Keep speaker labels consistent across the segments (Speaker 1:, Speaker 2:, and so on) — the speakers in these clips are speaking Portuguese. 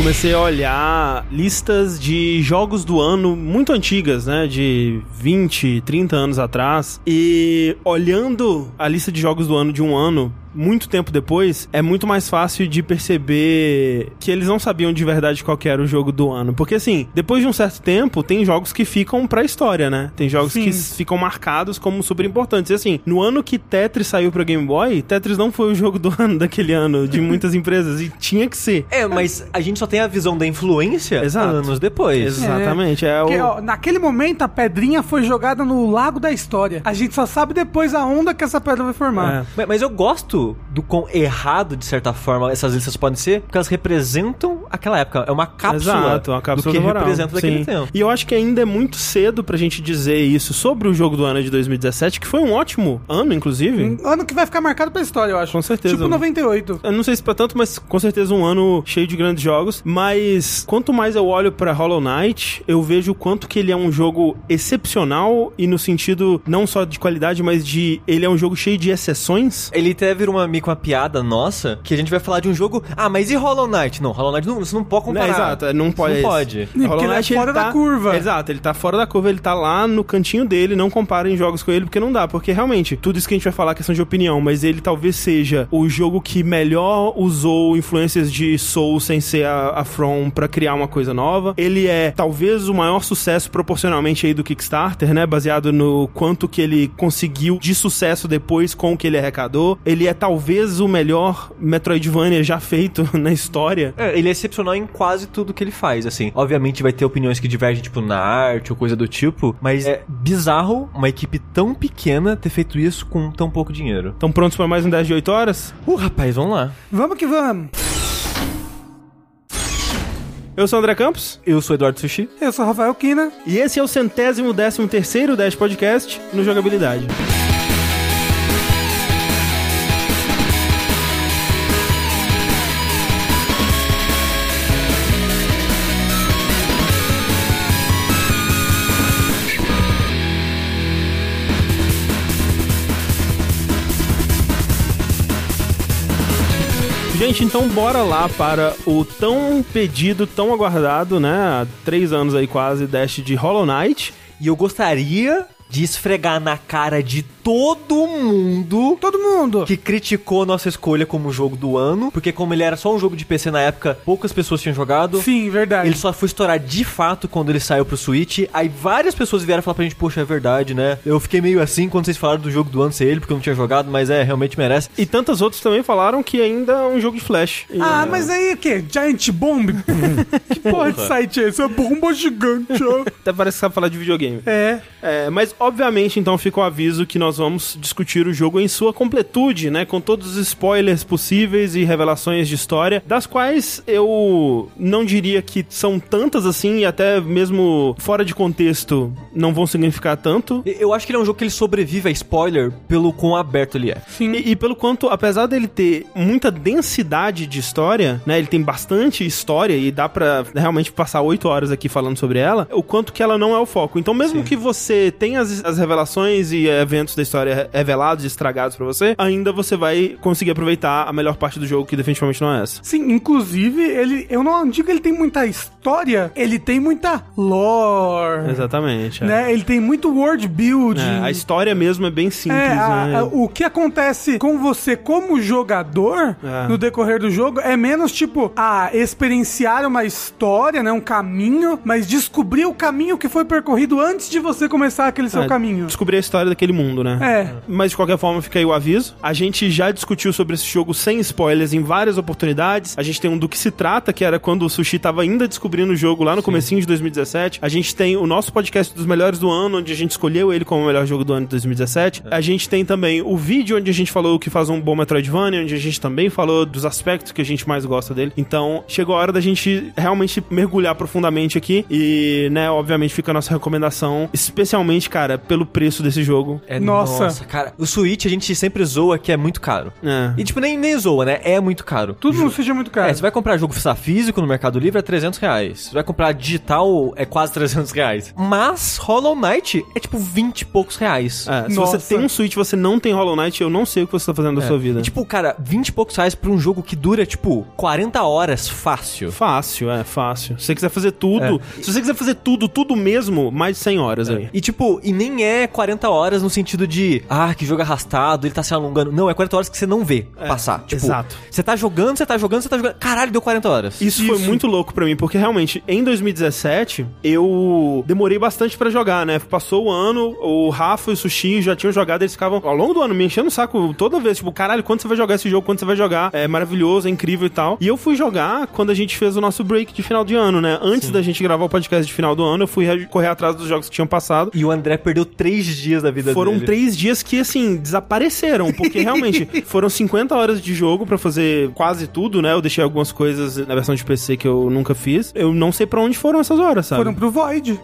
Speaker 1: comecei a olhar listas de jogos do ano muito antigas, né, de 20, 30 anos atrás, e olhando a lista de jogos do ano de um ano, muito tempo depois, é muito mais fácil de perceber que eles não sabiam de verdade qual que era o jogo do ano. Porque, assim, depois de um certo tempo, tem jogos que ficam pra história, né? Tem jogos que ficam marcados como super importantes. E, assim, no ano que Tetris saiu pra Game Boy, Tetris não foi o jogo do ano daquele ano, de muitas empresas, e tinha que ser.
Speaker 2: Mas a gente só tem a visão da influência anos depois.
Speaker 1: Exatamente.
Speaker 3: Porque, naquele momento, a pedrinha foi jogada no lago da história. A gente só sabe depois a onda que essa pedra vai formar.
Speaker 2: Mas eu gosto do quão errado, de certa forma, essas listas podem ser, porque elas representam aquela época. É uma cápsula,
Speaker 1: uma cápsula
Speaker 2: do que
Speaker 1: temporal.
Speaker 2: representa daquele tempo.
Speaker 1: E eu acho que ainda é muito cedo pra gente dizer isso sobre o jogo do ano de 2017, que foi um ótimo ano, inclusive.
Speaker 3: Um ano que vai ficar marcado pra história, eu acho.
Speaker 1: Com certeza.
Speaker 3: Tipo 98.
Speaker 1: Eu não sei se pra tanto, mas com certeza um ano cheio de grandes jogos. Mas quanto mais eu olho pra Hollow Knight, eu vejo o quanto que ele é um jogo excepcional, e no sentido não só de qualidade, mas de ele é um jogo cheio de exceções.
Speaker 2: Ele até vira uma piada nossa, que a gente vai falar de um jogo... mas e Hollow Knight? Não, Hollow Knight você não pode comparar.
Speaker 1: Exato, não pode.
Speaker 2: Não pode.
Speaker 3: Porque ele é fora da curva.
Speaker 1: Exato, ele tá fora da curva, ele tá lá no cantinho dele, não comparem jogos com ele, porque não dá, porque realmente, tudo isso que a gente vai falar é questão de opinião, mas ele talvez seja o jogo que melhor usou influências de Soul sem ser a From pra criar uma coisa nova. Ele é talvez o maior sucesso proporcionalmente aí do Kickstarter, né, baseado no quanto que ele conseguiu de sucesso depois com o que ele arrecadou. Ele é talvez o melhor Metroidvania já feito na história.
Speaker 2: Ele é excepcional em quase tudo que ele faz, assim. Obviamente vai ter opiniões que divergem, tipo, na arte ou coisa do tipo, mas é bizarro uma equipe tão pequena ter feito isso com tão pouco dinheiro.
Speaker 1: Estão prontos para mais um 10 de 8 horas?
Speaker 2: Rapaz, vamos lá.
Speaker 3: Vamos que vamos.
Speaker 1: Eu sou o André Campos.
Speaker 2: Eu sou o Eduardo Sushi.
Speaker 3: Eu sou o Rafael Kina.
Speaker 1: E esse é o 113º Dash Podcast no Jogabilidade. Gente, então bora lá para o tão pedido, tão aguardado, né, há 3 anos aí quase, Dash de Hollow Knight.
Speaker 2: E eu gostaria de esfregar na cara de todo mundo que criticou nossa escolha como jogo do ano, porque como ele era só um jogo de PC na época, poucas pessoas tinham jogado.
Speaker 3: Sim, verdade.
Speaker 2: Ele só foi estourar de fato quando ele saiu pro Switch. Aí várias pessoas vieram falar pra gente, poxa, é verdade, né? Eu fiquei meio assim quando vocês falaram do jogo do ano ser ele, porque eu não tinha jogado, mas realmente merece.
Speaker 1: E tantas outras também falaram que ainda é um jogo de Flash.
Speaker 3: Mas aí o quê? Giant Bomb? Que porra de site é esse? É bomba gigante, ó.
Speaker 1: Até parece que sabe falar de videogame. Mas obviamente, então, fica o aviso que nós vamos discutir o jogo em sua completude, né? Com todos os spoilers possíveis e revelações de história, das quais eu não diria que são tantas assim, e até mesmo fora de contexto não vão significar tanto.
Speaker 2: Eu acho que ele é um jogo que ele sobrevive a spoiler pelo quão aberto ele é.
Speaker 1: Sim. E pelo quanto, apesar dele ter muita densidade de história, né? Ele tem bastante história e dá pra realmente passar 8 horas aqui falando sobre ela, o quanto que ela não é o foco. Então mesmo que você tenha as revelações e eventos da história revelados e estragados pra você, ainda você vai conseguir aproveitar a melhor parte do jogo, que definitivamente não é essa.
Speaker 3: Sim, inclusive, eu não digo que ele tem muita história, ele tem muita lore.
Speaker 1: Exatamente.
Speaker 3: Né? Ele tem muito world building.
Speaker 1: A história mesmo é bem simples, né?
Speaker 3: O que acontece com você como jogador no decorrer do jogo é menos tipo, experienciar uma história, né? Um caminho, mas descobrir o caminho que foi percorrido antes de você começar aquele seu caminho.
Speaker 1: Descobrir a história daquele mundo, né? Mas de qualquer forma, fica aí o aviso. A gente já discutiu sobre esse jogo sem spoilers em várias oportunidades. A gente tem um do que se trata, que era quando o Sushi tava ainda descobrindo o jogo lá no comecinho de 2017. A gente tem o nosso podcast dos melhores do ano, onde a gente escolheu ele como o melhor jogo do ano de 2017. A gente tem também o vídeo onde a gente falou que faz um bom Metroidvania, onde a gente também falou dos aspectos que a gente mais gosta dele. Então, chegou a hora da gente realmente mergulhar profundamente aqui e, né, obviamente fica a nossa recomendação, especialmente, cara, pelo preço desse jogo.
Speaker 3: Nossa, Nossa.
Speaker 2: Cara, o Switch a gente sempre zoa que é muito caro. E tipo, nem zoa, né? É muito caro.
Speaker 3: Tudo no Switch é muito caro.
Speaker 2: Você vai comprar jogo físico no Mercado Livre é R$300. Você vai comprar digital é quase R$300. Mas Hollow Knight é tipo 20 e poucos reais.
Speaker 1: Se você tem um Switch e você não tem Hollow Knight, eu não sei o que você tá fazendo da sua vida.
Speaker 2: E, tipo, cara, 20 e poucos reais pra um jogo que dura, tipo, 40 horas fácil.
Speaker 1: Fácil. Se você quiser fazer tudo, se você quiser fazer tudo mesmo, mais de 100 horas aí.
Speaker 2: E tipo, e nem é 40 horas no sentido de, que jogo arrastado, ele tá se alongando. Não, é 40 horas que você não vê passar. Tipo,
Speaker 1: exato.
Speaker 2: Você tá jogando. Caralho, deu 40 horas.
Speaker 1: Isso foi muito louco pra mim, porque realmente, em 2017, eu demorei bastante pra jogar, né? Passou o ano, o Rafa e o Sushi já tinham jogado, eles ficavam ao longo do ano me enchendo o saco toda vez, tipo, caralho, quando você vai jogar esse jogo, quando você vai jogar, é maravilhoso, é incrível e tal. E eu fui jogar quando a gente fez o nosso break de final de ano, né? Antes da gente gravar o podcast de final do ano, eu fui correr atrás dos jogos que tinham passado.
Speaker 2: E o André perdeu 3 dias da vida dele.
Speaker 1: Foram 3 dias que, assim, desapareceram, porque realmente foram 50 horas de jogo pra fazer quase tudo, né? Eu deixei algumas coisas na versão de PC que eu nunca fiz. Eu não sei pra onde foram essas horas, sabe?
Speaker 3: Foram pro Void.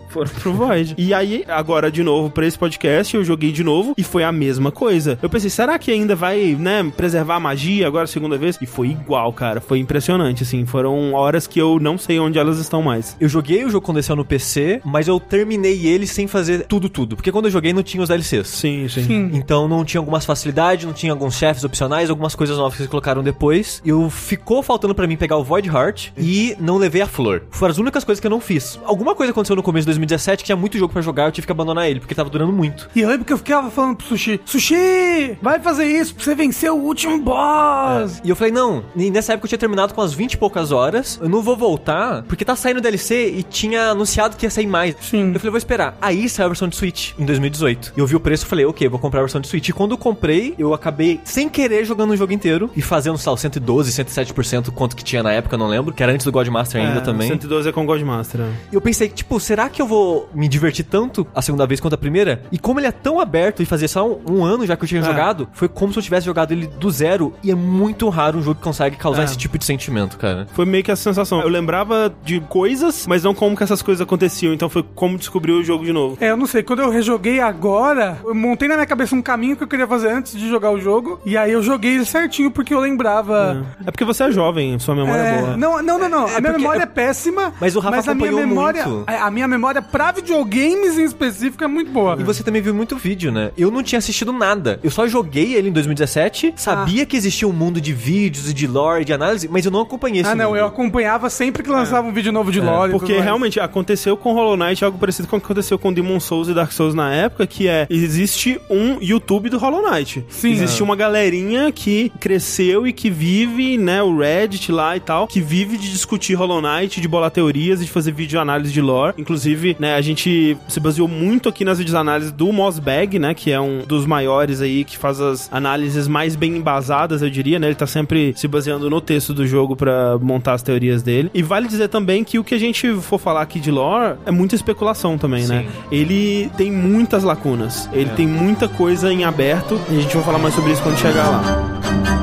Speaker 1: E aí, agora, de novo, pra esse podcast, eu joguei de novo e foi a mesma coisa. Eu pensei, será que ainda vai, né, preservar a magia agora a segunda vez? E foi igual, cara. Foi impressionante, assim. Foram horas que eu não sei onde elas estão mais.
Speaker 2: Eu joguei o jogo quando desceu no PC, mas eu terminei ele sem fazer tudo. Porque quando eu joguei não tinha os DLCs.
Speaker 1: Sim.
Speaker 2: Então não tinha algumas facilidades, não tinha alguns chefes opcionais, algumas coisas novas que eles colocaram depois. Ficou faltando pra mim pegar o Void Heart e não levei a flor. Foram as únicas coisas que eu não fiz. Alguma coisa aconteceu no começo de 2017 que tinha muito jogo pra jogar, eu tive que abandonar ele, porque tava durando muito.
Speaker 3: E eu lembro que eu ficava falando pro Sushi, vai fazer isso pra você vencer o último boss.
Speaker 2: E eu falei, não, e nessa época eu tinha terminado com as 20 e poucas horas, eu não vou voltar, porque tá saindo DLC e tinha anunciado que ia sair mais.
Speaker 3: Sim.
Speaker 2: Eu falei, vou esperar. Aí saiu a versão de Switch, em 2018. Eu vi o preço e falei, ok, vou comprar a versão de Switch. E quando eu comprei, eu acabei, sem querer, jogando o jogo inteiro e fazendo, sei lá, 112, 107% quanto que tinha na época, não lembro, que era antes do God Master ainda também.
Speaker 1: 112 é com God Master.
Speaker 2: E eu pensei, tipo, será que eu vou me divertir tanto a segunda vez quanto a primeira? E como ele é tão aberto e fazia só um ano já que eu tinha jogado, foi como se eu tivesse jogado ele do zero. E é muito raro um jogo que consegue causar esse tipo de sentimento, cara.
Speaker 1: Foi meio que essa sensação. Eu lembrava de coisas, mas não como que essas coisas aconteciam. Então foi como descobrir o jogo de novo.
Speaker 3: Eu não sei. Quando eu rejoguei agora, eu montei na minha cabeça um caminho que eu queria fazer antes de jogar o jogo. E aí eu joguei ele certinho porque eu lembrava.
Speaker 1: É porque você é jovem, sua memória é boa.
Speaker 3: Não. A minha memória é péssima.
Speaker 2: Mas o Rafa acompanhou muito.
Speaker 3: A minha memória pra videogames em específico é muito boa.
Speaker 2: E você também viu muito vídeo, né? Eu não tinha assistido nada. Eu só joguei ele em 2017, sabia que existia um mundo de vídeos e de lore, de análise, mas eu não acompanhei esse mundo.
Speaker 3: Eu acompanhava sempre que lançava um vídeo novo de lore.
Speaker 1: Porque realmente aconteceu com Hollow Knight algo parecido com o que aconteceu com Demon Souls e Dark Souls na época, que existe um YouTube do Hollow Knight.
Speaker 3: Sim.
Speaker 1: Existe uma galerinha que cresceu e que vive, né, o Reddit lá e tal, que vive de discutir Hollow Knight, de bolar teorias e de fazer vídeo análise de lore. Inclusive, né, a gente se baseou muito aqui nas videoanálises do Mossbag, né, que é um dos maiores aí, que faz as análises mais bem embasadas, eu diria, né, ele tá sempre se baseando no texto do jogo pra montar as teorias dele. E vale dizer também que o que a gente for falar aqui de lore é muita especulação também, né? Ele tem muitas lacunas, ele tem muita coisa em aberto, e a gente vai falar mais sobre isso quando chegar lá.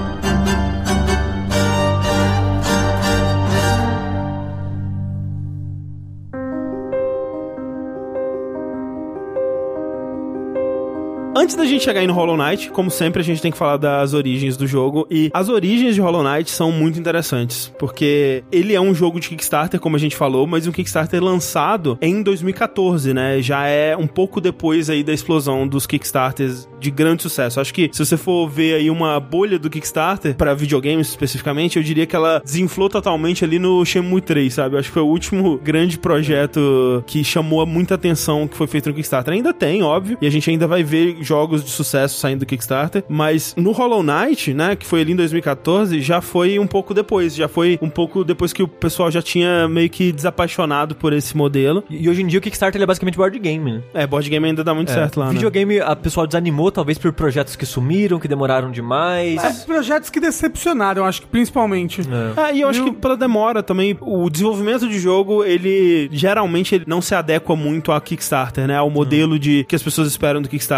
Speaker 1: Antes da gente chegar aí no Hollow Knight, como sempre, a gente tem que falar das origens do jogo. E as origens de Hollow Knight são muito interessantes, porque ele é um jogo de Kickstarter, como a gente falou, mas um Kickstarter lançado em 2014, né? Já é um pouco depois aí da explosão dos Kickstarters de grande sucesso. Acho que se você for ver aí uma bolha do Kickstarter, pra videogames especificamente, eu diria que ela desinflou totalmente ali no Shenmue 3, sabe? Eu acho que foi o último grande projeto que chamou muita atenção que foi feito no Kickstarter. Ainda tem, óbvio, e a gente ainda vai ver jogos de sucesso saindo do Kickstarter, mas no Hollow Knight, né, que foi ali em 2014, já foi um pouco depois, que o pessoal já tinha meio que desapaixonado por esse modelo.
Speaker 2: E hoje em dia o Kickstarter ele é basicamente board game, né?
Speaker 1: Board game ainda dá muito certo lá,
Speaker 2: videogame, a pessoa desanimou talvez por projetos que sumiram, que demoraram demais.
Speaker 3: Projetos que decepcionaram, acho que principalmente.
Speaker 1: E eu acho que pela demora também, o desenvolvimento de jogo, ele geralmente ele não se adequa muito ao Kickstarter, né, ao modelo que as pessoas esperam do Kickstarter, né?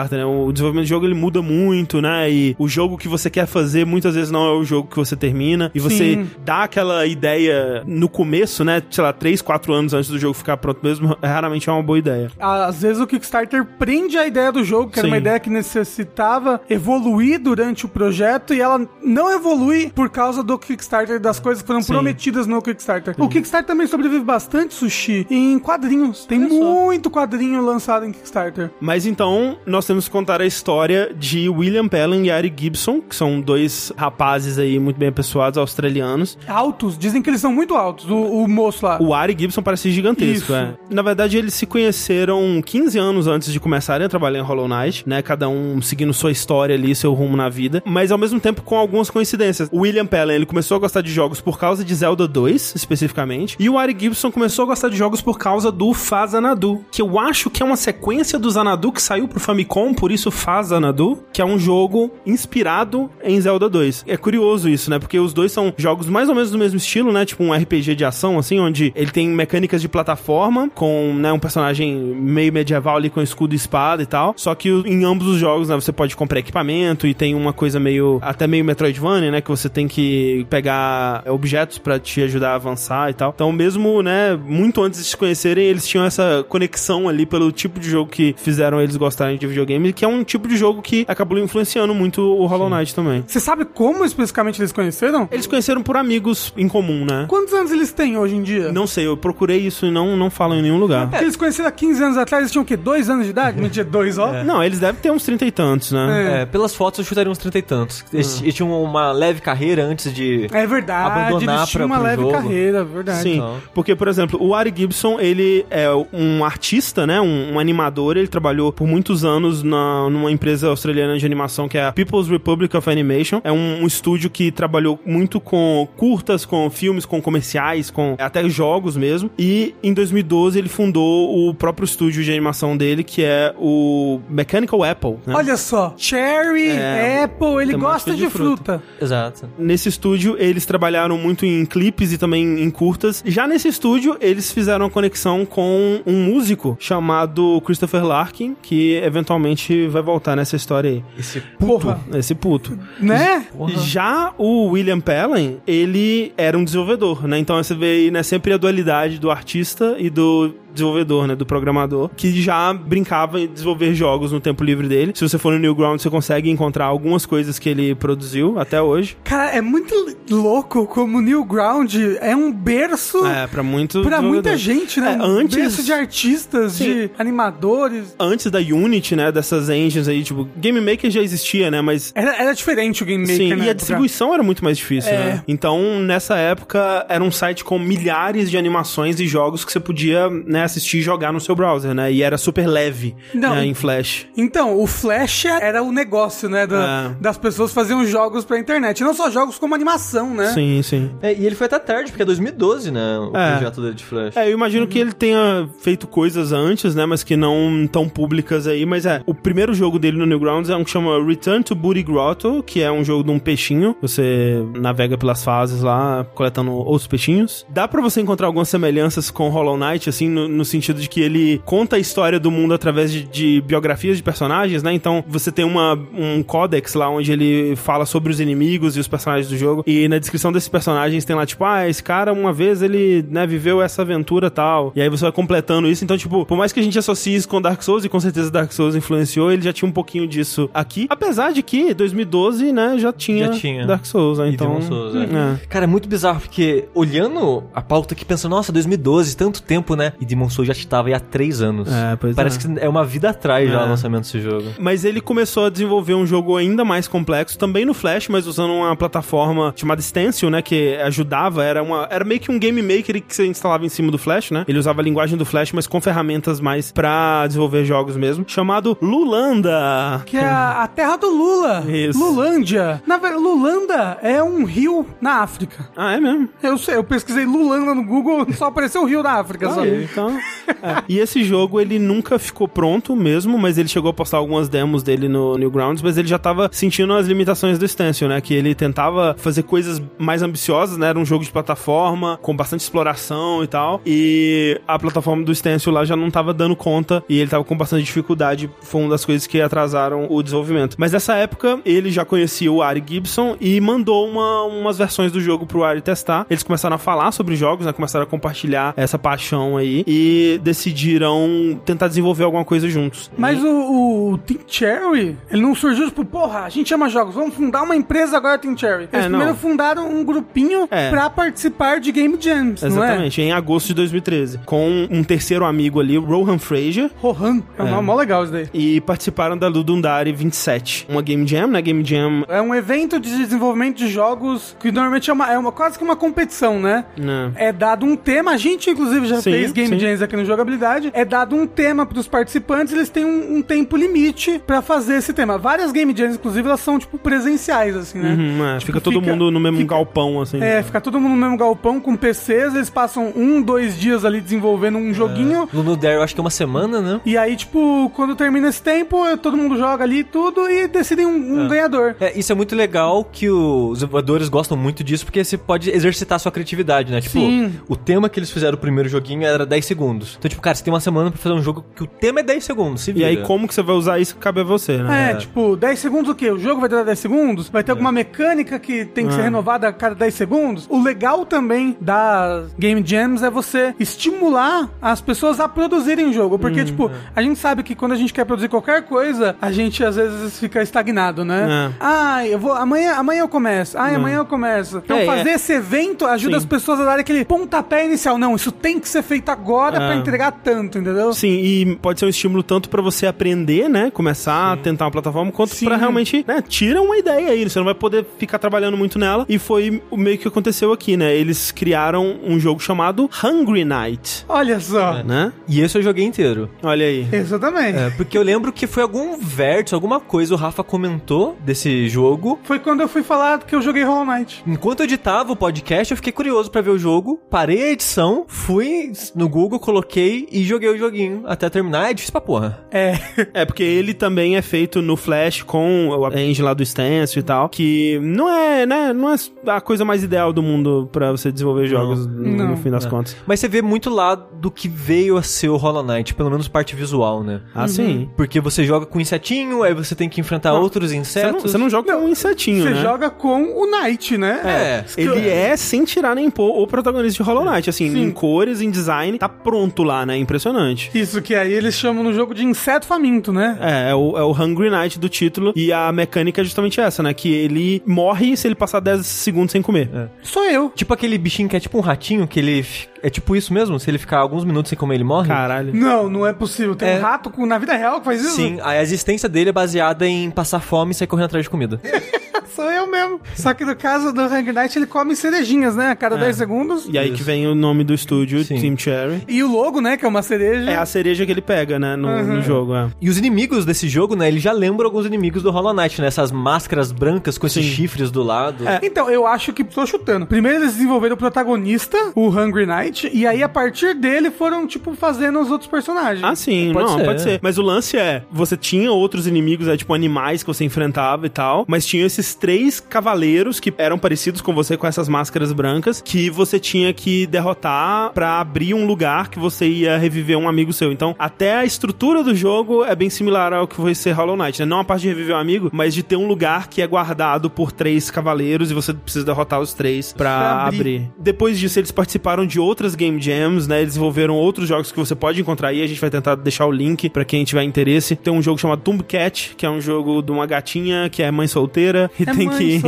Speaker 1: o desenvolvimento de jogo ele muda muito, né? E o jogo que você quer fazer muitas vezes não é o jogo que você termina. E você dá aquela ideia no começo, né? Sei lá, 3, 4 anos antes do jogo ficar pronto mesmo, raramente é uma boa ideia.
Speaker 3: Às vezes o Kickstarter prende a ideia do jogo, que era uma ideia que necessitava evoluir durante o projeto, e ela não evolui por causa do Kickstarter, das coisas que foram prometidas no Kickstarter. O Kickstarter também sobrevive bastante, Sushi, em quadrinhos. Tem muito quadrinho lançado em Kickstarter.
Speaker 1: Mas então, nós temos que contar a história de William Pellen e Ari Gibson, que são dois rapazes aí muito bem apessoados, australianos.
Speaker 3: Altos, dizem que eles são muito altos, o moço lá.
Speaker 1: O Ari Gibson parece gigantesco, Na verdade, eles se conheceram 15 anos antes de começarem a trabalhar em Hollow Knight, né? Cada um seguindo sua história ali, seu rumo na vida, mas ao mesmo tempo com algumas coincidências. O William Pellen, ele começou a gostar de jogos por causa de Zelda 2, especificamente, e o Ari Gibson começou a gostar de jogos por causa do Fazanadu, que eu acho que é uma sequência do Xanadu que saiu pro Famicom, por isso Fazanadu, que é um jogo inspirado em Zelda 2. É curioso isso, né? Porque os dois são jogos mais ou menos do mesmo estilo, né? Tipo um RPG de ação, assim, onde ele tem mecânicas de plataforma, com, né, um personagem meio medieval ali com escudo e espada e tal. Só que em ambos os jogos, né, você pode comprar equipamento e tem uma coisa meio, até meio Metroidvania, né? Que você tem que pegar objetos pra te ajudar a avançar e tal. Então, mesmo, né, muito antes de se conhecerem, eles tinham essa conexão ali pelo tipo de jogo que fizeram eles gostarem de videogame, que é um tipo de jogo que acabou influenciando muito o Hollow Knight também.
Speaker 3: Você sabe como especificamente eles conheceram?
Speaker 1: Eles conheceram por amigos em comum, né?
Speaker 3: Quantos anos eles têm hoje em dia?
Speaker 1: Não sei, eu procurei isso e não falam em nenhum lugar.
Speaker 3: Eles conheceram há 15 anos atrás, eles tinham o quê? 2 anos de idade? Mentira, 2, ó.
Speaker 1: Não, eles devem ter uns 30 e tantos, né?
Speaker 2: Pelas fotos eu chutaria uns 30 e tantos. Eles tinham uma leve carreira antes de abandonar
Speaker 3: eles tinham uma leve carreira, verdade.
Speaker 1: Sim, porque, por exemplo, o Ari Gibson, ele é um artista, né? Um animador, ele trabalhou por muitos anos numa empresa australiana de animação que é a People's Republic of Animation. É um estúdio que trabalhou muito com curtas, com filmes, com comerciais, com até jogos mesmo. E em 2012 ele fundou o próprio estúdio de animação dele, que é o Mechanical Apple, né?
Speaker 3: Olha só, Cherry, Apple, ele gosta de fruta.
Speaker 2: Exato.
Speaker 1: Nesse estúdio, eles trabalharam muito em clipes e também em curtas. Já nesse estúdio, eles fizeram uma conexão com um músico chamado Christopher Larkin, que eventualmente vai voltar nessa história aí. Esse puto.
Speaker 3: Né?
Speaker 1: Já o William Pellen, ele era um desenvolvedor, né? Então você vê aí, né, sempre a dualidade do artista e do desenvolvedor, né, do programador, que já brincava em desenvolver jogos no tempo livre dele. Se você for no Newgrounds, você consegue encontrar algumas coisas que ele produziu até hoje.
Speaker 3: Cara, é muito louco como o Newground é um berço
Speaker 1: pra
Speaker 3: muita gente, né? Um berço de artistas, de animadores.
Speaker 1: Antes da Unity, né, dessas engines aí, tipo, Game Maker já existia, né, mas...
Speaker 3: Era diferente o Game Maker,
Speaker 1: sim,
Speaker 3: né?
Speaker 1: E a distribuição era muito mais difícil, né? Então, nessa época, era um site com milhares de animações e jogos que você podia, né, assistir e jogar no seu browser, né? E era super leve, né, em Flash.
Speaker 3: Então, o Flash era o negócio, né? Das pessoas faziam jogos pra internet. Não só jogos, como animação, né?
Speaker 1: Sim, sim.
Speaker 2: E ele foi até tarde, porque é 2012, né? O projeto dele de Flash.
Speaker 1: Eu imagino que ele tenha feito coisas antes, né? Mas que não tão públicas aí. Mas o primeiro jogo dele no Newgrounds é um que chama Return to Booty Grotto, que é um jogo de um peixinho. Você navega pelas fases lá, coletando outros peixinhos. Dá pra você encontrar algumas semelhanças com Hollow Knight, assim, no sentido de que ele conta a história do mundo através de biografias de personagens, né? Então, você tem um códex lá onde ele fala sobre os inimigos e os personagens do jogo. E na descrição desses personagens tem lá, tipo, esse cara, uma vez ele, né, viveu essa aventura tal. E aí você vai completando isso. Então, tipo, por mais que a gente associe isso com Dark Souls, e com certeza Dark Souls influenciou, ele já tinha um pouquinho disso aqui. Apesar de que 2012, né, já tinha Dark Souls, né? Então,
Speaker 2: Souls, Cara, é muito bizarro, porque olhando a pauta aqui, pensando, nossa, 2012, tanto tempo, né? E Demon Souls já estava aí há 3 anos. Parece que é uma vida atrás já o lançamento desse jogo.
Speaker 1: Mas ele começou a desenvolver um jogo ainda mais complexo, também no Flash, mas usando uma plataforma chamada Stencil, né, que ajudava, era meio que um Game Maker que você instalava em cima do Flash, né? Ele usava a linguagem do Flash, mas com ferramentas mais pra desenvolver jogos mesmo, chamado Lulanda.
Speaker 3: Que é a terra do Lula.
Speaker 1: Isso.
Speaker 3: Lulândia. Na verdade, Lulanda é um rio na África.
Speaker 1: É mesmo?
Speaker 3: Eu sei, eu pesquisei Lulanda no Google, só apareceu o rio na África. Só.
Speaker 1: Então, E esse jogo, ele nunca ficou pronto mesmo, mas ele chegou a postar algumas demos dele no Newgrounds, mas ele já tava sentindo as limitações do stencil, né? Que ele tentava fazer coisas mais ambiciosas, né? Era um jogo de plataforma, com bastante exploração e tal, e a plataforma do stencil lá já não tava dando conta, e ele tava com bastante dificuldade, foi uma das coisas que atrasaram o desenvolvimento. Mas nessa época, ele já conhecia o Ari Gibson e mandou umas versões do jogo pro Ari testar. Eles começaram a falar sobre jogos, né? Começaram a compartilhar essa paixão aí, e decidiram tentar desenvolver alguma coisa juntos.
Speaker 3: Mas o Team Cherry, ele não surgiu tipo, porra, a gente ama jogos, vamos fundar uma empresa agora, Team Cherry. Eles primeiro fundaram um grupinho pra participar de Game Jams,
Speaker 1: exatamente, em agosto de 2013. Com um terceiro amigo ali, o Rohan Fraser.
Speaker 3: Rohan, é um nome mó legal isso daí.
Speaker 1: E participaram da Ludundari 27. Uma Game Jam, né? Game Jam
Speaker 3: é um evento de desenvolvimento de jogos que normalmente é quase que uma competição, né? É dado um tema, a gente inclusive já fez Game Jams aqui no Jogabilidade, é dado um tema pros participantes, eles têm um tempo limite pra fazer esse tema. Várias Game Jams, inclusive, elas são, tipo, presenciais, assim, né?
Speaker 1: Fica todo mundo no mesmo galpão, assim.
Speaker 3: Fica todo mundo no mesmo galpão, com PCs, eles passam 2 dias ali desenvolvendo um joguinho.
Speaker 2: No Dare, eu acho que é uma semana, né?
Speaker 3: E aí, tipo, quando termina esse tempo, todo mundo joga ali tudo e decidem um ganhador.
Speaker 2: Isso é muito legal, que os desenvolvedores gostam muito disso, porque você pode exercitar sua criatividade, né? Tipo, o tema que eles fizeram o primeiro joguinho era 10 segundos. Então, tipo, cara, você tem uma semana pra fazer um jogo que o tema é 10 segundos, se vira.
Speaker 1: E aí, como que você vai usar isso, cabe a você, né?
Speaker 3: Tipo, 10 segundos o quê? O jogo vai durar 10 segundos? Vai ter alguma mecânica que tem que ser renovada a cada 10 segundos? O legal também das Game Jams é você estimular as pessoas a produzirem jogo, porque, tipo, a gente sabe que quando a gente quer produzir qualquer coisa, a gente, às vezes, fica estagnado, né? Eu vou... Amanhã eu começo. Amanhã eu começo. Então, fazer esse evento ajuda as pessoas a darem aquele pontapé inicial. Não, isso tem que ser feito agora pra entregar tanto, entendeu?
Speaker 1: Sim, e pode ser um estímulo tanto pra você aprender, né? Começar a tentar uma plataforma, quanto pra realmente, né? Tira uma ideia aí, você não vai poder ficar trabalhando muito nela. E foi o meio que aconteceu aqui, né? Eles criaram um jogo chamado Hungry Night.
Speaker 3: Olha só.
Speaker 1: Né?
Speaker 2: E esse eu joguei inteiro.
Speaker 1: Olha aí.
Speaker 3: Exatamente.
Speaker 2: Porque eu lembro que foi algum vértice, alguma coisa, o Rafa comentou desse jogo.
Speaker 3: Foi quando eu fui falar que eu joguei Hollow Knight.
Speaker 2: Enquanto eu editava o podcast, eu fiquei curioso pra ver o jogo, parei a edição, fui no Google, coloquei e joguei o joguinho até terminar. É difícil pra porra.
Speaker 1: Porque ele também é feito no Flash com a engine lá do stencil e tal, que não é, né, não é a coisa mais ideal do mundo pra você desenvolver jogos no fim das contas.
Speaker 2: Mas você vê muito lá do que veio a ser o Hollow Knight, pelo menos parte visual, né?
Speaker 1: Sim.
Speaker 2: Porque você joga com insetinho, aí você tem que enfrentar outros insetos.
Speaker 1: Você não joga com um insetinho, né?
Speaker 3: Você joga com o Knight, né?
Speaker 1: Ele é, sem tirar nem pôr, o protagonista de Hollow Knight, assim, em cores, em design, tá pronto lá, né? Impressionante.
Speaker 3: Isso, que aí eles chamam no jogo de inseto faminto, né?
Speaker 1: É o Hungry Night do título, e a mecânica é justamente essa, né? Que ele morre se ele passar 10 segundos sem comer.
Speaker 3: Sou eu.
Speaker 2: Tipo aquele bichinho que é tipo um ratinho, que ele... É tipo isso mesmo? Se ele ficar alguns minutos sem comer, ele morre?
Speaker 1: Caralho.
Speaker 3: Não é possível. Tem um rato na vida real que faz isso?
Speaker 2: Sim, a existência dele é baseada em passar fome e sair correndo atrás de comida.
Speaker 3: Sou eu mesmo. Só que no caso do Hungry Night, ele come cerejinhas, né? A cada 10 segundos.
Speaker 1: E aí que vem o nome do estúdio, Team Cherry.
Speaker 3: E o logo, né? Que é uma cereja.
Speaker 1: É a cereja que ele pega, né? No jogo,
Speaker 2: E os inimigos desse jogo, né? Ele já lembra alguns inimigos do Hollow Knight, né? Essas máscaras brancas com esses chifres do lado.
Speaker 3: Então, eu acho que... Tô chutando. Primeiro eles desenvolveram o protagonista, o Hungry Night, e aí a partir dele foram, tipo, fazendo os outros personagens.
Speaker 1: Sim. Pode ser. Mas o lance é, você tinha outros inimigos, tipo, animais que você enfrentava e tal, mas tinha esses 3 cavaleiros que eram parecidos com você, com essas máscaras brancas, que você tinha que derrotar pra abrir um lugar que você ia reviver um amigo seu. Então, até a estrutura do jogo é bem similar ao que foi ser Hollow Knight, né? Não a parte de reviver um amigo, mas de ter um lugar que é guardado por 3 cavaleiros e você precisa derrotar os 3 pra abrir. Depois disso, eles participaram de outras Game Jams, né? Eles desenvolveram outros jogos que você pode encontrar aí. A gente vai tentar deixar o link pra quem tiver interesse. Tem um jogo chamado Tomb Cat, que é um jogo de uma gatinha que é mãe solteira e tem que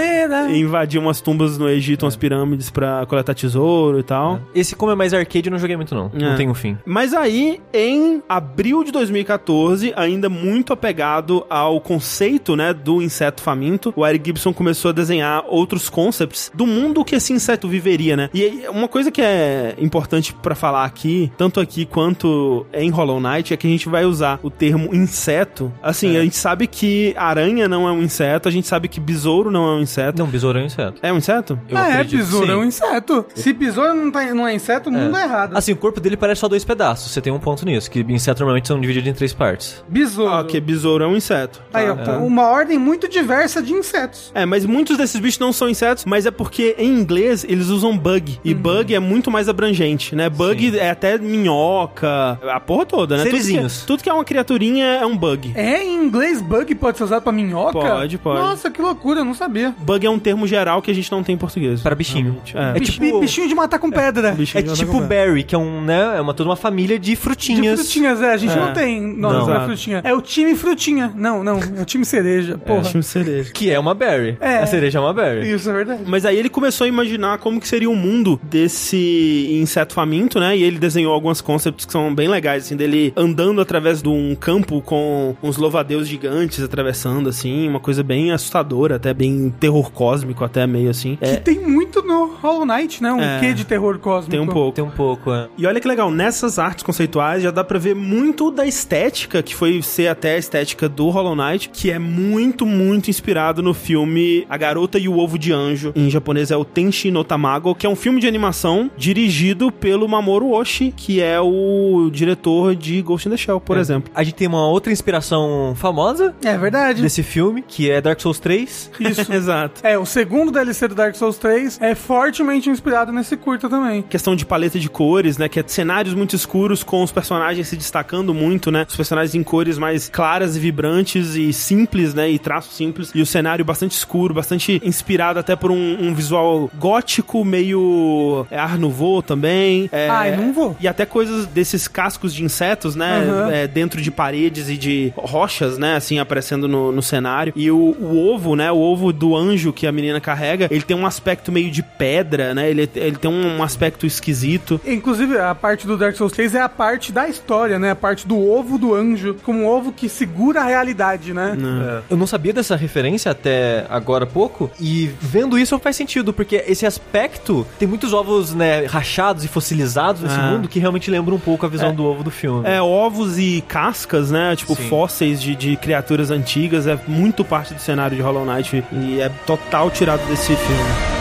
Speaker 1: invadir umas tumbas no Egito, umas pirâmides pra coletar tesouro e tal.
Speaker 2: Esse, como é mais arcade, eu não joguei muito não. Não tem um fim.
Speaker 1: Mas aí, em abril de 2014, ainda muito apegado ao conceito, né, do inseto faminto, o Eric Gibson começou a desenhar outros concepts do mundo que esse inseto viveria, né? E uma coisa que é importante pra falar aqui, tanto aqui quanto em Hollow Knight, é que a gente vai usar o termo inseto. Assim, a gente sabe que aranha não é um inseto, a gente sabe que besouro não é um inseto.
Speaker 2: Não, besouro é um inseto.
Speaker 1: É um inseto?
Speaker 3: Besouro é um inseto. Se besouro não é inseto, o mundo é errado.
Speaker 2: Assim, o corpo dele parece só 2 pedaços. Você tem um ponto nisso, que insetos normalmente são divididos em 3 partes.
Speaker 3: Besouro.
Speaker 1: Ok, besouro é um inseto.
Speaker 3: Aí, uma ordem muito diversa de insetos.
Speaker 1: Mas muitos desses bichos não são insetos, mas é porque em inglês eles usam bug. E bug é muito mais abrangente, né? Bug é até minhoca, a porra toda, né?
Speaker 2: Serizinhos.
Speaker 1: Tudo que é uma criaturinha é um bug.
Speaker 3: Em inglês, bug pode ser usado pra minhoca?
Speaker 1: Pode.
Speaker 3: Nossa, que loucura, eu não sabia.
Speaker 1: Bug é um termo geral que a gente não tem em português.
Speaker 2: Para bichinho.
Speaker 1: É
Speaker 2: tipo...
Speaker 3: Bichinho de matar com pedra.
Speaker 2: É tipo berry, que é toda uma família de frutinhas.
Speaker 3: De frutinhas, a gente não tem nome pra frutinha. É o time frutinha. Não, é o time cereja, porra.
Speaker 1: É o time cereja.
Speaker 2: Que é uma berry. A cereja é uma berry.
Speaker 3: Isso é verdade.
Speaker 1: Mas aí ele começou a imaginar como que seria o mundo desse inseto faminto, né? E ele desenhou algumas concepts que são bem legais, assim, dele andando através de um campo com uns louva-a-Deus gigantes atravessando, assim, uma coisa bem assustadora, até bem terror cósmico, até meio assim.
Speaker 3: Que tem muito no Hollow Knight, né? Quê de terror cósmico.
Speaker 1: Tem um pouco, E olha que legal, nessas artes conceituais já dá pra ver muito da estética, que foi ser até a estética do Hollow Knight, que é muito, muito inspirado no filme A Garota e o Ovo de Anjo. Em japonês é o Tenshi no Tamago, que é um filme de animação dirigido pelo Mamoru Oshii, que é o diretor de Ghost in the Shell, por exemplo.
Speaker 2: A gente tem uma outra inspiração famosa.
Speaker 3: É verdade.
Speaker 2: Desse filme, que é Dark Souls 3.
Speaker 3: Isso.
Speaker 1: Exato.
Speaker 3: O segundo DLC do Dark Souls 3 é fortemente inspirado nesse curta também.
Speaker 1: Questão de paleta de cores, né? Que é cenários muito escuros com os personagens se destacando muito, né? Os personagens em cores mais claras e vibrantes e simples, né? E traços simples. E o cenário bastante escuro, bastante inspirado até por um visual gótico, meio Art Nouveau também.
Speaker 3: Não vou.
Speaker 1: E até coisas desses cascos de insetos, né? Dentro de paredes e de rochas, né? Assim, aparecendo no cenário. E o ovo, né? O ovo do anjo que a menina carrega, ele tem um aspecto meio de pedra, né? Ele tem um aspecto esquisito.
Speaker 3: Inclusive, a parte do Dark Souls 3 é a parte da história, né? A parte do ovo do anjo, como um ovo que segura a realidade, né?
Speaker 2: Eu não sabia dessa referência até agora há pouco, e vendo isso faz sentido, porque esse aspecto tem muitos ovos, né, rachados e fossilizados nesse mundo que realmente lembram um pouco a visão do ovo do filme.
Speaker 1: Ovos e cascas, né? Tipo, fósseis de criaturas antigas, é muito parte do cenário de Hollow Knight e é total tirado desse filme.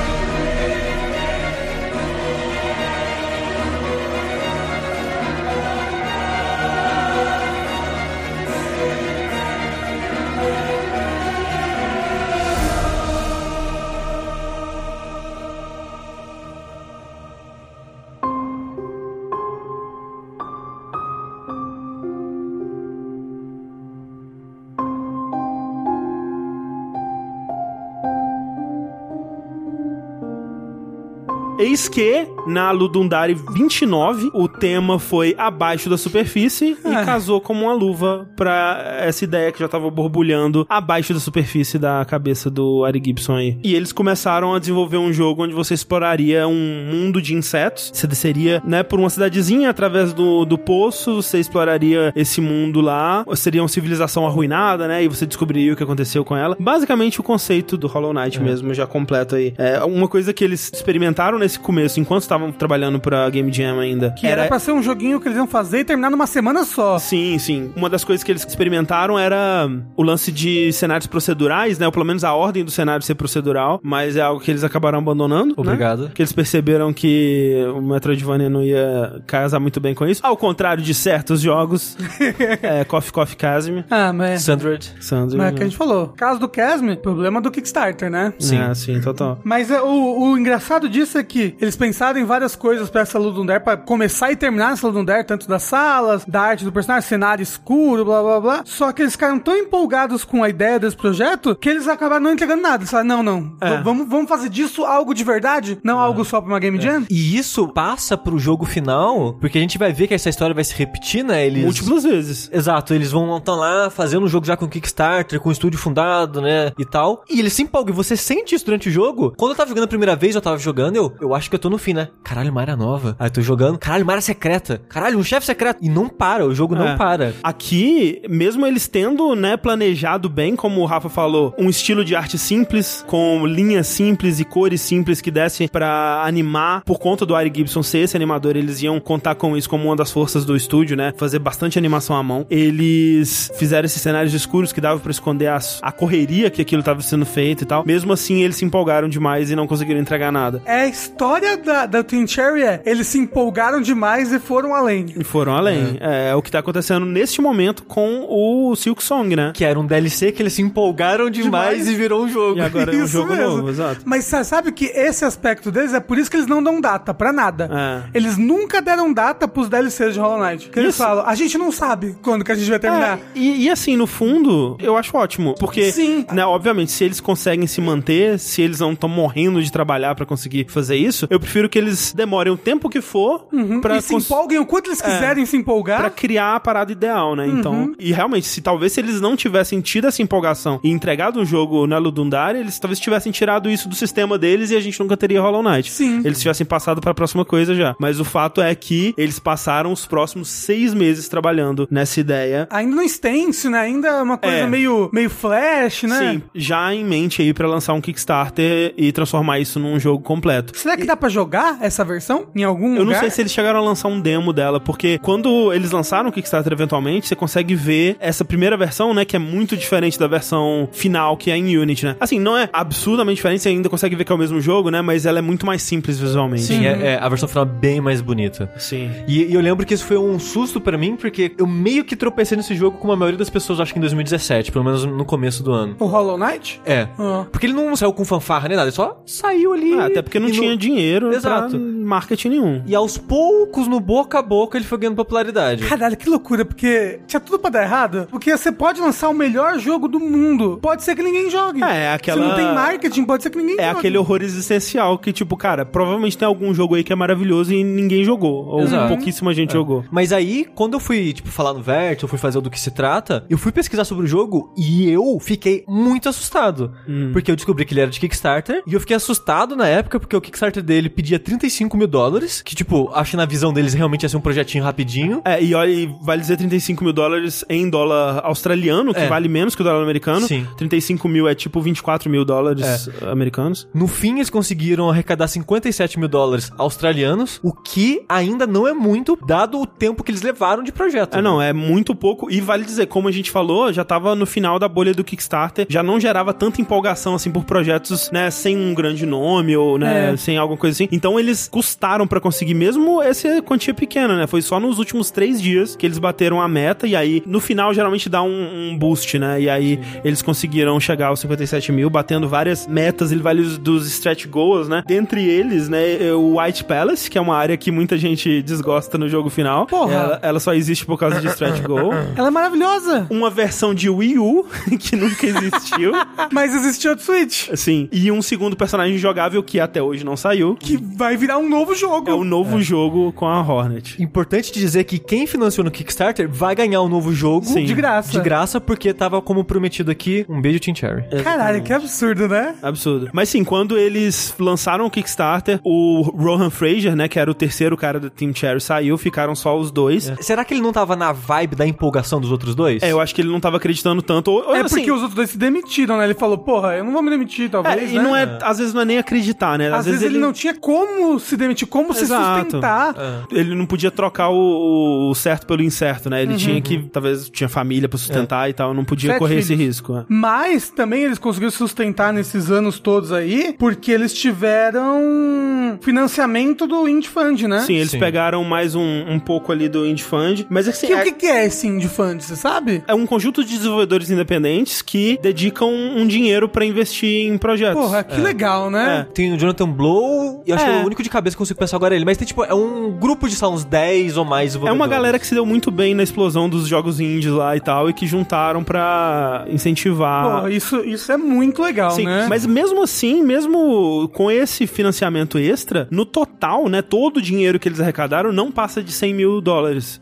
Speaker 1: Eis que, na Ludundari 29, o tema foi abaixo da superfície e casou como uma luva pra essa ideia que já tava borbulhando abaixo da superfície da cabeça do Ari Gibson aí. E eles começaram a desenvolver um jogo onde você exploraria um mundo de insetos. Você desceria, né, por uma cidadezinha através do poço, você exploraria esse mundo lá. Seria uma civilização arruinada, né, e você descobriria o que aconteceu com ela. Basicamente o conceito do Hollow Knight mesmo, já completo aí. Uma coisa que eles experimentaram nesse começo, enquanto estavam trabalhando pra Game Jam ainda.
Speaker 3: Que era pra ser um joguinho que eles iam fazer e terminar numa semana só.
Speaker 1: Sim. Uma das coisas que eles experimentaram era o lance de cenários procedurais, né? Ou pelo menos a ordem do cenário ser procedural, mas é algo que eles acabaram abandonando.
Speaker 2: Obrigado.
Speaker 1: Né? Que eles perceberam que o Metroidvania não ia casar muito bem com isso. Ao contrário de certos jogos. Coffee Chasm.
Speaker 3: Mas...
Speaker 1: Sandred.
Speaker 3: Mas é o que a gente falou. Caso do Chasm, problema do Kickstarter, né?
Speaker 1: Sim, total.
Speaker 3: Mas o engraçado disso é que eles pensaram em várias coisas pra essa Ludundare, pra começar e terminar essa Ludundare, tanto das salas, da arte do personagem, cenário escuro, blá blá blá. Só que eles ficaram tão empolgados com a ideia desse projeto que eles acabaram não entregando nada. Eles falaram, não. Vamos fazer disso algo de verdade, não algo só pra uma Game Jam.
Speaker 2: E isso passa pro jogo final, porque a gente vai ver que essa história vai se repetir, né?
Speaker 1: Múltiplas vezes.
Speaker 2: Exato, eles vão estar lá fazendo um jogo já com Kickstarter, com estúdio fundado, né? E tal. E eles se empolgam. E você sente isso durante o jogo. Quando eu tava jogando a primeira vez, eu tava jogando, eu acho que eu tô no fim, né? caralho, uma área nova. Aí eu tô jogando, caralho, uma área secreta. Caralho, um chefe secreto. E não para, o jogo não para.
Speaker 1: Aqui, mesmo eles tendo, né, planejado bem, como o Rafa falou, um estilo de arte simples, com linhas simples e cores simples que dessem pra animar, por conta do Ari Gibson ser esse animador, eles iam contar com isso como uma das forças do estúdio, né, fazer bastante animação à mão. Eles fizeram esses cenários escuros que dava pra esconder a correria que aquilo tava sendo feito e tal. Mesmo assim, eles se empolgaram demais e não conseguiram entregar nada.
Speaker 3: A história da Twin Cherry eles se empolgaram demais e foram além.
Speaker 1: E foram além. É o que tá acontecendo neste momento com o Silk Song, né?
Speaker 2: Que era um DLC que eles se empolgaram demais e virou um jogo.
Speaker 1: E agora é um jogo novo, exato.
Speaker 3: Mas sabe que esse aspecto deles é por isso que eles não dão data pra nada. Eles nunca deram data pros DLCs de Hollow Knight. Que eles falam, a gente não sabe quando que a gente vai terminar.
Speaker 1: E assim, no fundo, eu acho ótimo. Porque, né, obviamente, se eles conseguem se manter, se eles não estão morrendo de trabalhar pra conseguir fazer isso, eu prefiro que eles demorem o tempo que for pra...
Speaker 3: E se empolguem o quanto eles quiserem se empolgar.
Speaker 1: Pra criar a parada ideal, né? Então, e realmente, talvez se eles não tivessem tido essa empolgação e entregado um jogo na Ludundare, eles talvez tivessem tirado isso do sistema deles e a gente nunca teria Hollow Knight.
Speaker 3: Sim.
Speaker 1: Eles tivessem passado pra próxima coisa já. Mas o fato é que eles passaram os próximos 6 meses trabalhando nessa ideia.
Speaker 3: Ainda no stencil, né? Ainda é uma coisa meio flash, né?
Speaker 1: Sim, já em mente aí pra lançar um Kickstarter e transformar isso num jogo completo.
Speaker 3: Será que dá pra jogar essa versão em algum lugar?
Speaker 1: Eu não sei se eles chegaram a lançar um demo dela, porque quando eles lançaram o Kickstarter eventualmente, você consegue ver essa primeira versão, né, que é muito diferente da versão final, que é em Unity, né? Assim, não é absurdamente diferente, você ainda consegue ver que é o mesmo jogo, né, mas ela é muito mais simples visualmente.
Speaker 2: Sim, a versão final é bem mais bonita.
Speaker 1: Sim.
Speaker 2: E eu lembro que isso foi um susto pra mim, porque eu meio que tropecei nesse jogo como a maioria das pessoas, acho que em 2017, pelo menos no começo do ano.
Speaker 3: O Hollow Knight?
Speaker 2: Porque ele não saiu com fanfarra nem nada, ele só saiu ali.
Speaker 1: Até porque não tinha dinheiro pra marketing nenhum.
Speaker 2: E aos poucos, no boca a boca, ele foi ganhando popularidade.
Speaker 3: Caralho, que loucura, porque tinha tudo pra dar errado. Porque você pode lançar o melhor jogo do mundo, pode ser que ninguém jogue.
Speaker 1: Aquela...
Speaker 3: Se não tem marketing, pode ser que ninguém jogue.
Speaker 1: É aquele horror existencial que, tipo, cara, provavelmente tem algum jogo aí que é maravilhoso e ninguém jogou. Ou pouquíssima gente jogou.
Speaker 2: Mas aí, quando eu fui, tipo, falar no Vértice, eu fui fazer do que se trata, eu fui pesquisar sobre o jogo e eu fiquei muito assustado. Porque eu descobri que ele era de Kickstarter e eu fiquei assustado na época porque o Kickstarter dele pedia $35 mil, que, tipo, acho que na visão deles realmente ia ser um projetinho rapidinho.
Speaker 1: E olha, vale dizer $35 mil em dólar australiano, que vale menos que o dólar americano.
Speaker 2: Sim.
Speaker 1: 35 mil é tipo $24 mil americanos.
Speaker 2: No fim, eles conseguiram arrecadar $57 mil australianos, o que ainda não é muito, dado o tempo que eles levaram de projeto.
Speaker 1: Não, é muito pouco. E vale dizer, como a gente falou, já tava no final da bolha do Kickstarter, já não gerava tanta empolgação, assim, por projetos, né, sem um grande nome ou, né, sem alguma coisa assim. Então, eles custaram pra conseguir mesmo essa quantia pequena, né? Foi só nos últimos 3 dias que eles bateram a meta e aí, no final, geralmente dá um boost, né? E aí, eles conseguiram chegar aos 57 mil, batendo várias metas e vários dos stretch goals, né? Dentre eles, né, o White Palace, que é uma área que muita gente desgosta no jogo final.
Speaker 3: Porra!
Speaker 1: Ela só existe por causa de stretch goal.
Speaker 3: Ela é maravilhosa!
Speaker 1: Uma versão de Wii U, que nunca existiu.
Speaker 3: Mas existiu de Switch.
Speaker 1: Sim. E um segundo personagem jogável que até hoje não saiu.
Speaker 3: Que vai virar um novo jogo.
Speaker 1: É o novo jogo com a Hornet.
Speaker 2: Importante dizer que quem financiou no Kickstarter vai ganhar um novo jogo.
Speaker 1: Sim.
Speaker 3: De graça.
Speaker 2: De graça, porque tava como prometido aqui. Um beijo, Team Cherry.
Speaker 3: Caralho, que absurdo, né?
Speaker 1: Absurdo. Mas sim, quando eles lançaram o Kickstarter, o Rohan Fraser, né, que era o terceiro cara do Team Cherry, saiu, ficaram só os dois.
Speaker 2: Será que ele não tava na vibe da empolgação dos outros dois?
Speaker 1: Eu acho que ele não tava acreditando tanto. Ou,
Speaker 3: É
Speaker 1: assim,
Speaker 3: porque os outros dois se demitiram, né? Ele falou, porra, eu não vou me demitir, talvez,
Speaker 1: e
Speaker 3: né?
Speaker 1: não é, às vezes não é nem acreditar, né?
Speaker 3: Às vezes ele não tinha como se demitir, como se sustentar.
Speaker 1: Ele não podia trocar o certo pelo incerto, né? Ele tinha que, talvez, tinha família pra sustentar e tal, não podia
Speaker 3: 7
Speaker 1: correr
Speaker 3: filhos.
Speaker 1: esse risco.
Speaker 3: Mas também eles conseguiram sustentar nesses anos todos aí, porque eles tiveram financiamento do Indie Fund, né?
Speaker 1: Sim, eles pegaram mais um pouco ali do Indie Fund, mas assim...
Speaker 3: O que é esse Indie Fund, você sabe?
Speaker 1: É um conjunto de desenvolvedores independentes que dedicam um dinheiro pra investir em projetos.
Speaker 3: Porra, que legal, né?
Speaker 2: Tem o Jonathan Blow, e eu acho que é o único de cabeça que eu consigo pensar agora ele. Mas tem, tipo, é um grupo de, uns 10 ou mais desenvolvedores.
Speaker 1: É uma galera que se deu muito bem na explosão dos jogos indies lá e tal, e que juntaram pra incentivar...
Speaker 3: Porra, isso é muito legal,
Speaker 1: Sim,
Speaker 3: né?
Speaker 1: mas mesmo assim, mesmo com esse financiamento extra, no total, né, todo o dinheiro que eles arrecadaram não passa de $100 mil.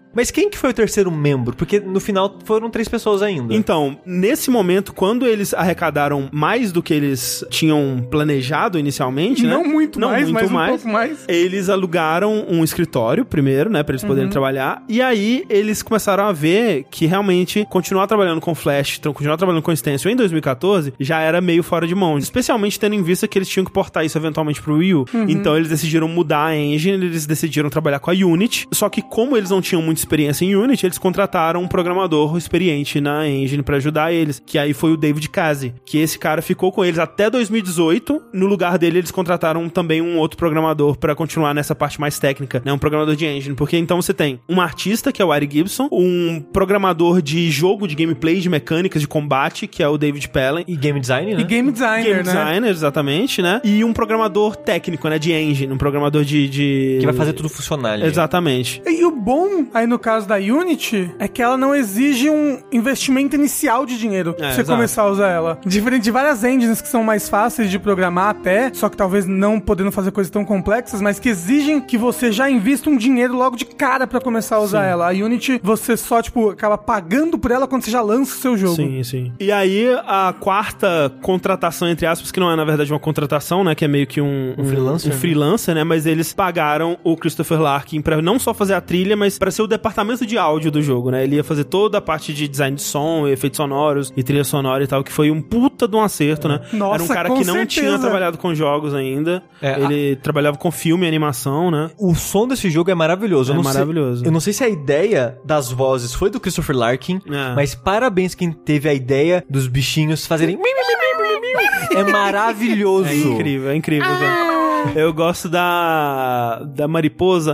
Speaker 2: Mas quem que foi o terceiro membro? Porque no final foram 3 pessoas ainda.
Speaker 1: Então, nesse momento, quando eles arrecadaram mais do que eles tinham planejado inicialmente,
Speaker 3: não
Speaker 1: né?
Speaker 3: Muito mais, um pouco mais.
Speaker 1: Eles alugaram um escritório primeiro, né? Pra eles poderem trabalhar. E aí, eles começaram a ver que realmente continuar trabalhando com Flash, continuar trabalhando com Stencil em 2014, já era meio fora de mão. Especialmente tendo em vista que eles tinham que portar isso eventualmente pro Wii U. Então, eles decidiram mudar a engine, eles decidiram trabalhar com a Unity. Só que como eles não tinham muita experiência em Unity, eles contrataram um programador experiente na engine pra ajudar eles, que aí foi o David Kazi, que esse cara ficou com eles até 2018. No lugar dele, eles contrataram também um outro programador pra continuar nessa parte mais técnica, né? Um programador de engine, porque então você tem um artista, que é o Ari Gibson, um programador de jogo, de gameplay, de mecânicas, de combate, que é o David Pellen.
Speaker 2: E game design, né?
Speaker 3: E game designer,
Speaker 1: Game designer, exatamente, né? E um programador técnico, né? De engine, um programador de...
Speaker 2: Que vai fazer tudo funcionar ali.
Speaker 1: Exatamente.
Speaker 3: E o bom, aí no caso da Unity, é que ela não exige um investimento inicial de dinheiro pra você começar a usar ela. Diferente de várias engines que são mais fáceis de programar até, só que talvez não podendo fazer coisas tão complexas, mas que exigem que você já invista um dinheiro logo de cara pra começar a usar ela. A Unity, você só, tipo, acaba pagando por ela quando você já lança o seu jogo.
Speaker 1: Sim, sim. E aí, a quarta contratação, entre aspas, que não é, na verdade, uma contratação, né? Que é meio que um freelancer. Um freelancer, né? Mas eles pagaram o Christopher Larkin pra não só fazer a trilha, mas pra ser o departamento de áudio do jogo, né? Ele ia fazer toda a parte de design de som, efeitos sonoros e trilha sonora e tal, que foi um puta de um acerto, né?
Speaker 3: Nossa,
Speaker 1: era um cara que não tinha trabalhado com jogos ainda. Ele trabalhava com filme e animação, né?
Speaker 2: O som desse jogo é maravilhoso.
Speaker 1: Maravilhoso.
Speaker 2: Eu não sei se a ideia das vozes foi do Christopher Larkin, mas parabéns quem teve a ideia dos bichinhos fazerem... É maravilhoso.
Speaker 1: É incrível, é incrível. Eu gosto da mariposa.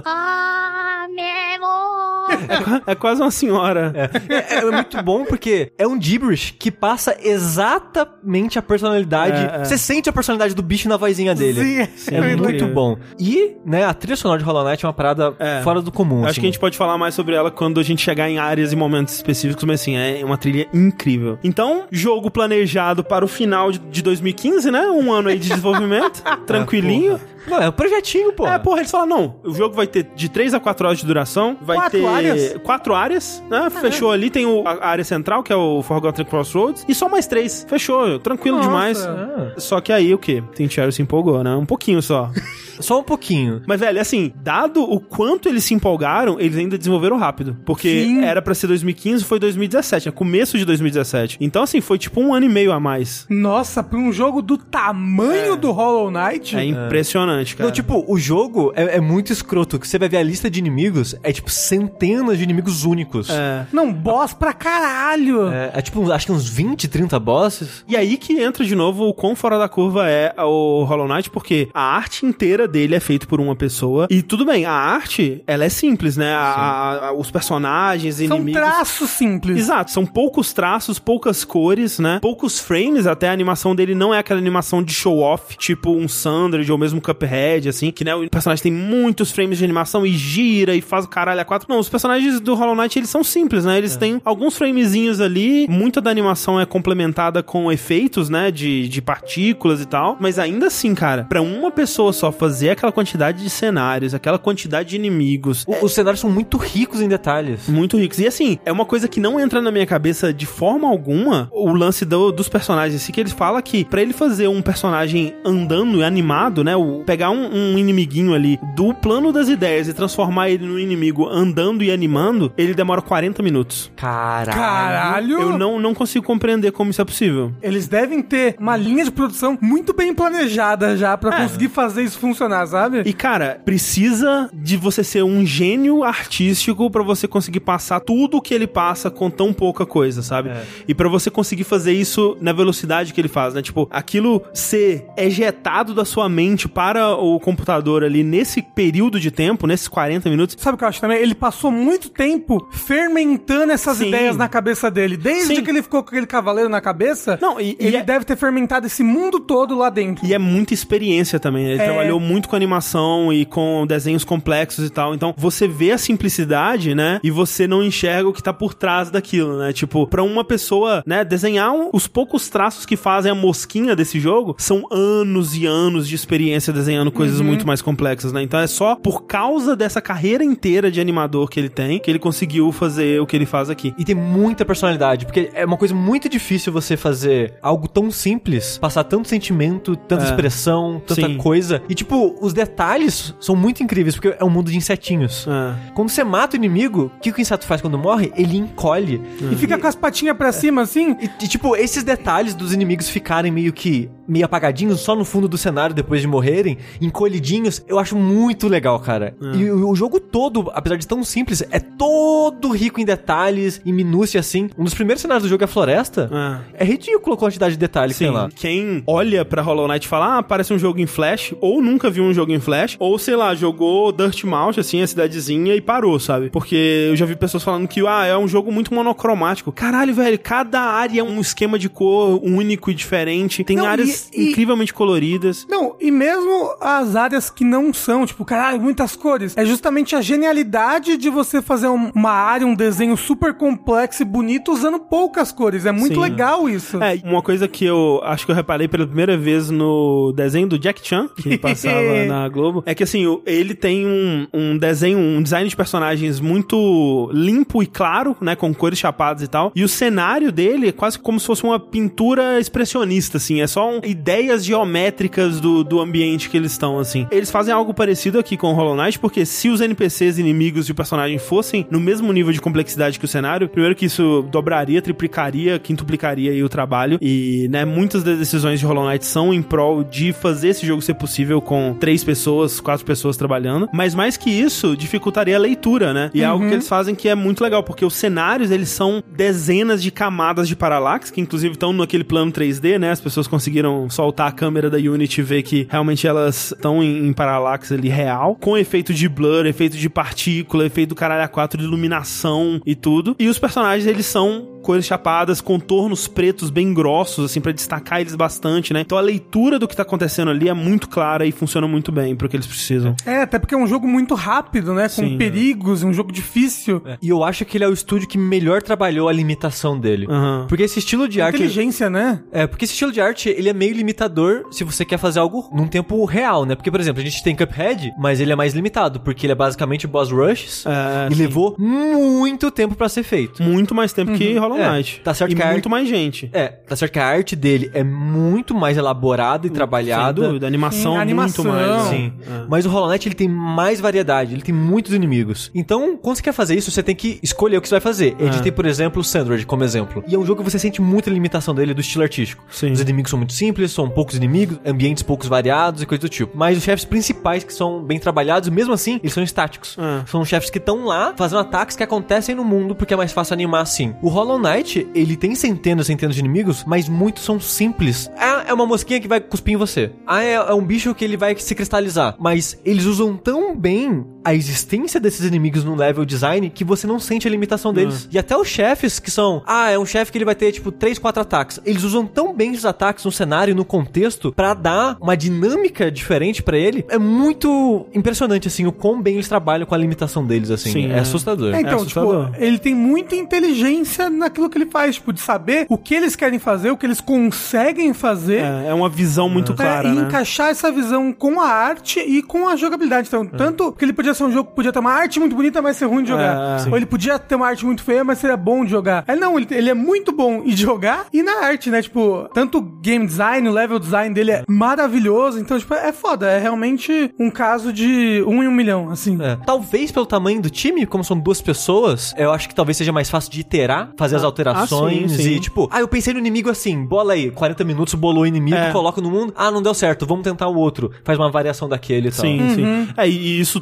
Speaker 1: É quase uma senhora.
Speaker 2: É muito bom porque é um gibberish que passa exatamente a personalidade. Você sente a personalidade do bicho na vozinha dele.
Speaker 3: Sim,
Speaker 2: é muito bom. E, né, a trilha sonora de Hollow Knight é uma parada fora do comum.
Speaker 1: Acho que a gente pode falar mais sobre ela quando a gente chegar em áreas e momentos específicos, mas assim, é uma trilha incrível. Então, jogo planejado para o final de 2015, né? Um ano aí de desenvolvimento, tranquilinho.
Speaker 2: Não, é um projetinho, pô.
Speaker 1: Eles falaram, não, o jogo vai ter de 3 a 4 horas de duração, vai ter 4 áreas, né? Fechou ali, tem a área central, que é o Forgotten Crossroads, e só mais 3. Fechou, tranquilo demais. Só que aí, o quê? Tim Schafer se empolgou, né? Um pouquinho só.
Speaker 2: Só um pouquinho.
Speaker 1: Mas, velho, assim, dado o quanto eles se empolgaram, eles ainda desenvolveram rápido. Porque era pra ser 2015, foi 2017, começo de 2017. Então, assim, foi tipo 1 ano e meio a mais.
Speaker 3: Nossa, pra um jogo do tamanho do Hollow Knight...
Speaker 1: É impressionante, cara.
Speaker 2: Não, tipo, o jogo é muito escroto, que você vai ver a lista de inimigos, é tipo centenas de inimigos únicos.
Speaker 3: Não, boss pra caralho.
Speaker 2: É tipo, acho que uns 20, 30 bosses.
Speaker 1: E aí que entra de novo o quão fora da curva é o Hollow Knight, porque a arte inteira dele é feita por uma pessoa. E tudo bem, a arte, ela é simples, né? Os personagens, inimigos...
Speaker 3: São traços simples.
Speaker 1: Exato, são poucos traços, poucas cores, né? Poucos frames, até a animação dele não é aquela animação de show-off, tipo um Sandred ou mesmo Cuphead, assim, que, né, o personagem tem muitos frames de animação e gira e faz o caralho a 4. Não, os personagens do Hollow Knight, eles são simples, né? Eles têm alguns framezinhos ali, muita da animação é complementada com efeitos, né, de partículas e tal, mas ainda assim, cara, pra uma pessoa só fazer aquela quantidade de cenários, aquela quantidade de inimigos.
Speaker 2: Os cenários são muito ricos em detalhes.
Speaker 1: Muito ricos. E assim, é uma coisa que não entra na minha cabeça de forma alguma, o lance dos personagens, assim, que ele fala que pra ele fazer um personagem andando e animado, né, pegar um inimiguinho ali do plano das ideias e transformar ele num inimigo andando e animando, ele demora 40 minutos.
Speaker 3: Caralho!
Speaker 1: Eu não consigo compreender como isso é possível.
Speaker 3: Eles devem ter uma linha de produção muito bem planejada já pra conseguir fazer isso funcionar, sabe?
Speaker 1: E, cara, precisa de você ser um gênio artístico pra você conseguir passar tudo o que ele passa com tão pouca coisa, sabe? E pra você conseguir fazer isso na velocidade que ele faz, né? Tipo, aquilo ser ejetado da sua mente para o computador ali nesse período de tempo, nesses 40 minutos.
Speaker 3: Sabe o que eu acho também? Ele passou muito tempo fermentando essas ideias na cabeça dele. Desde que ele ficou com aquele cavaleiro na cabeça, ele deve ter fermentado esse mundo todo lá dentro.
Speaker 1: E é muita experiência também. Ele trabalhou muito muito com animação e com desenhos complexos e tal. Então, você vê a simplicidade, né? E você não enxerga o que tá por trás daquilo, né? Tipo, pra uma pessoa, né, desenhar os poucos traços que fazem a mosquinha desse jogo são anos e anos de experiência desenhando coisas muito mais complexas, né? Então é só por causa dessa carreira inteira de animador que ele tem que ele conseguiu fazer o que ele faz aqui.
Speaker 2: E tem muita personalidade, porque é uma coisa muito difícil você fazer algo tão simples, passar tanto sentimento, tanta expressão, tanta coisa. E, tipo, os detalhes são muito incríveis, porque é um mundo de insetinhos. Quando você mata o inimigo, o que o inseto faz quando morre? Ele encolhe.
Speaker 3: E fica com as patinhas pra cima, assim.
Speaker 2: E, tipo, esses detalhes dos inimigos ficarem meio apagadinhos, só no fundo do cenário depois de morrerem, encolhidinhos, eu acho muito legal, cara. E o jogo todo, apesar de tão simples, é todo rico em detalhes, em minúcia, assim. Um dos primeiros cenários do jogo é a floresta. É ridículo a quantidade de detalhes que tem lá.
Speaker 1: Quem olha pra Hollow Knight e fala, parece um jogo em Flash, ou nunca viu um jogo em Flash, ou, sei lá, jogou Dirtmouth, assim, a cidadezinha e parou, sabe? Porque eu já vi pessoas falando que, é um jogo muito monocromático. Caralho, velho, cada área é um esquema de cor único e diferente. Tem áreas incrivelmente coloridas.
Speaker 3: Não, e mesmo as áreas que não são, tipo, caralho, muitas cores. É justamente a genialidade de você fazer uma área, um desenho super complexo e bonito usando poucas cores. É muito legal isso.
Speaker 1: Uma coisa que eu acho que eu reparei pela primeira vez no desenho do Jack Chan, que passava na Globo, é que, assim, ele tem um desenho, um design de personagens muito limpo e claro, né, com cores chapadas e tal, e o cenário dele é quase como se fosse uma pintura expressionista, assim, é só ideias geométricas do ambiente que eles estão, assim. Eles fazem algo parecido aqui com o Hollow Knight, porque se os NPCs, inimigos e o personagem fossem no mesmo nível de complexidade que o cenário, primeiro que isso dobraria, triplicaria, quintuplicaria aí o trabalho, e, né, muitas das decisões de Hollow Knight são em prol de fazer esse jogo ser possível com 3 pessoas, 4 pessoas trabalhando, mas mais que isso, dificultaria a leitura, né? E é algo que eles fazem que é muito legal, porque os cenários, eles são dezenas de camadas de parallax, que inclusive estão naquele plano 3D, né? As pessoas conseguiram soltar a câmera da Unity e ver que realmente elas estão em parallax ali real, com efeito de blur, efeito de partícula, efeito do caralho A4 de iluminação e tudo. E os personagens, eles são cores chapadas, contornos pretos bem grossos, assim, pra destacar eles bastante, né? Então a leitura do que tá acontecendo ali é muito clara e funciona muito bem pro que eles precisam.
Speaker 3: Até porque é um jogo muito rápido, né? Com perigos, um jogo difícil.
Speaker 2: E eu acho que ele é o estúdio que melhor trabalhou a limitação dele. Porque esse estilo de arte...
Speaker 3: Inteligência, né?
Speaker 2: Porque esse estilo de arte, ele é meio limitador se você quer fazer algo num tempo real, né? Porque, por exemplo, a gente tem Cuphead, mas ele é mais limitado, porque ele é basicamente boss rushes e levou muito tempo pra ser feito.
Speaker 1: Muito mais tempo que Hollow Knight.
Speaker 2: Tá certo,
Speaker 1: e muito mais gente.
Speaker 2: Tá certo que a arte dele é muito mais elaborada e trabalhada.
Speaker 1: Sem dúvida, a animação muito mais.
Speaker 2: Sim. Mas o Hollow Knight, ele tem mais variedade, ele tem muitos inimigos. Então, quando você quer fazer isso, você tem que escolher o que você vai fazer. A gente tem, por exemplo, o Sandroid como exemplo. E é um jogo que você sente muita limitação dele do estilo artístico.
Speaker 1: Sim.
Speaker 2: Os inimigos são muito simples, são poucos inimigos, ambientes poucos variados e coisa do tipo. Mas os chefes principais, que são bem trabalhados, mesmo assim, eles são estáticos. São chefes que estão lá fazendo ataques que acontecem no mundo porque é mais fácil animar assim. O Hollow Knight, ele tem centenas de inimigos, mas muitos são simples. É uma mosquinha que vai cuspir em você. É um bicho que ele vai se cristalizar. Mas eles usam tão bem a existência desses inimigos no level design que você não sente a limitação deles. E até os chefes que são... é um chefe que ele vai ter, tipo, 3, 4 ataques. Eles usam tão bem esses ataques no cenário e no contexto pra dar uma dinâmica diferente pra ele. É muito impressionante, assim, o quão bem eles trabalham com a limitação deles, assim.
Speaker 1: Sim,
Speaker 2: é assustador.
Speaker 3: Então,
Speaker 1: assustador.
Speaker 3: tipo, ele tem muita inteligência naquilo que ele faz, tipo, de saber o que eles querem fazer, o que eles conseguem fazer.
Speaker 1: É uma visão muito clara,
Speaker 3: e
Speaker 1: né?
Speaker 3: encaixar essa visão com a arte e com a jogabilidade. Então, tanto que ele podia ser um jogo que podia ter uma arte muito bonita, mas ser ruim de jogar. Ou ele podia ter uma arte muito feia, mas seria bom de jogar. Não, ele é muito bom de jogar e na arte, né? Tipo, tanto o game design, o level design dele é maravilhoso. Então, tipo, é foda. É realmente um caso de 1 em 1 milhão, assim.
Speaker 2: Talvez pelo tamanho do time, como são 2 pessoas, eu acho que talvez seja mais fácil de iterar, fazer as alterações
Speaker 1: sim.
Speaker 2: e, tipo, eu pensei no inimigo assim, bola aí, 40 minutos, bolou o inimigo, coloca no mundo, não deu certo, vamos tentar o outro. Faz uma variação daquele e tal.
Speaker 1: Sim. E isso tudo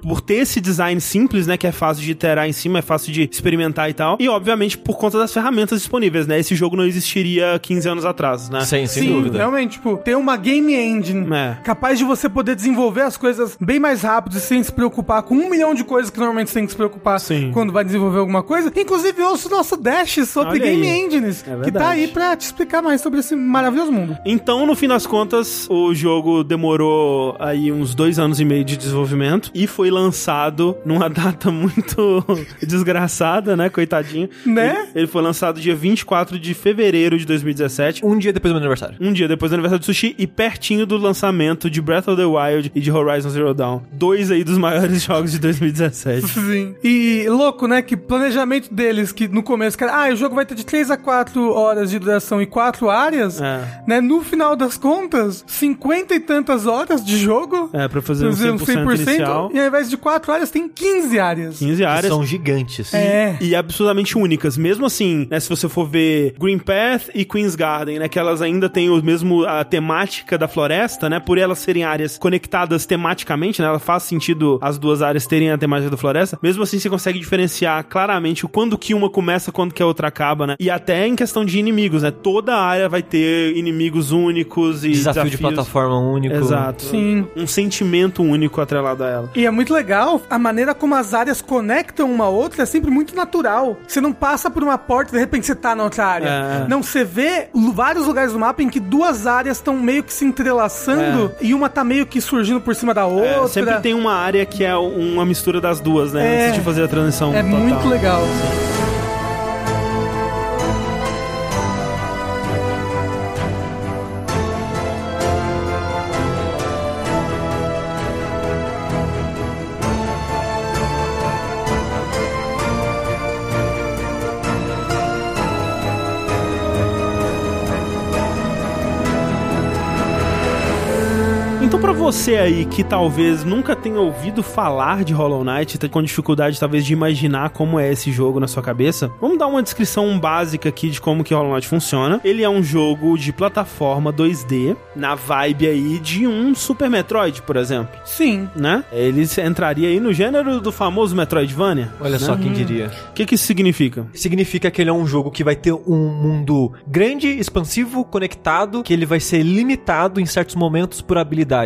Speaker 1: por ter esse design simples, né, que é fácil de iterar em cima, é fácil de experimentar e tal, e obviamente por conta das ferramentas disponíveis, né, esse jogo não existiria 15 anos atrás, né?
Speaker 2: Sem dúvida.
Speaker 3: Realmente, tipo, ter uma game engine capaz de você poder desenvolver as coisas bem mais rápido e sem se preocupar com 1 milhão de coisas que normalmente você tem que se preocupar quando vai desenvolver alguma coisa. Inclusive, ouça o nosso Dash sobre Game Engines, que tá aí pra te explicar mais sobre esse maravilhoso mundo.
Speaker 1: Então, no fim das contas, o jogo demorou aí uns 2 anos e meio de desenvolvimento e foi lançado numa data muito desgraçada, né? Coitadinho.
Speaker 3: Né?
Speaker 1: Ele foi lançado dia 24 de fevereiro de 2017.
Speaker 2: Um dia depois do meu aniversário.
Speaker 1: Um dia depois do aniversário do Sushi e pertinho do lançamento de Breath of the Wild e de Horizon Zero Dawn. 2 aí dos maiores jogos de 2017.
Speaker 3: Sim. E louco, né? Que planejamento deles, que no começo, cara, o jogo vai ter de 3 a 4 horas de duração e 4 áreas, né? No final das contas, 50 e tantas horas de jogo.
Speaker 1: Pra fazer um 100% inicial.
Speaker 3: E ao invés de 4 áreas, tem 15 áreas.
Speaker 1: 15 áreas.
Speaker 2: Que são gigantes.
Speaker 1: E absurdamente únicas. Mesmo assim, né? Se você for ver Green Path e Queen's Garden, né? Que elas ainda têm o mesmo a temática da floresta, né? Por elas serem áreas conectadas tematicamente, né? Ela faz sentido as duas áreas terem a temática da floresta. Mesmo assim, você consegue diferenciar claramente quando que uma começa, quando que a outra acaba, né? E até em questão de inimigos, né? Toda área vai ter inimigos únicos e
Speaker 2: desafio de plataforma único.
Speaker 1: Exato.
Speaker 3: Sim.
Speaker 1: Um sentimento único atrelado a ela.
Speaker 3: E é muito legal a maneira como as áreas conectam uma a outra, é sempre muito natural. Você não passa por uma porta e de repente você tá na outra área. Não, você vê vários lugares do mapa em que duas áreas estão meio que se entrelaçando e uma tá meio que surgindo por cima da outra.
Speaker 1: Sempre tem uma área que é uma mistura das duas, né? Antes de fazer a transição total.
Speaker 3: Muito legal.
Speaker 1: Então, pra você aí que talvez nunca tenha ouvido falar de Hollow Knight, tá com dificuldade talvez de imaginar como é esse jogo na sua cabeça, vamos dar uma descrição básica aqui de como que Hollow Knight funciona. Ele é um jogo de plataforma 2D, na vibe aí de um Super Metroid, por exemplo.
Speaker 3: Sim.
Speaker 1: Né? Ele entraria aí no gênero do famoso Metroidvania.
Speaker 2: Olha só quem diria.
Speaker 1: O que isso significa?
Speaker 2: Significa que ele é um jogo que vai ter um mundo grande, expansivo, conectado, que ele vai ser limitado em certos momentos por habilidades.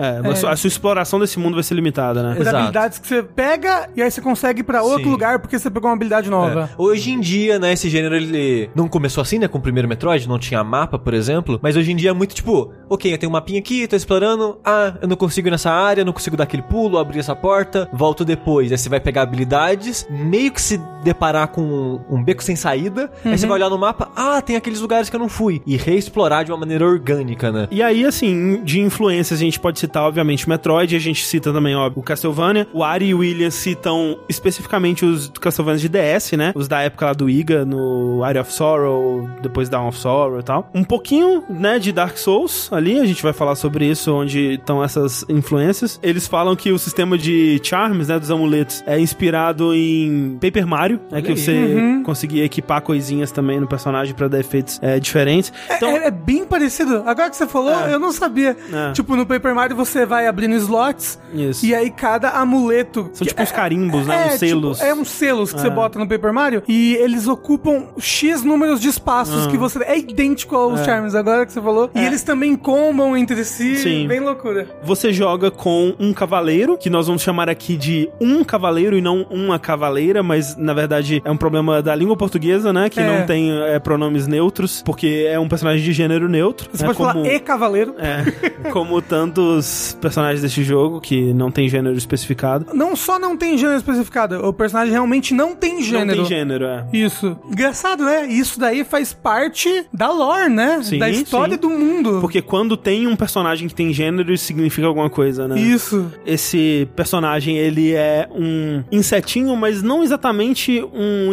Speaker 1: A sua exploração desse mundo vai ser limitada, né?
Speaker 3: Por habilidades que você pega e aí você consegue ir pra outro lugar porque você pegou uma habilidade nova.
Speaker 2: Hoje em dia, né, esse gênero ele não começou assim, né, com o primeiro Metroid, não tinha mapa, por exemplo, mas hoje em dia é muito tipo, ok, eu tenho um mapinha aqui, tô explorando, eu não consigo ir nessa área, não consigo dar aquele pulo, abrir essa porta, volto depois. Aí você vai pegar habilidades, meio que se deparar com um beco sem saída, aí você vai olhar no mapa, tem aqueles lugares que eu não fui, e reexplorar de uma maneira orgânica, né?
Speaker 1: E aí, assim, de influências, a gente pode citar, obviamente, o Metroid, a gente cita também, óbvio, o Castlevania. O Ari e o William citam especificamente os Castlevanias de DS, né? Os da época lá do Iga, no Area of Sorrow, depois Dawn of Sorrow e tal. Um pouquinho, né, de Dark Souls ali, a gente vai falar sobre isso, onde estão essas influências. Eles falam que o sistema de charms, né, dos amuletos, é inspirado em Paper Mario, né, que você conseguia equipar coisinhas também no personagem pra dar efeitos diferentes. Então,
Speaker 3: é bem parecido. Agora que você falou, eu não sabia. Tipo, no Paper Mario você vai abrindo slots e aí cada amuleto...
Speaker 1: São tipo uns carimbos, né? Uns selos.
Speaker 3: Tipo, uns selos que você bota no Paper Mario e eles ocupam X números de espaços que você... É idêntico aos charms, agora que você falou. E eles também combam entre si.
Speaker 1: Sim.
Speaker 3: Bem loucura.
Speaker 1: Você joga com um cavaleiro, que nós vamos chamar aqui de um cavaleiro e não uma cavaleira, mas na verdade é um problema da língua portuguesa, né? Que não tem pronomes neutros, porque é um personagem de gênero neutro.
Speaker 3: Você pode falar e-cavaleiro.
Speaker 1: Como tantos personagens deste jogo, que não tem gênero especificado.
Speaker 3: Não só não tem gênero especificado, o personagem realmente não tem gênero.
Speaker 1: Não tem gênero,
Speaker 3: Isso. Engraçado, né? Isso daí faz parte da lore, né?
Speaker 1: Sim,
Speaker 3: da história do mundo.
Speaker 1: Porque quando tem um personagem que tem gênero, isso significa alguma coisa, né?
Speaker 3: Isso.
Speaker 1: Esse personagem, ele é um insetinho, mas não exatamente um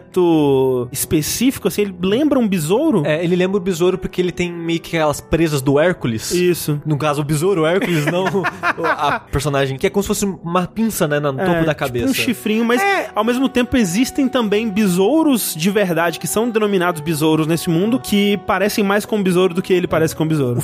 Speaker 1: inseto específico, assim, ele lembra um besouro?
Speaker 2: Ele lembra o besouro porque ele tem meio que aquelas presas do Hércules.
Speaker 1: Isso.
Speaker 2: No caso, o besouro, o Hércules, não a personagem, que é como se fosse uma pinça, né, no topo da cabeça.
Speaker 1: Tipo um chifrinho, mas ao mesmo tempo existem também besouros de verdade, que são denominados besouros nesse mundo, que parecem mais com um besouro do que ele parece com um besouro.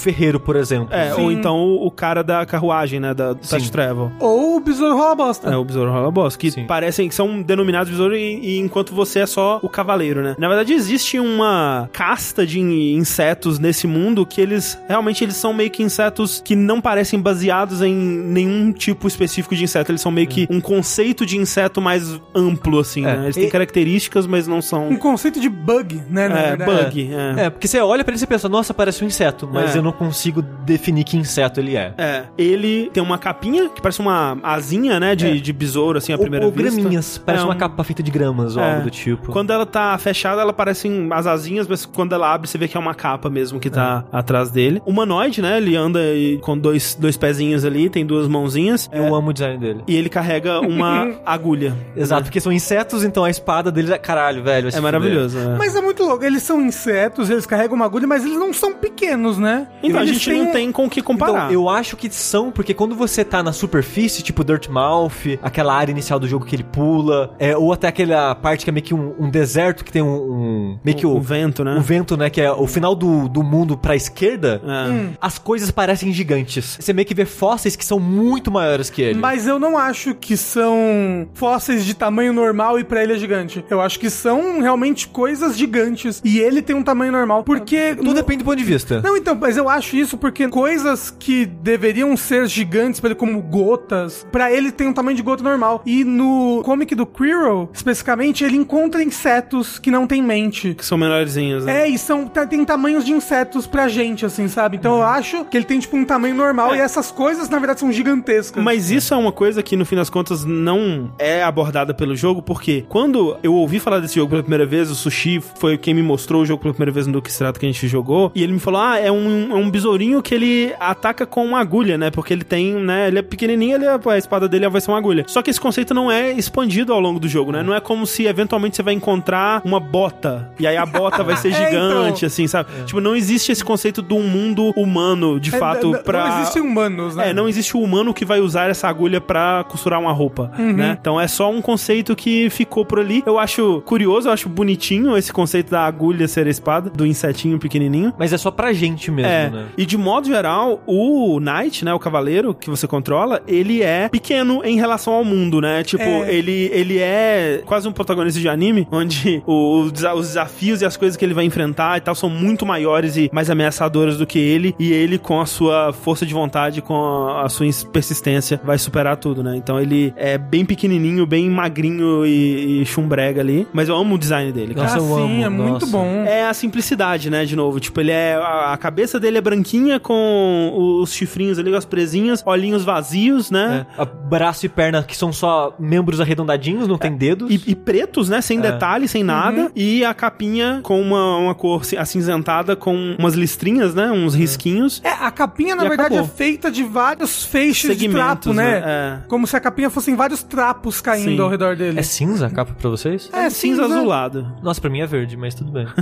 Speaker 2: ferreiro, por exemplo.
Speaker 1: Ou então o cara da carruagem, né, do Fast Travel.
Speaker 3: Ou o besouro rola bosta.
Speaker 1: O besouro rola bosta, que parecem que são denominados besouro e enquanto você é só o cavaleiro, né? Na verdade, existe uma casta de insetos nesse mundo que eles são meio que insetos que não parecem baseados em nenhum tipo específico de inseto. Eles são meio que um conceito de inseto mais amplo, assim, né? Eles têm características, mas não são...
Speaker 3: Um conceito de bug, né?
Speaker 1: Bug.
Speaker 2: Porque você olha pra ele e você pensa, nossa, parece um inseto, mas eu não consigo definir que inseto ele é.
Speaker 1: Ele tem uma capinha que parece uma asinha, né, de besouro, assim, à primeira vista.
Speaker 2: Ou graminhas, parece uma capa feita de gramas ou algo do tipo.
Speaker 1: Quando ela tá fechada, ela parece as asinhas, mas quando ela abre, você vê que é uma capa mesmo que tá atrás dele. Humanoide, né, ele anda com dois pezinhos ali, tem duas mãozinhas.
Speaker 2: Eu amo o design dele.
Speaker 1: E ele carrega uma agulha.
Speaker 2: Exato, porque são insetos, então a espada deles é... Caralho, velho.
Speaker 1: É maravilhoso.
Speaker 3: Mas é muito louco. Eles são insetos, eles carregam uma agulha, mas eles não são pequenos, né?
Speaker 1: Então a gente não tem com o que comparar.
Speaker 2: Então, eu acho que são, porque quando você tá na superfície, tipo Dirtmouth, aquela área inicial do jogo que ele pula, ou até aquela parte que é meio que um deserto, que tem meio que
Speaker 1: o vento, né?
Speaker 2: O vento, né? Que é o final do mundo pra esquerda, as coisas parecem gigantes. Você meio que vê fósseis que são muito maiores que ele.
Speaker 3: Mas eu não acho que são fósseis de tamanho normal e pra ele é gigante. Eu acho que são realmente coisas gigantes. E ele tem um tamanho normal. Porque...
Speaker 2: Tudo depende do ponto de vista.
Speaker 3: Não, então, mas eu acho isso porque coisas que deveriam ser gigantes pra ele, como gotas, pra ele tem um tamanho de gota normal. E no comic do Quirrell, especificamente, ele encontra insetos que não tem mente.
Speaker 1: Que são menorzinhos, né?
Speaker 3: E tem tamanhos de insetos pra gente, assim, sabe? Então eu acho que ele tem, tipo, um tamanho normal e essas coisas, na verdade, são gigantescas.
Speaker 1: Mas isso é uma coisa que, no fim das contas, não é abordada pelo jogo, porque quando eu ouvi falar desse jogo pela primeira vez, o Sushi foi quem me mostrou o jogo pela primeira vez no Dukestrato que a gente jogou, e ele me falou, é um besourinho que ele ataca com uma agulha, né? Porque ele tem, né? Ele é pequenininho, a espada dele vai ser uma agulha. Só que esse conceito não é expandido ao longo do jogo, né? Não é como se, eventualmente, você vai encontrar uma bota, e aí a bota vai ser gigante, então... assim, sabe? Tipo, não existe esse conceito de um mundo humano, de fato, pra...
Speaker 3: Não existem humanos, né?
Speaker 1: Não existe o humano que vai usar essa agulha pra costurar uma roupa, né? Então é só um conceito que ficou por ali. Eu acho curioso, eu acho bonitinho esse conceito da agulha ser a espada, do insetinho pequenininho.
Speaker 2: Mas é só pra gente mesmo, né?
Speaker 1: E de modo geral, o Knight, né, o cavaleiro que você controla, ele é pequeno em relação ao mundo, né? Tipo, ele é quase um protagonista de anime, onde os desafios e as coisas que ele vai enfrentar e tal são muito maiores e mais ameaçadoras do que ele, e ele, com a sua força de vontade, com a sua persistência, vai superar tudo, né? Então ele é bem pequenininho, bem magrinho e chumbrega ali, mas eu amo o design dele.
Speaker 2: Nossa, eu amo.
Speaker 3: É muito bom.
Speaker 1: É a simplicidade, né, de novo, tipo, ele a cabeça dele é branquinha com os chifrinhos ali, as presinhas, olhinhos vazios, né?
Speaker 2: Braço e perna que são só membros arredondadinhos, não tem dedos.
Speaker 1: E pretos, né, sem detalhe, sem nada, e a capinha com uma cor acinzentada com umas listrinhas, né, uns risquinhos.
Speaker 3: A capinha, na verdade, é feita de vários feixes de trapo, né? Como se a capinha fossem vários trapos caindo ao redor dele.
Speaker 2: É cinza a capa pra vocês?
Speaker 1: É cinza azulado.
Speaker 2: Nossa, pra mim é verde, mas tudo bem.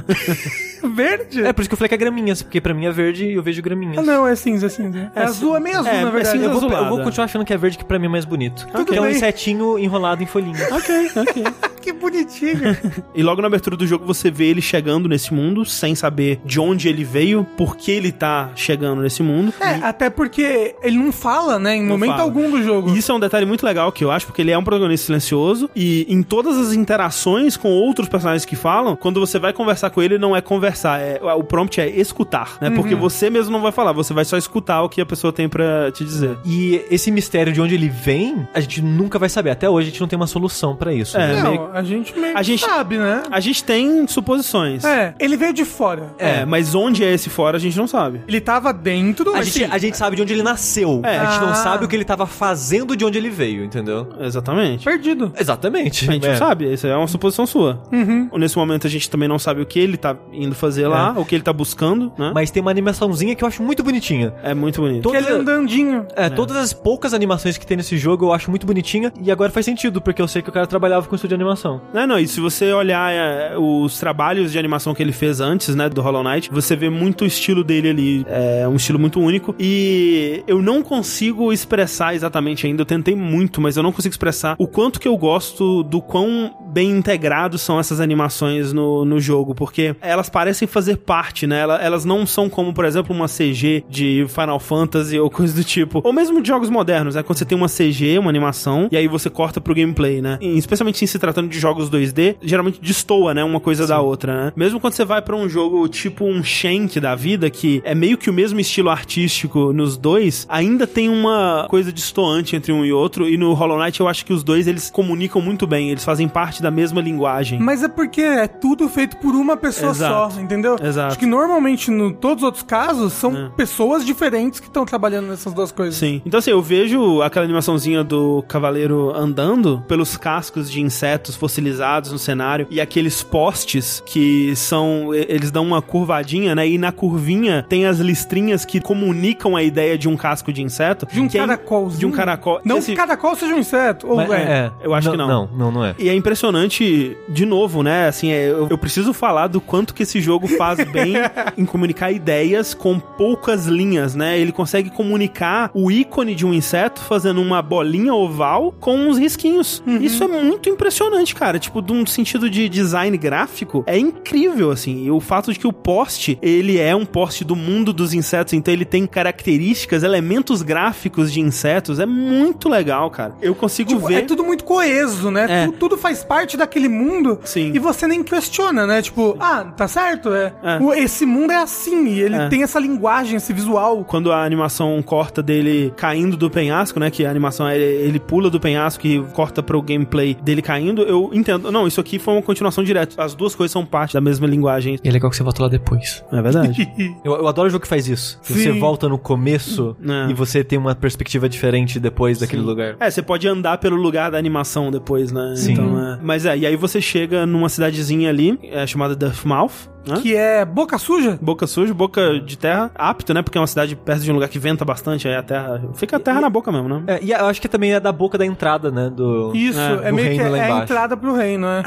Speaker 3: Verde?
Speaker 2: É por isso que eu falei que é graminhas, porque pra mim é verde e eu vejo graminhas.
Speaker 3: Não, é cinza, é cinza. É azul, é meio azul, na verdade.
Speaker 1: Cinza
Speaker 2: eu vou continuar achando que é verde, que pra mim é mais bonito. Porque é um insetinho enrolado em folhinhas.
Speaker 1: Ok.
Speaker 3: Que bonitinho.
Speaker 1: E logo na abertura do jogo você vê ele chegando nesse mundo, sem saber de onde ele veio, por que ele tá chegando nesse mundo.
Speaker 3: Até porque ele não fala, né, em momento algum do jogo.
Speaker 1: E isso é um detalhe muito legal que eu acho, porque ele é um protagonista silencioso, e em todas as interações com outros personagens que falam, quando você vai conversar com ele, não é conversar, o prompt é escutar, né? Porque você mesmo não vai falar, você vai só escutar o que a pessoa tem pra te dizer.
Speaker 2: E esse mistério de onde ele vem, a gente nunca vai saber. Até hoje a gente não tem uma solução pra isso.
Speaker 3: A gente meio que sabe, né?
Speaker 1: A gente tem suposições.
Speaker 3: Ele veio de fora.
Speaker 1: Mas onde é esse fora, a gente não sabe.
Speaker 3: Ele tava dentro...
Speaker 2: A gente sabe de onde ele nasceu. A gente não sabe o que ele tava fazendo de onde ele veio, entendeu?
Speaker 1: Exatamente.
Speaker 3: Perdido.
Speaker 2: Exatamente.
Speaker 1: A gente não sabe, isso é uma suposição sua. Nesse momento a gente também não sabe o que ele tá indo fazer lá, o que ele tá buscando, né?
Speaker 2: Mas tem uma animaçãozinha que eu acho muito bonitinha.
Speaker 1: É muito bonito.
Speaker 3: Que ele andandinho.
Speaker 2: Todas as poucas animações que tem nesse jogo eu acho muito bonitinha, e agora faz sentido, porque eu sei que o cara trabalhava com estúdio de animação. animação.
Speaker 1: Não, e se você olhar os trabalhos de animação que ele fez antes, né, do Hollow Knight, você vê muito o estilo dele ali. É um estilo muito único. E eu não consigo expressar exatamente ainda, eu tentei muito, mas eu não consigo expressar o quanto que eu gosto do quão bem integrados são essas animações no jogo, porque elas parecem fazer parte, né? Elas não são como, por exemplo, uma CG de Final Fantasy ou coisa do tipo, ou mesmo de jogos modernos, né? Quando você tem uma CG, uma animação, e aí você corta pro gameplay, né? E, especialmente se tratando de jogos 2D, geralmente destoa, né? Uma coisa da outra, né? Mesmo quando você vai pra um jogo tipo um Shank da vida, que é meio que o mesmo estilo artístico nos dois, ainda tem uma coisa destoante entre um e outro, e no Hollow Knight eu acho que os dois, eles comunicam muito bem, eles fazem parte da mesma linguagem.
Speaker 3: Mas é porque é tudo feito por uma pessoa só, entendeu?
Speaker 1: Exato.
Speaker 3: Acho que normalmente, todos os outros casos, são pessoas diferentes que estão trabalhando nessas duas coisas.
Speaker 1: Sim. Então assim, eu vejo aquela animaçãozinha do cavaleiro andando pelos cascos de insetos fossilizados no cenário, e aqueles postes que eles dão uma curvadinha, né? E na curvinha tem as listrinhas que comunicam a ideia de um casco de inseto.
Speaker 3: De um caracolzinho.
Speaker 1: De um caracol.
Speaker 3: Não que caracol seja um inseto. Ou
Speaker 1: eu acho que não.
Speaker 2: Não é.
Speaker 1: E é impressionante, de novo, né? Assim, eu preciso falar do quanto que esse jogo faz bem em comunicar ideias com poucas linhas, né? Ele consegue comunicar o ícone de um inseto fazendo uma bolinha oval com uns risquinhos. Isso é muito impressionante, cara. Tipo, de um sentido de design gráfico, é incrível, assim. E o fato de que o poste, ele é um poste do mundo dos insetos, então ele tem características, elementos gráficos de insetos, é muito legal, cara. Eu consigo ver...
Speaker 3: É tudo muito coeso, né? Tudo faz parte daquele mundo.
Speaker 1: Sim.
Speaker 3: E você nem questiona, né? Tipo, tá certo? Esse mundo é assim, e ele tem essa linguagem, esse visual.
Speaker 1: Quando a animação corta dele caindo do penhasco, né? Que a animação ele pula do penhasco e corta pro gameplay dele caindo, eu entendo. Não, isso aqui foi uma continuação direta. As duas coisas são parte da mesma linguagem.
Speaker 2: E é legal que você volta lá depois.
Speaker 1: É verdade.
Speaker 2: eu adoro o jogo que faz isso. Você volta no começo e você tem uma perspectiva diferente depois daquele lugar.
Speaker 1: Você pode andar pelo lugar da animação depois, né?
Speaker 2: Sim.
Speaker 1: Então, mas e aí você chega numa cidadezinha ali, chamada Dartmouth,
Speaker 3: que é boca suja?
Speaker 1: Boca suja, boca de terra, apto, né? Porque é uma cidade perto de um lugar que venta bastante, aí a terra... Fica a terra na boca mesmo, né?
Speaker 2: E eu acho que também é da boca da entrada, né?
Speaker 3: Isso, é meio que é a entrada pro reino, né?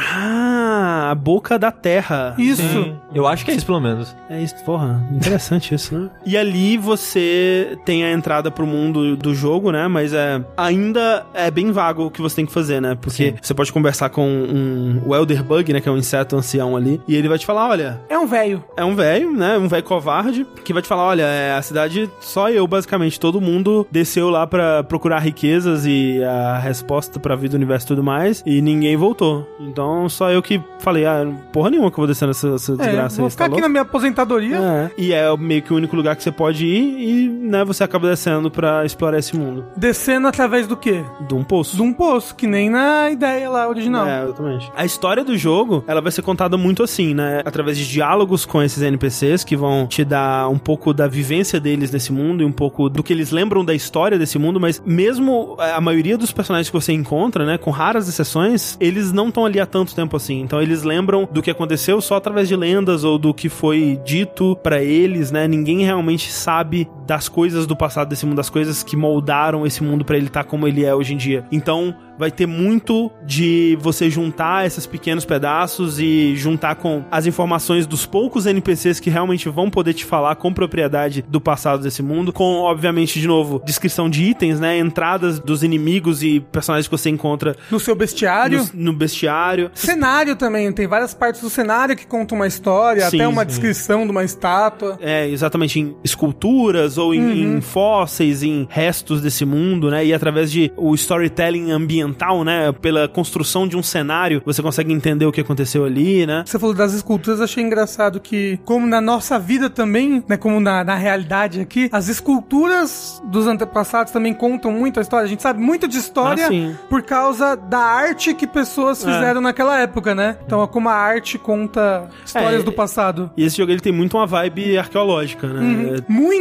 Speaker 1: Ah, a boca da terra.
Speaker 3: Isso.
Speaker 2: Sim. Eu acho que é isso, pelo menos.
Speaker 1: É isso, porra. Interessante isso, né? E ali você tem a entrada pro mundo do jogo, né? Mas ainda é bem vago o que você tem que fazer, né? Porque você pode conversar com o Elderbug, né? Que é um inseto ancião ali, e ele vai te falar, olha...
Speaker 3: É um velho.
Speaker 1: É um velho, né? Um velho covarde, que vai te falar, olha, a cidade, só eu, basicamente. Todo mundo desceu lá pra procurar riquezas e a resposta pra vida do universo e tudo mais, e ninguém voltou. Então, só eu que falei, porra nenhuma que eu vou descer nessa desgraça.
Speaker 3: Vou ficar aqui na minha aposentadoria.
Speaker 1: E é meio que o único lugar que você pode ir e, né, você acaba descendo pra explorar esse mundo.
Speaker 3: Descendo através do quê?
Speaker 1: De um poço.
Speaker 3: De um poço, que nem na ideia lá original.
Speaker 1: Exatamente. A história do jogo, ela vai ser contada muito assim, né? Através de diálogos com esses NPCs que vão te dar um pouco da vivência deles nesse mundo e um pouco do que eles lembram da história desse mundo, mas mesmo a maioria dos personagens que você encontra, né, com raras exceções, eles não estão ali há tanto tempo assim. Então eles lembram do que aconteceu só através de lendas ou do que foi dito pra eles, né? Ninguém realmente sabe das coisas do passado desse mundo, das coisas que moldaram esse mundo pra ele estar como ele é hoje em dia. Então vai ter muito de você juntar esses pequenos pedaços e juntar com as informações dos poucos NPCs que realmente vão poder te falar com propriedade do passado desse mundo, com, obviamente, de novo, descrição de itens, né, entradas dos inimigos e personagens que você encontra
Speaker 3: no seu bestiário.
Speaker 1: No bestiário.
Speaker 3: Cenário também, tem várias partes do cenário que contam uma história, até uma descrição de uma estátua.
Speaker 1: Exatamente, em esculturas ou em fósseis, em restos desse mundo, né, e através de o storytelling ambiental, né, pela construção de um cenário, você consegue entender o que aconteceu ali, né.
Speaker 3: Você falou das esculturas, achei engraçado que, como na nossa vida também, né, como na realidade aqui, as esculturas dos antepassados também contam muito a história. A gente sabe muito de história por causa da arte que pessoas fizeram naquela época, né. Então é como a arte conta histórias do passado.
Speaker 1: E esse jogo, ele tem muito uma vibe arqueológica, né.
Speaker 3: Muito, né.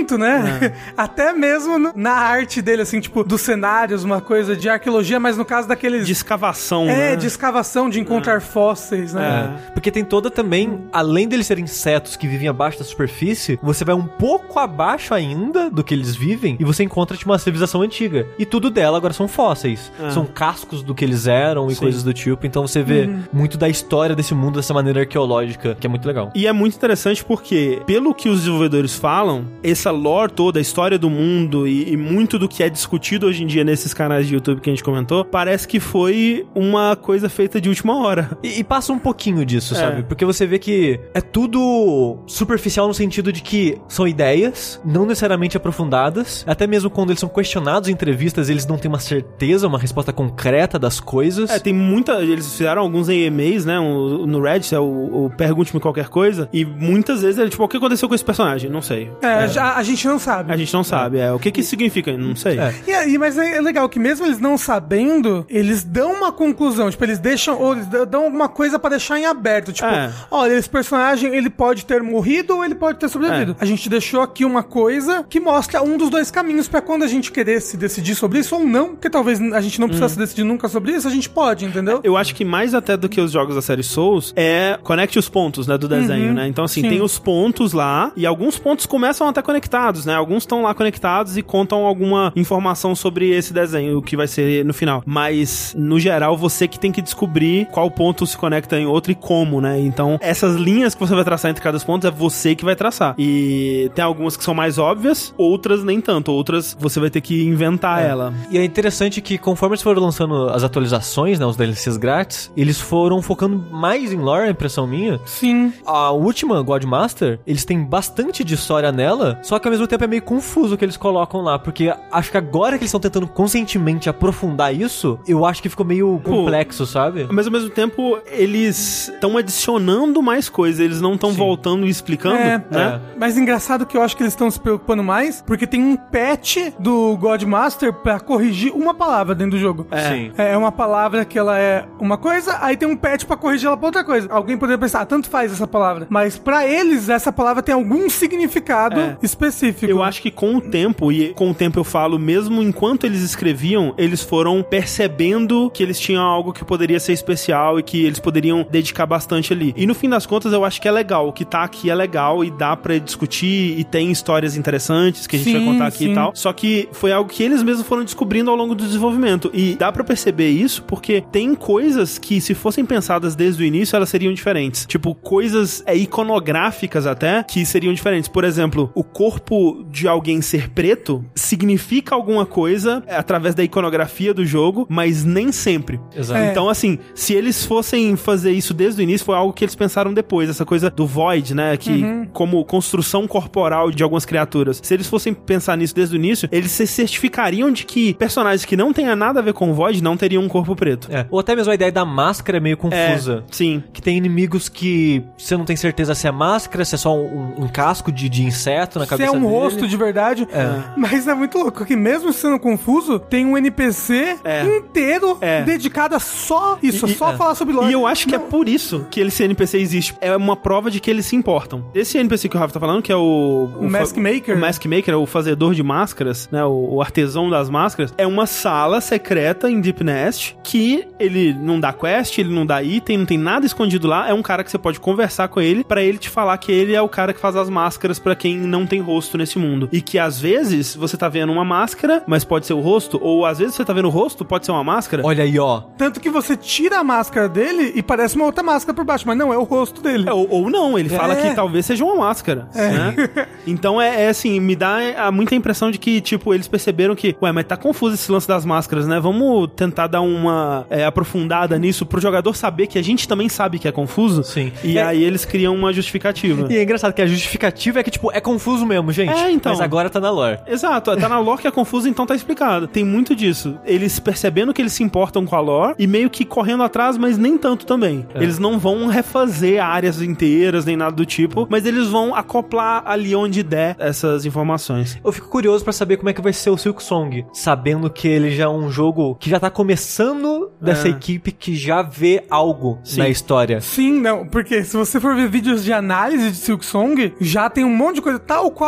Speaker 3: Até mesmo na arte dele, assim, tipo, dos cenários, uma coisa de arqueologia, mas no caso daqueles...
Speaker 1: De escavação, né?
Speaker 3: De escavação, de encontrar fósseis, né?
Speaker 2: Porque tem toda também, além deles serem insetos que vivem abaixo da superfície, você vai um pouco abaixo ainda do que eles vivem e você encontra, tipo, uma civilização antiga. E tudo dela agora são fósseis. São cascos do que eles eram e coisas do tipo. Então você vê muito da história desse mundo dessa maneira arqueológica, que é muito legal.
Speaker 1: E é muito interessante porque, pelo que os desenvolvedores falam, essa lore toda, a história do mundo e muito do que é discutido hoje em dia nesses canais de YouTube que a gente comentou, parece que foi uma coisa feita de última hora.
Speaker 2: E passa um pouquinho disso, sabe? Porque você vê que é tudo superficial no sentido de que são ideias, não necessariamente aprofundadas. Até mesmo quando eles são questionados em entrevistas, eles não têm uma certeza, uma resposta concreta das coisas.
Speaker 1: Tem muita... Eles fizeram alguns AMAs, né? No Reddit, o Pergunte-me Qualquer Coisa, e muitas vezes ele, tipo, o que aconteceu com esse personagem? Não sei.
Speaker 3: A gente não sabe.
Speaker 1: A gente não sabe, O que isso significa? Não sei.
Speaker 3: Mas é legal que mesmo eles não sabendo, eles dão uma conclusão, tipo, eles deixam, ou eles dão alguma coisa pra deixar em aberto, tipo, olha, esse personagem, ele pode ter morrido ou ele pode ter sobrevivido. A gente deixou aqui uma coisa que mostra um dos dois caminhos pra quando a gente querer se decidir sobre isso ou não, porque talvez a gente não precisasse decidir nunca sobre isso, a gente pode, entendeu?
Speaker 1: Eu acho que mais até do que os jogos da série Souls conecte os pontos, né, do desenho, né? Então, assim, tem os pontos lá e alguns pontos começam até conectados, né? Alguns estão lá conectados e contam alguma informação sobre esse desenho, o que vai ser no final. Mas, no geral, você que tem que descobrir qual ponto se conecta em outro e como, né? Então, essas linhas que você vai traçar entre cada ponto é você que vai traçar. E tem algumas que são mais óbvias, outras nem tanto. Outras você vai ter que inventar ela.
Speaker 2: E é interessante que conforme eles foram lançando as atualizações, né, os DLCs grátis, eles foram focando mais em lore, a impressão minha.
Speaker 3: Sim.
Speaker 2: A última Godmaster, eles têm bastante de história nela, só que ao mesmo tempo é meio confuso o que eles colocam lá, porque acho que agora que eles estão tentando conscientemente aprofundar isso, eu acho que ficou meio complexo, sabe?
Speaker 1: Mas ao mesmo tempo, eles estão adicionando mais coisas, eles não estão voltando e explicando, né?
Speaker 3: Mas engraçado que eu acho que eles estão se preocupando mais, porque tem um patch do Godmaster pra corrigir uma palavra dentro do jogo.
Speaker 2: Sim.
Speaker 3: É uma palavra que ela é uma coisa, aí tem um patch pra corrigir ela pra outra coisa. Alguém poderia pensar, tanto faz essa palavra. Mas pra eles, essa palavra tem algum significado específico.
Speaker 1: Eu acho que com o tempo, e com o tempo eu falo, mesmo enquanto eles escreviam, eles foram percebendo que eles tinham algo que poderia ser especial e que eles poderiam dedicar bastante ali. E no fim das contas, eu acho que é legal. O que tá aqui é legal e dá pra discutir e tem histórias interessantes que a gente vai contar aqui e tal. Só que foi algo que eles mesmos foram descobrindo ao longo do desenvolvimento. E dá pra perceber isso porque tem coisas que, se fossem pensadas desde o início, elas seriam diferentes. Tipo, coisas iconográficas até, que seriam diferentes. Por exemplo, o corpo de alguém ser preto significa alguma coisa através da iconografia do jogo, mas nem sempre.
Speaker 2: Exato.
Speaker 1: Então, assim, se eles fossem fazer isso desde o início, foi algo que eles pensaram depois. Essa coisa do Void, né? Que como construção corporal de algumas criaturas. Se eles fossem pensar nisso desde o início, eles se certificariam de que personagens que não tenham nada a ver com o Void não teriam um corpo preto.
Speaker 2: Ou até mesmo a ideia da máscara é meio confusa.
Speaker 1: Sim.
Speaker 2: Que tem inimigos que você não tem certeza se é máscara, se é só um casco de inseto na cabeça dele.
Speaker 3: Se é um rosto de verdade. Mas é muito louco que mesmo sendo confuso, tem um NPC inteiro dedicado a só isso, só falar sobre lore.
Speaker 1: E eu acho que é por isso que esse NPC existe. É uma prova de que eles se importam. Esse NPC que o Rafa tá falando, que é o
Speaker 3: Mask Maker.
Speaker 1: O Mask Maker, o fazedor de máscaras, né? O artesão das máscaras. É uma sala secreta em Deep Nest que ele não dá quest, ele não dá item, não tem nada escondido lá. É um cara que você pode conversar com ele pra ele te falar que ele é o cara que faz as máscaras pra quem não tem rosto nesse mundo. E que às vezes você tá vendo uma máscara, mas pode ser o rosto, ou às vezes você tá vendo o rosto, pode ser uma máscara.
Speaker 2: Olha aí, ó.
Speaker 3: Tanto que você tira a máscara dele e parece uma outra máscara por baixo, mas não, é o rosto dele.
Speaker 1: Ou não, ele fala que talvez seja uma máscara, né? Então é assim, me dá muita impressão de que, tipo, eles perceberam que, mas tá confuso esse lance das máscaras, né? Vamos tentar dar uma aprofundada nisso pro jogador saber que a gente também sabe que é confuso.
Speaker 2: Sim.
Speaker 1: E aí eles criam uma justificativa.
Speaker 2: E é engraçado que a justificativa é que, tipo, é confuso mesmo, gente.
Speaker 1: Então.
Speaker 2: Mas agora tá na lore.
Speaker 1: Exato, tá na lore que é confuso, então tá explicado. Tem muito disso. Eles percebendo que eles se importam com a lore e meio que correndo atrás, mas nem tanto também. Eles não vão refazer áreas inteiras, nem nada do tipo, mas eles vão acoplar ali onde der essas informações.
Speaker 2: Eu fico curioso pra saber como é que vai ser o Silksong, sabendo que ele já é um jogo que já tá começando dessa equipe que já vê algo na história.
Speaker 3: Sim, não, porque se você for ver vídeos de análise de Silksong, já tem um monte de coisa, tal qual no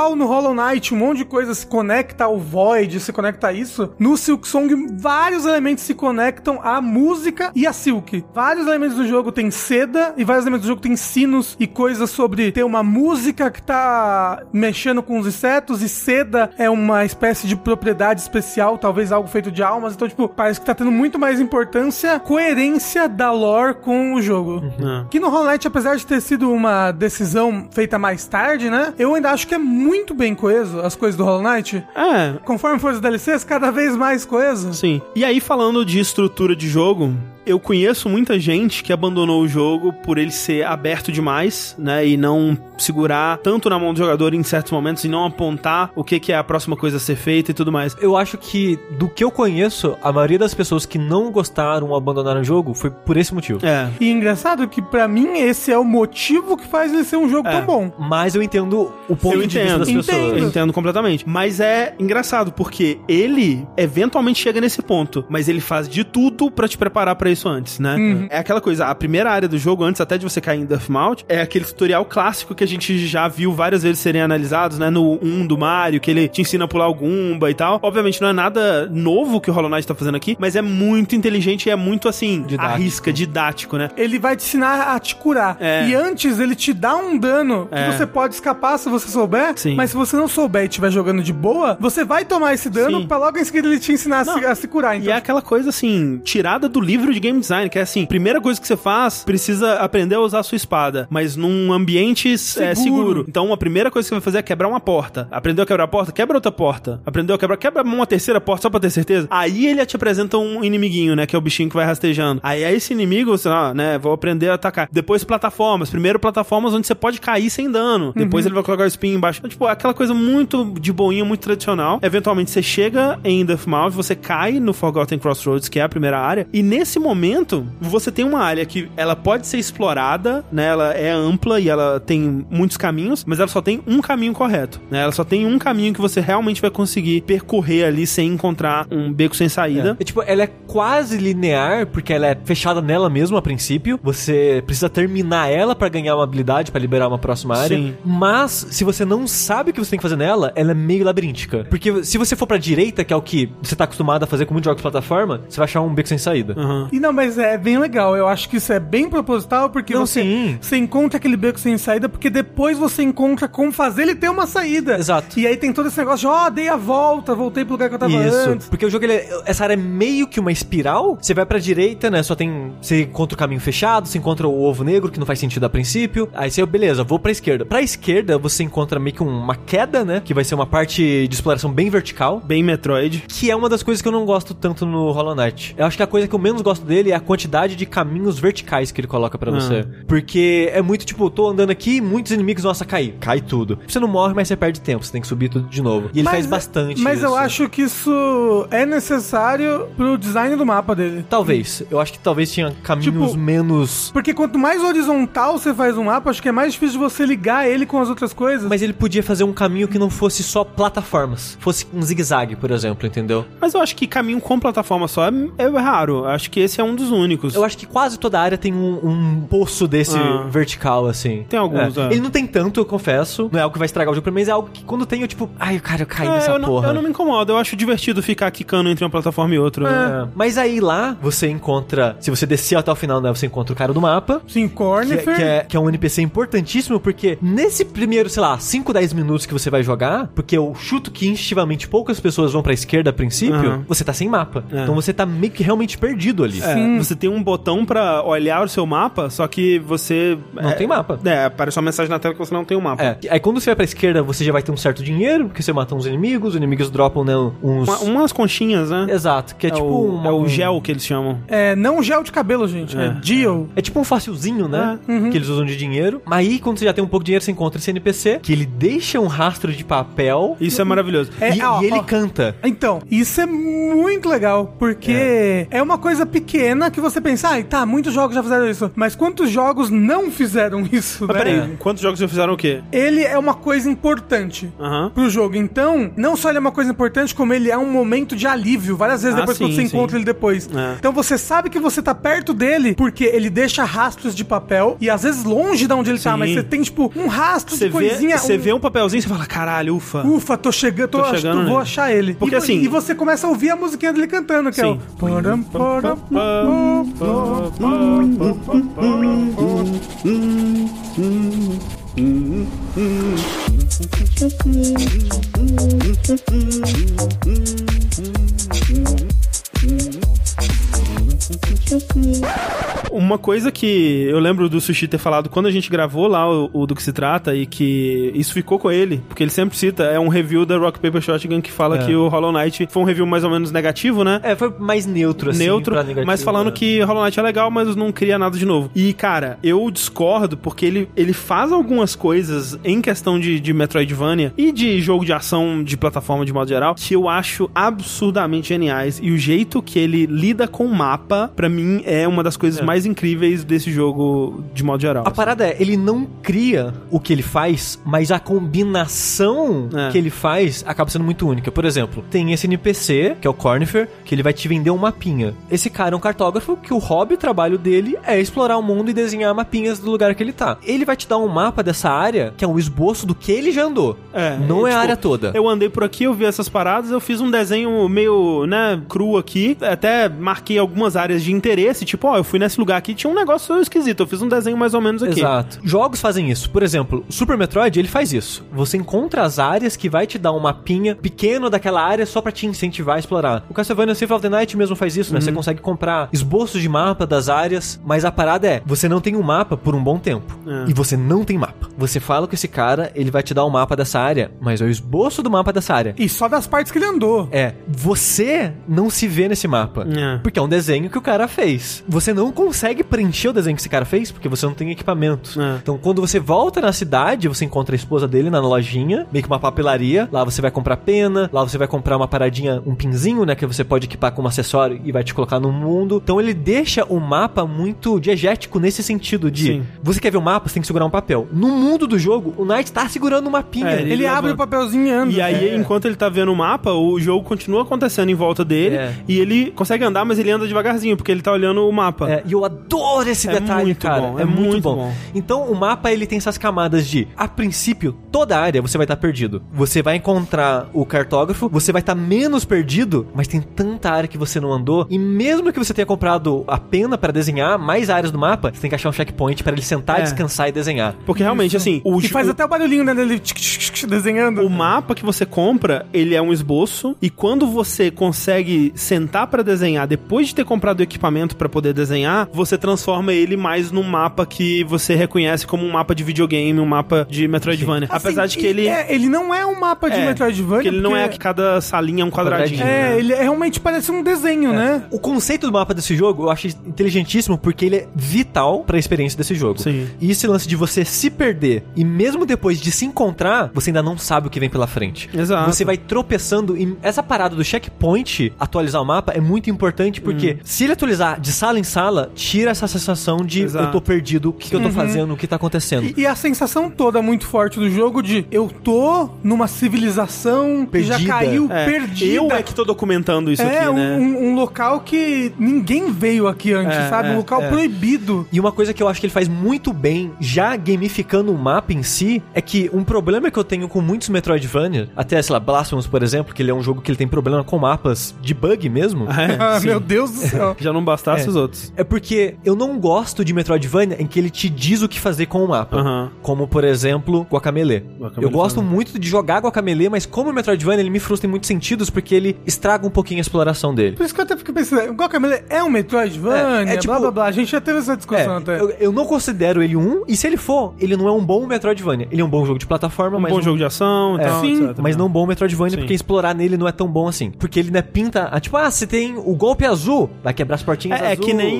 Speaker 3: Hollow Knight, um monte de coisa se conecta ao Void, se conecta a isso, no Silksong vários elementos se conectam à música e a Silk. Vários elementos do jogo tem seda e vários elementos do jogo tem sinos e coisas sobre ter uma música que tá mexendo com os insetos e seda é uma espécie de propriedade especial, talvez algo feito de almas. Então, tipo, parece que tá tendo muito mais importância, coerência da lore com o jogo. Que no Hollow Knight, apesar de ter sido uma decisão feita mais tarde, né? Eu ainda acho que é muito bem coeso as coisas do Hollow Knight. Conforme for os DLCs, cada vez mais coeso.
Speaker 1: Sim. E aí, falando de estrutura de jogo, eu conheço muita gente que abandonou o jogo por ele ser aberto demais, né, e não segurar tanto na mão do jogador em certos momentos e não apontar o que é a próxima coisa a ser feita e tudo mais.
Speaker 2: Eu acho que, do que eu conheço, a maioria das pessoas que não gostaram ou abandonaram o jogo foi por esse motivo.
Speaker 3: E engraçado que, pra mim, esse é o motivo que faz ele ser um jogo tão bom.
Speaker 2: Mas eu entendo o ponto de vista das pessoas.
Speaker 1: Eu entendo completamente. Mas é engraçado, porque ele eventualmente chega nesse ponto, mas ele faz de tudo pra te preparar pra isso antes, né? É aquela coisa, a primeira área do jogo, antes até de você cair em Deathmount, é aquele tutorial clássico que a gente já viu várias vezes serem analisados, né? No 1 do Mario, que ele te ensina a pular o Goomba e tal. Obviamente não é nada novo que o Hollow Knight tá fazendo aqui, mas é muito inteligente e é muito, assim, didático, né?
Speaker 3: Ele vai te ensinar a te curar. E antes ele te dá um dano que você pode escapar se você souber, mas se você não souber e estiver jogando de boa, você vai tomar esse dano pra logo em seguida ele te ensinar a se curar. Então,
Speaker 1: e é aquela coisa, assim, tirada do livro de game design, que é assim, primeira coisa que você faz, precisa aprender a usar a sua espada, mas num ambiente seguro. Então, a primeira coisa que você vai fazer é quebrar uma porta. Aprendeu a quebrar a porta? Quebra outra porta. Aprendeu a quebra uma terceira porta só pra ter certeza. Aí ele te apresenta um inimiguinho, né, que é o bichinho que vai rastejando. Aí esse inimigo, você, né, vou aprender a atacar. Depois plataformas. Primeiro plataformas onde você pode cair sem dano. Depois ele vai colocar o espinho embaixo. Então, tipo, aquela coisa muito de boinha, muito tradicional. Eventualmente você chega em Deathmount, você cai no Forgotten Crossroads, que é a primeira área, e nesse momento você tem uma área que ela pode ser explorada, né, ela é ampla e ela tem muitos caminhos, mas ela só tem um caminho correto, né, ela só tem um caminho que você realmente vai conseguir percorrer ali sem encontrar um beco sem saída.
Speaker 2: Tipo, ela é quase linear, porque ela é fechada nela mesmo a princípio, você precisa terminar ela pra ganhar uma habilidade, pra liberar uma próxima área. Sim. Mas, se você não sabe o que você tem que fazer nela, ela é meio labiríntica. Porque se você for pra direita, que é o que você tá acostumado a fazer com muitos jogos de plataforma, você vai achar um beco sem saída.
Speaker 3: E não, mas é bem legal. Eu acho que isso é bem proposital, porque você encontra aquele beco sem saída, porque depois você encontra como fazer ele ter uma saída.
Speaker 2: Exato.
Speaker 3: E aí tem todo esse negócio de, dei a volta, voltei pro lugar que eu tava antes.
Speaker 2: Porque o jogo, essa área é meio que uma espiral. Você vai pra direita, né, você encontra o caminho fechado, você encontra o ovo negro, que não faz sentido a princípio. Aí você, beleza, vou pra esquerda. Pra esquerda, você encontra meio que uma queda, né, que vai ser uma parte de exploração bem vertical.
Speaker 1: Bem Metroid.
Speaker 2: Que é uma das coisas que eu não gosto tanto no Hollow Knight. Eu acho que a coisa que eu menos gosto dele é a quantidade de caminhos verticais que ele coloca pra você. Porque é muito, tipo, tô andando aqui, muitos inimigos, nossa, cai tudo. Você não morre, mas você perde tempo, você tem que subir tudo de novo. E ele faz bastante
Speaker 3: mas
Speaker 2: isso.
Speaker 3: Eu acho que isso é necessário pro design do mapa dele.
Speaker 2: Talvez. Eu acho que talvez tinha caminhos menos...
Speaker 3: Porque quanto mais horizontal você faz um mapa, acho que é mais difícil de você ligar ele com as outras coisas.
Speaker 2: Mas ele podia fazer um caminho que não fosse só plataformas. Fosse um zigue-zague, por exemplo, entendeu?
Speaker 1: Mas eu acho que caminho com plataforma só é raro. Acho que esse é um dos únicos.
Speaker 2: Eu acho que quase toda área tem um poço desse vertical, assim.
Speaker 1: Tem alguns,
Speaker 2: Ele não tem tanto, eu confesso. Não é algo que vai estragar o jogo pra mim, mas é algo que quando tem, eu tipo... Ai, cara, eu caí nessa porra.
Speaker 1: Eu não me incomodo. Eu acho divertido ficar quicando entre uma plataforma e outra.
Speaker 2: Mas aí lá, você encontra... Se você descer até o final, né? Você encontra o cara do mapa.
Speaker 3: Sim, Cornifer.
Speaker 2: Que é um NPC importantíssimo, porque nesse primeiro, sei lá, 5, 10 minutos que você vai jogar, porque eu chuto que instintivamente poucas pessoas vão pra esquerda a princípio, você tá sem mapa. Então você tá meio que realmente perdido ali.
Speaker 1: Você tem um botão pra olhar o seu mapa, só que você...
Speaker 2: Não tem mapa.
Speaker 1: Aparece uma mensagem na tela que você não tem um mapa.
Speaker 2: Aí quando você vai pra esquerda, você já vai ter um certo dinheiro, porque você mata uns inimigos, os inimigos dropam, né,
Speaker 1: umas conchinhas, né?
Speaker 2: Exato, que é tipo...
Speaker 1: É o gel que eles chamam.
Speaker 3: Não gel de cabelo, gente. É gel.
Speaker 2: É tipo um fossilzinho, né? Que eles usam de dinheiro. Mas aí, quando você já tem um pouco de dinheiro, você encontra esse NPC, que ele deixa um rastro de papel.
Speaker 1: Isso é maravilhoso.
Speaker 2: E ele canta.
Speaker 3: Então, isso é muito legal, porque é uma coisa pequena pequena que você pensa, muitos jogos já fizeram isso. Mas quantos jogos não fizeram isso,
Speaker 1: Mas
Speaker 3: né?
Speaker 1: peraí, quantos jogos já fizeram o quê?
Speaker 3: Ele é uma coisa importante pro jogo. Então, não só ele é uma coisa importante, como ele é um momento de alívio. Várias vezes depois quando você encontra ele depois. Então você sabe que você tá perto dele, porque ele deixa rastros de papel, e às vezes longe de onde ele tá, mas você tem, tipo, um rastro de coisinha.
Speaker 1: Você vê um papelzinho e você fala, caralho, ufa.
Speaker 3: Ufa, tô chegando, vou achar ele.
Speaker 1: Porque
Speaker 3: e você começa a ouvir a musiquinha dele cantando, que é o...
Speaker 1: Uma coisa que eu lembro do Sushi ter falado quando a gente gravou lá o do que se trata, e que isso ficou com ele, porque ele sempre cita, é um review da Rock Paper Shotgun que fala que o Hollow Knight foi um review mais ou menos negativo, né?
Speaker 2: Foi mais neutro, assim.
Speaker 1: Neutro, mas falando que Hollow Knight é legal, mas não cria nada de novo. E, cara, eu discordo, porque ele faz algumas coisas em questão de Metroidvania e de jogo de ação de plataforma de modo geral, que eu acho absurdamente geniais. E o jeito que ele lida com o mapa, pra mim, é uma das coisas mais incríveis desse jogo de modo geral.
Speaker 2: A parada é, ele não cria o que ele faz, mas a combinação que ele faz acaba sendo muito única. Por exemplo, tem esse NPC, que é o Cornifer, que ele vai te vender um mapinha. Esse cara é um cartógrafo que o hobby, o trabalho dele é explorar o mundo e desenhar mapinhas do lugar que ele tá. Ele vai te dar um mapa dessa área, que é um esboço do que ele já andou. Não é a área toda.
Speaker 1: Eu andei por aqui, eu vi essas paradas, eu fiz um desenho meio, cru aqui, até marquei algumas áreas de interesse, tipo, eu fui nesse lugar aqui, tinha um negócio esquisito, eu fiz um desenho mais ou menos aqui.
Speaker 2: Exato. Jogos fazem isso. Por exemplo, Super Metroid, ele faz isso. Você encontra as áreas que vai te dar um mapinha pequeno daquela área só pra te incentivar a explorar. O Castlevania Symphony of the Night mesmo faz isso, né? Você consegue comprar esboços de mapa das áreas, mas a parada é, você não tem um mapa por um bom tempo. E você não tem mapa. Você fala com esse cara, ele vai te dar um mapa dessa área, mas é o esboço do mapa dessa área.
Speaker 3: E só das partes que ele andou.
Speaker 2: Você não se vê nesse mapa. Porque é um desenho que o cara fez. Você não consegue preencher o desenho que esse cara fez, porque você não tem equipamento. Então, quando você volta na cidade, você encontra a esposa dele na lojinha, meio que uma papelaria. Lá você vai comprar pena, lá você vai comprar uma paradinha, um pinzinho, né, que você pode equipar como acessório e vai te colocar no mundo. Então, ele deixa o mapa muito diegético nesse sentido de, você quer ver o mapa, você tem que segurar um papel. No mundo do jogo, o Knight tá segurando um mapinha.
Speaker 3: Ele abre o papelzinho e anda.
Speaker 1: E aí, enquanto ele tá vendo o mapa, o jogo continua acontecendo em volta dele, e ele consegue andar, mas ele anda devagarzinho, porque ele tá olhando o mapa.
Speaker 2: E eu adoro esse detalhe,
Speaker 1: muito
Speaker 2: cara.
Speaker 1: bom,
Speaker 2: é muito bom. Então, o mapa, ele tem essas camadas de, a princípio, toda a área você vai estar perdido. Você vai encontrar o cartógrafo, você vai estar menos perdido, mas tem tanta área que você não andou, e mesmo que você tenha comprado a pena pra desenhar mais áreas do mapa, você tem que achar um checkpoint pra ele sentar, descansar e desenhar.
Speaker 1: Porque realmente, assim...
Speaker 3: E faz até o barulhinho, né, dele desenhando.
Speaker 1: O mapa que você compra, ele é um esboço, e quando você consegue sentar pra desenhar, depois de ter comprado o equipamento pra poder desenhar, você transforma ele mais num mapa que você reconhece como um mapa de videogame, um mapa de Metroidvania.
Speaker 3: Assim,
Speaker 1: apesar de que ele...
Speaker 3: ele não é um mapa de Metroidvania.
Speaker 1: Porque ele não é que cada salinha é um quadradinho.
Speaker 3: Né? Ele realmente parece um desenho, né?
Speaker 2: O conceito do mapa desse jogo eu acho inteligentíssimo, porque ele é vital pra experiência desse jogo.
Speaker 1: Sim.
Speaker 2: E esse lance de você se perder, e mesmo depois de se encontrar, você ainda não sabe o que vem pela frente.
Speaker 1: Exato.
Speaker 2: Você vai tropeçando, e essa parada do checkpoint, atualizar o mapa, é muito importante, porque se ele atualizar de sala em sala, tira essa sensação de eu tô perdido, o que eu tô fazendo, o que tá acontecendo.
Speaker 3: E a sensação toda muito forte do jogo de eu tô numa civilização
Speaker 2: perdida.
Speaker 3: Que já caiu perdida.
Speaker 1: Eu é que tô documentando isso aqui, né?
Speaker 3: Um local que ninguém veio aqui antes, sabe? Um local proibido.
Speaker 2: E uma coisa que eu acho que ele faz muito bem, já gamificando o mapa em si, é que um problema que eu tenho com muitos Metroidvania, até, sei lá, Blasphemous, por exemplo, que ele é um jogo que ele tem problema com mapas de bug mesmo.
Speaker 3: Meu Deus do céu.
Speaker 1: Já não bastasse os outros.
Speaker 2: É porque eu não gosto de Metroidvania em que ele te diz o que fazer com o mapa. Como, por exemplo, Guacamelee. Eu gosto muito de jogar Guacamelee, mas como o Metroidvania, ele me frustra em muitos sentidos, porque ele estraga um pouquinho a exploração dele.
Speaker 3: Por isso que eu até fico pensando, o Guacamelee é um Metroidvania,
Speaker 2: tipo,
Speaker 3: blá blá blá. A gente já teve essa discussão até.
Speaker 2: Eu não considero ele e se ele for, ele não é um bom Metroidvania. Ele é um bom jogo de plataforma, mas...
Speaker 1: Um bom jogo de ação e tal.
Speaker 3: Sim,
Speaker 1: etc.
Speaker 2: Mas não um bom Metroidvania, porque explorar nele não é tão bom assim. Porque ele, né, pinta... você tem o golpe azul, vai quebrar as portinhas azul.
Speaker 1: É que nem o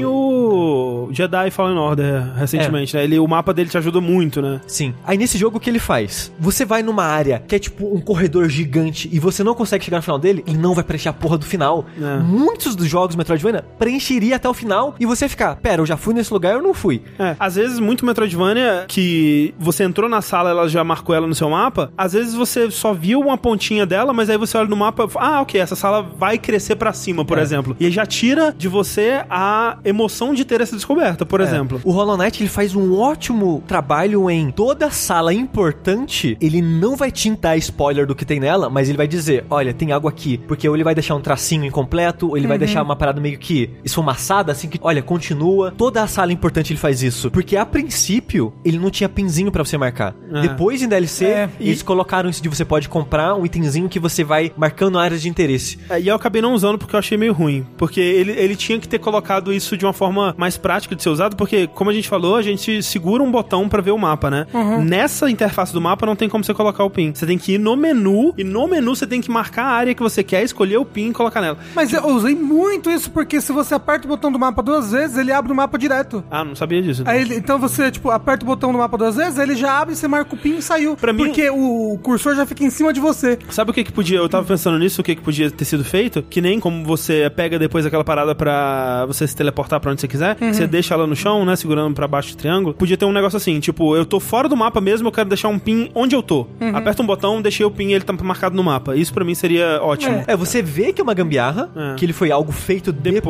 Speaker 1: o Jedi Fallen Order recentemente, né? O mapa dele te ajuda muito, né?
Speaker 2: Sim. Aí nesse jogo, o que ele faz? Você vai numa área que é tipo um corredor gigante e você não consegue chegar no final dele, ele não vai preencher a porra do final. Muitos dos jogos Metroidvania preencheria até o final e você ficar, pera, eu já fui nesse lugar ou eu não fui?
Speaker 1: Às vezes, muito Metroidvania que você entrou na sala, ela já marcou ela no seu mapa, às vezes você só viu uma pontinha dela, mas aí você olha no mapa, ok, essa sala vai crescer pra cima, por exemplo. E aí já tira de você a emoção de ter essa descoberta, por exemplo.
Speaker 2: O Hollow Knight, ele faz um ótimo trabalho em toda sala importante, ele não vai te dar spoiler do que tem nela, mas ele vai dizer, olha, tem algo aqui, porque ou ele vai deixar um tracinho incompleto, ou ele vai deixar uma parada meio que esfumaçada, assim que, olha, continua. Toda a sala importante ele faz isso, porque a princípio, ele não tinha pinzinho pra você marcar. Depois, em DLC, eles colocaram isso de você pode comprar um itemzinho que você vai marcando áreas de interesse.
Speaker 1: E eu acabei não usando porque eu achei meio ruim, porque ele tinha que ter colocado isso de uma forma mais prática de ser usado, porque, como a gente falou, a gente segura um botão pra ver o mapa, né? Nessa interface do mapa não tem como você colocar o pin. Você tem que ir no menu, e no menu você tem que marcar a área que você quer, escolher o pin e colocar nela.
Speaker 3: Mas eu usei muito isso, porque se você aperta o botão do mapa 2 vezes, ele abre o mapa direto.
Speaker 1: Não sabia disso.
Speaker 3: Aí então você, tipo, aperta o botão do mapa 2 vezes, ele já abre, você marca o pin e saiu.
Speaker 1: Pra mim,
Speaker 3: porque o cursor já fica em cima de você.
Speaker 1: Sabe o que podia... Eu tava pensando nisso, o que podia ter sido feito? Que nem como você pega depois aquela parada pra você se teleportar pra onde você quiser, você deixa ela no chão, né, segurando pra baixo do triângulo. Podia ter um negócio assim, tipo, eu tô fora do mapa mesmo, eu quero deixar um pin onde eu tô. Aperta um botão, deixei o pin e ele tá marcado no mapa. Isso pra mim seria ótimo.
Speaker 2: Você vê que é uma gambiarra, que ele foi algo feito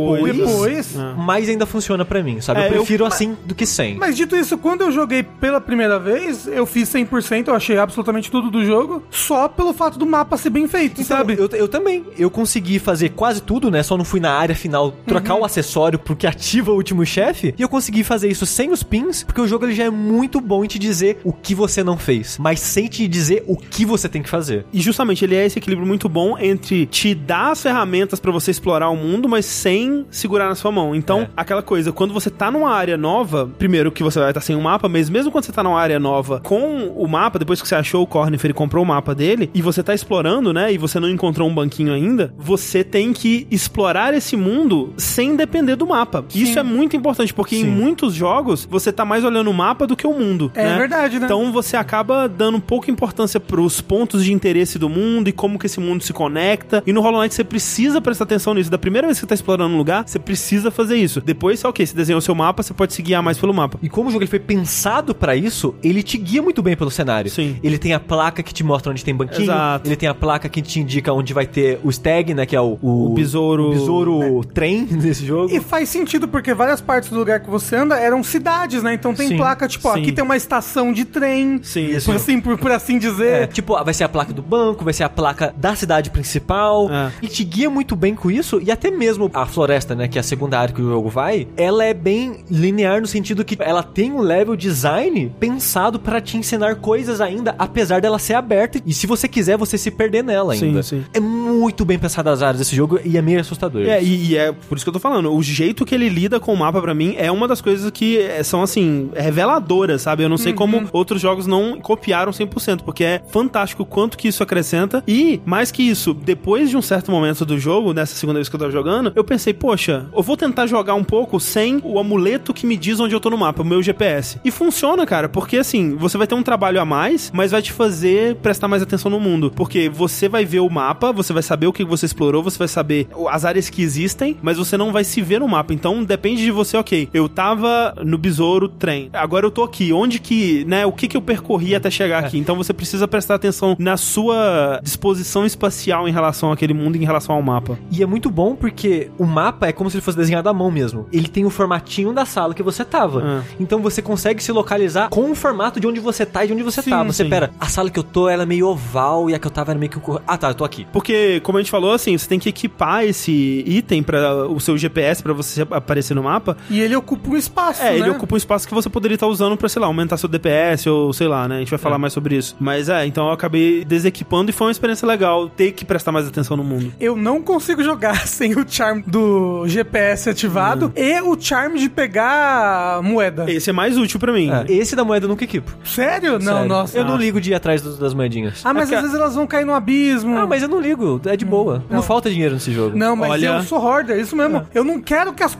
Speaker 2: depois. Mas ainda funciona pra mim, sabe? Eu prefiro assim do que sem.
Speaker 3: Mas dito isso, quando eu joguei pela primeira vez, eu fiz 100%, eu achei absolutamente tudo do jogo, só pelo fato do mapa ser bem feito,
Speaker 2: então,
Speaker 3: sabe?
Speaker 2: Eu também. Eu consegui fazer quase tudo, né? Só não fui na área final trocar o acessório porque ativa o último chefe. E eu consegui fazer isso sem os pins, porque o jogo ele já é muito bom em te dizer o que você não fez, mas sem te dizer o que você tem que fazer.
Speaker 1: E justamente ele é esse equilíbrio muito bom entre te dar as ferramentas pra você explorar o mundo, mas sem segurar na sua mão. Então, aquela coisa, quando você tá numa área nova, primeiro que você vai estar sem um mapa, mas mesmo quando você tá numa área nova com o mapa, depois que você achou o Cornifer e comprou o mapa dele, e você tá explorando, né, e você não encontrou um banquinho ainda, você tem que explorar esse mundo sem depender do mapa. Sim. Isso é muito importante, porque em muitos jogos, você tá mais olhando o mapa do que o mundo.
Speaker 3: É verdade, né?
Speaker 1: Então, você acaba dando pouca importância pros pontos de interesse do mundo e como que esse mundo se conecta. E no Hollow Knight, você precisa prestar atenção nisso. Da primeira vez que você tá explorando um lugar, você precisa fazer isso. Depois, ok, você desenhou o seu mapa, você pode se guiar mais pelo mapa.
Speaker 2: E como o jogo ele foi pensado pra isso, ele te guia muito bem pelo cenário.
Speaker 1: Sim.
Speaker 2: Ele tem a placa que te mostra onde tem banquinho.
Speaker 1: Exato.
Speaker 2: Ele tem a placa que te indica onde vai ter o stag, né, que é o
Speaker 1: besouro...
Speaker 2: O besouro trem nesse jogo.
Speaker 3: E faz sentido, porque várias partes do lugar que você anda eram cidades, né? Então tem placa, tipo, aqui tem uma estação de trem.
Speaker 1: Sim,
Speaker 3: isso. Por assim dizer.
Speaker 2: Tipo, vai ser a placa do banco, vai ser a placa da cidade principal. E te guia muito bem com isso. E até mesmo a floresta, né, que é a segunda área que o jogo vai, ela é bem linear no sentido que ela tem um level design pensado pra te ensinar coisas ainda, apesar dela ser aberta. E se você quiser, você se perder nela ainda.
Speaker 1: Sim.
Speaker 2: É muito bem pensado as áreas desse jogo e é meio assustador.
Speaker 1: E é por isso que eu tô falando. O jeito que ele lida com o mapa, pra mim, é uma das coisas que são, assim, reveladoras, sabe? Eu não sei como outros jogos não copiaram 100%, porque é fantástico o quanto que isso acrescenta. E, mais que isso, depois de um certo momento do jogo, nessa segunda vez que eu tava jogando, eu pensei, poxa, eu vou tentar jogar um pouco sem o amuleto que me diz onde eu tô no mapa, o meu GPS. E funciona, cara, porque, assim, você vai ter um trabalho a mais, mas vai te fazer prestar mais atenção no mundo. Porque você vai ver o mapa, você vai saber o que você explorou, você vai saber as áreas que existem, mas você não vai se ver no mapa. Então, depende de você, ok, eu tava no besouro trem, agora eu tô aqui, onde que, né, o que eu percorri até chegar aqui. Então, você precisa prestar atenção na sua disposição espacial em relação àquele mundo, em relação ao mapa.
Speaker 2: E é muito bom porque o mapa é como se ele fosse desenhado à mão mesmo. Ele tem o formatinho da sala que você tava. Então, você consegue se localizar com o formato de onde você tá e de onde você tá. Você, pera, a sala que eu tô, ela é meio oval e a que eu tava era meio que... Ah, tá, eu tô aqui.
Speaker 1: Porque, como a gente falou, assim, você tem que equipar esse item para o seu GPS, pra você aparecer no mapa.
Speaker 3: E ele ocupa um espaço, né?
Speaker 1: Ele ocupa um espaço que você poderia estar usando pra, sei lá, aumentar seu DPS ou, sei lá, né? A gente vai falar mais sobre isso. Mas, então eu acabei desequipando e foi uma experiência legal ter que prestar mais atenção no mundo.
Speaker 3: Eu não consigo jogar sem o charm do GPS ativado e o charm de pegar moeda.
Speaker 1: Esse é mais útil pra mim.
Speaker 2: Esse da moeda eu nunca equipo.
Speaker 3: Sério? Não, nossa.
Speaker 2: Eu não ligo de ir atrás das moedinhas.
Speaker 3: Mas às vezes elas vão cair no abismo.
Speaker 2: Mas eu não ligo. É de boa. Não falta dinheiro nesse jogo.
Speaker 3: Não, mas eu sou hoarder, isso mesmo. Eu não quero que as coisas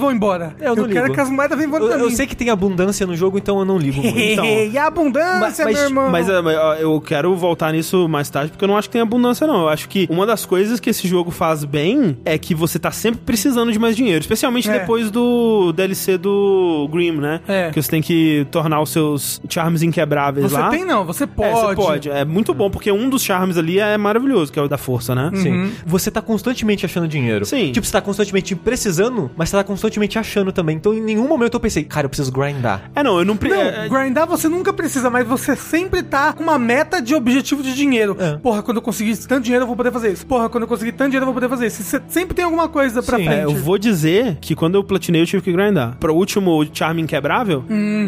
Speaker 3: vão embora.
Speaker 2: Eu não
Speaker 3: quero
Speaker 2: ligo.
Speaker 3: que as moedas venham embora pra mim.
Speaker 2: Eu sei que tem abundância no jogo, então eu não ligo muito. Então,
Speaker 3: E a abundância, meu irmão.
Speaker 1: Mas eu quero voltar nisso mais tarde, porque eu não acho que tem abundância, não. Eu acho que uma das coisas que esse jogo faz bem é que você tá sempre precisando de mais dinheiro. Especialmente depois do DLC do Grimm, né? Que você tem que tornar os seus charms inquebráveis lá.
Speaker 3: Você tem não, você pode.
Speaker 1: Você pode. É muito bom, porque um dos charms ali é maravilhoso, que é o da força, né?
Speaker 2: Sim. Você tá constantemente achando dinheiro.
Speaker 1: Sim.
Speaker 2: Tipo, você tá constantemente precisando, mas você tá constantemente achando também. Então, em nenhum momento eu pensei, cara, eu preciso grindar.
Speaker 1: Eu não...
Speaker 3: grindar você nunca precisa, mas você sempre tá com uma meta de objetivo de dinheiro. Porra, quando eu conseguir tanto dinheiro, eu vou poder fazer isso. Porra, quando eu conseguir tanto dinheiro, eu vou poder fazer isso. Você sempre tem alguma coisa pra frente.
Speaker 1: Eu vou dizer que quando eu platinei, eu tive que grindar. Pro último charm inquebrável,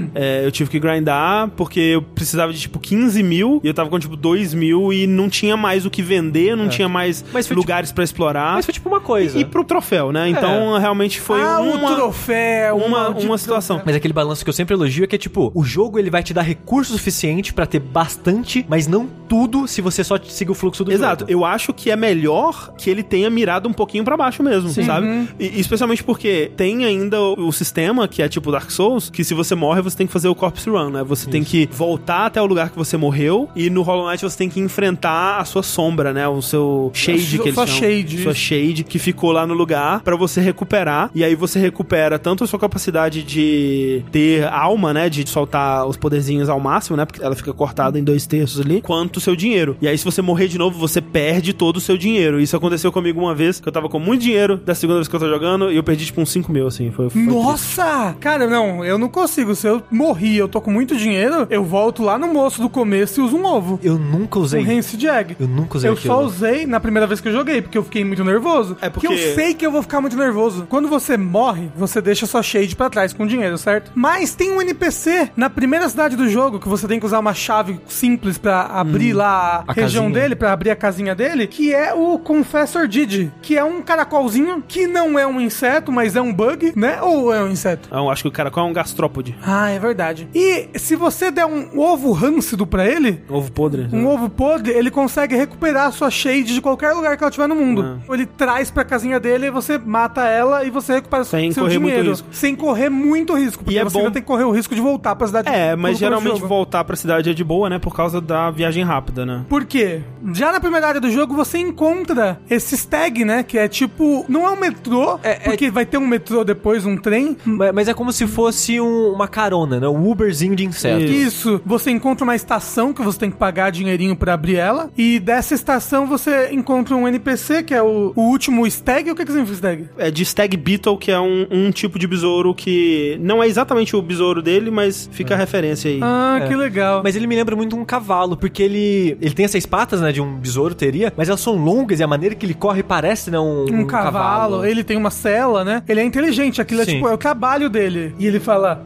Speaker 1: eu tive que grindar porque eu precisava de, tipo, 15 mil e eu tava com, tipo, 2 mil e não tinha mais o que vender, não tinha mais lugares pra explorar.
Speaker 2: Mas foi tipo uma coisa.
Speaker 1: E pro troféu, né? Então, realmente foi
Speaker 3: um troféu,
Speaker 1: uma situação.
Speaker 2: Mas aquele balanço que eu sempre elogio é que é tipo, o jogo ele vai te dar recurso suficiente pra ter bastante, mas não tudo se você só seguir o fluxo do jogo.
Speaker 1: Exato. Eu acho que é melhor que ele tenha mirado um pouquinho pra baixo mesmo, sabe? E especialmente porque tem ainda o sistema, que é tipo Dark Souls, que se você morre, você tem que fazer o Corpse Run, né? Você tem que voltar até o lugar que você morreu e no Hollow Knight você tem que enfrentar a sua sombra, né? O seu shade que eles chamam. Sua shade que ficou lá no lugar pra você recuperar. E aí você recupera tanto a sua capacidade de ter alma, né? De soltar os poderzinhos ao máximo, né? Porque ela fica cortada em 2/3 ali, quanto o seu dinheiro. E aí se você morrer de novo, você perde todo o seu dinheiro. Isso aconteceu comigo uma vez, que eu tava com muito dinheiro da segunda vez que eu tô jogando e eu perdi tipo uns 5 mil, assim. Foi
Speaker 3: Nossa! Triste. Cara, não, eu não consigo. Se eu morri eu tô com muito dinheiro, eu volto lá no moço do começo e uso um ovo.
Speaker 2: Eu nunca usei.
Speaker 3: Um Rancid Egg.
Speaker 2: Eu nunca usei aquilo.
Speaker 3: Eu só usei na primeira vez que eu joguei, porque eu fiquei muito nervoso. Porque eu sei que eu vou ficar muito nervoso. Quando você morre, você deixa sua shade pra trás com dinheiro, certo? Mas tem um NPC na primeira cidade do jogo que você tem que usar uma chave simples pra abrir lá a região
Speaker 2: casinha
Speaker 3: dele, pra abrir a casinha dele, que é o Confessor Didi, que é um caracolzinho que não é um inseto, mas é um bug, né? Ou é um inseto?
Speaker 1: Eu acho que o caracol é um gastrópode.
Speaker 3: Ah, é verdade. E se você der um ovo râncido pra ele...
Speaker 1: Ovo podre.
Speaker 3: Um ovo podre, ele consegue recuperar a sua shade de qualquer lugar que ela tiver no mundo. Ele traz pra casinha dele e você mata ela e você recupera seu dinheiro. Muito risco. Sem correr muito risco. Porque você ainda tem que correr o risco de voltar pra cidade.
Speaker 1: Mas geralmente voltar pra cidade é de boa, né? Por causa da viagem rápida, né?
Speaker 3: Por quê? Já na primeira área do jogo você encontra esse stag, né? Que é tipo... Não é um metrô, porque vai ter um metrô depois, um trem.
Speaker 2: Mas é como se fosse uma carona, né? Um Uberzinho de insetos.
Speaker 3: Isso. Você encontra uma estação que você tem que pagar dinheirinho pra abrir ela. E dessa estação você encontra um NPC, que é o último stag. O que significa stag?
Speaker 1: É de Stag Beetle, que é um tipo de besouro que não é exatamente o besouro dele, mas fica a referência aí.
Speaker 3: Que legal.
Speaker 2: Mas ele me lembra muito um cavalo, porque ele tem essas patas, né, de um besouro teria, mas elas são longas e a maneira que ele corre parece, né, um cavalo.
Speaker 3: Ele tem uma cela, né? Ele é inteligente, aquilo é tipo, é o trabalho dele. E ele fala,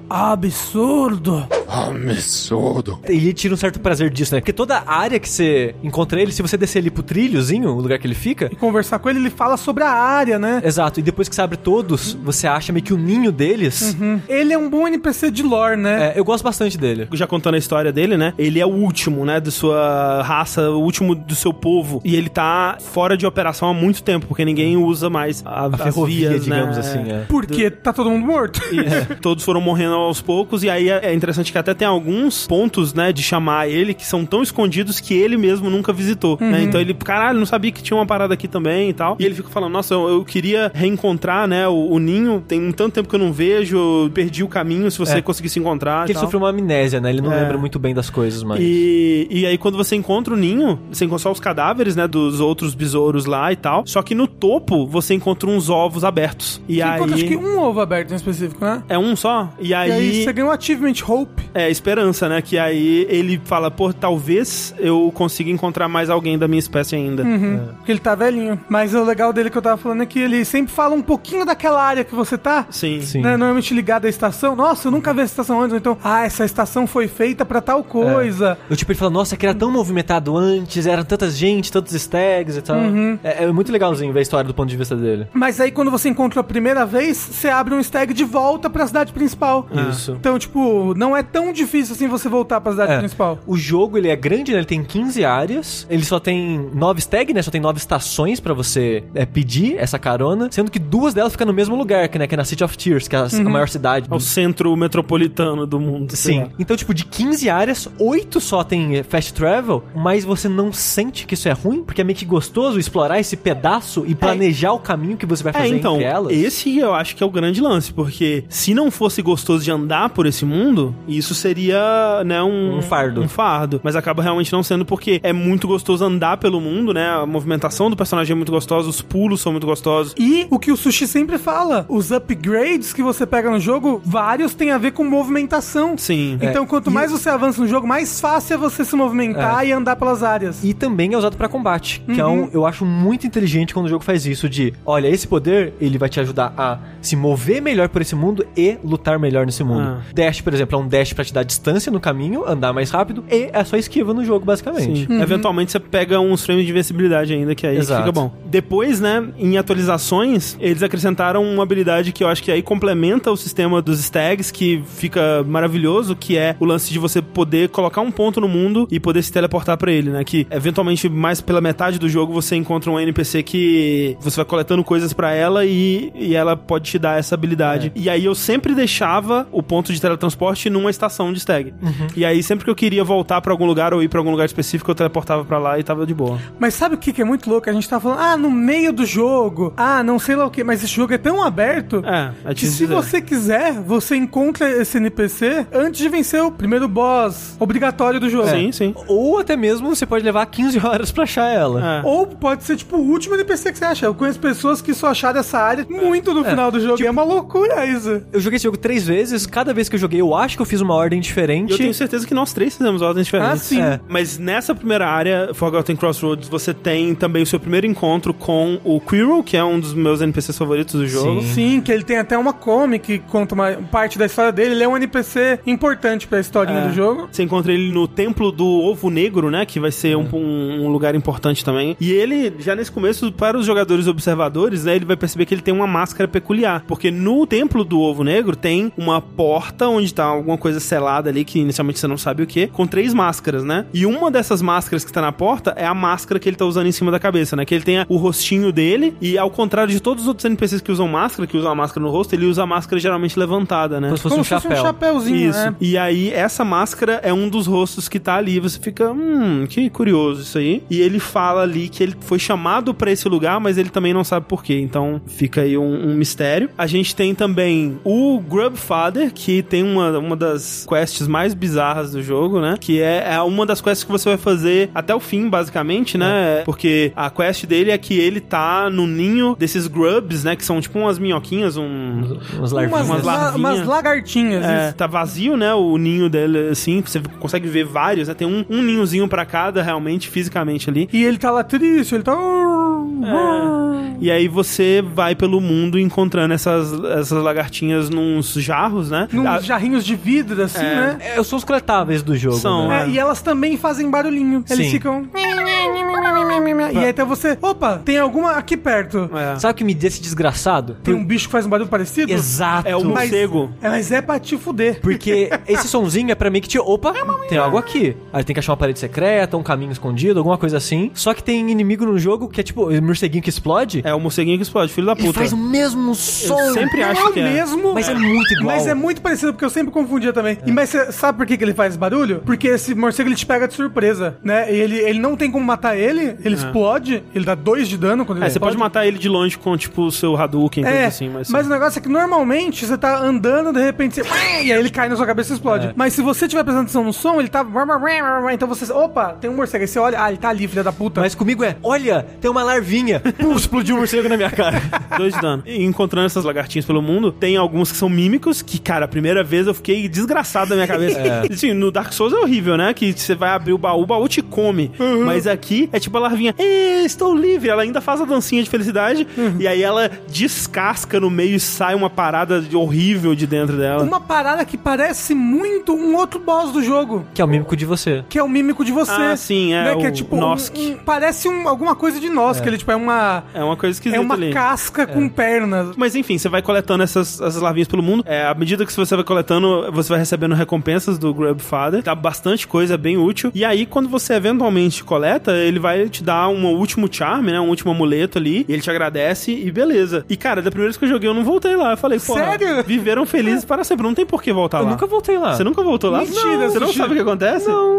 Speaker 3: absurdo.
Speaker 4: Absurdo.
Speaker 2: Ele tira um certo prazer disso, né? Porque toda área que você encontra ele, se você descer ali pro trilhozinho, o lugar que ele fica...
Speaker 3: E conversar com ele, ele fala sobre a área, né?
Speaker 2: Exato. E depois que você abre todos, você acha meio que o ninho deles.
Speaker 3: Ele é um bom NPC de lore, né?
Speaker 2: Eu gosto bastante dele.
Speaker 1: Já contando a história dele, né? Ele é o último, né? De sua raça, o último do seu povo. E ele tá fora de operação há muito tempo, porque ninguém usa mais a
Speaker 2: ferrovia,
Speaker 1: vias,
Speaker 2: digamos
Speaker 1: né?
Speaker 2: assim.
Speaker 3: Porque tá todo mundo morto.
Speaker 1: Todos foram morrendo aos poucos. E aí é interessante que até tem alguns pontos, né? De chamar ele que são tão escondidos que ele mesmo nunca visitou, né? Então ele, caralho, não sabia que tinha uma parada aqui também e tal. E ele fica falando, nossa, eu queria reencontrar, né? O ninho. Tem tanto tempo que eu não vejo, eu perdi o caminho, se você conseguisse encontrar.
Speaker 2: Porque ele sofreu uma amnésia, né? Ele não lembra muito bem das coisas, mas...
Speaker 1: E aí quando você encontra o ninho, você encontra só os cadáveres, né? Dos outros besouros lá e tal. Só que no topo, você encontra uns ovos abertos. E
Speaker 3: você
Speaker 1: aí...
Speaker 3: encontra, acho que um ovo aberto em específico, né?
Speaker 1: É um só? E aí
Speaker 3: você ganha um Achievement Hope.
Speaker 1: É, esperança, né? Que aí ele fala, pô, talvez eu consiga encontrar mais alguém da minha espécie ainda.
Speaker 3: Porque ele tá velhinho. Mas o legal dele que eu tava falando é que ele sempre fala um pouquinho daquela área que você tá.
Speaker 1: Sim.
Speaker 3: Né? Normalmente ligado à estação. Nossa, eu nunca vi essa estação antes. Então, essa estação foi feita pra tal coisa.
Speaker 2: Eu tipo, ele fala, nossa, que era tão movimentado antes, eram tantas gente, tantos stags e tal. É muito legalzinho ver a história do ponto de vista dele.
Speaker 3: Mas aí quando você encontra a primeira vez, você abre um stag de volta pra cidade principal.
Speaker 2: Isso.
Speaker 3: Então, tipo, não é tão tão difícil assim você voltar pra cidade principal.
Speaker 2: O jogo, ele é grande, né? Ele tem 15 áreas, ele só tem 9 stag, né? Só tem 9 estações pra você pedir essa carona, sendo que 2 delas ficam no mesmo lugar, que, né? Que é na City of Tears, que é a maior cidade.
Speaker 1: É o centro metropolitano do mundo.
Speaker 2: Sim. Então, tipo, de 15 áreas, 8 só tem fast travel, mas você não sente que isso é ruim, porque é meio que gostoso explorar esse pedaço e planejar o caminho que você vai fazer
Speaker 1: então,
Speaker 2: entre elas.
Speaker 1: Esse eu acho que é o grande lance, porque se não fosse gostoso de andar por esse mundo, isso seria, né, um fardo. Mas acaba realmente não sendo, porque é muito gostoso andar pelo mundo, né? A movimentação do personagem é muito gostosa, os pulos são muito gostosos.
Speaker 3: E o que o Sushi sempre fala, os upgrades que você pega no jogo, vários têm a ver com movimentação.
Speaker 1: Sim.
Speaker 3: Então, quanto mais você avança no jogo, mais fácil é você se movimentar e andar pelas áreas.
Speaker 2: E também é usado pra combate, que eu acho muito inteligente quando o jogo faz isso, de, olha, esse poder, ele vai te ajudar a se mover melhor por esse mundo e lutar melhor nesse mundo. Dash, por exemplo, é um dash pra te dar distância no caminho, andar mais rápido, e é só esquiva no jogo, basicamente.
Speaker 1: Eventualmente você pega uns frames de invencibilidade ainda, que aí fica bom. Depois, né, em atualizações, eles acrescentaram uma habilidade que eu acho que aí complementa o sistema dos stags, que fica maravilhoso, que é o lance de você poder colocar um ponto no mundo e poder se teleportar pra ele, né, que eventualmente mais pela metade do jogo você encontra um NPC que você vai coletando coisas pra ela e ela pode te dar essa habilidade. E aí eu sempre deixava o ponto de teletransporte numa estação de stag. E aí sempre que eu queria voltar pra algum lugar ou ir pra algum lugar específico, eu teleportava pra lá e tava de boa.
Speaker 3: Mas sabe o que é muito louco? A gente tava falando, no meio do jogo, não sei lá o que, mas esse jogo é tão aberto que se você quiser, você encontra esse NPC antes de vencer o primeiro boss obrigatório do jogo.
Speaker 1: Sim.
Speaker 2: Ou até mesmo você pode levar 15 horas pra achar ela.
Speaker 3: Ou pode ser, tipo, o último NPC que você acha. Eu conheço pessoas que só acharam essa área muito no final do jogo. Tipo, é uma loucura isso.
Speaker 2: Eu joguei esse jogo 3 vezes, cada vez que eu joguei, eu acho que eu fiz uma ordem diferente.
Speaker 1: Eu tenho certeza que nós 3 fizemos ordens diferentes.
Speaker 3: Sim.
Speaker 1: Mas nessa primeira área, Forgotten Crossroads, você tem também o seu primeiro encontro com o Quirrell, que é um dos meus NPCs favoritos do jogo.
Speaker 3: Sim, que ele tem até uma comic que conta uma parte da história dele. Ele é um NPC importante pra historinha do jogo.
Speaker 1: Você encontra ele no Templo do Ovo Negro, né? Que vai ser um lugar importante também. E ele, já nesse começo, para os jogadores observadores, né? Ele vai perceber que ele tem uma máscara peculiar. Porque no Templo do Ovo Negro tem uma porta onde tá alguma coisa selada ali, que inicialmente você não sabe o que, com 3 máscaras, né? E uma dessas máscaras que tá na porta é a máscara que ele tá usando em cima da cabeça, né? Que ele tem o rostinho dele e, ao contrário de todos os outros NPCs que usam máscara, que usam a máscara no rosto, ele usa a máscara geralmente levantada, né?
Speaker 2: Como se fosse um chapéu.
Speaker 3: Um chapéuzinho,
Speaker 1: isso. E aí, essa máscara é um dos rostos que tá ali. Você fica, que curioso isso aí. E ele fala ali que ele foi chamado pra esse lugar, mas ele também não sabe por quê. Então, fica aí um mistério. A gente tem também o Grubfather, que tem uma das quests mais bizarras do jogo, né? Que é uma das quests que você vai fazer até o fim, basicamente, né? Porque a quest dele é que ele tá no ninho desses grubs, né? Que são tipo umas minhoquinhas,
Speaker 2: umas larvinhas.
Speaker 3: Umas lagartinhas.
Speaker 1: Tá vazio, né? O ninho dele, assim, você consegue ver vários, né? Tem um ninhozinho pra cada, realmente, fisicamente ali.
Speaker 3: E ele tá lá triste, ele tá...
Speaker 1: E aí você vai pelo mundo encontrando essas lagartinhas nos jarros, né?
Speaker 3: Nos jarrinhos de vidro, assim, né?
Speaker 2: São os coletáveis do jogo.
Speaker 1: São,
Speaker 2: né?
Speaker 3: E elas também fazem barulhinho. Eles ficam... E aí até você... Opa, tem alguma aqui perto.
Speaker 2: Sabe o que me desse desgraçado?
Speaker 3: Tem um bicho que faz um barulho parecido?
Speaker 2: Exato.
Speaker 1: É o morcego.
Speaker 3: Mas é pra te fuder.
Speaker 2: Porque esse sonzinho é pra mim que te... Opa, tem algo aqui. Aí tem que achar uma parede secreta, um caminho escondido, alguma coisa assim. Só que tem inimigo no jogo que é tipo o morceguinho que explode.
Speaker 1: É o morceguinho que explode, filho da puta.
Speaker 2: Ele faz o mesmo som.
Speaker 1: Eu sempre acho que é.
Speaker 3: Mesmo,
Speaker 2: mas é muito igual.
Speaker 3: Mas é muito parecido, porque eu sempre confundia também. Mas você sabe por que ele faz barulho? Porque esse morcego, ele te pega de surpresa, né? E ele não tem como matar ele explode, ele dá 2 de dano quando ele explode.
Speaker 1: Você pode matar ele de longe com, tipo, o seu Hadouken, coisa assim.
Speaker 3: Mas o negócio é que, normalmente, você tá andando, de repente, você... E aí ele cai na sua cabeça e explode. Mas se você tiver prestando atenção no som, ele tá... Então você... Opa, tem um morcego. Aí você olha... ele tá ali, filha da puta.
Speaker 2: Mas comigo olha, tem uma larvinha. Pum, explodiu um morcego na minha cara.
Speaker 1: 2 de dano. E encontrando essas lagartinhas pelo mundo, tem alguns que são mímicos, que, cara, a primeira vez eu fiquei desgraçado na minha cabeça. Assim, no Dark Souls é horrível, né? Que você vai abrir o baú te come. Mas aqui é tipo a larvinha, estou livre. Ela ainda faz a dancinha de felicidade, e aí ela descasca no meio e sai uma parada horrível de dentro dela.
Speaker 3: Uma parada que parece muito um outro boss do jogo.
Speaker 2: Que é o mímico de você.
Speaker 3: Que é o mímico de você.
Speaker 1: Ah, sim, é,
Speaker 3: né?
Speaker 1: o
Speaker 3: Que é tipo
Speaker 1: Nosk.
Speaker 3: parece alguma coisa de Nosk. Ele tipo é uma
Speaker 1: coisa esquisita
Speaker 3: uma
Speaker 1: ali.
Speaker 3: casca com pernas.
Speaker 1: Mas enfim, você vai coletando essas larvinhas pelo mundo. À medida que você vai coletando, você vai recebendo recompensas do Grub Father. Tá bastante coisa, bem útil. E aí, quando você eventualmente coleta, ele vai te dar um último charm, né? Um último amuleto ali. E ele te agradece e beleza. E cara, da primeira vez que eu joguei, eu não voltei lá. Eu falei, pô,
Speaker 3: sério?
Speaker 1: Viveram felizes para sempre. Não tem por que voltar lá.
Speaker 2: Eu nunca voltei lá.
Speaker 1: Você nunca voltou lá?
Speaker 3: Mentira,
Speaker 1: você não
Speaker 3: Sushi.
Speaker 1: sabe o que acontece?
Speaker 2: Não.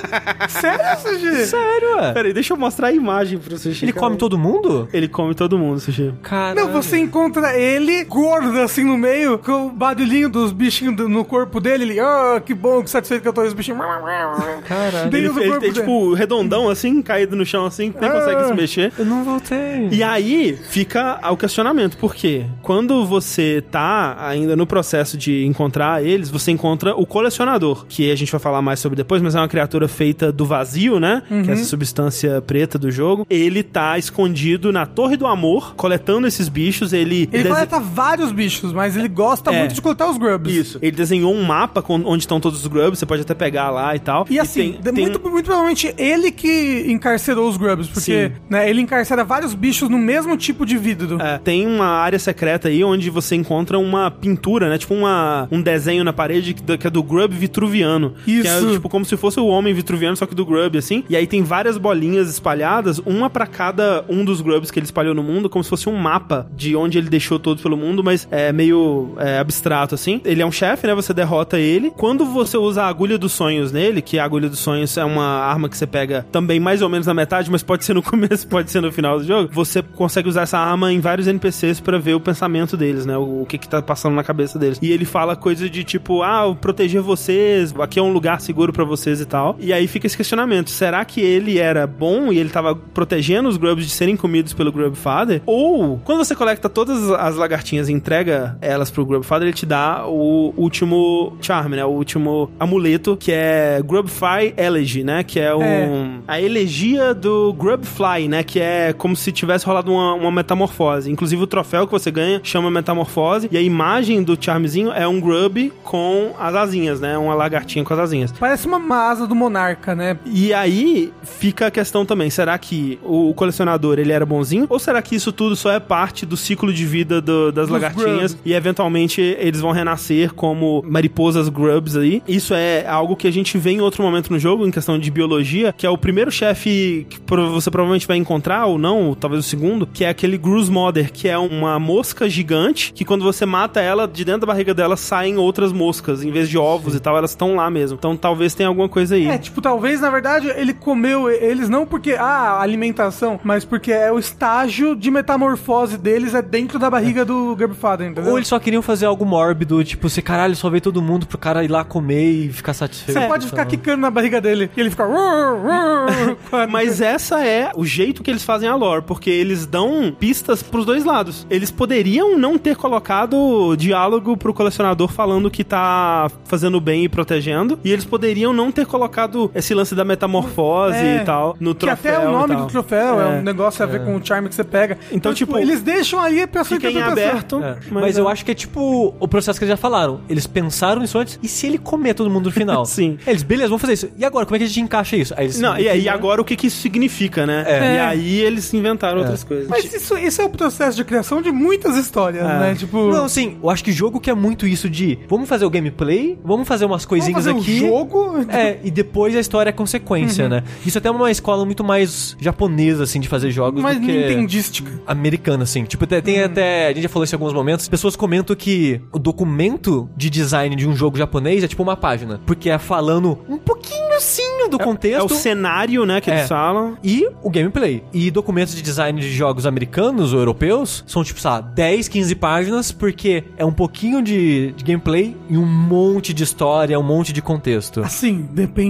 Speaker 3: Sério, Sushi?
Speaker 2: Sério, ué.
Speaker 1: Peraí, deixa eu mostrar a imagem pro Sushi.
Speaker 2: Ele come todo mundo?
Speaker 1: Ele come todo mundo, Sushi.
Speaker 2: Caralho.
Speaker 3: Não, você encontra ele gordo assim no meio, com o barulhinho dos bichinhos no corpo dele. Ele, que bom, que satisfeito que eu tô os bichinhos.
Speaker 2: Caralho.
Speaker 3: Dentro do
Speaker 1: Ele
Speaker 3: corpo
Speaker 1: tem,
Speaker 3: dele.
Speaker 1: tipo, redondão, assim, caído no chão, assim, nem consegue se mexer.
Speaker 2: Eu não voltei.
Speaker 1: E aí, fica o questionamento. Por quê? Quando você tá ainda no processo de encontrar eles, você encontra o colecionador, que a gente vai falar mais sobre depois, mas é uma criatura feita do vazio, né? Que é essa substância preta do jogo. Ele tá escondido na Torre do Amor, coletando esses bichos. Ele
Speaker 3: coleta vários bichos, mas ele gosta muito de coletar os grubs.
Speaker 1: Isso. Ele desenhou um mapa onde estão todos os grubs, você pode até pegar lá e tal.
Speaker 3: E assim, muito provavelmente ele que encarcerou os grubs, porque né, ele encarcera vários bichos no mesmo tipo de vidro.
Speaker 1: Tem uma área secreta aí onde você encontra uma pintura, né? Tipo um desenho na parede que é do grub vitruviano.
Speaker 3: Isso.
Speaker 1: Que é tipo como se fosse o homem vitruviano, só que do grub, assim. E aí tem várias bolinhas espalhadas, uma pra cada um dos grubs que ele espalhou no mundo, como se fosse um mapa de onde ele deixou todos pelo mundo, mas é meio abstrato, assim. Ele é um chefe, né? Você derrota ele. Quando você usa a agulha dos sonhos nele, que a agulha dos sonhos é uma arma que você pega também mais ou menos na metade, mas pode ser no começo, pode ser no final do jogo, você consegue usar essa arma em vários NPCs pra ver o pensamento deles, né? O que tá passando na cabeça deles. E ele fala coisa de tipo, eu proteger vocês, aqui é um lugar seguro pra vocês e tal. E aí fica esse questionamento, será que ele era bom e ele tava protegendo os grubs de serem comidos pelo Grub Father? Ou, quando você coleta todas as lagartinhas e entrega elas pro Grub Father, ele te dá o último charm, né? O último amuleto, que é Grubfly Elegy, né? Que é a elegia do Grubfly, né? Que é como se tivesse rolado uma metamorfose. Inclusive o troféu que você ganha chama metamorfose, e a imagem do charmzinho é um grub com as asinhas, né? Uma lagartinha com as asinhas.
Speaker 3: Parece uma asa do monarca, né?
Speaker 1: E aí fica a questão também, será que o colecionador, ele era bonzinho? Ou será que isso tudo só é parte do ciclo de vida das lagartinhas grubs, e eventualmente eles vão renascer como mariposas grubs aí? Isso é algo que a gente vê em outro momento no jogo, em questão de biologia, que é o primeiro chefe que você provavelmente vai encontrar, ou não, ou talvez o segundo, que é aquele Gruzmother, que é uma mosca gigante, que quando você mata ela, de dentro da barriga dela saem outras moscas, em vez de ovos e tal, elas estão lá mesmo. Então talvez tenha alguma coisa aí.
Speaker 3: Talvez, na verdade, ele comeu eles não porque, alimentação, mas porque é o estágio de metamorfose deles dentro da barriga do Grubfather, entendeu?
Speaker 2: Ou eles só queriam fazer algo mórbido, tipo, caralho, só veio todo mundo pro cara ir lá comer e ficar satisfeito.
Speaker 3: Você pode ficar quicando na barriga dele e ele fica...
Speaker 1: Mas essa é o jeito que eles fazem a lore, porque eles dão pistas pros dois lados. Eles poderiam não ter colocado diálogo pro colecionador falando que tá fazendo bem e protegendo, e eles poderiam não ter colocado esse lance da metamorfose e tal no troféu.
Speaker 3: Que até o nome do troféu é um negócio a ver com o charme que você pega.
Speaker 1: Então, tipo,
Speaker 3: eles deixam aí pra sua
Speaker 1: fica em aberto.
Speaker 2: Mas eu acho que é tipo o processo que eles já falaram. Eles pensaram nisso antes, e se ele comer todo mundo no final?
Speaker 1: Sim.
Speaker 2: Eles, beleza, vamos fazer isso. E agora, como é que a gente encaixa isso? Aí eles
Speaker 1: e agora o que isso significa, né? E aí eles inventaram outras coisas.
Speaker 3: Mas isso é o processo de criação de muitas histórias, né? Tipo...
Speaker 2: Não, sim, eu acho que jogo que é muito isso de vamos fazer o gameplay, vamos fazer umas coisinhas aqui.
Speaker 3: O jogo?
Speaker 2: E depois a história é consequência, né? Isso até é uma escola muito mais japonesa, assim, de fazer jogos
Speaker 3: mais
Speaker 2: do que...
Speaker 3: nintendística.
Speaker 2: Americana, assim. Tipo, tem até... A gente já falou isso em alguns momentos. Pessoas comentam que o documento de design de um jogo japonês é tipo uma página. Porque é falando um pouquinho, sim, do contexto.
Speaker 1: É o cenário, né, que eles falam.
Speaker 2: E o gameplay. E documentos de design de jogos americanos ou europeus são, tipo, 10, 15 páginas, porque é um pouquinho de gameplay e um monte de história, um monte de contexto.
Speaker 3: Assim, depende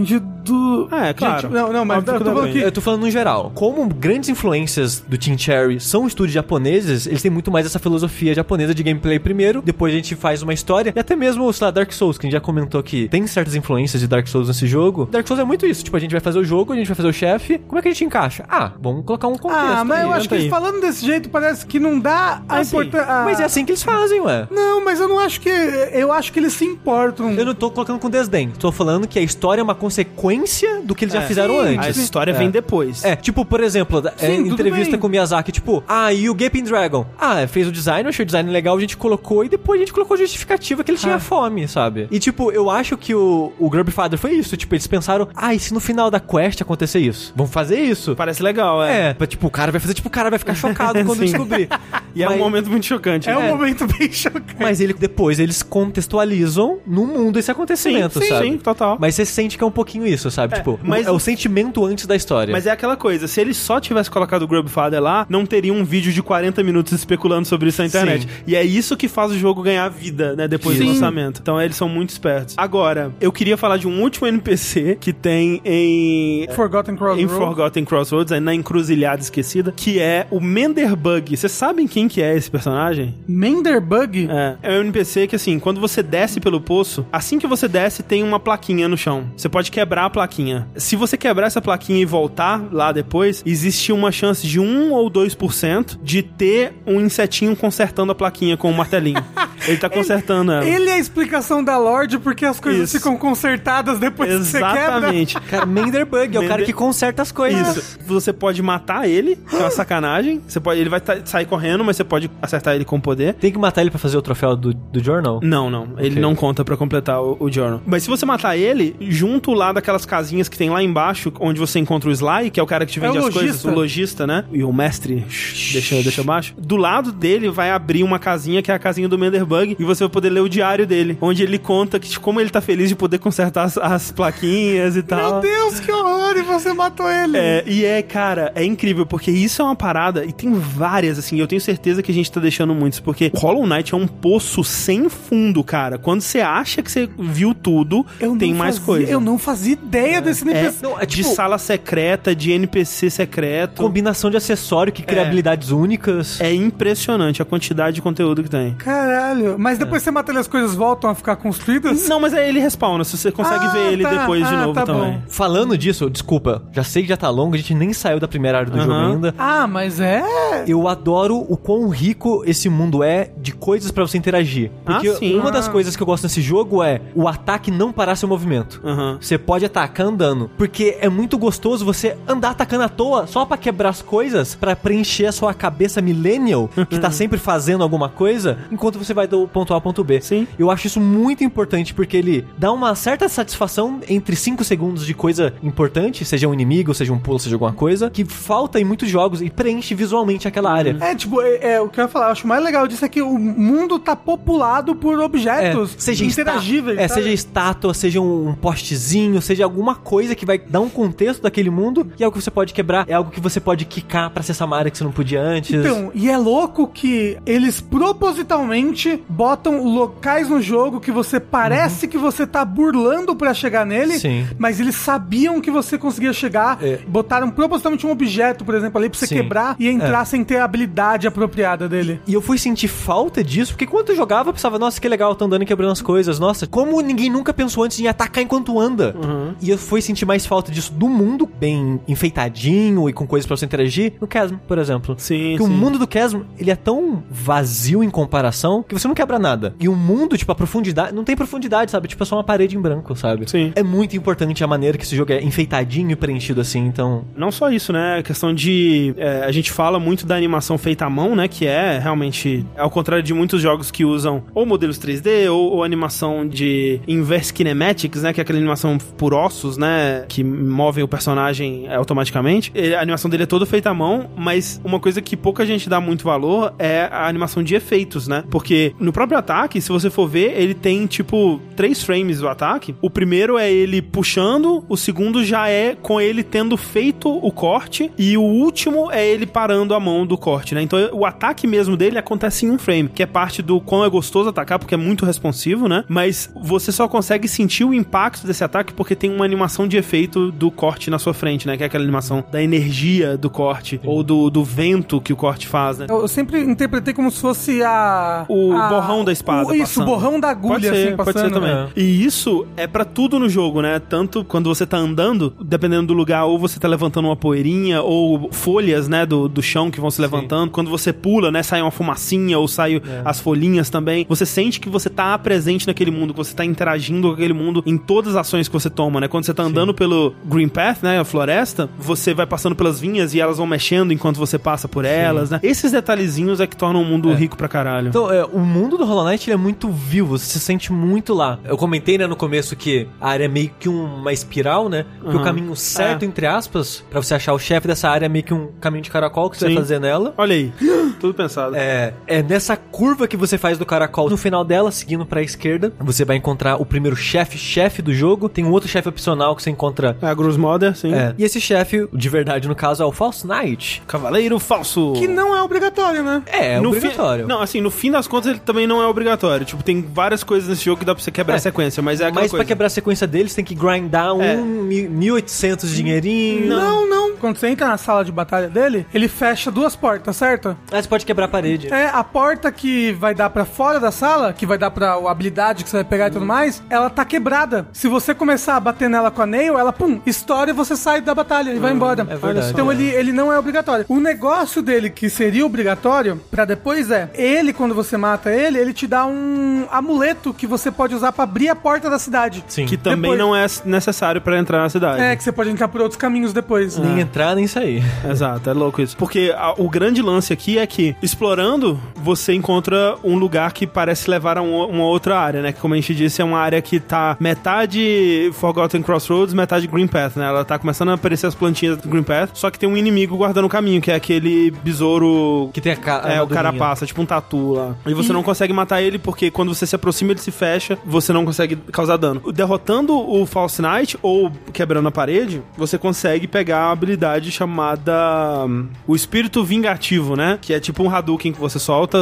Speaker 3: do...
Speaker 1: claro.
Speaker 3: Gente, não, mas eu tô falando que...
Speaker 2: Eu tô falando no geral. Como grandes influências do Team Cherry são estúdios japoneses, eles têm muito mais essa filosofia japonesa de gameplay primeiro, depois a gente faz uma história, e até mesmo, sei lá, Dark Souls, que a gente já comentou que tem certas influências de Dark Souls nesse jogo. Dark Souls é muito isso, tipo, a gente vai fazer o jogo, a gente vai fazer o chefe, como é que a gente encaixa? Vamos colocar um contexto.
Speaker 3: Mas eu acho que falando desse jeito parece que não dá a importância...
Speaker 2: Mas é assim que eles fazem, ué.
Speaker 3: Não, mas eu não acho que... Eu acho que eles se importam.
Speaker 2: Eu não tô colocando com desdém, tô falando que a história é uma consequência do que eles já fizeram antes.
Speaker 1: A história vem depois.
Speaker 2: Tipo, por exemplo, em entrevista com o Miyazaki, tipo, e o Gaping Dragon? Fez o design, achei o design legal, a gente colocou, e depois a gente colocou a justificativa que ele tinha fome, sabe? E tipo, eu acho que o Grub Father foi isso, tipo, eles pensaram, e se no final da quest acontecer isso? Vamos fazer isso?
Speaker 1: Parece legal,
Speaker 2: Tipo, o cara vai fazer, tipo, o cara vai ficar chocado quando descobrir.
Speaker 1: E é um momento muito chocante.
Speaker 3: É um momento bem chocante.
Speaker 2: Mas depois eles contextualizam no mundo esse acontecimento, sabe?
Speaker 1: Sim, total.
Speaker 2: Mas você sente que é um pouquinho isso, sabe? Tipo, é o sentimento antes da história.
Speaker 1: Mas é aquela coisa, se ele só tivesse colocado o Grub Father lá, não teria um vídeo de 40 minutos especulando sobre isso na internet. Sim. E é isso que faz o jogo ganhar vida, né, depois do lançamento. Então eles são muito espertos. Agora, eu queria falar de um último NPC que tem em Forgotten Crossroads, na Encruzilhada Esquecida, que é o Menderbug. Vocês sabem quem que é esse personagem?
Speaker 3: Menderbug?
Speaker 1: É um NPC que, assim, quando você desce pelo poço, assim que você desce, tem uma plaquinha no chão. Você pode quebrar a plaquinha. Se você quebrar essa plaquinha e voltar lá depois, existe uma chance de 1 ou 2% de ter um insetinho consertando a plaquinha com um martelinho. Ele tá consertando ela.
Speaker 3: Ele é a explicação da Lorde porque as coisas ficam consertadas depois que você quebra.
Speaker 1: Exatamente.
Speaker 2: Cara, Menderbug é o cara que conserta as coisas.
Speaker 1: Isso. Você pode matar ele, que é uma sacanagem. Ele vai sair correndo, mas você pode acertar ele com poder.
Speaker 2: Tem que matar ele pra fazer o troféu do Journal?
Speaker 1: Não. Ele não conta pra completar o Journal. Mas se você matar ele, junto lá daquelas casinhas que tem lá embaixo, onde você encontra o Sly, que é o cara que te vende as coisas, o lojista, né? E o mestre, deixa abaixo. Do lado dele vai abrir uma casinha, que é a casinha do Menderbug, e você vai poder ler o diário dele, onde ele conta que como ele tá feliz de poder consertar as plaquinhas e tal.
Speaker 3: Meu Deus, que horror! E você matou ele!
Speaker 1: Cara, é incrível, porque isso é uma parada, e tem várias, assim, eu tenho certeza que a gente tá deixando muitos, porque Hollow Knight é um poço sem fundo, cara. Quando você acha que você viu tudo, tem mais coisa.
Speaker 3: Eu não fazia ideia desse NPC.
Speaker 1: De sala secreta, de NPC secreto.
Speaker 2: Combinação de acessório que cria habilidades únicas.
Speaker 1: É impressionante a quantidade de conteúdo que tem.
Speaker 3: Caralho. Mas depois você mata ele, as coisas voltam a ficar construídas?
Speaker 1: Não, mas aí ele respawna. Se você consegue ver ele depois de novo também.
Speaker 3: Bom.
Speaker 2: Falando disso, desculpa, já sei que já tá longo, a gente nem saiu da primeira área do jogo ainda.
Speaker 3: Mas é...
Speaker 2: Eu adoro o quão rico esse mundo é de coisas pra você interagir. Porque uma das coisas que eu gosto nesse jogo é o ataque não parar seu movimento. Você pode atacar andando. Porque é muito gostoso você andar atacando à toa só pra quebrar as coisas, pra preencher a sua cabeça millennial, que tá sempre fazendo alguma coisa, enquanto você vai do ponto A ao ponto B.
Speaker 1: Sim.
Speaker 2: Eu acho isso muito importante, porque ele dá uma certa satisfação entre 5 segundos de coisa importante, seja um inimigo, seja um pulo, seja alguma coisa, que falta em muitos jogos e preenche visualmente aquela área.
Speaker 3: O que eu ia falar, eu acho mais legal disso é que o mundo tá populado por objetos interagíveis.
Speaker 2: Seja estátua, seja um postezinho, seja alguma coisa que vai dar um contexto daquele mundo, e é algo que você pode quebrar, é algo que você pode quicar pra acessar uma área que você não podia antes.
Speaker 3: Então, e é louco que eles propositalmente botam locais no jogo que você parece que você tá burlando pra chegar nele, mas eles sabiam que você conseguia chegar, botaram propositalmente um objeto, por exemplo, ali pra você quebrar e entrar sem ter a habilidade apropriada dele.
Speaker 2: E eu fui sentir falta disso, porque quando eu jogava, eu pensava, nossa, que legal, tô andando e quebrando as coisas, nossa, como ninguém nunca pensou antes em atacar enquanto anda. E eu fui sentir mais falta disso do mundo, bem enfeitadinho e com coisas pra você interagir, no Chasm, por exemplo.
Speaker 1: Sim,
Speaker 2: porque o mundo do Chasm, ele é tão vazio em comparação que você não quebra nada. E o mundo, tipo, a profundidade, não tem profundidade, sabe? Tipo, é só uma parede em branco, sabe?
Speaker 1: Sim.
Speaker 2: É muito importante a maneira que esse jogo é enfeitadinho e preenchido assim, então...
Speaker 1: Não só isso, né? A questão de... a gente fala muito da animação feita à mão, né? Que é realmente... Ao contrário de muitos jogos que usam ou modelos 3D ou animação de inverse kinematics, né? Que é aquela animação por ossos, né? Que movem o personagem automaticamente. A animação dele é toda feita à mão, mas uma coisa que pouca gente dá muito valor é a animação de efeitos, né? Porque no próprio ataque, se você for ver, ele tem, tipo, 3 frames do ataque. O primeiro é ele puxando, o segundo já é com ele tendo feito o corte, e o último é ele parando a mão do corte, né? Então o ataque mesmo dele acontece em um frame, que é parte do quão é gostoso atacar, porque é muito responsivo, né? Mas você só consegue sentir o impacto desse ataque porque tem uma animação de efeito do corte na sua frente, né? Que é aquela animação da energia do corte, ou do vento que o corte faz, né?
Speaker 3: Eu sempre interpretei como se fosse
Speaker 1: o borrão da espada.
Speaker 3: Isso, o borrão da agulha,
Speaker 1: pode ser,
Speaker 3: assim, passando.
Speaker 1: Pode ser também.
Speaker 2: É.
Speaker 1: E isso é pra tudo no jogo, né? Tanto quando você tá andando, dependendo do lugar, ou você tá levantando uma poeirinha, ou folhas, né, do chão que vão se levantando. Quando você pula, né, sai uma fumacinha, ou sai as folhinhas também. Você sente que você tá presente naquele mundo, que você tá interagindo com aquele mundo em todas as ações que você toma, né? Quando você tá andando pelo Green Path, né, a floresta, você vai passando pelas vinhas e elas vão mexendo enquanto você passa por elas, né? Esses detalhezinhos é que tornam o mundo rico pra caralho.
Speaker 2: Então, o mundo do Hollow Knight ele é muito vivo, você se sente muito lá. Eu comentei, né, no começo que a área é meio que uma espiral, né? Que o caminho certo, entre aspas, pra você achar o chefe dessa área é meio que um caminho de caracol que você vai fazer nela.
Speaker 1: Olha aí, tudo pensado.
Speaker 2: É nessa curva que você faz do caracol, no final dela, seguindo pra esquerda, você vai encontrar o primeiro chefe do jogo. Tem um outro chefe opcional que você encontra.
Speaker 1: É a Gruz Mother, sim.
Speaker 2: E esse chefe, de verdade, no caso, é o False Knight.
Speaker 1: Cavaleiro Falso.
Speaker 3: Que não é obrigatório, né?
Speaker 2: É obrigatório.
Speaker 1: Não, assim, no fim das contas, ele também não é obrigatório. Tipo, tem várias coisas nesse jogo que dá pra você quebrar a sequência, mas é aquela coisa.
Speaker 2: Pra quebrar a sequência deles, tem que grindar 1.800 dinheirinho.
Speaker 3: Não. Quando você entra na sala de batalha dele, ele fecha 2 portas, certo?
Speaker 2: Você pode quebrar a parede.
Speaker 3: A porta que vai dar pra fora da sala, que vai dar pra habilidade que você vai pegar e tudo mais, ela tá quebrada. Se você começar a bater nela com a nail, ela, estoura e você sai da batalha e vai embora.
Speaker 2: É verdade.
Speaker 3: Então ele não é obrigatório. O negócio dele que seria obrigatório pra depois ele, quando você mata ele te dá um amuleto que você pode usar pra abrir a porta da cidade.
Speaker 2: Sim.
Speaker 1: Que também não é necessário pra entrar na cidade.
Speaker 3: Que você pode entrar por outros caminhos depois.
Speaker 2: Nem entrar, nem sair.
Speaker 1: Exato, é louco isso. Porque o grande lance aqui é que, explorando, você encontra um lugar que parece levar a uma outra área, né? Que, como a gente disse, é uma área que tá metade Forgotten Crossroads, metade Green Path, né? Ela tá começando a aparecer as plantinhas do Green Path, só que tem um inimigo guardando o caminho, que é aquele besouro...
Speaker 2: Que tem
Speaker 1: o carapaça, tipo um tatu lá. E você não consegue matar ele porque quando você se aproxima, ele se fecha, você não consegue causar dano. Derrotando o False Knight, ou quebrando a parede, você consegue pegar a habilidade chamada o Espírito Vingativo, né? Que é tipo um Hadouken que você solta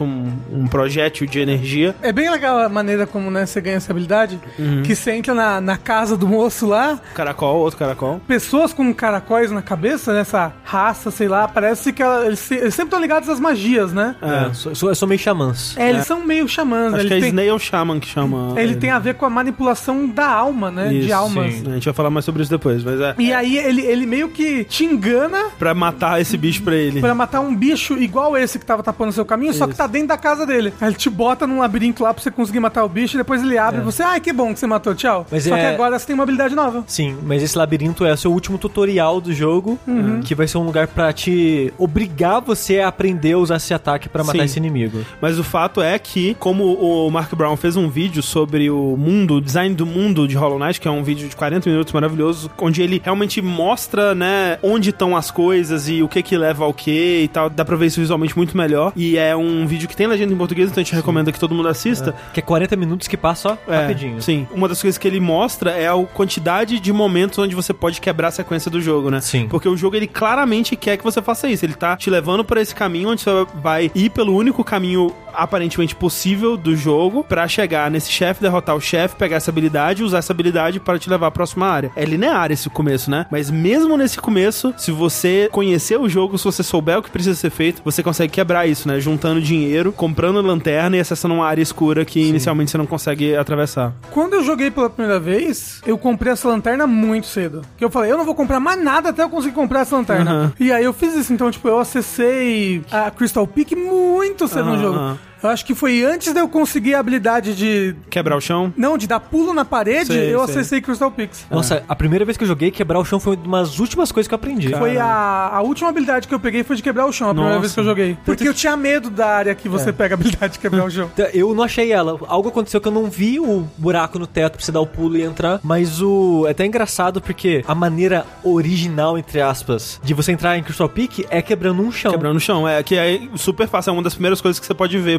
Speaker 1: um projétil de energia.
Speaker 3: É bem legal a maneira como, né, você ganha essa habilidade, que você entra na casa do moço lá.
Speaker 1: Outro caracol.
Speaker 3: Pessoas com caracóis na cabeça, nessa raça, sei lá, parece que eles sempre estão ligados às magias, né?
Speaker 2: São meio xamãs.
Speaker 3: Eles são meio xamãs.
Speaker 1: Acho que é Snail Shaman que chama.
Speaker 3: Ele tem a ver com a manipulação da alma, né?
Speaker 1: Isso,
Speaker 3: de almas.
Speaker 1: Sim. A gente vai falar mais sobre isso depois, mas
Speaker 3: E aí ele meio que te engana
Speaker 1: pra matar esse bicho pra ele.
Speaker 3: Pra matar um bicho igual esse que tava tapando o seu caminho, só que tá dentro da casa dele. Aí ele te bota num labirinto lá pra você conseguir matar o bicho, e depois ele abre e você, que bom que você matou, tchau.
Speaker 2: Mas
Speaker 3: só que agora você tem uma habilidade nova.
Speaker 2: Sim, mas esse labirinto é o seu último tutorial do jogo, que vai ser um lugar pra te obrigar você a aprender a usar esse ataque pra matar esse inimigo.
Speaker 1: Mas o fato é que, como o Mark Brown fez um vídeo sobre o design do mundo de Hollow Knight, que é um vídeo de 40 minutos maravilhoso, onde ele realmente mostra, né, onde estão as coisas e o que leva ao que e tal. Dá pra ver isso visualmente muito melhor. E é um vídeo que tem legenda em português, então a gente recomenda que todo mundo assista.
Speaker 2: Que é 40 minutos que passa rapidinho.
Speaker 1: Sim. Uma das coisas que ele mostra é a quantidade de momentos onde você pode quebrar a sequência do jogo, né?
Speaker 2: Sim.
Speaker 1: Porque o jogo, ele claramente quer que você faça isso. Ele tá te levando pra esse caminho onde você vai ir pelo único caminho aparentemente possível do jogo pra chegar nesse chefe, derrotar o chefe, pegar essa habilidade e usar essa habilidade para te levar à próxima área. É linear esse começo, né? Mas mesmo nesse começo, se você conhecer o jogo, se você souber o que precisa ser feito, você consegue quebrar isso, né? Juntando dinheiro, comprando lanterna e acessando uma área escura que inicialmente você não consegue atravessar.
Speaker 3: Quando eu joguei pela primeira vez, eu comprei essa lanterna muito cedo. Que eu falei, eu não vou comprar mais nada até eu conseguir comprar essa lanterna. E aí eu fiz isso, então, tipo, eu acessei a Crystal Peak muito cedo no jogo. Eu acho que foi antes de eu conseguir a habilidade de...
Speaker 1: Quebrar o chão?
Speaker 3: Não, de dar pulo na parede, eu acessei Crystal Peaks.
Speaker 2: Nossa, a primeira vez que eu joguei, quebrar o chão foi uma das últimas coisas que eu aprendi.
Speaker 3: Foi a última habilidade que eu peguei foi de quebrar o chão, a primeira vez que eu joguei. Porque eu tinha medo da área que você pega a habilidade de quebrar o chão.
Speaker 2: Eu não achei ela. Algo aconteceu que eu não vi o buraco no teto pra você dar o pulo e entrar, mas é até engraçado porque a maneira original, entre aspas, de você entrar em Crystal Peak é quebrando um chão.
Speaker 1: Quebrando o chão, que é super fácil, é uma das primeiras coisas que você pode ver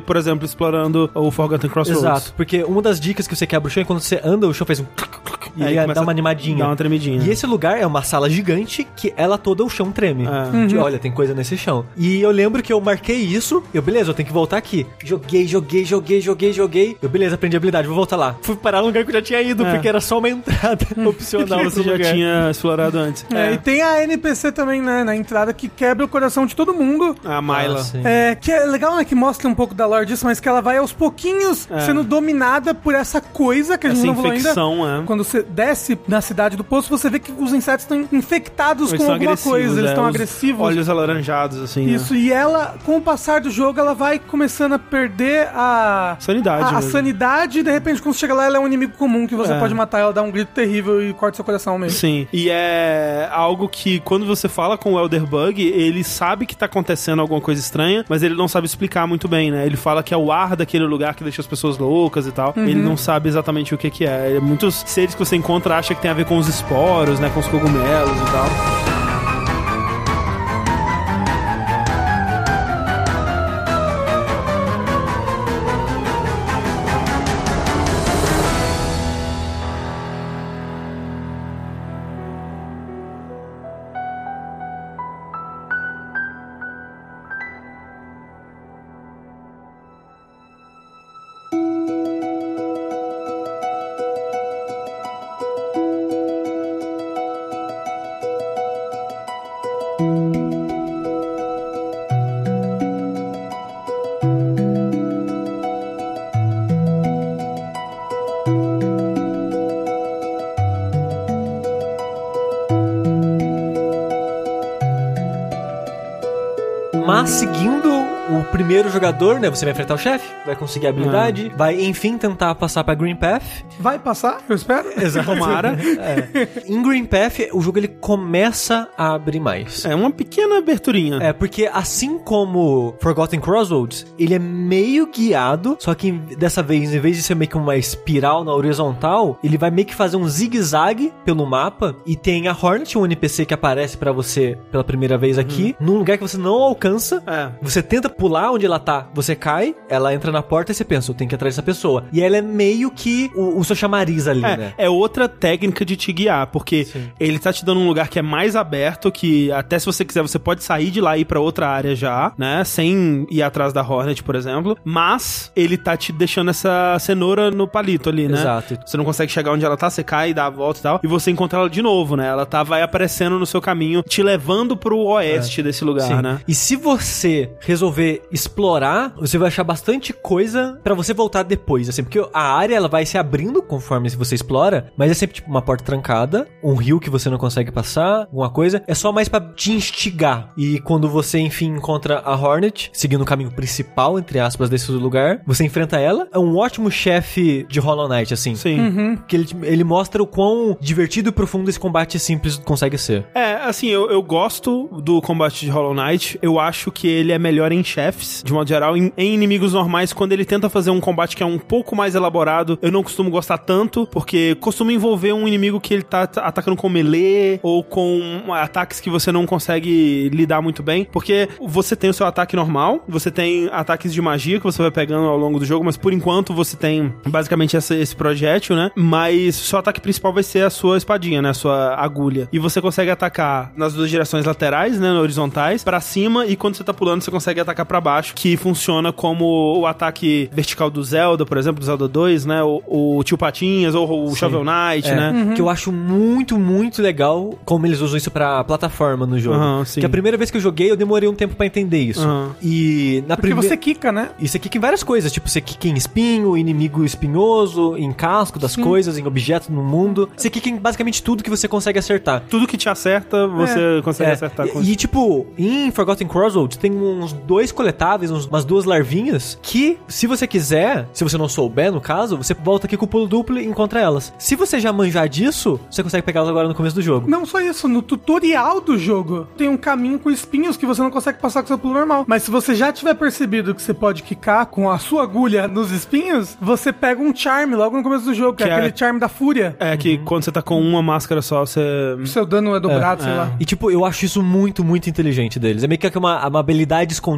Speaker 1: por exemplo, explorando o Forgotten Crossroads.
Speaker 2: Exato, porque uma das dicas que você quebra o chão é quando você anda, o chão faz um... E ele dá uma animadinha.
Speaker 1: Dá uma tremidinha.
Speaker 2: E esse lugar é uma sala gigante que ela toda o chão treme. Olha, tem coisa nesse chão. E eu lembro que eu marquei isso. Beleza, eu tenho que voltar aqui. Joguei. Eu, beleza, aprendi a habilidade, vou voltar lá. Fui parar no lugar que eu já tinha ido, porque era só uma entrada opcional.
Speaker 1: Que você já tinha explorado antes.
Speaker 3: E tem a NPC também, né, na entrada, que quebra o coração de todo mundo.
Speaker 1: A Myla.
Speaker 3: Que é legal, né, que mostra um pouco da lore disso, mas que ela vai aos pouquinhos sendo dominada por essa coisa que a gente não falou ainda. Quando você desce na cidade do poço, você vê que os insetos estão infectados com alguma coisa. Eles estão agressivos.
Speaker 1: Olhos alaranjados, assim.
Speaker 3: Isso, e ela, com o passar do jogo, ela vai começando a perder a sanidade, e de repente, quando você chega lá, ela é um inimigo comum que você pode matar, ela dá um grito terrível e corta seu coração mesmo.
Speaker 1: Sim, e é algo que quando você fala com o Elderbug, ele sabe que tá acontecendo alguma coisa estranha, mas ele não sabe explicar muito bem, né? Ele fala que é o ar daquele lugar que deixa as pessoas loucas e tal. Ele não sabe exatamente o que é. Muitos seres que você encontra acham que tem a ver com os esporos, né? Com os cogumelos e tal.
Speaker 2: Mas seguindo o primeiro jogador, né? Você vai enfrentar o chefe, vai conseguir a habilidade, vai enfim tentar passar pra Green Path.
Speaker 3: Vai passar, eu espero.
Speaker 2: Exato. Tomara. Em Green Path, o jogo ele começa a abrir mais.
Speaker 1: É uma pequena aberturinha.
Speaker 2: Porque assim como Forgotten Crossroads, ele é meio guiado, só que dessa vez, em vez de ser meio que uma espiral na horizontal, ele vai meio que fazer um zigue-zague pelo mapa, e tem a Hornet, um NPC que aparece pra você pela primeira vez aqui, num lugar que você não alcança. Você tenta pular onde ela tá, você cai, ela entra na porta e você pensa, eu tenho que ir atrás dessa pessoa. E ela é meio que o seu chamariz ali, né?
Speaker 1: É outra técnica de te guiar, porque ele tá te dando um lugar que é mais aberto, que até se você quiser, você pode sair de lá e ir pra outra área já, né? Sem ir atrás da Hornet, por exemplo. Mas ele tá te deixando essa cenoura no palito ali, né?
Speaker 2: Exato.
Speaker 1: Você não consegue chegar onde ela tá, você cai, dá a volta e tal, e você encontra ela de novo, né? Ela vai aparecendo no seu caminho, te levando pro oeste desse lugar, né?
Speaker 2: E se você resolver explorar, você vai achar bastante coisa pra você voltar depois, assim, porque a área ela vai se abrindo conforme você explora, mas é sempre tipo uma porta trancada, um rio que você não consegue passar, alguma coisa, é só mais pra te instigar. E quando você enfim encontra a Hornet, seguindo o caminho principal, entre aspas, desse lugar, você enfrenta ela, é um ótimo chefe de Hollow Knight, assim.
Speaker 1: Sim.
Speaker 2: Que ele mostra o quão divertido e profundo esse combate simples consegue ser.
Speaker 1: Assim, eu gosto do combate de Hollow Knight, eu acho que ele é melhor em chefes, de modo geral. Em inimigos normais, quando ele tenta fazer um combate que é um pouco mais elaborado, eu não costumo gostar tanto, porque costuma envolver um inimigo que ele tá atacando com melee, ou com ataques que você não consegue lidar muito bem, porque você tem o seu ataque normal, você tem ataques de magia que você vai pegando ao longo do jogo, mas por enquanto você tem basicamente esse projétil, né? Mas o seu ataque principal vai ser a sua espadinha, né? A sua agulha. E você consegue atacar nas duas direções laterais, né? Horizontais, pra cima, e quando você tá pulando, você consegue atacar pra baixo, que funciona como o ataque vertical do Zelda, por exemplo, do Zelda 2, né? O Tio Patinhas, ou o Shovel Knight, né?
Speaker 2: Que eu acho muito, muito legal como eles usam isso pra plataforma no jogo. Que a primeira vez que eu joguei, eu demorei um tempo pra entender isso. E na
Speaker 3: Porque você quica, né?
Speaker 2: E você quica em várias coisas, tipo, você quica em espinho, inimigo espinhoso, em casco das coisas, em objetos no mundo. Você quica em basicamente tudo que você consegue acertar.
Speaker 1: Tudo que te acerta, você consegue acertar com isso.
Speaker 2: E tipo, em Forgotten Crossroads tem uns 2 coletáveis, umas 2 larvinhas, que se você quiser, se você não souber, no caso, você volta aqui com o pulo duplo e encontra elas. Se você já manjar disso, você consegue pegá-las agora no começo do jogo.
Speaker 3: Não só isso, no tutorial do jogo tem um caminho com espinhos que você não consegue passar com seu pulo normal. Mas se você já tiver percebido que você pode quicar com a sua agulha nos espinhos, você pega um charme logo no começo do jogo, que é aquele charme da fúria.
Speaker 1: Que quando você tá com uma máscara só, você...
Speaker 3: O seu dano é dobrado, sei lá.
Speaker 2: E tipo, eu acho isso muito, muito inteligente deles. É meio que uma habilidade escondida no jogo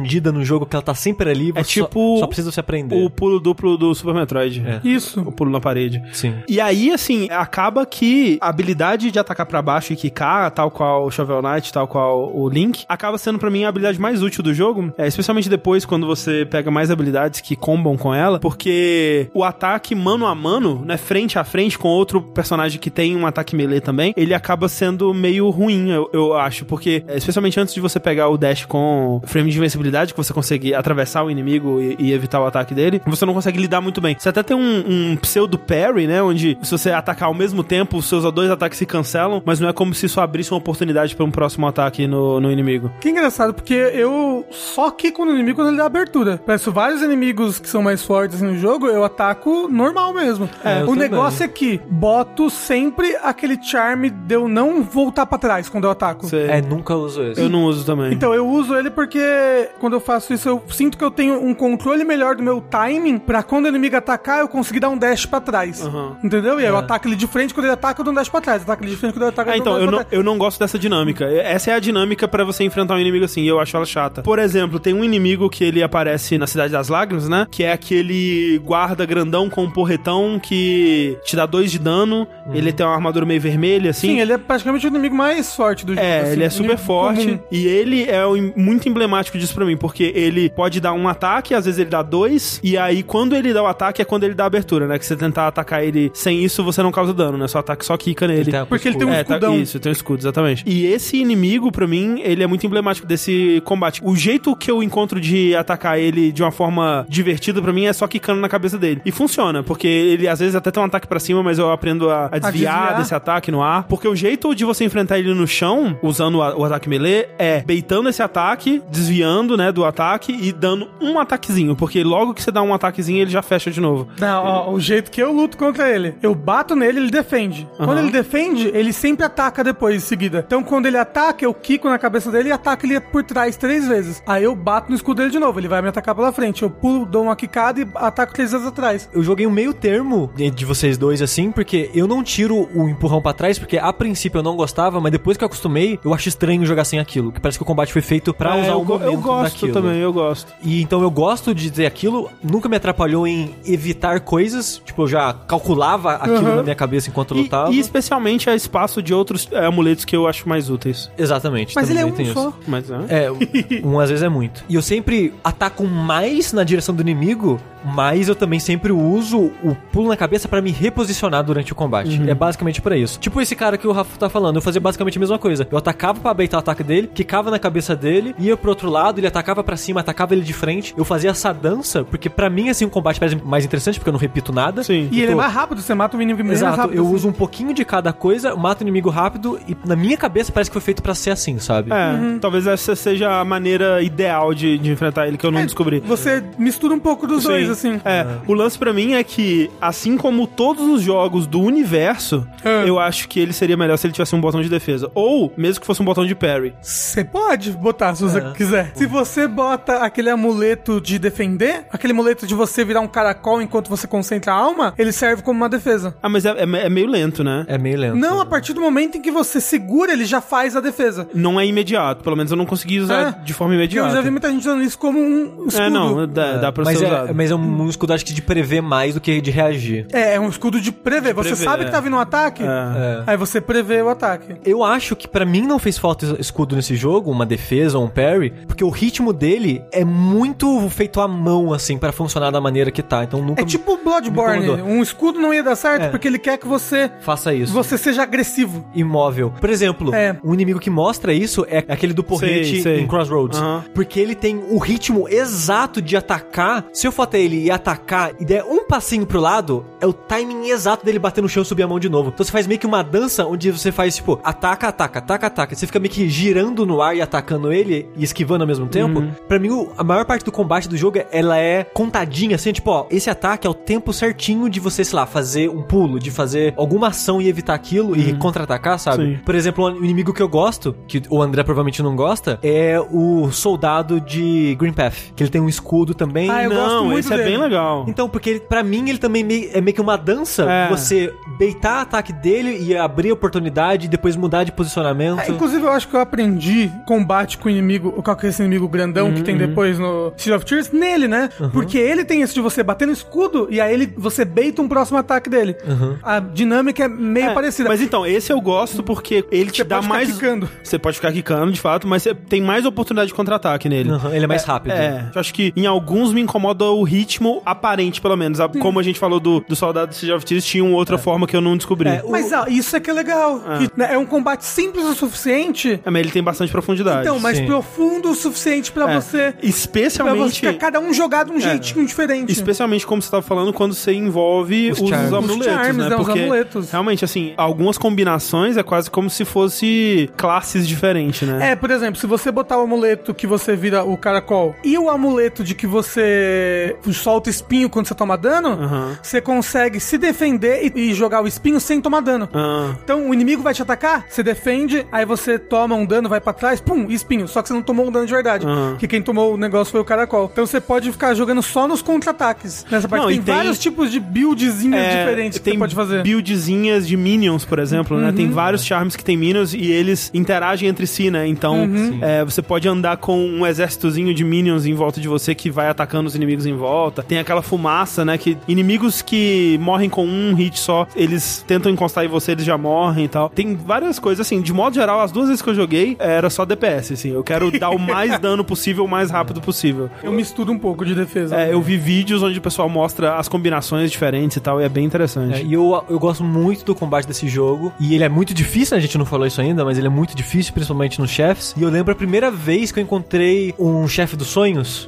Speaker 2: jogo que ela tá sempre ali, você
Speaker 1: tipo
Speaker 2: só precisa se aprender.
Speaker 1: O pulo duplo do Super Metroid.
Speaker 3: Isso.
Speaker 1: O pulo na parede.
Speaker 2: Sim.
Speaker 1: E aí, assim, acaba que a habilidade de atacar pra baixo e quicar, tal qual o Shovel Knight, tal qual o Link, acaba sendo pra mim a habilidade mais útil do jogo, especialmente depois quando você pega mais habilidades que combam com ela, porque o ataque mano a mano, né, frente a frente com outro personagem que tem um ataque melee também, ele acaba sendo meio ruim, eu acho, porque especialmente antes de você pegar o dash com frame de invencibilidade, que você consegue atravessar o inimigo e evitar o ataque dele, você não consegue lidar muito bem. Você até tem um pseudo parry, né, onde se você atacar ao mesmo tempo, os seus dois ataques se cancelam, mas não é como se isso abrisse uma oportunidade para um próximo ataque no inimigo.
Speaker 3: Que engraçado, porque eu só quico no inimigo quando ele dá abertura. Peço vários inimigos que são mais fortes no jogo, eu ataco normal mesmo. O negócio é que boto sempre aquele charme de eu não voltar pra trás quando eu ataco.
Speaker 2: Nunca uso esse.
Speaker 1: Eu não uso também.
Speaker 3: Então, eu uso ele porque quando eu faço isso, eu sinto que eu tenho um controle melhor do meu timing pra quando o inimigo atacar, eu conseguir dar um dash pra trás. Entendeu? E aí eu ataco ele de frente, quando ele ataca, eu dou um dash pra trás. Ataco ele de frente, quando ele ataca, eu dou um dash pra trás.
Speaker 1: Eu não gosto dessa dinâmica. Essa é a dinâmica pra você enfrentar um inimigo assim, e eu acho ela chata. Por exemplo, tem um inimigo que ele aparece na Cidade das Lágrimas, né? Que é aquele guarda grandão com um porretão que te dá 2 de dano. Ele tem uma armadura meio vermelha, assim.
Speaker 3: Sim, ele é praticamente o inimigo mais forte do jogo. Assim,
Speaker 1: ele é super forte. Comum. E ele é muito emblemático disso pra mim, porque ele pode dar um ataque, às vezes ele dá 2, e aí quando ele dá o ataque é quando ele dá a abertura, né? Que você tentar atacar ele sem isso, você não causa dano, né? Seu ataque só quica nele.
Speaker 3: Porque ele tem um escudão.
Speaker 1: Isso, tem um escudo, exatamente. E esse inimigo, pra mim, ele é muito emblemático desse combate. O jeito que eu encontro de atacar ele de uma forma divertida pra mim é só quicando na cabeça dele. E funciona, porque ele às vezes até tem um ataque pra cima, mas eu aprendo a desviar desse ataque no ar. Porque o jeito de você enfrentar ele no chão, usando o ataque melee, é beitando esse ataque, desviando, né, do ataque e dando um ataquezinho. Porque logo que você dá um ataquezinho, ele já fecha de novo.
Speaker 3: Não, o jeito que eu luto contra ele, eu bato nele, ele defende. Quando ele defende, ele sempre ataca depois, em seguida. Então, quando ele ataca, eu quico na cabeça dele e ataco ele por trás 3 vezes. Aí eu bato no escudo dele de novo, ele vai me atacar pela frente. Eu pulo, dou uma quicada e ataco 3 vezes atrás.
Speaker 2: Eu joguei um meio termo de vocês dois, assim, porque eu não tiro o empurrão pra trás, porque a princípio eu não gostava, mas depois que eu acostumei, eu acho estranho jogar sem aquilo, que parece que o combate foi feito pra usar o momento
Speaker 1: daquilo. Eu gosto
Speaker 2: daquilo.
Speaker 1: também, eu gosto.
Speaker 2: E então eu gosto de dizer aquilo, nunca me atrapalhou em evitar coisas, tipo, eu já calculava aquilo na minha cabeça enquanto eu lutava.
Speaker 1: E especialmente a espaço de outros amuletos que eu acho mais úteis.
Speaker 2: Exatamente.
Speaker 3: Mas ele é um
Speaker 2: tem
Speaker 3: só.
Speaker 2: isso.
Speaker 1: Mas,
Speaker 2: um às vezes é muito. E eu sempre ataco mais na direção do inimigo, mas eu também sempre uso o pulo na cabeça pra me reposicionar durante o combate. É basicamente pra isso. Tipo esse cara que o Rafa tá falando, eu fazia basicamente a mesma coisa. Eu atacava pra baitar o ataque dele, quicava na cabeça dele, ia pro outro lado, ele atacava pra cima, atacava ele de frente. Eu fazia essa dança, porque pra mim, assim, o combate parece mais interessante, porque eu não repito nada.
Speaker 1: Sim.
Speaker 3: E ele é mais rápido, você mata o inimigo mais rápido.
Speaker 2: Exato, eu uso um pouquinho de cada coisa, mato o inimigo rápido, e na minha cabeça parece que foi feito pra ser assim, sabe?
Speaker 1: Talvez essa seja a maneira ideal de enfrentar ele, que eu não descobri.
Speaker 3: Você mistura um pouco dos dois, assim.
Speaker 1: O lance pra mim é que, assim como todos os jogos do universo, eu acho que ele seria melhor se ele tivesse um botão de defesa. Ou, mesmo que fosse um botão de parry.
Speaker 3: Você pode botar, se você quiser. Se você bota aquele amuleto de defender, aquele amuleto de você virar um caracol enquanto você concentra a alma, ele serve como uma defesa.
Speaker 1: Ah, mas é meio lento, né?
Speaker 2: É meio lento.
Speaker 3: Não, a partir do momento em que você segura, ele já faz a defesa.
Speaker 1: Não é imediato. Pelo menos eu não consegui usar de forma imediata.
Speaker 3: Eu já vi muita gente usando isso como um escudo.
Speaker 1: Dá pra ser usado.
Speaker 2: Mas é um escudo, acho que de prever mais do que de reagir.
Speaker 3: É um escudo de prever. Você sabe que tá vindo um ataque, aí você prevê o ataque.
Speaker 2: Eu acho que pra mim não fez falta escudo nesse jogo, uma defesa ou um parry, porque o ritmo dele é muito feito à mão, assim, pra funcionar da maneira que tá. Então nunca.
Speaker 3: É tipo Bloodborne. Um escudo não ia dar certo porque ele quer que você
Speaker 2: faça isso.
Speaker 3: Você seja agressivo.
Speaker 2: Imóvel. Por exemplo, um inimigo que mostra isso é aquele do porrete em Crossroads. Porque ele tem o ritmo exato de atacar. Se eu for até ele e atacar e der um passinho pro lado, é o timing exato dele bater no chão e subir a mão de novo. Então você faz meio que uma dança onde você faz, tipo, ataca, ataca, ataca, ataca. Você fica meio que girando no ar e atacando ele e esquivando ao mesmo tempo. Pra mim, a maior parte do combate do jogo, ela é contadinha, assim, tipo, ó, esse ataque é o tempo certinho de você, sei lá, fazer um pulo, de fazer alguma ação e evitar aquilo e contra-atacar, sabe?
Speaker 1: Sim.
Speaker 2: Por exemplo, o inimigo que eu gosto, que o André provavelmente não gosta, é o soldado de Green Path, que ele tem um escudo também.
Speaker 3: Eu gosto muito
Speaker 1: esse
Speaker 3: dele.
Speaker 1: é bem legal.
Speaker 2: Então, porque pra mim ele também é meio que uma dança, você beitar o ataque dele e abrir a oportunidade e depois mudar de posicionamento.
Speaker 3: Inclusive, eu acho que eu aprendi combate com o inimigo, com esse inimigo grandão combinação que tem depois no Sea of Thieves nele, né? Porque ele tem isso de você bater no escudo e aí você baita um próximo ataque dele. A dinâmica é meio parecida.
Speaker 1: Mas então, esse eu gosto porque ele te dá mais... Você pode ficar quicando, de fato, mas você tem mais oportunidade de contra-ataque nele.
Speaker 2: Ele é mais rápido.
Speaker 1: Eu acho que em alguns me incomoda o ritmo aparente, pelo menos. Como a gente falou do soldado do Sea of Thieves, tinha uma outra forma que eu não descobri.
Speaker 3: Mas isso é que é legal. Que, né, é um combate simples o suficiente.
Speaker 1: Mas ele tem bastante profundidade.
Speaker 3: Então, mas profundo o suficiente pra você...
Speaker 1: Especialmente...
Speaker 3: Pra você ficar cada um jogado de um jeitinho diferente.
Speaker 1: Especialmente, como você tava falando, quando você envolve os amuletos,
Speaker 3: charms,
Speaker 1: né?
Speaker 3: Porque, os amuletos.
Speaker 1: Realmente, assim, algumas combinações é quase como se fosse classes diferentes, né?
Speaker 3: Por exemplo, se você botar o amuleto que você vira o caracol e o amuleto de que você solta o espinho quando você toma dano, você consegue se defender e jogar o espinho sem tomar dano. Então, o inimigo vai te atacar, você defende, aí você toma um dano, vai pra trás, pum, espinho. Só que você não tomou um dano de verdade. Que quem tomou o negócio foi o caracol. Então, você pode ficar jogando só nos contra-ataques. Nessa parte tem vários tipos de buildzinhas diferentes que você pode fazer.
Speaker 1: Tem buildzinhas de minions, por exemplo, né? Tem vários charms que tem minions e eles interagem entre si, né? Então, você pode andar com um exércitozinho de minions em volta de você que vai atacando os inimigos em volta. Tem aquela fumaça, né? Que inimigos que morrem com um hit só, eles tentam encostar em você, eles já morrem e tal. Tem várias coisas, assim, de modo geral, as duas vezes que eu joguei, era só DPS, assim. Eu quero dar o mais dano possível, o mais rápido possível.
Speaker 3: Eu misturo um pouco de defesa.
Speaker 1: Eu vi vídeos onde o pessoal mostra as combinações diferentes e tal, e é bem interessante.
Speaker 2: E eu gosto muito do combate desse jogo, e ele é muito difícil, né? A gente não falou isso ainda, mas ele é muito difícil, principalmente nos chefes. E eu lembro a primeira vez que eu encontrei um chefe dos sonhos,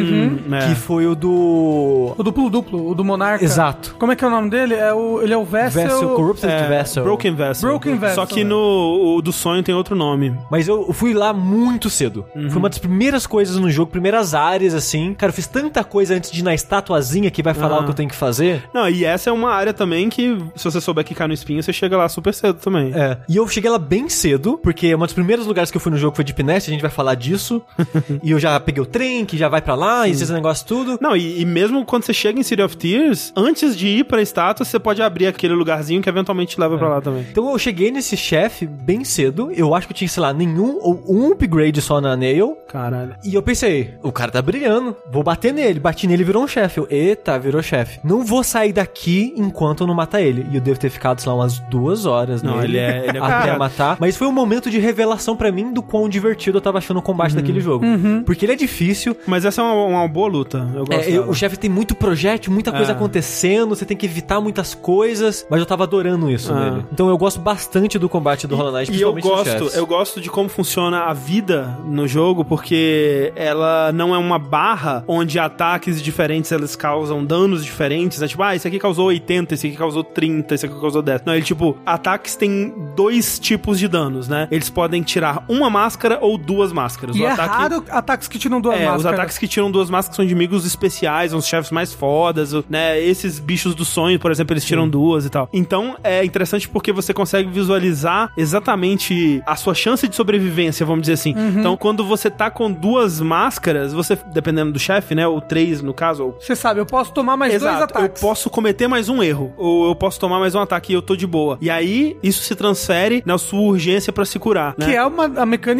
Speaker 2: que foi o do...
Speaker 3: O duplo, o do Monarca.
Speaker 2: Exato.
Speaker 3: Como é que é o nome dele? Ele é o Vessel...
Speaker 2: Corrupted Vessel.
Speaker 1: Broken Vessel. Só que o do sonho tem outro nome.
Speaker 2: Mas eu fui lá muito cedo. Foi uma das primeiras coisas no jogo, primeiras áreas, assim. Cara, eu fiz tanta coisa antes de ir na estatuazinha que vai falar o que eu tenho que fazer.
Speaker 1: Não, e essa é uma área também que, se você souber quicar no espinho, você chega lá super cedo também.
Speaker 2: E eu cheguei lá bem cedo, porque um dos primeiros lugares que eu fui no jogo foi Deep Nest, a gente vai falar disso. E eu já peguei o trem, que já vai pra lá, e esse negócio tudo.
Speaker 1: Não, e mesmo quando você chega em Sea of Thieves, antes de ir pra estátua, você pode abrir aquele lugarzinho que eventualmente te leva pra lá também.
Speaker 2: Então eu cheguei nesse chefe bem cedo, eu acho que eu tinha, sei lá, nenhum ou um upgrade só na Nail.
Speaker 1: Caralho.
Speaker 2: E eu pensei, o cara tá brilhando, vou bater nele. Bati nele e virou um chefe. Eita, virou chefe. Não vou sair daqui enquanto eu não matar ele. E eu devo ter ficado, sei lá, umas 2 horas nele.
Speaker 1: Ele é
Speaker 2: até matar. Mas foi um momento de revelação pra mim do quão divertido eu tava achando o combate daquele jogo. Porque ele é difícil.
Speaker 1: Mas essa é uma boa luta. Eu gosto
Speaker 2: o chefe tem muito projétil, muita coisa acontecendo, você tem que evitar muitas coisas, mas eu tava adorando isso nele. Então eu gosto bastante do combate do Hollow Knight, principalmente nos chefes.
Speaker 1: Eu gosto de como funciona a vida no jogo, porque ela não é uma barra onde ataques diferentes eles causam danos diferentes, né? Tipo, esse aqui causou 80, esse aqui causou 30, esse aqui causou 10. Não, ele tipo, ataques têm 2 tipos de danos, né? Eles podem tirar uma máscara ou 2 máscaras.
Speaker 3: E raro ataques que tiram 2 máscaras.
Speaker 1: Os ataques que tiram 2 máscaras são de inimigos especiais, os chefes mais fodas, né? Esses bichos do sonho, por exemplo, eles tiram 2 e tal. Então, é interessante porque você consegue visualizar exatamente a sua chance de sobrevivência, vamos dizer assim. Então, quando você tá com 2 máscaras, você, dependendo do chefe, né? Ou 3, no caso.
Speaker 3: Você sabe, eu posso tomar mais 2 ataques.
Speaker 1: Eu posso cometer mais um erro. Ou eu posso tomar mais um ataque e eu tô de boa. E aí, isso se transfere na sua urgência pra se curar, né?
Speaker 3: Que é uma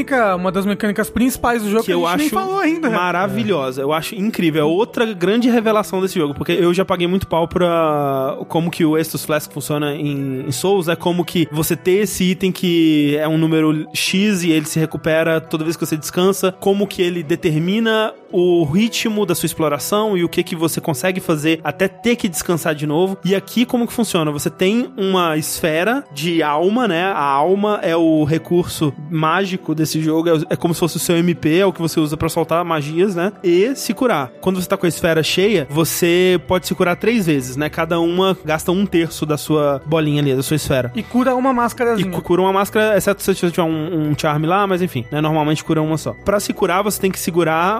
Speaker 3: das mecânicas principais do jogo que a gente nem falou ainda.
Speaker 1: Maravilhosa. Eu acho incrível. É outra grande revelação desse jogo. Porque eu já paguei muito pau pra como que o Estus Flask funciona em Souls. É como que você ter esse item que é um número X e ele se recupera toda vez que você descansa. Como que ele determina o ritmo da sua exploração e o que você consegue fazer até ter que descansar de novo. E aqui como que funciona? Você tem uma esfera de alma, né? A alma é o recurso mágico desse jogo, é como se fosse o seu MP, é o que você usa pra soltar magias, né? E se curar. Quando você tá com a esfera cheia, você pode se curar 3 vezes, né? Cada uma gasta 1/3 da sua bolinha ali, da sua esfera.
Speaker 3: E cura uma máscarazinha.
Speaker 1: E cura uma máscara, exceto se você tiver um charme lá, mas enfim, né? Normalmente cura uma só. Pra se curar, você tem que segurar um botão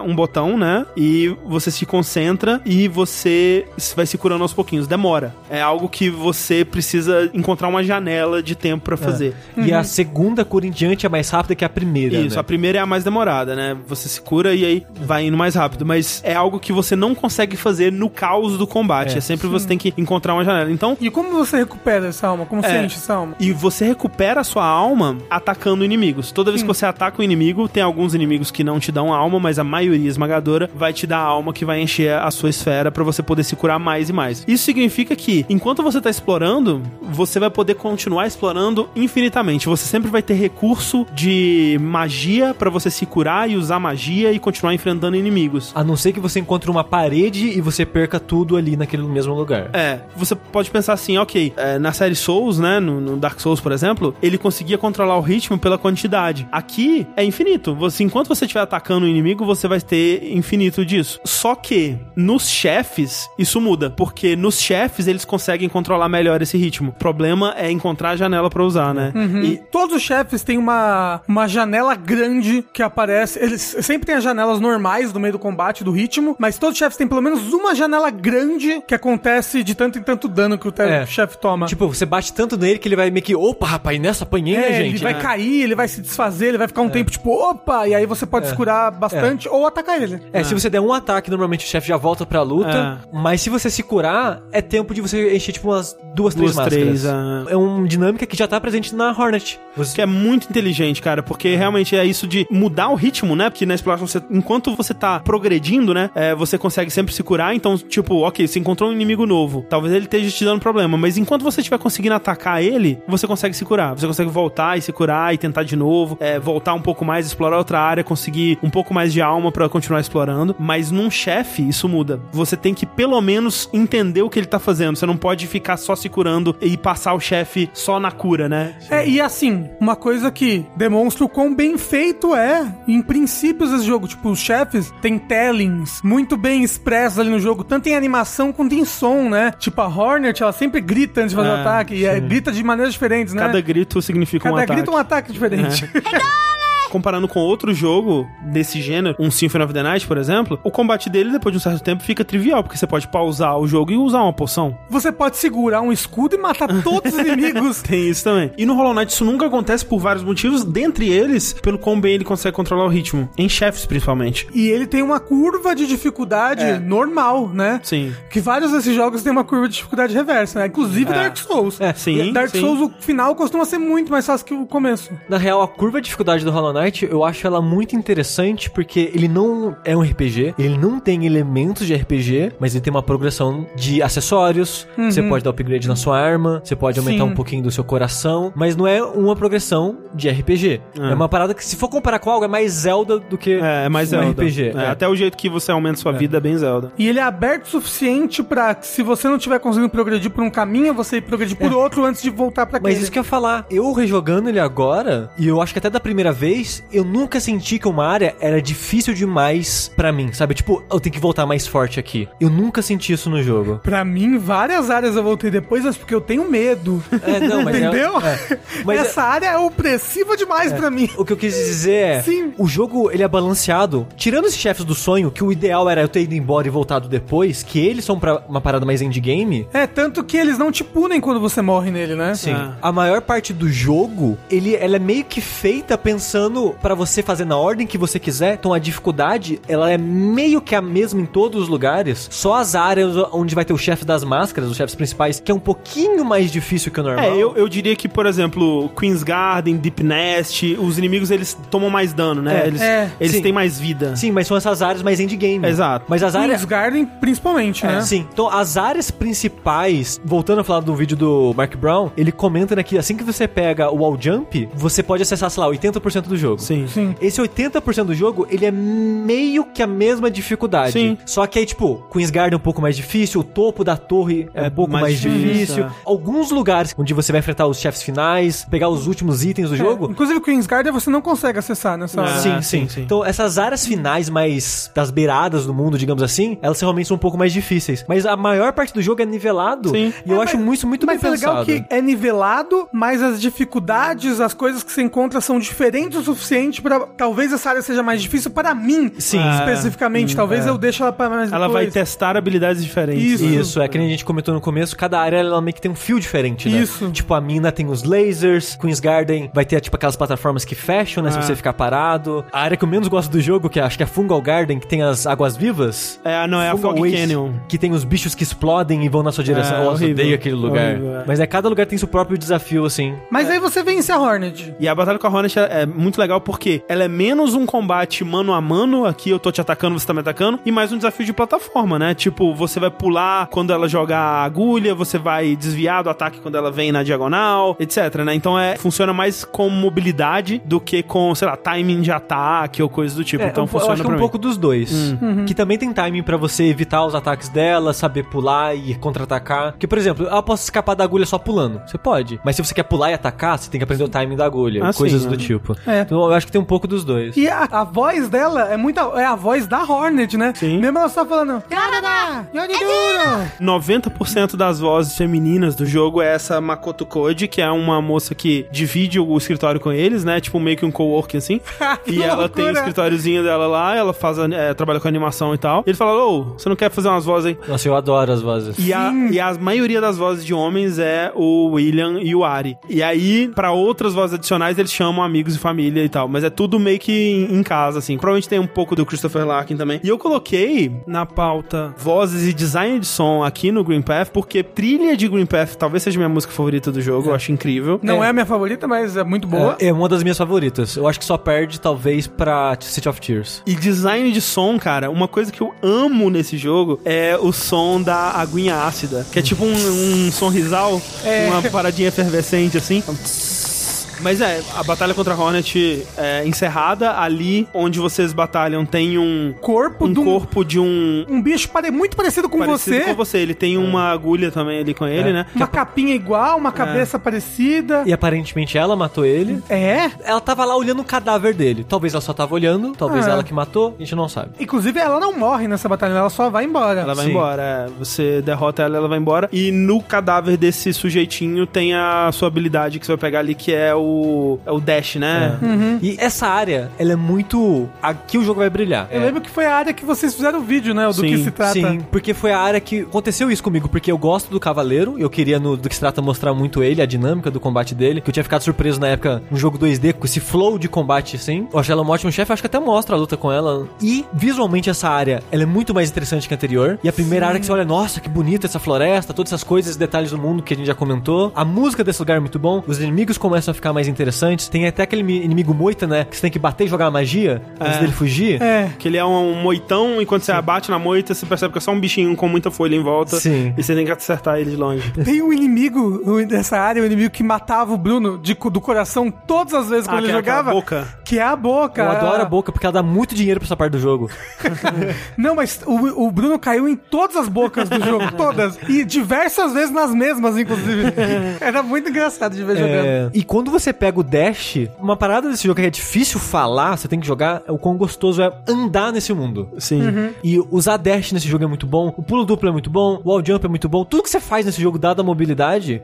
Speaker 1: atenção, né? E você se concentra e você vai se curando aos pouquinhos. Demora. É algo que você precisa encontrar uma janela de tempo pra fazer.
Speaker 2: E a segunda cura em diante é mais rápida que a primeira,
Speaker 1: Isso,
Speaker 2: né?
Speaker 1: a primeira é a mais demorada, né? Você se cura e aí vai indo mais rápido. Mas é algo que você não consegue fazer no caos do combate. É sempre você tem que encontrar uma janela. Então...
Speaker 3: E como você recupera essa alma? Como você enche essa alma?
Speaker 1: E você recupera a sua alma atacando inimigos. Toda vez que você ataca um inimigo, tem alguns inimigos que não te dão alma, mas a maioria esmagadora vai te dar alma que vai encher a sua esfera pra você poder se curar mais e mais. Isso significa que, enquanto você tá explorando, você vai poder continuar explorando infinitamente. Você sempre vai ter recurso de magia pra você se curar e usar magia e continuar enfrentando inimigos.
Speaker 2: A não ser que você encontre uma parede e você perca tudo ali naquele mesmo lugar.
Speaker 1: Você pode pensar assim, ok, na série Souls, né, no Dark Souls, por exemplo, ele conseguia controlar o ritmo pela quantidade. Aqui é infinito. Enquanto você estiver atacando o inimigo, você vai ter infinito disso. Só que nos chefes, isso muda, porque nos chefes eles conseguem controlar melhor esse ritmo. O problema é encontrar a janela pra usar, né?
Speaker 3: E todos os chefes têm uma janela grande que aparece. Eles sempre têm as janelas normais no meio do combate, do ritmo, mas todos os chefes têm pelo menos uma janela grande que acontece de tanto em tanto dano que o chefe toma.
Speaker 2: Tipo, você bate tanto nele que ele vai meio que, opa, rapaz, nessa apanhei, né, gente?
Speaker 3: Ele vai cair, ele vai se desfazer, ele vai ficar um tempo tipo, opa, e aí você pode se curar bastante ou atacar ele.
Speaker 2: Se você der um ataque, normalmente o chefe já volta pra luta, mas se você se curar, é tempo de você encher tipo umas duas, três máscaras. É uma dinâmica que já tá presente na Hornet.
Speaker 1: Que é muito inteligente, cara, porque realmente é isso de mudar o ritmo, né? Porque na exploração, enquanto você tá progredindo, né? Você consegue sempre se curar, então, tipo, ok, você encontrou um inimigo novo, talvez ele esteja te dando problema, mas enquanto você estiver conseguindo atacar ele, você consegue se curar. Você consegue voltar e se curar e tentar de novo, voltar um pouco mais, explorar outra área, conseguir um pouco mais de alma pra continuar explorando. Mas num chefe, isso muda. Você tem que pelo menos entender o que ele tá fazendo. Você não pode ficar só se curando e passar o chefe só na cura, né?
Speaker 3: E assim, uma coisa que demonstra o quão bem feito em princípios esse jogo. Tipo, os chefes têm tellings muito bem expressos ali no jogo, tanto em animação quanto em som, né? Tipo, a Hornet, ela sempre grita antes de fazer o ataque, e grita de maneiras diferentes, né?
Speaker 1: Cada grito significa um ataque.
Speaker 3: Cada grito é um ataque diferente.
Speaker 1: Comparando com outro jogo desse gênero, um Symphony of the Night, por exemplo, o combate dele, depois de um certo tempo, fica trivial, porque você pode pausar o jogo e usar uma poção.
Speaker 3: Você pode segurar um escudo e matar todos os inimigos.
Speaker 1: Tem isso também. E no Hollow Knight isso nunca acontece por vários motivos, dentre eles, pelo quão bem ele consegue controlar o ritmo. Em chefes, principalmente.
Speaker 3: E ele tem uma curva de dificuldade normal, né?
Speaker 1: Sim.
Speaker 3: Que vários desses jogos têm uma curva de dificuldade reversa, né? Inclusive Dark Souls.
Speaker 1: Sim.
Speaker 3: Dark Souls, o final costuma ser muito mais fácil que o começo.
Speaker 2: Na real, a curva de dificuldade do Hollow Knight, eu acho ela muito interessante porque ele não é um RPG, ele não tem elementos de RPG, mas ele tem uma progressão de acessórios, você pode dar upgrade na sua arma, você pode aumentar um pouquinho do seu coração, mas não é uma progressão de RPG. É uma parada que, se for comparar com algo, é mais Zelda do que
Speaker 1: mais
Speaker 2: um
Speaker 1: Zelda.
Speaker 2: RPG.
Speaker 1: Até o jeito que você aumenta sua vida é bem Zelda.
Speaker 3: E ele é aberto o suficiente pra, se você não tiver conseguindo progredir por um caminho, você progredir por outro antes de voltar pra aquele.
Speaker 2: Mas isso que eu ia falar, eu rejogando ele agora, e eu acho que até da primeira vez, eu nunca senti que uma área era difícil demais pra mim, sabe? Tipo, eu tenho que voltar mais forte aqui. Eu nunca senti isso no jogo.
Speaker 3: Pra mim, várias áreas eu voltei depois, mas porque eu tenho medo.
Speaker 2: Mas
Speaker 3: entendeu?
Speaker 2: Mas
Speaker 3: essa área é opressiva demais pra mim.
Speaker 2: O que eu quis dizer é, o jogo, ele é balanceado. Tirando os chefes do sonho, que o ideal era eu ter ido embora e voltado depois, que eles são pra uma parada mais endgame.
Speaker 3: Tanto que eles não te punem quando você morre nele, né?
Speaker 2: Sim. A maior parte do jogo, ela é meio que feita pensando pra você fazer na ordem que você quiser. Então a dificuldade, ela é meio que a mesma em todos os lugares. Só as áreas onde vai ter o chefe das máscaras, os chefes principais, que é um pouquinho mais difícil que o normal.
Speaker 1: Eu diria que, por exemplo, Queen's Garden, Deep Nest, os inimigos, eles tomam mais dano, né? Eles têm mais vida.
Speaker 2: Sim, mas são essas áreas mais endgame.
Speaker 1: Exato.
Speaker 2: Mas as áreas...
Speaker 3: Queen's Garden, principalmente, né?
Speaker 2: Sim. Então, as áreas principais, voltando a falar do vídeo do Mark Brown, ele comenta que assim que você pega o wall jump, você pode acessar, sei lá, 80% do jogo.
Speaker 1: Sim.
Speaker 2: Esse 80% do jogo, ele é meio que a mesma dificuldade.
Speaker 1: Sim.
Speaker 2: Só que aí, tipo, Queen's Garden é um pouco mais difícil, o topo da torre é um pouco mais difícil. Alguns lugares onde você vai enfrentar os chefes finais, pegar os últimos itens do jogo.
Speaker 3: Inclusive, Queen's Garden você não consegue acessar nessa área.
Speaker 2: Sim. Então, essas áreas finais mais das beiradas do mundo, digamos assim, elas realmente são um pouco mais difíceis. Mas a maior parte do jogo é nivelado.
Speaker 1: Sim.
Speaker 2: E eu acho muito bem pensado.
Speaker 3: Mas é legal que é nivelado, mas as dificuldades, as coisas que você encontra são diferentes o suficiente pra... Talvez essa área seja mais difícil para mim, especificamente. Talvez eu deixe ela pra mais depois.
Speaker 1: Ela vai testar habilidades diferentes.
Speaker 2: Isso, é que nem a gente comentou no começo, cada área ela meio que tem um fio diferente, né?
Speaker 3: Isso.
Speaker 2: Tipo, a mina tem os lasers, Queen's Garden vai ter, tipo, aquelas plataformas que fecham, né? Se você ficar parado. A área que eu menos gosto do jogo, que acho que é a Fungal Garden, que tem as águas vivas.
Speaker 1: Não, é a Fog Canyon.
Speaker 2: Que tem os bichos que explodem e vão na sua direção. Nossa, eu odeio aquele lugar.
Speaker 1: Horrível,
Speaker 2: Mas cada lugar tem seu próprio desafio, assim.
Speaker 3: Mas aí você vence a Hornet.
Speaker 1: E a batalha com a Hornet é muito legal porque ela é menos um combate mano a mano, aqui eu tô te atacando, você tá me atacando, e mais um desafio de plataforma, né? Tipo, você vai pular quando ela joga a agulha, você vai desviar do ataque quando ela vem na diagonal, etc, né? Então funciona mais com mobilidade do que com, sei lá, timing de ataque ou coisa do tipo. Então funciona
Speaker 2: eu acho que é um pouco dos dois. Que também tem timing pra você evitar os ataques dela, saber pular e contra-atacar. Porque, por exemplo, eu posso escapar da agulha só pulando. Você pode. Mas se você quer pular e atacar, você tem que aprender o timing da agulha. Coisas do tipo. Então eu acho que tem um pouco dos dois.
Speaker 3: E a voz dela é a voz da Hornet, né?
Speaker 1: Sim.
Speaker 3: Mesmo ela só falando...
Speaker 1: 90% das vozes femininas do jogo é essa Makoto Koji, que é uma moça que divide o escritório com eles, né? Tipo meio que um coworking assim. E ela tem o escritóriozinho dela lá, ela trabalha com animação e tal. E ele fala, você não quer fazer umas vozes aí?
Speaker 2: Nossa, eu adoro as vozes.
Speaker 1: E a maioria das vozes de homens é o William e o Ari. E aí, pra outras vozes adicionais, eles chamam amigos e família e tal. Mas é tudo meio que em casa, assim. Provavelmente tem um pouco do Christopher Larkin também. E eu coloquei na pauta vozes e design de som aqui no Green Path, porque trilha de Green Path talvez seja minha música favorita do jogo. Eu acho incrível.
Speaker 3: Não é a minha favorita, mas é muito boa.
Speaker 2: É uma das minhas favoritas. Eu acho que só perde, talvez, pra City of Tears.
Speaker 1: E design de som, cara, uma coisa que eu amo nesse jogo é o som da aguinha ácida, que é tipo um sonrisal, uma paradinha efervescente, assim. Mas a batalha contra a Hornet é encerrada. Ali onde vocês batalham tem um corpo de um
Speaker 3: bicho muito parecido com você.
Speaker 1: Ele tem uma agulha também ali com ele, né?
Speaker 3: Uma capinha igual, uma cabeça parecida.
Speaker 2: E aparentemente ela matou ele. Ela tava lá olhando o cadáver dele. Talvez ela só tava olhando, talvez ela que matou, a gente não sabe.
Speaker 3: Inclusive ela não morre nessa batalha, ela só vai embora.
Speaker 1: Ela vai embora, você derrota ela vai embora. E no cadáver desse sujeitinho tem a sua habilidade que você vai pegar ali, que é o dash, né?
Speaker 2: E essa área, ela é muito... Aqui o jogo vai brilhar.
Speaker 3: Eu lembro que foi a área que vocês fizeram o vídeo, né? Do que se trata.
Speaker 2: Sim, porque foi a área que aconteceu isso comigo, porque eu gosto do Cavaleiro, eu queria do que se trata mostrar muito ele, a dinâmica do combate dele, que eu tinha ficado surpreso na época, um jogo 2D, com esse flow de combate, assim. Eu acho ela um ótimo chefe, acho que até mostra a luta com ela. E, visualmente, essa área, ela é muito mais interessante que a anterior. E a primeira área que você olha, nossa, que bonita essa floresta, todas essas coisas, detalhes do mundo que a gente já comentou. A música desse lugar é muito bom, os inimigos começam a ficar mais interessantes. Tem até aquele inimigo moita, né? Que você tem que bater e jogar magia antes dele fugir.
Speaker 1: Que ele é um moitão e quando você abate na moita, você percebe que é só um bichinho com muita folha em volta.
Speaker 2: Sim.
Speaker 1: E você tem que acertar ele de longe.
Speaker 3: Tem um inimigo dessa área, um inimigo que matava o Bruno do coração todas as vezes quando ele jogava. Que é a boca.
Speaker 2: Eu adoro a boca, porque ela dá muito dinheiro pra essa parte do jogo.
Speaker 3: Não, mas o Bruno caiu em todas as bocas do jogo, todas. E diversas vezes nas mesmas, inclusive. Era muito engraçado de ver jogando.
Speaker 2: E quando você pega o dash, uma parada desse jogo que é difícil falar, você tem que jogar, é o quão gostoso é andar nesse mundo.
Speaker 1: Sim.
Speaker 2: E usar dash nesse jogo é muito bom, o pulo duplo é muito bom, o wall jump é muito bom, tudo que você faz nesse jogo, dada a mobilidade,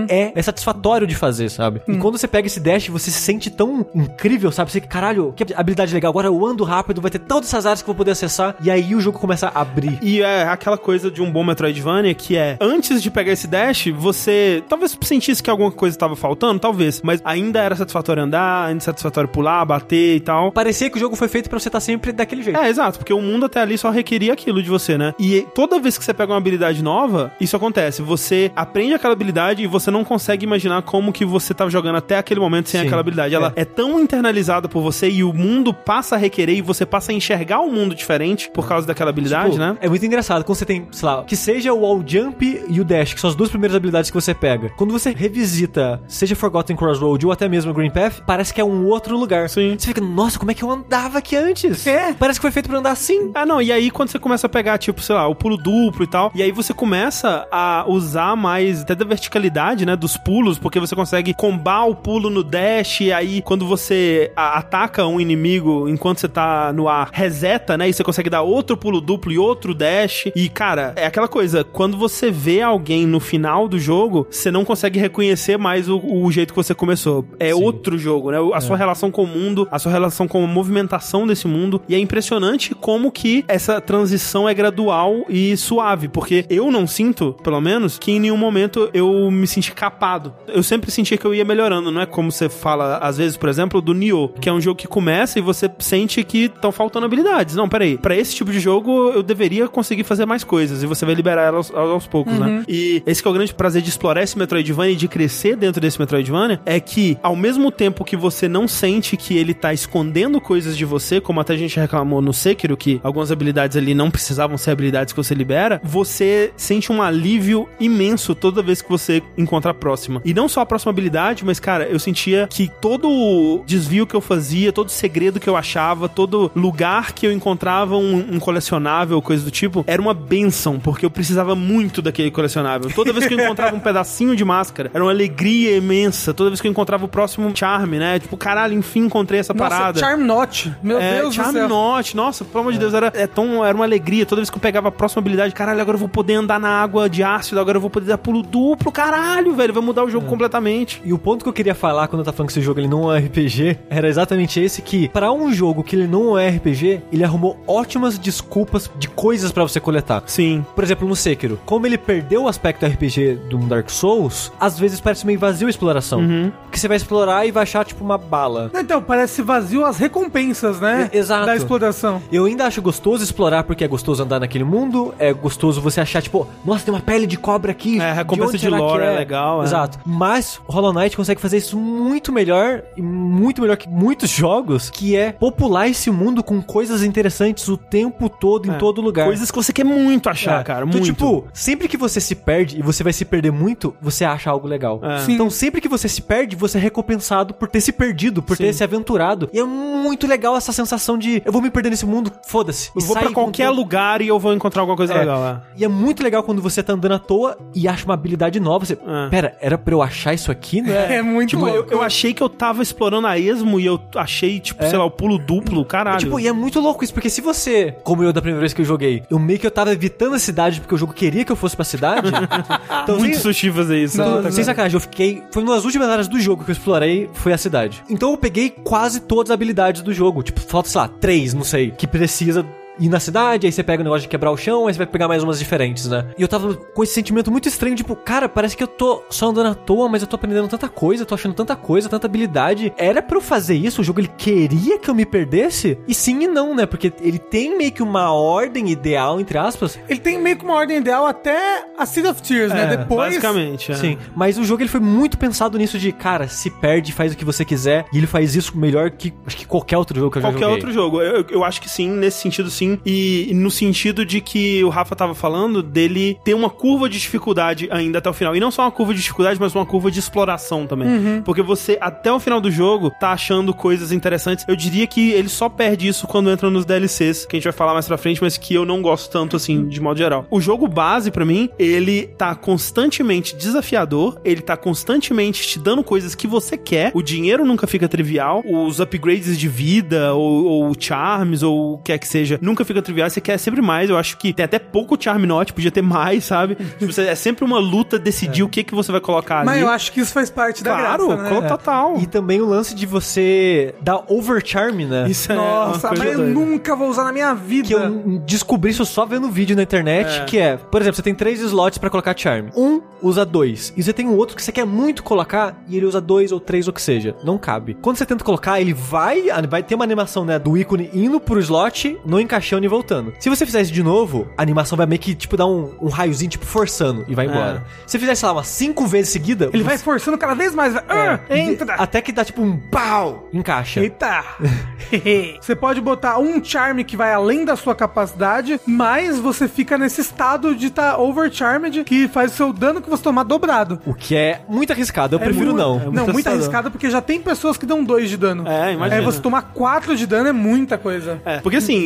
Speaker 2: é satisfatório de fazer, sabe? E quando você pega esse dash, você se sente tão incrível, sabe? Você, caralho, que habilidade legal, agora eu ando rápido, vai ter todas essas áreas que eu vou poder acessar, e aí o jogo começa a abrir.
Speaker 1: E é aquela coisa de um bom Metroidvania, que é, antes de pegar esse dash, você talvez sentisse que alguma coisa estava faltando, talvez, mas ainda era satisfatório andar, ainda satisfatório pular, bater e tal.
Speaker 2: Parecia que o jogo foi feito pra você estar sempre daquele jeito.
Speaker 1: Exato, porque o mundo até ali só requeria aquilo de você, né? E toda vez que você pega uma habilidade nova, isso acontece. Você aprende aquela habilidade e você não consegue imaginar como que você tava jogando até aquele momento sem aquela habilidade. Ela é tão internalizada por você e o mundo passa a requerer e você passa a enxergar o mundo diferente por causa daquela habilidade, né?
Speaker 2: É muito engraçado quando você tem, sei lá, que seja o wall jump e o dash, que são as duas primeiras habilidades que você pega. Quando você revisita, seja Forgotten Crossroad ou até mesmo Green Path, parece que é um outro lugar.
Speaker 1: Sim.
Speaker 2: Você fica, nossa, como é que eu andava aqui antes? Parece que foi feito pra andar assim.
Speaker 1: Não, e aí quando você começa a pegar, tipo, sei lá, o pulo duplo e tal, e aí você começa a usar mais até da verticalidade, né, dos pulos, porque você consegue combar o pulo no dash, e aí quando você ataca um inimigo enquanto você tá no ar, reseta, né, e você consegue dar outro pulo duplo e outro dash, e cara, é aquela coisa, quando você vê alguém no final do jogo, você não consegue reconhecer mais o jeito que você começou. pessoa. É outro jogo, né? A sua relação com o mundo, a sua relação com a movimentação desse mundo. E é impressionante como que essa transição é gradual e suave, porque eu não sinto, pelo menos, que em nenhum momento eu me senti capado. Eu sempre sentia que eu ia melhorando, não é como você fala, às vezes, por exemplo, do Nioh, que é um jogo que começa e você sente que estão faltando habilidades. Não, peraí, pra esse tipo de jogo eu deveria conseguir fazer mais coisas, e você vai liberar elas aos poucos, né? E esse que é o grande prazer de explorar esse Metroidvania e de crescer dentro desse Metroidvania, é que, ao mesmo tempo que você não sente que ele tá escondendo coisas de você, como até a gente reclamou no Sekiro, que algumas habilidades ali não precisavam ser habilidades que você libera, você sente um alívio imenso toda vez que você encontra a próxima. E não só a próxima habilidade, mas, cara, eu sentia que todo o desvio que eu fazia, todo segredo que eu achava, todo lugar que eu encontrava um colecionável, coisa do tipo, era uma bênção, porque eu precisava muito daquele colecionável. Toda vez que eu encontrava um pedacinho de máscara, era uma alegria imensa. Toda vez que eu encontrava o próximo charme, né? Tipo, caralho, enfim, encontrei essa parada.
Speaker 3: Charm Knot. Meu Deus do céu.
Speaker 1: Charm Knot. Nossa, pelo amor de Deus, era uma alegria. Toda vez que eu pegava a próxima habilidade, caralho, agora eu vou poder andar na água de ácido, agora eu vou poder dar pulo duplo, caralho, velho, vai mudar o jogo completamente.
Speaker 2: E o ponto que eu queria falar quando eu tava falando que esse jogo ele não é RPG, era exatamente esse, que pra um jogo que ele não é RPG, ele arrumou ótimas desculpas de coisas pra você coletar.
Speaker 1: Sim.
Speaker 2: Por exemplo, no Sekiro, como ele perdeu o aspecto RPG do Dark Souls, às vezes parece meio vazio a exploração. Porque você vai explorar e vai achar, tipo, uma bala.
Speaker 3: Então, parece vazio as recompensas, né?
Speaker 2: Exato.
Speaker 3: Da exploração.
Speaker 2: Eu ainda acho gostoso explorar, porque é gostoso andar naquele mundo, é gostoso você achar, tipo, nossa, tem uma pele de cobra aqui.
Speaker 1: É, a recompensa de lore é legal.
Speaker 2: Exato. Mas o Hollow Knight consegue fazer isso muito melhor, e muito melhor que muitos jogos, que é popular esse mundo com coisas interessantes o tempo todo, em todo lugar.
Speaker 1: Coisas que você quer muito achar, cara, muito.
Speaker 2: Então, tipo, sempre que você se perde, e você vai se perder muito, você acha algo legal. Então, sempre que você se perde, você é recompensado por ter se perdido, por ter se aventurado. E é muito legal essa sensação de, eu vou me perder nesse mundo, foda-se.
Speaker 1: Eu vou pra qualquer lugar e eu vou encontrar alguma coisa legal lá.
Speaker 2: E é muito legal quando você tá andando à toa e acha uma habilidade nova. Você, pera, era pra eu achar isso aqui, né?
Speaker 3: É muito
Speaker 1: tipo,
Speaker 3: louco.
Speaker 1: Eu achei que eu tava explorando a esmo e eu achei, tipo, sei lá, o pulo duplo, caralho.
Speaker 2: Tipo, e é muito louco isso, porque se você, como eu da primeira vez que eu joguei, eu meio que eu tava evitando a cidade porque o jogo queria que eu fosse pra cidade.
Speaker 1: Então, muito sushi fazer isso.
Speaker 2: Sem sacanagem, eu fiquei... Foi uma das últimas áreas do jogo que eu explorei, foi a cidade. Então eu peguei quase todas as habilidades do jogo. Tipo, falta, sei lá, 3, não sei, que precisa ir na cidade, aí você pega o negócio de quebrar o chão, aí você vai pegar mais umas diferentes, né? E eu tava com esse sentimento muito estranho, tipo, cara, parece que eu tô só andando à toa, mas eu tô aprendendo tanta coisa, tô achando tanta coisa, tanta habilidade. Era pra eu fazer isso? O jogo, ele queria que eu me perdesse? E sim e não, né? Porque ele tem meio que uma ordem ideal, entre aspas.
Speaker 3: Ele tem meio que uma ordem ideal até a Sea of Tears, né? Depois...
Speaker 1: Basicamente,
Speaker 2: Sim, mas o jogo, ele foi muito pensado nisso de, cara, se perde, faz o que você quiser, e ele faz isso melhor que, acho que qualquer outro jogo que eu já joguei.
Speaker 1: Qualquer outro jogo. Eu acho que sim, nesse sentido sim. E no sentido de que o Rafa tava falando, dele ter uma curva de dificuldade ainda até o final. E não só uma curva de dificuldade, mas uma curva de exploração também. Porque você, até o final do jogo, tá achando coisas interessantes. Eu diria que ele só perde isso quando entra nos DLCs, que a gente vai falar mais pra frente, mas que eu não gosto tanto, assim, de modo geral. O jogo base, pra mim, ele tá constantemente desafiador, ele tá constantemente te dando coisas que você quer, o dinheiro nunca fica trivial, os upgrades de vida, ou charms, ou o que é que seja, nunca fica trivial, você quer sempre mais. Eu acho que tem até pouco charm knot, podia ter mais, sabe? É sempre uma luta decidir o que você vai colocar ali.
Speaker 3: Mas eu acho que isso faz parte da graça, né?
Speaker 1: Claro, total.
Speaker 2: E também o lance de você dar overcharm, né?
Speaker 1: Isso
Speaker 3: Nossa, mas eu nunca vou usar na minha vida.
Speaker 2: Que eu descobri isso só vendo vídeo na internet, que é, por exemplo, você tem 3 slots pra colocar charm. Um usa 2. E você tem um outro que você quer muito colocar e ele usa 2 ou 3 ou que seja. Não cabe. Quando você tenta colocar, ele vai ter uma animação, né, do ícone indo pro slot, não encaixando e voltando. Se você fizer isso de novo, a animação vai meio que, tipo, dar um raiozinho, tipo, forçando e vai embora. Se você fizer, sei lá, umas 5 vezes seguida...
Speaker 3: Ele vai forçando cada vez mais. Entra.
Speaker 2: Até que dá, tipo, um pau! Encaixa.
Speaker 3: Eita! Você pode botar um charm que vai além da sua capacidade, mas você fica nesse estado de estar overcharmed, que faz o seu dano que você tomar dobrado.
Speaker 2: O que é muito arriscado. Eu prefiro não.
Speaker 3: Muito arriscado, porque já tem pessoas que dão 2 de dano.
Speaker 1: Imagina.
Speaker 3: Aí você tomar 4 de dano é muita coisa.
Speaker 1: Porque assim, agora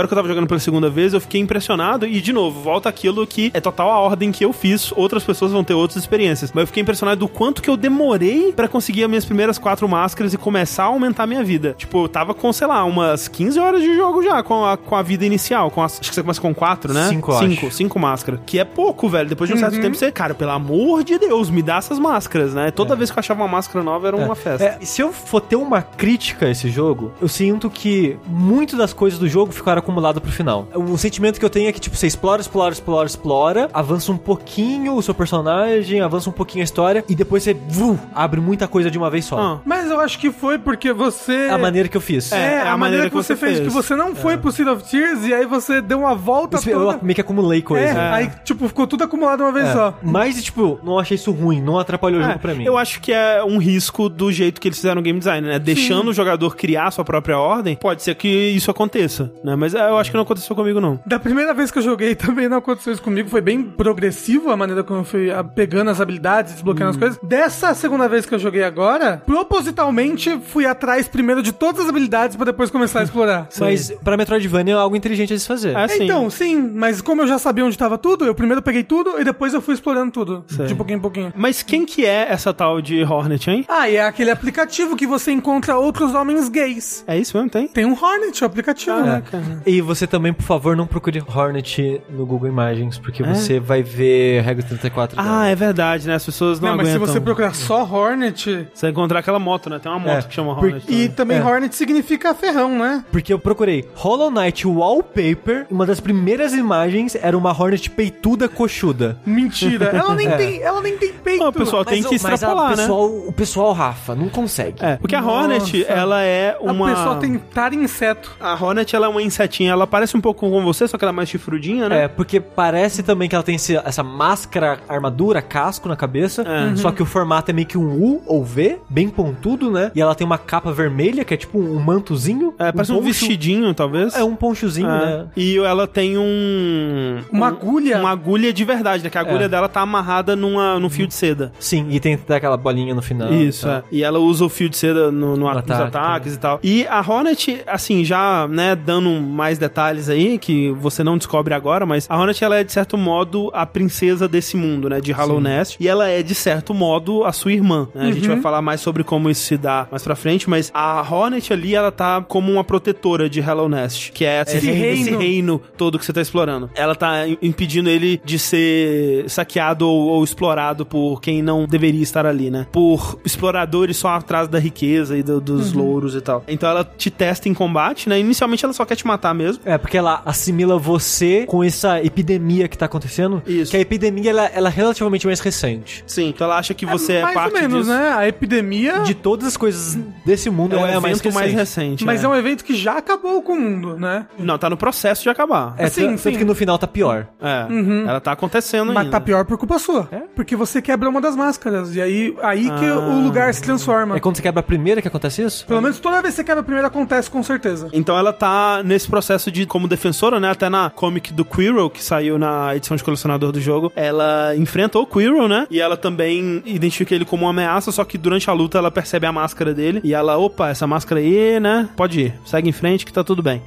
Speaker 1: agora que eu tava jogando pela segunda vez, eu fiquei impressionado e, de novo, volta aquilo que é total a ordem que eu fiz, outras pessoas vão ter outras experiências. Mas eu fiquei impressionado do quanto que eu demorei pra conseguir as minhas primeiras 4 máscaras e começar a aumentar a minha vida. Tipo, eu tava com, sei lá, umas 15 horas de jogo já, com a vida inicial. Acho que você começa com 4, né? 5 máscaras. Que é pouco, velho. Depois de um certo tempo, você, cara, pelo amor de Deus, me dá essas máscaras, né? Toda vez que eu achava uma máscara nova, era uma festa.
Speaker 2: Se eu for ter uma crítica a esse jogo, eu sinto que muito das coisas do jogo ficaram acumuladas pro final. O sentimento que eu tenho é que, tipo, você explora, avança um pouquinho o seu personagem, avança um pouquinho a história, e depois você abre muita coisa de uma vez só.
Speaker 3: Mas eu acho que foi porque você...
Speaker 2: A maneira que eu fiz.
Speaker 3: A maneira que você fez. Que você não foi pro Sea of Thieves e aí você deu uma volta toda.
Speaker 2: Eu meio que acumulei coisa.
Speaker 3: Aí, tipo, ficou tudo acumulado uma vez só.
Speaker 2: Mas, tipo, não achei isso ruim, não atrapalhou o jogo pra mim.
Speaker 1: Eu acho que é um risco do jeito que eles fizeram o game design, né? Deixando o jogador criar a sua própria ordem, pode ser que isso aconteça, né? Mas eu acho que não aconteceu comigo, não.
Speaker 3: Da primeira vez que eu joguei também não aconteceu isso comigo, foi bem progressivo a maneira como eu fui pegando as habilidades, desbloqueando as coisas. Dessa segunda vez que eu joguei agora, propositalmente fui atrás primeiro de todas as habilidades pra depois começar a explorar.
Speaker 2: Mas pra Metroidvania é algo inteligente a se fazer.
Speaker 3: Então, sim, mas como eu já sabia onde tava tudo, eu primeiro peguei tudo e depois eu fui explorando tudo, de pouquinho em pouquinho.
Speaker 1: Mas quem que é essa tal de Hornet, hein?
Speaker 3: E é aquele aplicativo que você encontra outros homens gays.
Speaker 1: É isso mesmo, tem?
Speaker 3: Tem um Hornet, o aplicativo, né?
Speaker 2: E você também, por favor, não procure Hornet no Google Imagens, porque você vai ver regra 34 dela.
Speaker 1: É verdade, né? As pessoas não aguentam.
Speaker 3: Mas se você procurar só Hornet...
Speaker 1: Você vai encontrar aquela moto, né? Tem uma moto que chama Hornet.
Speaker 3: E também Hornet significa ferrão, né?
Speaker 2: Porque eu procurei Hollow Knight Wallpaper, uma das primeiras imagens era uma Hornet peituda coxuda.
Speaker 3: Mentira. Ela nem tem peito.
Speaker 1: O pessoal tem que extrapolar, né?
Speaker 2: O pessoal, Rafa, não consegue.
Speaker 1: Porque a Hornet, ela é uma...
Speaker 3: O pessoal tem tar inseto.
Speaker 1: A Hornet, ela é uma insetinha. Ela parece um pouco com você, só que ela é mais chifrudinha, né?
Speaker 2: Porque parece também que ela tem essa máscara, armadura, casco na cabeça. Só que o formato é meio que um U ou V, bem pontudo, né? E ela tem uma capa vermelha, que é tipo um mantozinho.
Speaker 1: Parece um vestidinho, talvez.
Speaker 2: É um ponchozinho, né?
Speaker 1: E ela tem
Speaker 3: uma agulha.
Speaker 1: Uma agulha de verdade, né? Que a agulha dela tá amarrada num fio de seda.
Speaker 2: Sim, e tem aquela bolinha no final.
Speaker 1: Isso, E ela usa o fio de seda nos ataques e tal. E a Hornet, assim, já, né, dando mais detalhes aí, que você não descobre agora, mas a Hornet, ela é, de certo modo, a princesa desse mundo, né? De Hollow Nest. E ela é, de certo modo, a sua irmã, né? A gente vai falar mais sobre como isso se dá mais pra frente, mas a Hornet ali, ela tá como uma protetora de Hollow Nest, que é esse reino todo que você tá explorando. Ela tá impedindo ele de ser saqueado ou explorado por quem não deveria estar ali, né? Por exploradores só atrás da riqueza e dos louros e tal. Então ela te testa em combate, né? Inicialmente ela só quer te matar mesmo.
Speaker 2: Porque ela assimila você com essa epidemia que tá acontecendo.
Speaker 1: Isso.
Speaker 2: Que a epidemia, ela é relativamente mais recente.
Speaker 1: Sim, então ela acha que você é parte
Speaker 3: mais ou menos,
Speaker 1: disso.
Speaker 3: Né? A epidemia...
Speaker 2: De todas as coisas desse mundo, ela é a mais recente.
Speaker 3: Mas é um evento que já acabou com o mundo, né?
Speaker 1: Não, tá no processo de acabar.
Speaker 2: Sim. Que no final tá pior.
Speaker 1: Ela tá acontecendo ainda.
Speaker 3: Mas tá pior por culpa sua. Porque você quebra uma das máscaras. E aí que o lugar se transforma.
Speaker 2: É quando você quebra a primeira que acontece isso?
Speaker 3: Pelo menos toda vez que você quebra a primeira acontece, com certeza.
Speaker 1: Então ela tá nesse processo de, como defensora, né? Até na comic do Quirrell, que saiu na edição de colecionador do jogo, ela enfrentou o Quirrell, né? E ela também identifica ele como uma ameaça, só que durante a luta ela percebe a máscara dele. E ela, opa, essa máscara aí, né? Pode ir. Segue em frente que tá tudo bem.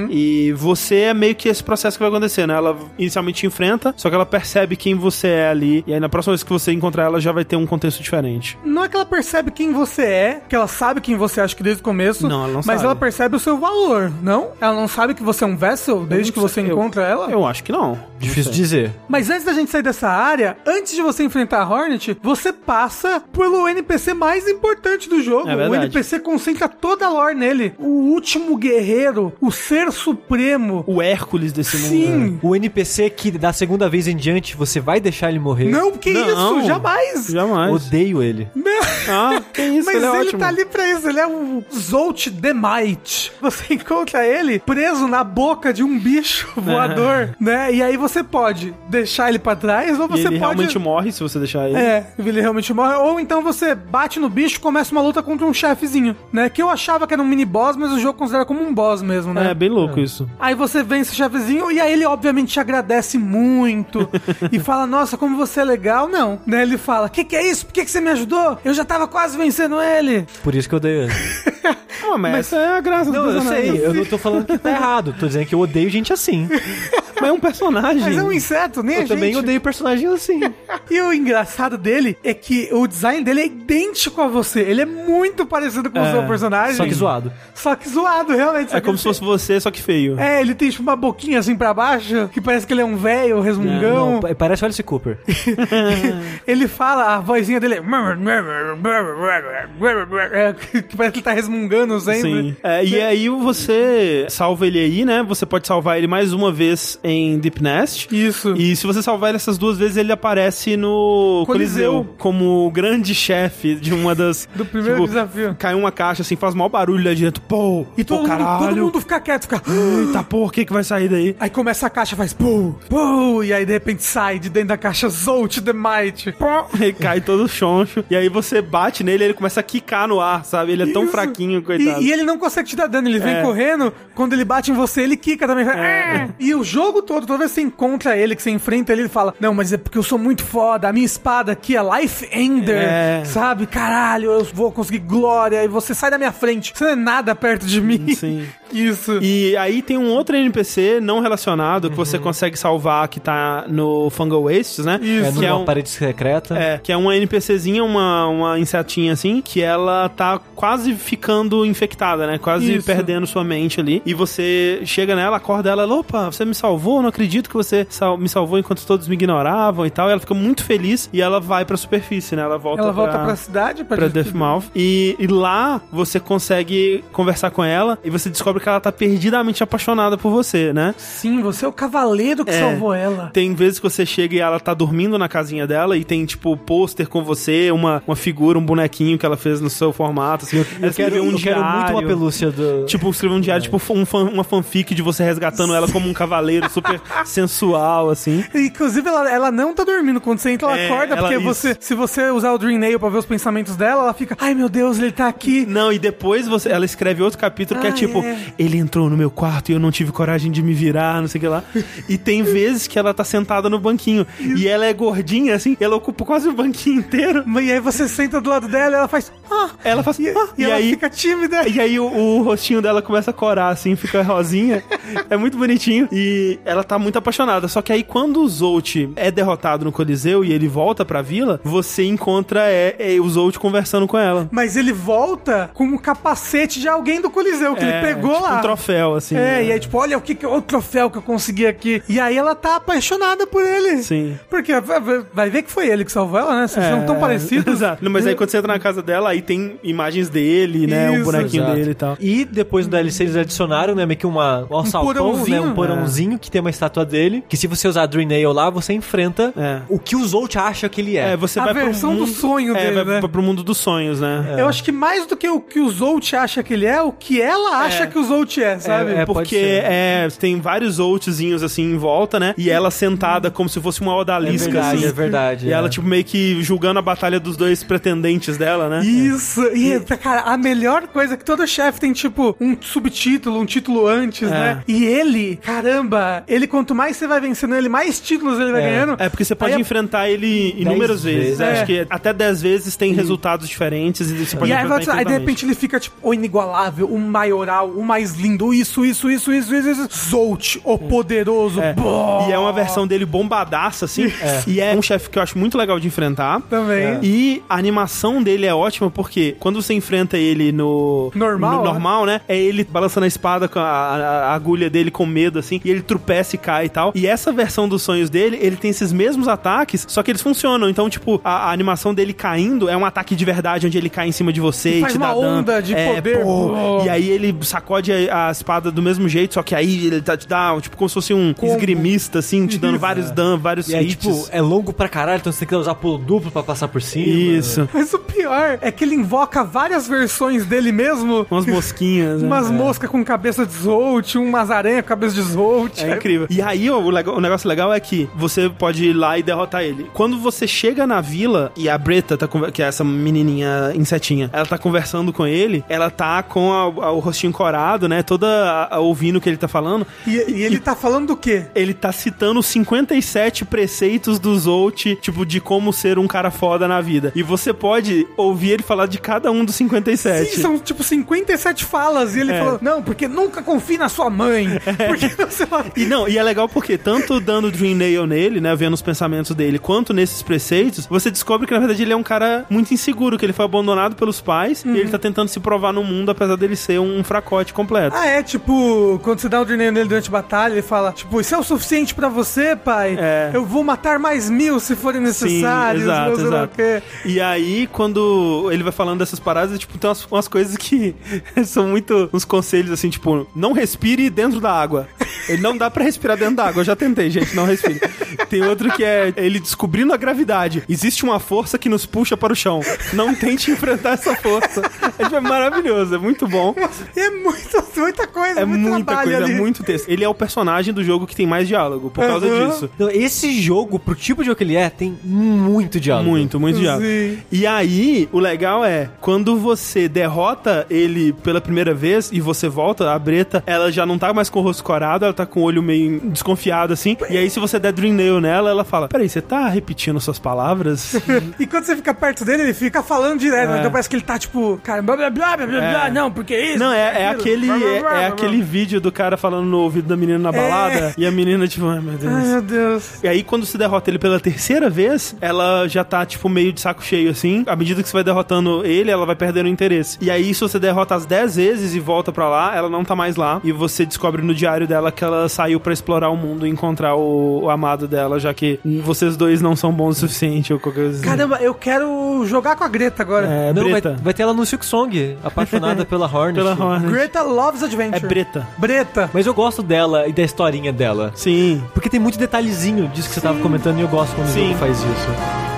Speaker 1: E você é meio que esse processo que vai acontecer, né? Ela inicialmente te enfrenta, só que ela percebe quem você é ali. E aí na próxima vez que você encontrar ela, já vai ter um contexto diferente.
Speaker 3: Não é que ela percebe quem você é, que ela sabe quem você é, acho que desde o começo.
Speaker 1: Não, ela não
Speaker 3: mas
Speaker 1: sabe.
Speaker 3: ela percebe o seu valor, não? Ela não sabe que você é um vessel desde que você encontra ela?
Speaker 1: Eu acho que não.
Speaker 2: Difícil dizer.
Speaker 3: Mas antes da gente sair dessa área, antes de você enfrentar a Hornet, você passa pelo NPC mais importante do jogo.
Speaker 1: É verdade.
Speaker 3: O NPC concentra toda a lore nele. O último guerreiro, o ser supremo.
Speaker 1: O Hércules desse mundo.
Speaker 3: Sim.
Speaker 2: O NPC que da segunda vez em diante você vai deixar ele morrer.
Speaker 3: Não, que
Speaker 1: Não.
Speaker 3: isso? Jamais.
Speaker 1: Jamais.
Speaker 2: Odeio ele.
Speaker 3: Não.
Speaker 1: Que isso,
Speaker 3: Mas
Speaker 1: ele é
Speaker 3: ele
Speaker 1: ótimo.
Speaker 3: tá ali pra isso, ele é o Zolt the Might. Você encontra ele preso na boca de um bicho voador, né? E aí você pode deixar ele pra trás, ou
Speaker 1: E
Speaker 3: você
Speaker 1: ele
Speaker 3: pode...
Speaker 1: realmente morre se você deixar ele.
Speaker 3: Ele realmente morre. Ou então você bate no bicho e começa uma luta contra um chefezinho, né? Que eu achava que era um mini-boss, mas o jogo considera como um boss mesmo, né?
Speaker 1: É bem louco isso.
Speaker 3: Aí você vence o chefezinho e aí ele obviamente te agradece muito e fala, nossa, como você é legal. Não, né? Ele fala, que é isso? Por que você me ajudou? Eu já tava quase vencendo ele.
Speaker 2: Por isso que eu odeio ele.
Speaker 1: Mas essa é a graça do
Speaker 2: Não, eu
Speaker 1: personagem.
Speaker 2: sei, eu não tô falando que tá errado. Tô dizendo que eu odeio gente assim.
Speaker 1: Mas é um personagem.
Speaker 3: Mas é um inseto, nem a
Speaker 2: Eu
Speaker 3: gente.
Speaker 2: também odeio personagens assim.
Speaker 3: E o engraçado dele é que o design dele é idêntico a você. Ele é muito parecido com o seu personagem.
Speaker 2: Só que zoado.
Speaker 3: Só que zoado, realmente.
Speaker 1: É como se fosse você, só que feio.
Speaker 3: É, ele tem tipo uma boquinha assim pra baixo, que parece que ele é um velho resmungão.
Speaker 2: Não, parece o Alice Cooper.
Speaker 3: Ele fala, a vozinha dele é... que parece que ele tá resmungando sempre.
Speaker 1: Sim. E aí você salva ele aí, né? Você pode salvar ele mais uma vez em Deep Nest.
Speaker 3: Isso.
Speaker 1: E se você salvar ele essas 2 vezes, ele aparece no Coliseu como o grande chefe de uma das...
Speaker 3: Do primeiro desafio.
Speaker 1: Cai uma caixa assim, faz maior barulho lá dentro. Pô,
Speaker 3: E todo mundo fica quieto, fica...
Speaker 1: Eita, porra, o que vai sair daí?
Speaker 3: Aí começa a caixa, faz pô, pô, e aí de repente sai de dentro da caixa Zolt the Might.
Speaker 1: E cai todo choncho. E aí você bate nele e ele começa a quicar no ar, sabe? Ele é tão
Speaker 3: Isso.
Speaker 1: fraquinho, coitado.
Speaker 3: E ele não consegue te dar dano, ele vem correndo, quando ele bate em você, ele quica também. E o jogo todo, toda vez que você encontra ele, que você enfrenta ele, ele fala, não, mas é porque eu sou muito foda, a minha espada aqui é Life Ender, sabe? Caralho, eu vou conseguir glória, e você sai da minha frente, você não é nada perto de mim.
Speaker 1: Sim.
Speaker 3: Isso.
Speaker 1: E aí tem um outro NPC não relacionado que você consegue salvar, que tá no Fungal Wastes, né?
Speaker 3: Isso.
Speaker 1: Que é
Speaker 2: uma parede secreta.
Speaker 1: que é uma NPCzinha, uma insetinha assim, que ela tá quase ficando infectada, né? Quase
Speaker 3: Isso.
Speaker 1: perdendo sua mente ali. E você chega nela, acorda ela, opa, você me salvou? Não acredito que você me salvou enquanto todos me ignoravam e tal. E ela fica muito feliz e ela vai pra superfície, né? Ela volta
Speaker 3: pra cidade,
Speaker 1: pra Deathmouth. E lá você consegue conversar com ela e você descobre que ela tá perdidamente apaixonada por você, né?
Speaker 3: Sim, você é o cavaleiro que salvou ela.
Speaker 1: Tem vezes que você chega e ela tá dormindo na casinha dela e tem, tipo, pôster com você, uma figura, um bonequinho que ela fez no seu formato. Assim.
Speaker 2: Eu quero muito uma pelúcia do...
Speaker 1: Tipo, escrever um diário, tipo, uma fanfic de você resgatando ela como um cavaleiro super sensual, assim.
Speaker 3: Inclusive, ela não tá dormindo. Quando você entra, ela acorda, porque se você usar o Dream Nail pra ver os pensamentos dela, ela fica, ai meu Deus, ele tá aqui.
Speaker 1: Não, e depois ela escreve outro capítulo que é tipo, ele entrou no meu quarto e eu não tive coragem de me virar, não sei o que lá. E tem vezes que ela tá sentada no banquinho e ela é gordinha, assim, ela ocupa quase o banquinho inteiro.
Speaker 3: E aí você senta do lado dela e ela faz,
Speaker 1: ela faz,
Speaker 3: e ela
Speaker 1: aí
Speaker 3: fica tímida.
Speaker 1: E aí o rostinho dela começa a corar, assim, fica rosinha. É muito bonitinho. E ela tá muito apaixonada. Só que aí quando o Zolt é derrotado no Coliseu e ele volta pra vila, você encontra o Zolt conversando com ela.
Speaker 3: Mas ele volta com o capacete de alguém do Coliseu, que ele pegou
Speaker 1: tipo
Speaker 3: lá.
Speaker 1: Um troféu, assim.
Speaker 3: E aí, tipo, olha o troféu que eu consegui aqui. E aí ela tá apaixonada por ele.
Speaker 1: Sim.
Speaker 3: Porque vai ver que foi ele que salvou ela, né? Vocês são tão parecidos.
Speaker 1: Exato. Não, mas aí quando você entra na casa dela, aí tem imagens dele, né?
Speaker 3: Isso,
Speaker 1: um bonequinho
Speaker 2: exato.
Speaker 1: dele e tal.
Speaker 2: E depois do DLC eles adicionaram, né, meio que um alçapão,
Speaker 3: porãozinho.
Speaker 2: né, um porãozinho que tem uma estátua dele, que se você usar a Dream Nail lá, você enfrenta o que o Zolt acha que ele é.
Speaker 1: Você
Speaker 3: A
Speaker 1: vai
Speaker 3: versão
Speaker 1: pro mundo,
Speaker 3: do sonho dele,
Speaker 1: vai
Speaker 3: né?
Speaker 1: pro mundo dos sonhos, né?
Speaker 3: Eu acho que mais do que o que o Zolt acha que ele é, o que ela acha que o Zolt é, sabe?
Speaker 2: pode
Speaker 1: Porque
Speaker 2: ser.
Speaker 1: tem vários Zoltzinhos assim em volta, né? E ela sentada como se fosse uma odalisca, assim.
Speaker 2: É verdade.
Speaker 1: E ela, tipo, meio que julgando a batalha dos dois pretendentes dela, né?
Speaker 3: Isso, cara, a melhor coisa é que todo chefe tem, tipo, um subtítulo, um título antes, né? E ele, caramba, quanto mais você vai vencendo ele, mais títulos ele vai ganhando.
Speaker 1: Porque você pode enfrentar ele inúmeras vezes. Acho que até 10 vezes tem resultados diferentes e você pode enfrentar
Speaker 3: aí de repente ele fica, tipo, o inigualável, o maioral, o mais lindo, isso. Zolt, o poderoso.
Speaker 1: E é uma versão dele bombadaça, assim. E é um chefe que eu acho muito legal de enfrentar.
Speaker 3: Também.
Speaker 1: E a animação dele é ótima porque quando você enfrenta ele no normal, né? É ele balançando a espada com a agulha dele com medo, assim. E ele tropeça e cai e tal. E essa versão dos sonhos dele, ele tem esses mesmos ataques, só que eles funcionam. Então, tipo, a animação dele caindo é um ataque de verdade, onde ele cai em cima de você e te dá dano.
Speaker 3: Faz uma onda de poder.
Speaker 1: E aí ele sacode a espada do mesmo jeito, só que aí ele te dá, tipo, como se fosse um esgrimista, assim, te dando vários danos, vários
Speaker 2: E aí,
Speaker 1: hits.
Speaker 2: tipo, é longo pra caralho, então você tem que usar pulo duplo pra passar por cima.
Speaker 1: Isso.
Speaker 3: Mas o pior é que ele invoca várias versões dele mesmo.
Speaker 1: Umas mosquinhas.
Speaker 3: Umas moscas com cabeça de Zolt, umas aranhas com cabeça de Zolt.
Speaker 1: É incrível. E aí, o negócio legal é que você pode ir lá e derrotar ele. Quando você chega na vila e a Breta, que é essa menininha insetinha, ela tá conversando com ele, ela tá com o rostinho corado, né? Toda ouvindo o que ele tá falando.
Speaker 3: E ele tá falando do quê?
Speaker 1: Ele tá citando 57 preceitos do Zolt, tipo, de como ser um cara foda na vida. E você pode ouvir ele falar de cada um dos 57.
Speaker 3: Sim, são tipo 57 falas. E ele falou, não, porque nunca confie na sua mãe. Porque não sei lá.
Speaker 1: E é legal porque tanto dando Dream Nail nele, né, vendo os pensamentos dele, quanto nesses preceitos, você descobre que na verdade ele é um cara muito inseguro, que ele foi abandonado pelos pais e ele tá tentando se provar no mundo, apesar dele ser um fracote completo.
Speaker 3: Ah, é, tipo, quando você dá o Dream Nail nele durante a batalha, ele fala, tipo, isso é o suficiente pra você, pai? Eu vou matar mais 1000 se forem necessários.
Speaker 1: Sim, exato. E aí, quando ele vai falando dessas paradas, tipo, tem umas coisas que são muito uns conselhos, assim, tipo, não respire dentro da água. Ele não dá pra respirar dentro da água. Eu já tentei, gente, não respire. Tem outro que é ele descobrindo a gravidade. Existe uma força que nos puxa para o chão. Não tente enfrentar essa força. É maravilhoso, é muito bom.
Speaker 3: É muita coisa,
Speaker 1: é muita
Speaker 3: trabalho
Speaker 1: coisa,
Speaker 3: ali.
Speaker 1: é muito texto. Ele é o personagem do jogo que tem mais diálogo, por causa disso.
Speaker 2: Então, esse jogo, pro tipo de jogo que ele é, tem muito diálogo.
Speaker 1: Muito diálogo.
Speaker 3: Sim.
Speaker 1: E aí, o legal é, quando você derrota ele pela primeira vez e você volta, a Breta, ela já não tá mais com o rosto corado, ela tá com o olho meio desconfiado, assim. E aí, se você der Dream Nail nela, ela fala, peraí, você tá repetindo suas palavras?
Speaker 3: E quando você fica perto dele, ele fica falando direto. Então parece que ele tá, tipo, cara, blá, blá, blá, blá, blá, não, porque isso...
Speaker 1: Não, é aquele vídeo do cara falando no ouvido da menina na balada, e a menina, tipo, ai, meu Deus.
Speaker 3: Ai, meu Deus.
Speaker 1: E aí, quando você derrota ele pela terceira vez, ela já tá, tipo, meio de saco cheio, assim. À medida que você vai derrotando ele, ela vai perdendo o interesse. E aí, se você derrota as 10 vezes e volta pra lá, ela não tá mais lá. E você descobre no diário dela que ela saiu pra explorar o mundo e encontrar o amado dela, já que vocês dois não são bons o suficiente ou qualquer coisa assim.
Speaker 3: Caramba, eu quero jogar com a Greta agora.
Speaker 2: Não,
Speaker 1: Breta.
Speaker 2: vai ter ela no Silk Song, apaixonada pela Hornet.
Speaker 3: Greta Loves Adventure.
Speaker 1: É Breta.
Speaker 3: Breta.
Speaker 2: Mas eu gosto dela e da historinha dela.
Speaker 1: Sim.
Speaker 2: Porque tem muito detalhezinho disso que você tava comentando e eu gosto quando o jogo faz isso.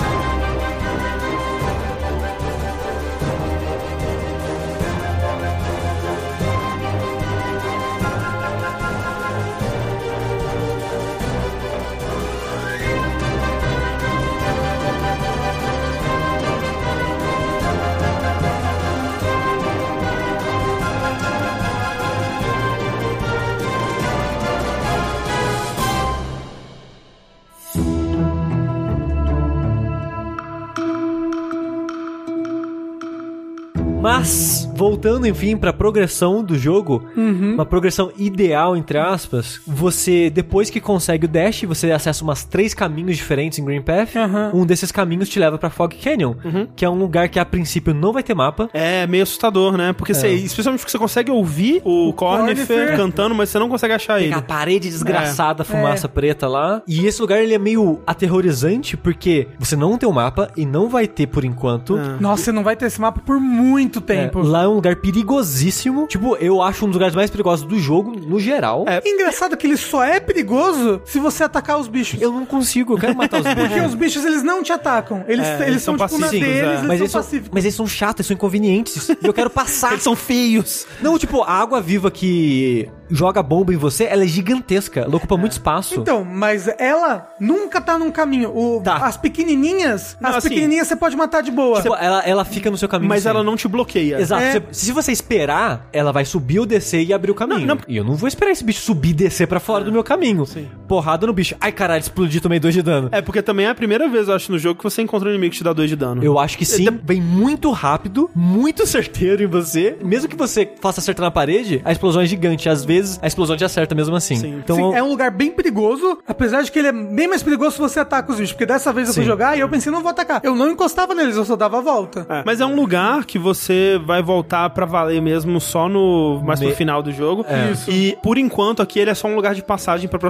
Speaker 2: Mas, voltando, enfim, pra progressão do jogo, uma progressão ideal, entre aspas, você, depois que consegue o Dash, você acessa umas 3 caminhos diferentes em Green Path. Um desses caminhos te leva pra Fog Canyon, que é um lugar que, a princípio, não vai ter mapa.
Speaker 1: É meio assustador, né? Porque especialmente porque você consegue ouvir o Cornifer cantando, mas você não consegue achar ele.
Speaker 2: Tem a parede desgraçada, fumaça preta lá. E esse lugar, ele é meio aterrorizante, porque você não tem um mapa e não vai ter por enquanto.
Speaker 3: Nossa, você não vai ter esse mapa por muito tempo.
Speaker 2: Lá é um lugar perigosíssimo. Tipo, eu acho um dos lugares mais perigosos do jogo, no geral.
Speaker 3: Engraçado que ele só é perigoso se você atacar os bichos.
Speaker 2: Eu não consigo, eu quero matar os bichos.
Speaker 3: Porque os bichos, eles não te atacam. Eles são tipo, na deles, eles são pacíficos.
Speaker 2: Mas eles são chatos, eles são inconvenientes. E eu quero passar.
Speaker 1: Eles são feios.
Speaker 2: Não, tipo, a água viva que joga bomba em você, ela é gigantesca. Ela ocupa muito espaço.
Speaker 3: Então, mas ela nunca tá num caminho. As pequenininhas, você pode matar de boa.
Speaker 2: Tipo, ela fica no seu caminho.
Speaker 1: Mas ela não te bloqueia.
Speaker 2: Exato. Se você esperar, ela vai subir ou descer e abrir o caminho. E eu não vou esperar esse bicho subir e descer pra fora do meu caminho.
Speaker 1: Sim.
Speaker 2: Porrada no bicho. Ai, caralho, explodi, tomei 2 de dano.
Speaker 1: É, porque também é a primeira vez, eu acho, no jogo que você encontra um inimigo que te dá 2 de dano.
Speaker 2: Eu acho que sim. Vem muito rápido, muito certeiro em você. Mesmo que você faça acertar na parede, a explosão é gigante. Às vezes, a explosão te acerta mesmo assim.
Speaker 1: Sim.
Speaker 2: Então,
Speaker 3: Sim, é um lugar bem perigoso, apesar de que ele é bem mais perigoso se você ataca os bichos. Porque dessa vez eu fui jogar e eu pensei, não vou atacar. Eu não encostava neles, eu só dava a volta.
Speaker 1: Mas é um lugar que você vai voltar pra valer mesmo só mais pro final do jogo.
Speaker 3: Isso.
Speaker 1: E, por enquanto, aqui ele é só um lugar de passagem pra próxima área.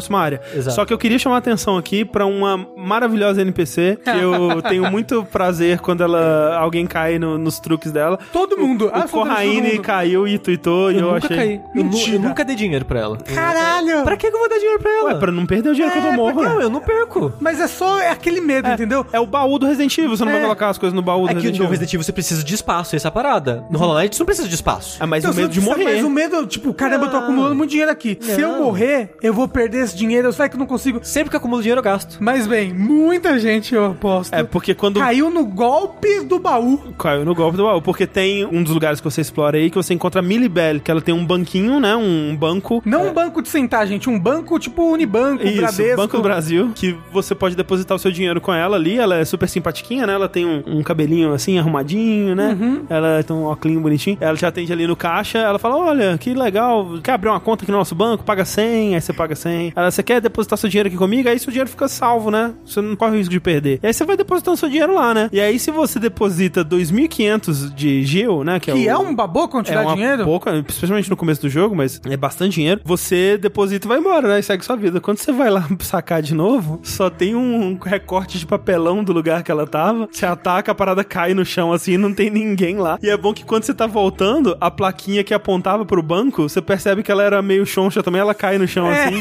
Speaker 2: Exato.
Speaker 1: Só que eu queria chamar a atenção aqui pra uma maravilhosa NPC, que eu tenho muito prazer quando alguém cai nos truques dela.
Speaker 3: Todo mundo.
Speaker 1: O Corraine caiu e tweetou e eu
Speaker 2: nunca
Speaker 1: achei...
Speaker 2: caí. Eu nunca dei dinheiro pra ela.
Speaker 3: Caralho!
Speaker 2: Pra que eu vou dar dinheiro pra ela?
Speaker 1: Ué, pra não perder o dinheiro que eu morro.
Speaker 2: Não, eu não perco.
Speaker 3: Mas é só aquele medo, entendeu?
Speaker 1: É o baú do Resident Evil, você não vai colocar as coisas no baú do
Speaker 2: É que
Speaker 1: Resident
Speaker 2: no
Speaker 1: Evil.
Speaker 2: Resident Evil você precisa de espaço, essa é a parada. No Hollow Knight você não precisa de espaço.
Speaker 1: É mais
Speaker 3: Então,
Speaker 1: o medo de morrer.
Speaker 3: Mas o medo, tipo, caramba, eu tô acumulando muito dinheiro aqui. Se eu morrer, eu vou perder esse dinheiro. Eu sei que eu não consigo.
Speaker 2: Sempre que eu acumulo dinheiro eu gasto.
Speaker 3: Mas bem, muita gente, eu aposto,
Speaker 1: É porque quando...
Speaker 3: caiu no golpe do baú.
Speaker 1: Caiu no golpe do baú. Porque tem um dos lugares que você explora aí que você encontra a Millie Bell, que ela tem um banquinho, né? Um banco.
Speaker 3: Não um banco de sentar, gente. Um banco tipo Unibanco,
Speaker 1: Isso,
Speaker 3: Bradesco.
Speaker 1: Banco do Brasil, que você pode depositar o seu dinheiro com ela ali. Ela é super simpatiquinha, né? Ela tem um cabelinho assim, arrumadinho, né? Ela tem um óculos bonitinho. Ela te atende ali no caixa. Ela fala, olha, que legal. Quer abrir uma conta aqui no nosso banco? Paga 100. Aí você paga 100. Ela, você quer depositar seu dinheiro aqui comigo? Aí seu dinheiro fica salvo, né? Você não corre o risco de perder. E aí você vai depositando seu dinheiro lá, né? E aí se você deposita 2.500 de gil, né? Que é uma boa
Speaker 3: quantidade de dinheiro.
Speaker 1: Pouca, especialmente no começo do jogo, mas é bastante dinheiro. Você deposita e vai embora, né? E segue sua vida. Quando você vai lá sacar de novo, só tem um recorte de papelão do lugar que ela tava. Você ataca, a parada cai no chão assim e não tem ninguém lá. E é bom que quando você tá voltando, a plaquinha que apontava pro banco, você percebe que ela era meio choncha também, ela cai no chão assim.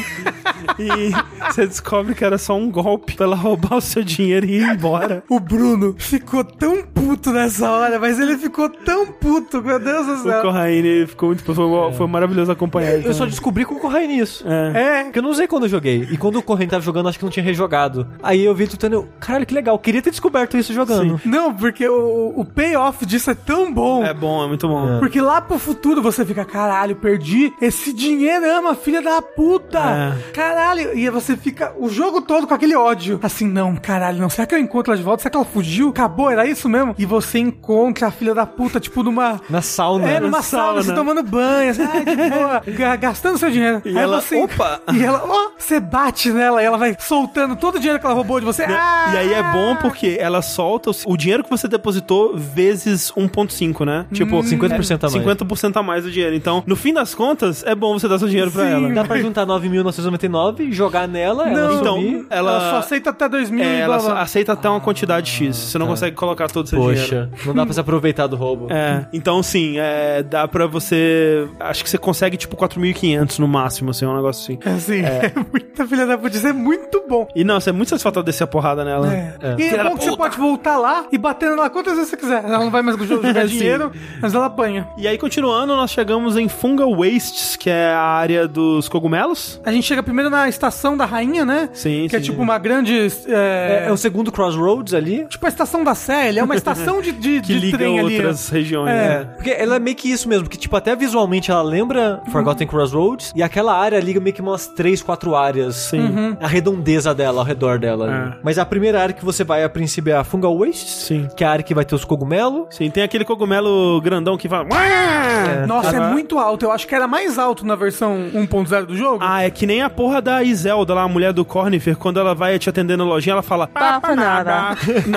Speaker 1: E você descobre que era só um golpe pra ela roubar o seu dinheiro e ir embora.
Speaker 3: O Bruno ficou tão puto nessa hora, mas ele ficou tão puto, meu Deus do céu.
Speaker 1: O Corraine ficou muito... Foi maravilhoso acompanhar ele.
Speaker 2: Eu só descobri com o Corraine isso. Porque eu não usei quando eu joguei. E quando o Corraine tava jogando, acho que não tinha rejogado. Aí eu vi tutando, caralho, que legal. Queria ter descoberto isso jogando.
Speaker 3: Sim. Não, porque o payoff disso é tão bom.
Speaker 1: É bom, é muito bom.
Speaker 3: Porque lá pro futuro você fica, caralho, perdi esse dinheirama, filha da puta. Caralho. E você fica o jogo todo com aquele ódio. Assim, não, caralho, não. Será que eu encontro ela de volta? Será que ela fugiu? Acabou, era isso mesmo? E você encontra a filha da puta, tipo,
Speaker 2: na sauna.
Speaker 3: Numa sauna, você tomando banho, assim, de boa, gastando seu dinheiro.
Speaker 1: E
Speaker 3: aí
Speaker 1: ela,
Speaker 3: você...
Speaker 1: opa!
Speaker 3: E ela, você bate nela e ela vai soltando todo o dinheiro que ela roubou de você.
Speaker 1: E aí é bom porque ela solta o dinheiro que você depositou vezes 1.5, né? Tipo,
Speaker 2: 50% a mais.
Speaker 1: 50% a mais do dinheiro. Então, no fim das contas, é bom você dar seu dinheiro pra ela.
Speaker 2: Dá pra juntar 9.999, jogar nela, ela sumir.
Speaker 1: Então, ela
Speaker 3: só aceita até 2.000 e
Speaker 1: ela
Speaker 3: blá, blá.
Speaker 1: aceita até uma quantidade X. Você não consegue colocar todo o seu dinheiro.
Speaker 2: Poxa, não dá pra se aproveitar do roubo.
Speaker 1: Então sim, dá pra você... Acho que você consegue tipo 4.500 no máximo, assim, um negócio assim.
Speaker 3: Assim, é muita filha da puta, isso é muito bom.
Speaker 1: E nossa, é muito satisfatório descer a porrada nela.
Speaker 3: E é bom que você pode voltar lá e bater nela quantas vezes você quiser. Ela não vai mais jogar dinheiro, mas ela apanha.
Speaker 1: E aí, continuando, nós chegamos em Fungal Wastes, que é a área dos cogumelos.
Speaker 3: A gente chega primeiro na estação da rainha, né?
Speaker 1: Sim,
Speaker 3: que é tipo uma grande...
Speaker 2: É o segundo Crossroads ali.
Speaker 3: Tipo a estação da Sé, ele é uma estação de
Speaker 1: que liga
Speaker 3: trem ali.
Speaker 1: outras regiões.
Speaker 2: Porque ela é meio que isso mesmo, que tipo, até visualmente ela lembra Forgotten Crossroads, e aquela área liga meio que umas 3, 4 áreas.
Speaker 1: Sim.
Speaker 2: A redondeza dela, ao redor dela. Mas a primeira área que você vai, a princípio, é a Fungal Wastes.
Speaker 1: Sim.
Speaker 2: Que é a área que vai ter os cogumelos.
Speaker 1: Sim, tem aquele cogumelo grandão que vai...
Speaker 3: Nossa, é muito alto. Eu acho que era mais alto na versão 1.0 do jogo.
Speaker 1: É que nem a porra da Iselda lá, a mulher do Cornifer, quando ela vai te atender na lojinha, ela fala...
Speaker 5: Papa nada.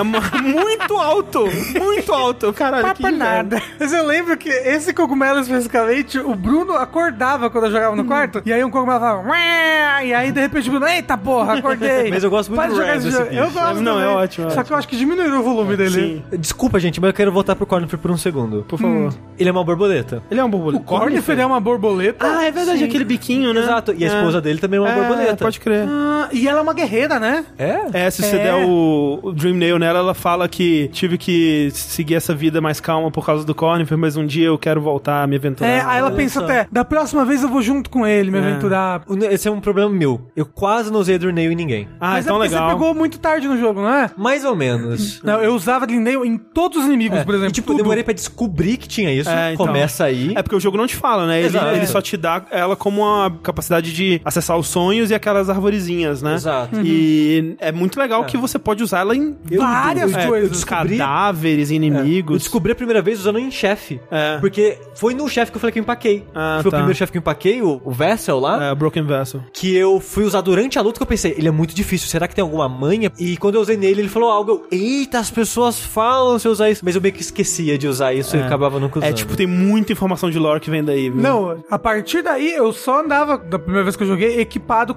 Speaker 1: Muito alto! Muito alto! Caralho,
Speaker 3: Papa nada. Mas eu lembro que esse cogumelo especificamente, o Bruno acordava quando eu jogava no quarto, e aí um cogumelo falava... E aí, de repente, o Bruno... Eita porra, acordei.
Speaker 2: Mas eu gosto muito
Speaker 3: Pode
Speaker 2: do
Speaker 3: jogar
Speaker 2: Red
Speaker 3: esse jogo.
Speaker 2: desse
Speaker 3: Eu
Speaker 2: bicho.
Speaker 3: gosto
Speaker 1: Não,
Speaker 3: também.
Speaker 1: é ótimo.
Speaker 3: Só que eu acho que diminuiu o volume dele.
Speaker 1: Sim.
Speaker 2: Desculpa, gente, mas eu quero voltar pro Cornifer por um segundo.
Speaker 1: Por favor.
Speaker 2: Ele é uma borboleta.
Speaker 1: Ele é um borboleta.
Speaker 3: O Cornifer é uma borboleta.
Speaker 1: É verdade,
Speaker 3: Sim.
Speaker 1: aquele biquinho, né?
Speaker 2: Exato. E a esposa dele também é uma borboleta.
Speaker 1: Pode crer.
Speaker 3: E ela é uma guerreira, né?
Speaker 1: Se você der o Dream Nail nela, ela fala que tive que seguir essa vida mais calma por causa do Cornifer, mas um dia eu quero voltar a me aventurar.
Speaker 3: Aí ela pensa até, da próxima vez eu vou junto com ele, me aventurar.
Speaker 2: Esse é um problema meu. Eu quase não usei Dream Nail em ninguém.
Speaker 3: Mas
Speaker 1: então
Speaker 3: é porque
Speaker 1: legal.
Speaker 3: você pegou muito tarde no jogo, não é?
Speaker 2: Mais ou menos.
Speaker 3: Não, eu usava Dream Nail em todos os inimigos, por exemplo.
Speaker 2: E, tipo, eu demorei pra descobrir que tinha isso.
Speaker 1: Então.
Speaker 2: Começa aí.
Speaker 1: É porque o jogo não te fala, né? Ele só te dá ela como uma capacidade de acessar os sonhos e aquelas arvorezinhas, né?
Speaker 2: Exato.
Speaker 1: E é muito legal que você pode usar ela em
Speaker 3: várias coisas.
Speaker 1: Os cadáveres, inimigos.
Speaker 2: Eu descobri a primeira vez usando em chefe. Porque foi no chefe que eu falei que eu empaquei. Foi o primeiro chefe que eu empaquei, o Vessel lá.
Speaker 1: O Broken Vessel.
Speaker 2: Que eu fui usar durante a luta, que eu pensei, ele é muito difícil, será que tem alguma manha? E quando eu usei nele, ele falou algo, eita, as pessoas falam se eu usar isso. Mas eu meio que esquecia de usar isso e acabava nunca usando.
Speaker 1: Tipo, tem muita informação de lore que vem daí, viu?
Speaker 3: Não, a partir daí eu só andava, da primeira vez que eu joguei, equipado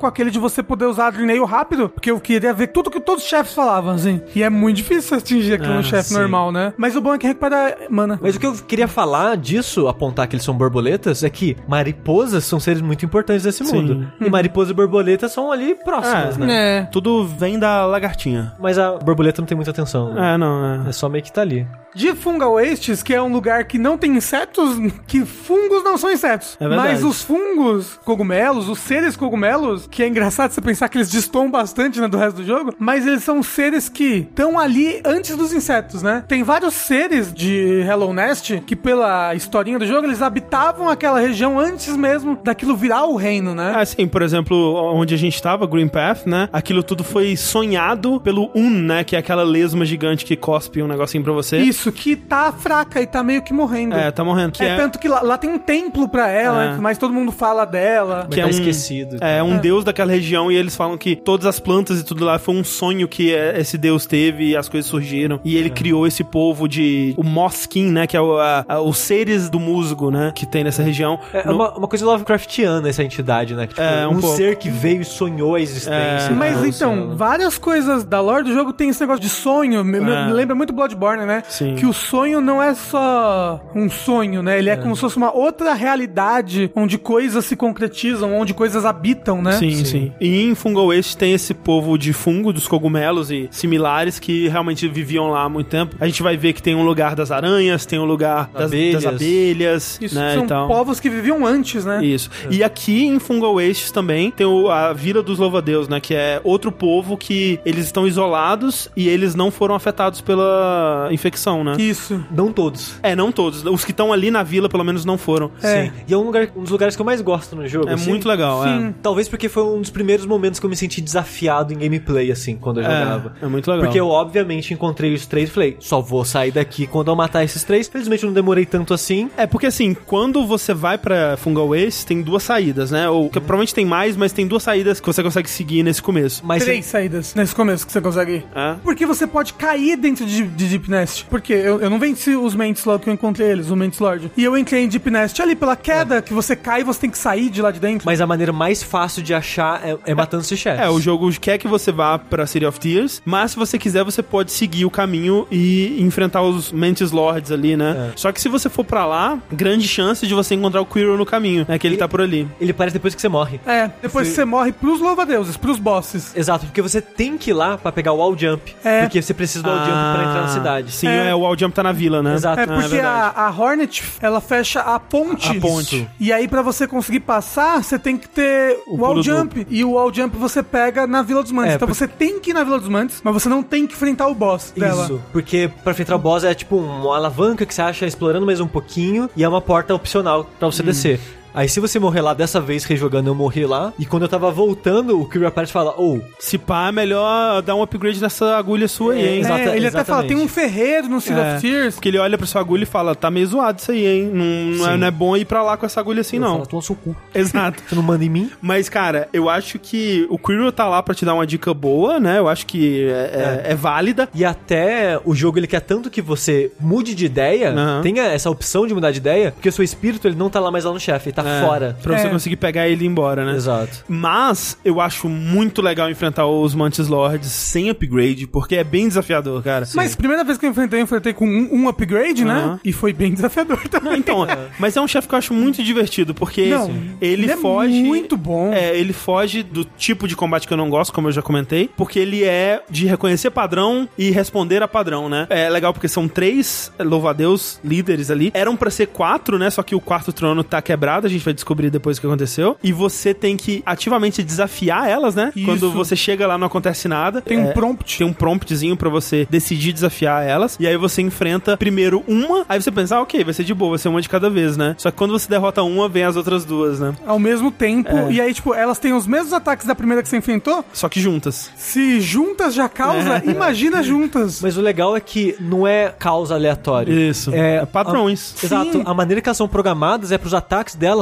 Speaker 3: com aquele de você poder usar Adrenail rápido, porque eu queria ver tudo que todos os chefes falavam, assim. E é muito difícil atingir aquilo no chefe normal, né? Mas o bom é que recupera mana.
Speaker 2: Mas o que eu queria falar disso, apontar que eles são borboletas, é que mariposas são seres muito importantes nesse mundo. E mariposa e borboleta são ali próximas, né?
Speaker 1: Tudo vem da lagartinha.
Speaker 2: Mas a borboleta não tem muita atenção. Né?
Speaker 1: Não.
Speaker 2: É só meio que tá ali.
Speaker 3: De Fungal Wastes, que é um lugar que não tem insetos, que fungos não são insetos.
Speaker 1: É verdade.
Speaker 3: Mas os fungos, cogumelos, os seres cogumelos, que é engraçado você pensar que eles destoam bastante, né, do resto do jogo, mas eles são seres que estão ali antes dos insetos, né? Tem vários seres de Hello Nest que, pela historinha do jogo, eles habitavam aquela região antes mesmo daquilo virar o reino, né?
Speaker 1: Assim, por exemplo, onde a gente tava, Green Path, né? Aquilo tudo foi sonhado pelo né? Que é aquela lesma gigante que cospe um negocinho pra você.
Speaker 3: Isso, que tá fraca e tá meio que morrendo.
Speaker 1: Tá morrendo.
Speaker 3: Tanto que lá tem um templo pra ela, mas todo mundo fala dela.
Speaker 2: Que tá esquecido.
Speaker 1: Um deus daquela região, e eles falam que todas as plantas e tudo lá foi um sonho que esse deus teve e as coisas surgiram. E ele criou esse povo o Moskin, né? Que é os seres do musgo, né? Que tem nessa região.
Speaker 2: Uma coisa Lovecraftiana essa entidade, né? Que, tipo, ser que veio e sonhou a existência.
Speaker 3: Mas então, várias coisas da lore do jogo tem esse negócio de sonho. Me lembra muito Bloodborne, né?
Speaker 1: Sim.
Speaker 3: Que o sonho não é só um sonho, né? Ele é como se fosse uma outra realidade onde coisas se concretizam, onde coisas habitam, né?
Speaker 1: Sim. E em Fungal Waste tem esse povo de fungo, dos cogumelos e similares que realmente viviam lá há muito tempo. A gente vai ver que tem um lugar das aranhas, tem um lugar das abelhas.
Speaker 3: Isso,
Speaker 1: né,
Speaker 3: são povos que viviam antes, né?
Speaker 1: Isso. E aqui em Fungal Wastes também tem a Vila dos Louvadeus, né? Que é outro povo que eles estão isolados e eles não foram afetados pela infecção, né?
Speaker 3: Isso.
Speaker 2: Não todos.
Speaker 1: Não todos. Os que estão ali na vila, pelo menos, não foram.
Speaker 2: Sim. E é um dos lugares que eu mais gosto no jogo.
Speaker 1: É assim. Muito legal,
Speaker 3: Sim.
Speaker 2: Talvez porque foi um dos primeiros momentos que eu me senti desafiado em gameplay, assim, quando eu jogava.
Speaker 1: É muito legal.
Speaker 2: Porque eu, obviamente, encontrei os 3 e falei, só vou sair daqui quando eu matar esses 3. Felizmente, eu não demorei tanto assim.
Speaker 1: Porque assim, quando você vai pra Fungal Wastes, tem 2 saídas, né? Ou que provavelmente tem mais, mas tem 2 saídas que você consegue seguir nesse começo.
Speaker 2: Mas
Speaker 3: 3 saídas nesse começo que você consegue ir. Porque você pode cair dentro de Deep Nest. Porque eu não venci os Mantis Lord que eu encontrei eles, o Mantis Lord. E eu entrei em Deep Nest ali pela queda, que você cai e você tem que sair de lá de dentro.
Speaker 2: Mas a maneira mais fácil de achar é matando esses chefes.
Speaker 1: O jogo quer que você vá pra City of Tears, mas se você quiser, você pode seguir o caminho e enfrentar os Mantis Lords ali, né? Só que se você for pra lá, grande chance de você encontrar o Quirrell no caminho, né? Que ele tá por ali.
Speaker 2: Ele aparece depois que você morre.
Speaker 3: Depois que você morre pros louva-deuses, pros bosses.
Speaker 2: Exato, porque você tem que ir lá pra pegar o wall jump. Porque você precisa do wall jump pra entrar na cidade.
Speaker 1: Sim, o wall jump tá na vila, né?
Speaker 2: Exato.
Speaker 3: Porque a Hornet, ela fecha a ponte.
Speaker 1: A ponte.
Speaker 3: E aí, pra você conseguir passar, você tem que ter o wall jump. E o wall jump você pega na Vila dos Mantis. Então você tem que ir na Vila dos Mantis, mas você não tem que enfrentar o boss dela.
Speaker 2: Isso, porque pra enfrentar o boss é tipo uma alavanca que você acha explorando mais um pouquinho e é uma porta opcional pra você descer. Aí se você morrer lá dessa vez rejogando, eu morri lá. E quando eu tava voltando, o Quirrell aparece e fala,
Speaker 1: se pá, é melhor dar um upgrade nessa agulha sua aí, hein?
Speaker 3: Ele até fala, tem um ferreiro no City of Tears.
Speaker 1: Porque ele olha pra sua agulha e fala, tá meio zoado isso aí, hein? Não é bom ir pra lá com essa agulha assim, não.
Speaker 2: Fala, toma seu cu.
Speaker 1: Exato.
Speaker 2: Você não manda em mim?
Speaker 1: Mas, cara, eu acho que o Quirrell tá lá pra te dar uma dica boa, né? Eu acho que é válida.
Speaker 2: E até o jogo, ele quer tanto que você mude de ideia, tenha essa opção de mudar de ideia, porque o seu espírito, ele não tá lá mais lá no chefe, ele tá fora.
Speaker 1: Pra você conseguir pegar ele e ir embora, né?
Speaker 2: Exato.
Speaker 1: Mas eu acho muito legal enfrentar os Mantis Lords sem upgrade, porque é bem desafiador, cara.
Speaker 3: Mas primeira vez que eu enfrentei com um upgrade, né? E foi bem desafiador também.
Speaker 1: Não, então, mas é um chefe que eu acho muito divertido, porque ele foge...
Speaker 3: é muito bom.
Speaker 1: Ele foge do tipo de combate que eu não gosto, como eu já comentei, porque ele é de reconhecer padrão e responder a padrão, né? É legal porque são 3 louva-a-Deus líderes ali. Eram pra ser 4, né? Só que o 4º trono tá quebrado, a gente vai descobrir depois o que aconteceu. E você tem que ativamente desafiar elas, né?
Speaker 3: Isso.
Speaker 1: Quando você chega lá, não acontece nada.
Speaker 3: Tem um prompt.
Speaker 1: Tem um promptzinho pra você decidir desafiar elas. E aí você enfrenta primeiro uma, aí você pensa, ok, vai ser de boa, vai ser uma de cada vez, né? Só que quando você derrota uma, vem as outras 2, né?
Speaker 3: Ao mesmo tempo. E aí, tipo, elas têm os mesmos ataques da primeira que você enfrentou.
Speaker 1: Só que juntas.
Speaker 3: Se juntas já causa, imagina juntas.
Speaker 2: Mas o legal é que não é causa aleatória.
Speaker 1: Isso. É padrões.
Speaker 2: Exato. A maneira que elas são programadas é pros ataques delas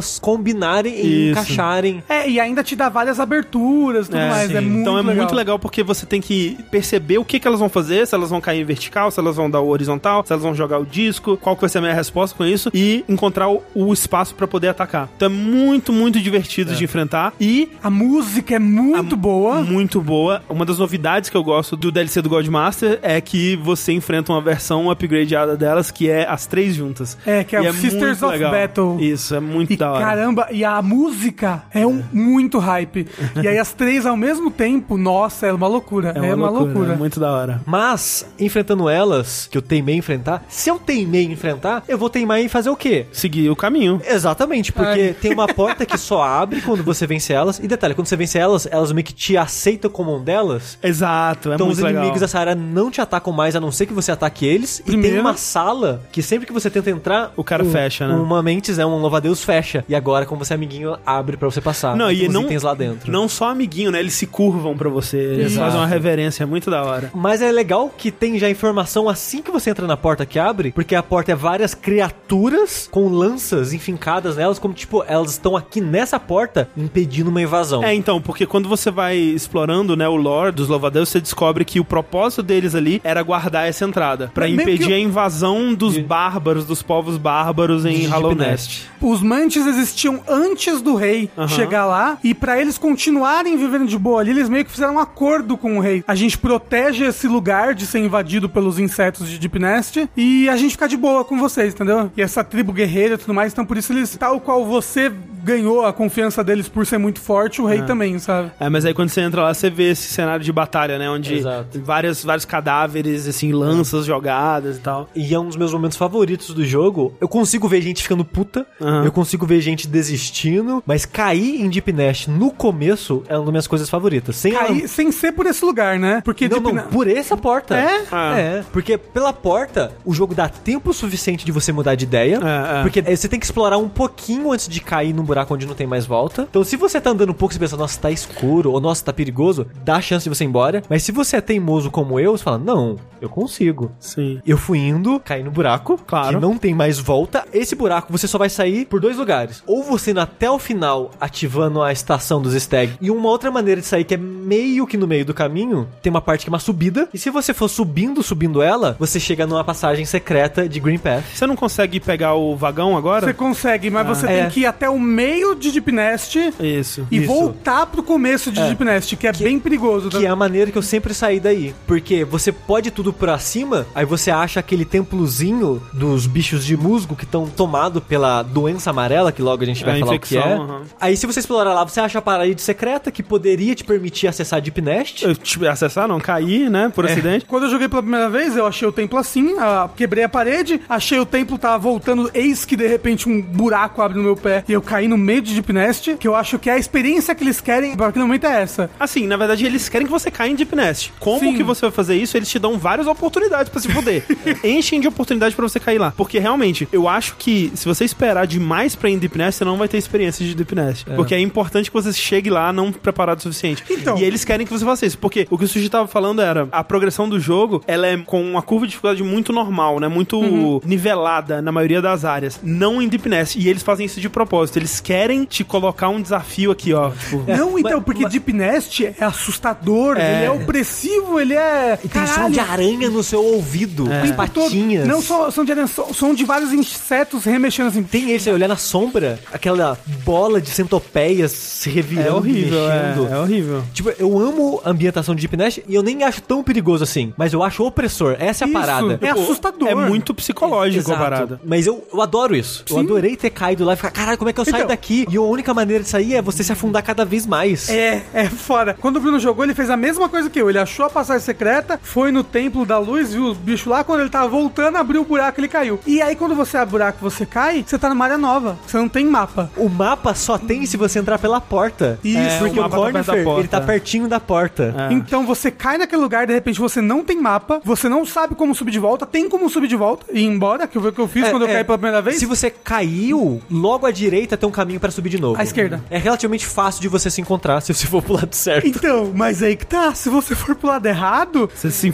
Speaker 2: elas combinarem e encaixarem.
Speaker 3: E ainda te dá várias aberturas e tudo mais.
Speaker 1: Sim.
Speaker 3: É muito
Speaker 1: então
Speaker 3: legal.
Speaker 1: Muito legal porque você tem que perceber o que elas vão fazer, se elas vão cair em vertical, se elas vão dar o horizontal, se elas vão jogar o disco, qual que vai ser a minha resposta com isso, e encontrar o espaço pra poder atacar. Então é muito, muito divertido de enfrentar. E
Speaker 3: a música é muito boa.
Speaker 1: Muito boa. Uma das novidades que eu gosto do DLC do Godmaster é que você enfrenta uma versão upgradeada delas, que é as 3 juntas.
Speaker 3: Que é o Sisters of Battle.
Speaker 1: Isso, é muito da hora.
Speaker 3: Caramba, e a música é muito hype. E aí as 3 ao mesmo tempo, nossa, é uma loucura. É uma loucura.
Speaker 1: É muito da hora.
Speaker 2: Mas, enfrentando elas, que eu teimei em enfrentar, se eu teimei em enfrentar, eu vou teimar em fazer o quê?
Speaker 1: Seguir o caminho.
Speaker 2: Exatamente, porque tem uma porta que só abre quando você vence elas. E detalhe, quando você vence elas meio que te aceitam como um delas.
Speaker 1: Exato,
Speaker 2: então
Speaker 1: muito legal.
Speaker 2: Então os inimigos dessa área não te atacam mais, a não ser que você ataque eles.
Speaker 3: Primeiro.
Speaker 2: E tem uma sala que sempre que você tenta entrar...
Speaker 1: O cara fecha, né?
Speaker 2: Uma mentes, um louva-a-Deus fecha. E agora, como você é amiguinho, abre pra você passar.
Speaker 1: Não, e
Speaker 2: os
Speaker 1: não,
Speaker 2: itens lá dentro.
Speaker 1: Não só amiguinho, né? Eles se curvam pra você. Eles fazem uma reverência muito da hora.
Speaker 2: Mas é legal que tem já informação assim que você entra na porta que abre, porque a porta é várias criaturas com lanças enfincadas nelas, como tipo, elas estão aqui nessa porta impedindo uma invasão.
Speaker 1: Então, porque quando você vai explorando, né, o lore dos louva-a-Deus, você descobre que o propósito deles ali era guardar essa entrada, pra impedir a invasão dos bárbaros, dos povos bárbaros em Hollow Nest.
Speaker 3: Os mantis existiam antes do rei chegar lá, e pra eles continuarem vivendo de boa ali, eles meio que fizeram um acordo com o rei. A gente protege esse lugar de ser invadido pelos insetos de Deep Nest, e a gente fica de boa com vocês, entendeu? E essa tribo guerreira e tudo mais, então por isso eles, tal qual você ganhou a confiança deles por ser muito forte, o rei também, sabe?
Speaker 1: Mas aí quando você entra lá, você vê esse cenário de batalha, né? Onde tem vários cadáveres, assim, lanças jogadas e tal.
Speaker 2: E é um dos meus momentos favoritos do jogo. Eu consigo ver gente ficando puta, eu consigo ver gente desistindo, mas cair em Deep Nest no começo é uma das minhas coisas favoritas.
Speaker 3: Sem ser por esse lugar, né? Porque
Speaker 2: não, por essa porta.
Speaker 3: É?
Speaker 2: Porque pela porta, o jogo dá tempo suficiente de você mudar de ideia, porque você tem que explorar um pouquinho antes de cair num buraco onde não tem mais volta. Então, se você tá andando um pouco e você pensa, nossa, tá escuro, ou nossa, tá perigoso, dá a chance de você ir embora. Mas se você é teimoso como eu, você fala, não, eu consigo.
Speaker 1: Sim.
Speaker 2: Eu fui indo, caí no buraco,
Speaker 1: claro,
Speaker 2: que não tem mais volta. Esse buraco você só vai sair por 2 lugares. Ou você indo até o final, ativando a estação dos Stag. E uma outra maneira de sair, que é meio que no meio do caminho, tem uma parte que é uma subida. E se você for subindo ela, você chega numa passagem secreta de Green Path.
Speaker 1: Você não consegue pegar o vagão agora?
Speaker 3: Você consegue, mas você tem que ir até o meio de Deep Nest e voltar pro começo de Deep Nest, que é bem perigoso.
Speaker 2: Que é a maneira que eu sempre saí daí. Porque você pode ir tudo pra cima, aí você acha aquele templozinho dos bichos de musgo que estão tomados pela doença amarela, que logo a gente vai falar
Speaker 1: infecção,
Speaker 2: o que é. Aí se você explorar lá, você acha a parede secreta que poderia te permitir acessar Deep Nest.
Speaker 1: Acessar não, cair, né, por acidente.
Speaker 3: Quando eu joguei pela primeira vez, eu achei o templo assim, quebrei a parede, achei o templo, tava voltando, eis que de repente um buraco abre no meu pé e eu caí no meio de Deep Nest, que eu acho que a experiência que eles querem para aquele momento é essa.
Speaker 1: Assim, na verdade, eles querem que você caia em Deep Nest. Como que você vai fazer isso? Eles te dão várias oportunidades pra se fuder. Enchem de oportunidade pra você cair lá. Porque, realmente, eu acho que se você esperar demais pra ir em Deep Nest, você não vai ter experiência de Deep Nest. Porque é importante que você chegue lá não preparado o suficiente.
Speaker 3: Então,
Speaker 1: e eles querem que você faça isso. Porque o que o Suji tava falando era, a progressão do jogo, ela é com uma curva de dificuldade muito normal, né? Muito nivelada na maioria das áreas. Não em Deep Nest. E eles fazem isso de propósito. Eles querem te colocar um desafio aqui, ó. Tipo,
Speaker 3: não, então, porque Deep Nest é assustador, ele é opressivo, ele é...
Speaker 2: E tem som de aranha no seu ouvido, as patinhas.
Speaker 3: Não só som de aranha, som de vários insetos remexendo assim.
Speaker 2: Tem esse, olhar na sombra, aquela bola de centopeias se revirando,
Speaker 1: é horrível,
Speaker 2: mexendo.
Speaker 1: É horrível.
Speaker 2: Tipo, eu amo a ambientação de Deep Nest e eu nem acho tão perigoso assim, mas eu acho opressor. Essa é a parada.
Speaker 3: É assustador.
Speaker 1: É muito psicológico a parada.
Speaker 2: Mas eu adoro isso.
Speaker 3: Sim.
Speaker 2: Eu adorei ter caído lá e ficar, caralho, como é que eu saio daqui? E a única maneira de sair é você se afundar cada vez mais.
Speaker 3: É foda. Quando o Bruno jogou, ele fez a mesma coisa que eu. Ele achou a passagem secreta, foi no Templo da Luz, viu os bichos lá, quando ele tava voltando, abriu o buraco, ele caiu. E aí, quando você abre o buraco e você cai, você tá numa área nova. Você não tem mapa.
Speaker 2: O mapa só tem se você entrar pela porta.
Speaker 3: Isso.
Speaker 2: Porque o Cornifer, ele tá pertinho da porta.
Speaker 3: Então, você cai naquele lugar, de repente, você não tem mapa, você não sabe como subir de volta, tem como subir de volta e ir embora, que foi o que eu fiz quando eu caí pela primeira vez.
Speaker 2: Se você caiu, logo à direita tem um caminho pra subir de novo.
Speaker 3: À esquerda.
Speaker 2: É relativamente fácil de você se encontrar se você for pro lado certo.
Speaker 3: Então, mas aí que tá, se você for pro lado errado,
Speaker 1: você se enfiou
Speaker 3: você
Speaker 1: lá.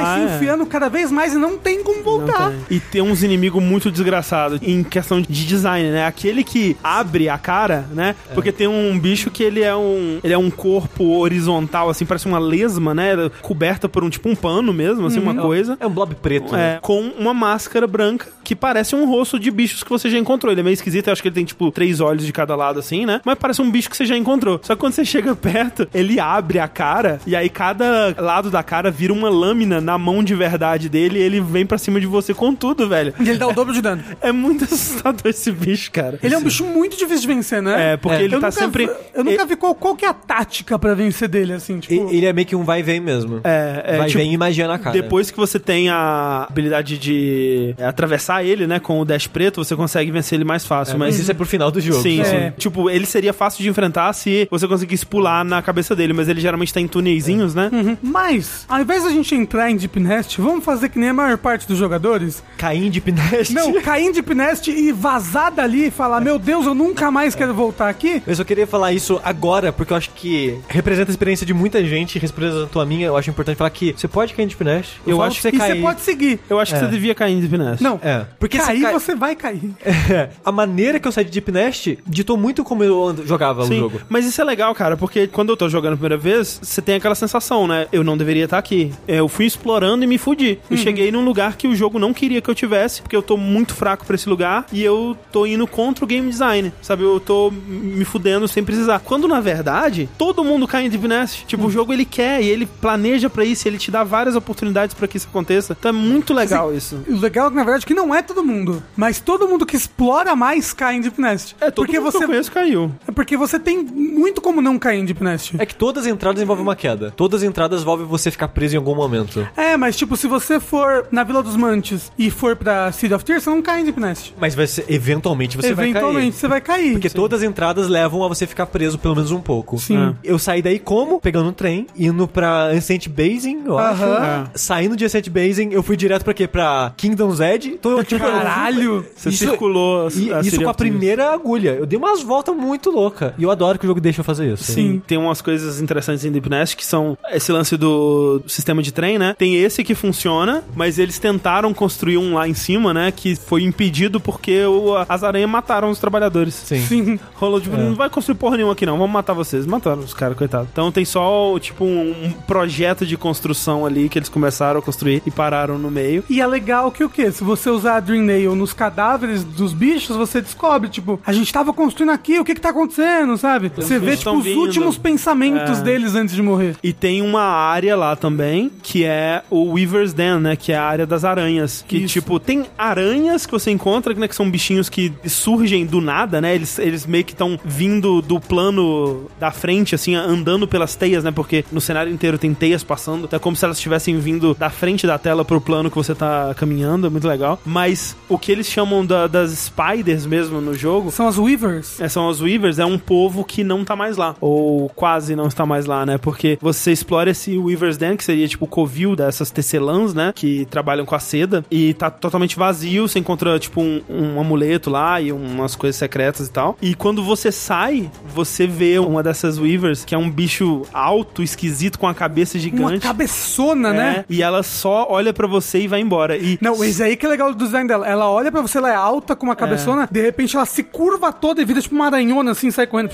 Speaker 3: vai se enfiando cada vez mais e não tem como voltar.
Speaker 1: E tem uns inimigos muito desgraçados em questão de design, né? Aquele que abre a cara, né? Porque tem um bicho que ele é um corpo horizontal, assim, parece uma lesma, né? Coberta por um pano mesmo, assim, uma coisa.
Speaker 2: É um blob preto, né?
Speaker 1: Com uma máscara branca que parece um rosto de bichos que você já encontrou. Ele é meio esquisito, eu acho que ele tem, 3 olhos de cada lado, assim, né? Mas parece um bicho que você já encontrou. Só que quando você chega perto, ele abre a cara e aí cada lado da cara vira uma lâmina na mão de verdade dele e ele vem pra cima de você com tudo, velho.
Speaker 3: E ele dá o dobro de dano.
Speaker 1: É muito assustador esse bicho, cara.
Speaker 3: Ele é um bicho muito difícil de vencer, né?
Speaker 1: Porque ele tá sempre...
Speaker 3: Eu nunca vi qual que é a tática pra vencer dele, assim, tipo...
Speaker 2: Ele é meio que um vai e vem mesmo. Vai e vem e magia na cara.
Speaker 1: Depois que você tem a habilidade de atravessar ele, né, com o dash preto, você consegue vencer ele mais fácil. Mas
Speaker 2: isso é pro final do jogo.
Speaker 1: Sim, sim. Tipo, ele seria fácil de enfrentar se você conseguisse pular na cabeça dele, mas ele geralmente tá em tuneizinhos, né?
Speaker 3: Mas, ao invés da gente entrar em Deep Nest, vamos fazer que nem a maior parte dos jogadores.
Speaker 2: Cair em Deep Nest?
Speaker 3: Não, cair em Deep Nest e vazar dali e falar, meu Deus, eu nunca mais quero voltar aqui.
Speaker 2: Eu só queria falar isso agora, porque eu acho que representa a experiência de muita gente, representa a minha. Eu acho importante falar que você pode cair em Deep Nest. Eu acho que você cair...
Speaker 3: você pode seguir.
Speaker 1: Eu acho que você devia cair em Deep Nest.
Speaker 3: Não,
Speaker 2: porque
Speaker 3: cair você vai cair.
Speaker 2: A maneira que eu saí de Deep Nest ditou muito como eu jogava o jogo.
Speaker 1: Mas isso é legal, cara, porque quando eu tô jogando a primeira vez, você tem aquela sensação, né? Eu não deveria estar aqui. Eu fui explorando e me fudi. Eu cheguei num lugar que o jogo não queria que eu tivesse, porque eu tô muito fraco pra esse lugar e eu tô indo contra o game design, sabe? Eu tô me fudendo sem precisar. Quando, na verdade, todo mundo cai em Deep Nest. Tipo, o jogo ele quer e ele planeja pra isso, ele te dá várias oportunidades pra que isso aconteça. Então é muito legal isso.
Speaker 3: O legal, na verdade, é que não é todo mundo, mas todo mundo que explora mais cai em Deep Nest.
Speaker 1: Todo mundo que eu conheço caiu.
Speaker 3: É porque você tem muito como não cair em Deep Nest.
Speaker 2: É que todas as entradas envolvem uma queda. Todas as entradas envolvem você ficar preso em algum momento.
Speaker 3: Mas tipo, se você for na Vila dos Mantis e for pra City of Tears, você não cai em Deep Nest.
Speaker 2: Mas eventualmente você vai cair.
Speaker 3: Eventualmente você vai cair.
Speaker 2: Porque todas as entradas levam a você ficar preso pelo menos um pouco.
Speaker 3: Sim.
Speaker 2: Eu saí daí como? Pegando um trem, indo pra Ancient Basin, eu acho. Saindo de Ancient Basin, eu fui direto pra quê? Pra Kingdom's Edge. Então, eu, tipo,
Speaker 3: caralho!
Speaker 1: Você circulou
Speaker 2: isso com a primeira agulha. Eu dei umas voltas muito loucas. E eu adoro que o jogo deixa eu fazer isso.
Speaker 1: Sim. Tem umas coisas interessantes em Deep Nest que são esse lance do sistema de trem, né? Tem esse que funciona, mas eles tentaram construir um lá em cima, né? Que foi impedido porque as aranhas mataram os trabalhadores.
Speaker 3: Sim.
Speaker 1: Rolou, tipo, não vai construir porra nenhuma aqui não, vamos matar vocês. Mataram os caras, coitado. Então tem só, tipo, um projeto de construção ali que eles começaram a construir e pararam no meio.
Speaker 3: E é legal que o quê? Se você usar a Dream Nail nos cadáveres dos bichos, você descobre, tipo, a gente tava construindo aqui, o que tá acontecendo, sabe? Você vê, tipo, os últimos pensamentos deles antes de morrer.
Speaker 1: E tem uma área lá também, que é o Weaver's Den, né? Que é a área das aranhas. Que, tipo, tem aranhas que você encontra, né? Que são bichinhos que surgem do nada, né? Eles meio que estão vindo do plano da frente, assim, andando pelas teias, né? Porque no cenário inteiro tem teias passando. Então é como se elas estivessem vindo da frente da tela pro plano que você tá caminhando. É muito legal. Mas o que eles chamam das spiders mesmo no jogo...
Speaker 3: São as Weavers.
Speaker 1: São as Weavers. É um povo que não tá mais lá. Ou quase não está mais lá, né? Porque você explora esse Weaver's Den, que seria tipo o covil dessas tecelãs, né? Que trabalham com a seda. E tá totalmente vazio. Você encontra, tipo, um amuleto lá e umas coisas secretas e tal. E quando você sai, você vê uma dessas Weavers, que é um bicho alto, esquisito, com a cabeça gigante.
Speaker 3: Uma cabeçona, né?
Speaker 1: E ela só olha pra você e vai embora. E...
Speaker 3: Não, esse aí que é legal do design dela. Ela olha pra você, ela é alta, com uma cabeçona, de repente ela se curva toda e vira tipo uma aranhona, assim, sai correndo.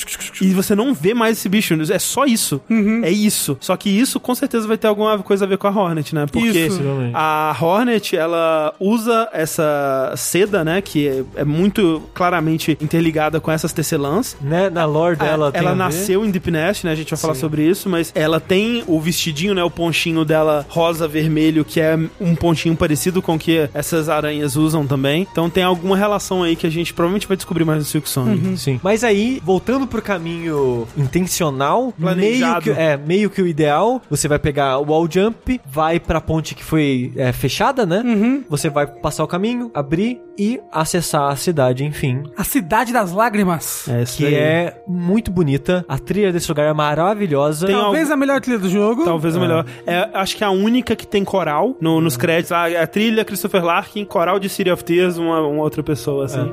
Speaker 1: E você não vê mais esse bicho. É só isso. É isso. Só que isso, com certeza, vai ter alguma coisa a ver com a Hornet, né? Porque
Speaker 3: isso.
Speaker 1: A Hornet, ela usa essa seda, né? Que é muito claramente interligada com essas tecelãs.
Speaker 2: Né? Na lore dela
Speaker 1: ela nasceu em Deep Nest, né? A gente vai falar sobre isso, mas ela tem o vestidinho, né? O ponchinho dela rosa-vermelho, que é um pontinho parecido com o que essas aranhas usam também. Então tem alguma relação aí que a gente provavelmente vai descobrir mais no Silk Song.
Speaker 2: Sim. Mas aí, voltando pro caminho intencional,
Speaker 1: planejado,
Speaker 2: meio que o ideal, você vai pegar o wall jump, vai pra ponte que foi fechada, né? Você vai passar o caminho, abrir e acessar a cidade, enfim.
Speaker 3: A Cidade das Lágrimas.
Speaker 2: Que é muito bonita. A trilha desse lugar é maravilhosa.
Speaker 3: Talvez a melhor trilha do jogo.
Speaker 1: Talvez a melhor. Acho que é a única que tem coral nos créditos. A trilha Christopher Larkin, coral de City of Tears, uma outra pessoa, assim.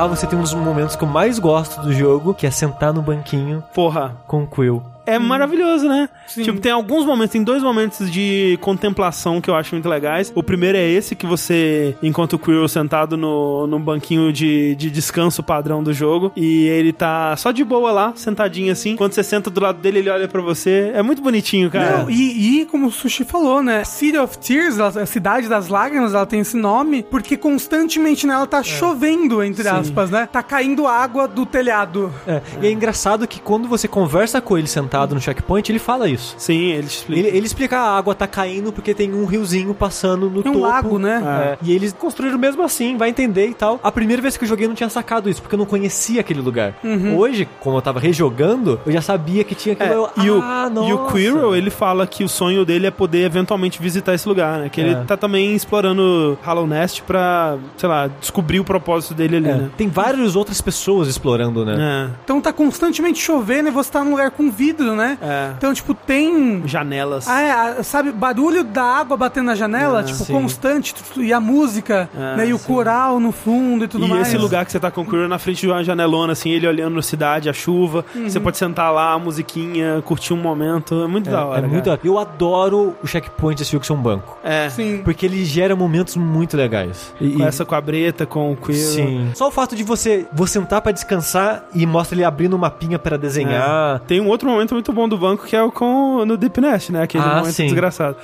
Speaker 2: lá você tem um dos momentos que eu mais gosto do jogo, que é sentar no banquinho
Speaker 1: Porra.
Speaker 2: com o Quill.
Speaker 1: É maravilhoso, né?
Speaker 3: Sim.
Speaker 1: Tipo, tem alguns momentos, tem 2 momentos de contemplação que eu acho muito legais. O primeiro é esse, que você encontra o Quill sentado no banquinho de descanso padrão do jogo, e ele tá só de boa lá, sentadinho assim. Quando você senta do lado dele, ele olha pra você. É muito bonitinho, cara.
Speaker 3: Não, e como o Sushi falou, né? City of Tears, a cidade das lágrimas, ela tem esse nome porque constantemente nela tá chovendo, entre aspas, né? Tá caindo água do telhado.
Speaker 2: E é engraçado que quando você conversa com ele sentado no checkpoint, ele fala isso.
Speaker 1: Sim, ele te explica.
Speaker 2: Ele explica a água tá caindo porque tem um riozinho passando no
Speaker 3: Tem um
Speaker 2: topo.
Speaker 3: lago, né?
Speaker 2: E eles construíram mesmo assim, vai entender e tal. A primeira vez que eu joguei eu não tinha sacado isso, porque eu não conhecia aquele lugar. Hoje, como eu tava rejogando, eu já sabia que tinha aquilo.
Speaker 1: E o Quirrell, ele fala que o sonho dele é poder eventualmente visitar esse lugar, né? Que ele tá também explorando Hollow Nest pra, sei lá, descobrir o propósito dele ali, né?
Speaker 2: Tem várias outras pessoas explorando, né?
Speaker 3: Então tá constantemente chovendo e você tá num lugar com vidro, né? Então, tipo, tem...
Speaker 1: Janelas.
Speaker 3: Sabe, barulho da água batendo na janela, constante, e a música, né? E o coral no fundo e tudo mais.
Speaker 1: E esse lugar que você tá com o Quirrell na frente de uma janelona, assim, ele olhando na cidade, a chuva, você pode sentar lá, a musiquinha, curtir um momento, é muito da hora,
Speaker 2: muito da hora. Eu adoro o checkpoint desse jogo ser um banco.
Speaker 3: Sim.
Speaker 2: Porque ele gera momentos muito legais.
Speaker 1: Começa com a Breta, com o Quirrell.
Speaker 2: Sim. Só o fato de você sentar pra descansar e mostra ele abrindo uma mapinha pra desenhar.
Speaker 1: Tem um outro momento muito bom do banco que é no Deep Nest, né? Aquele momento desgraçado.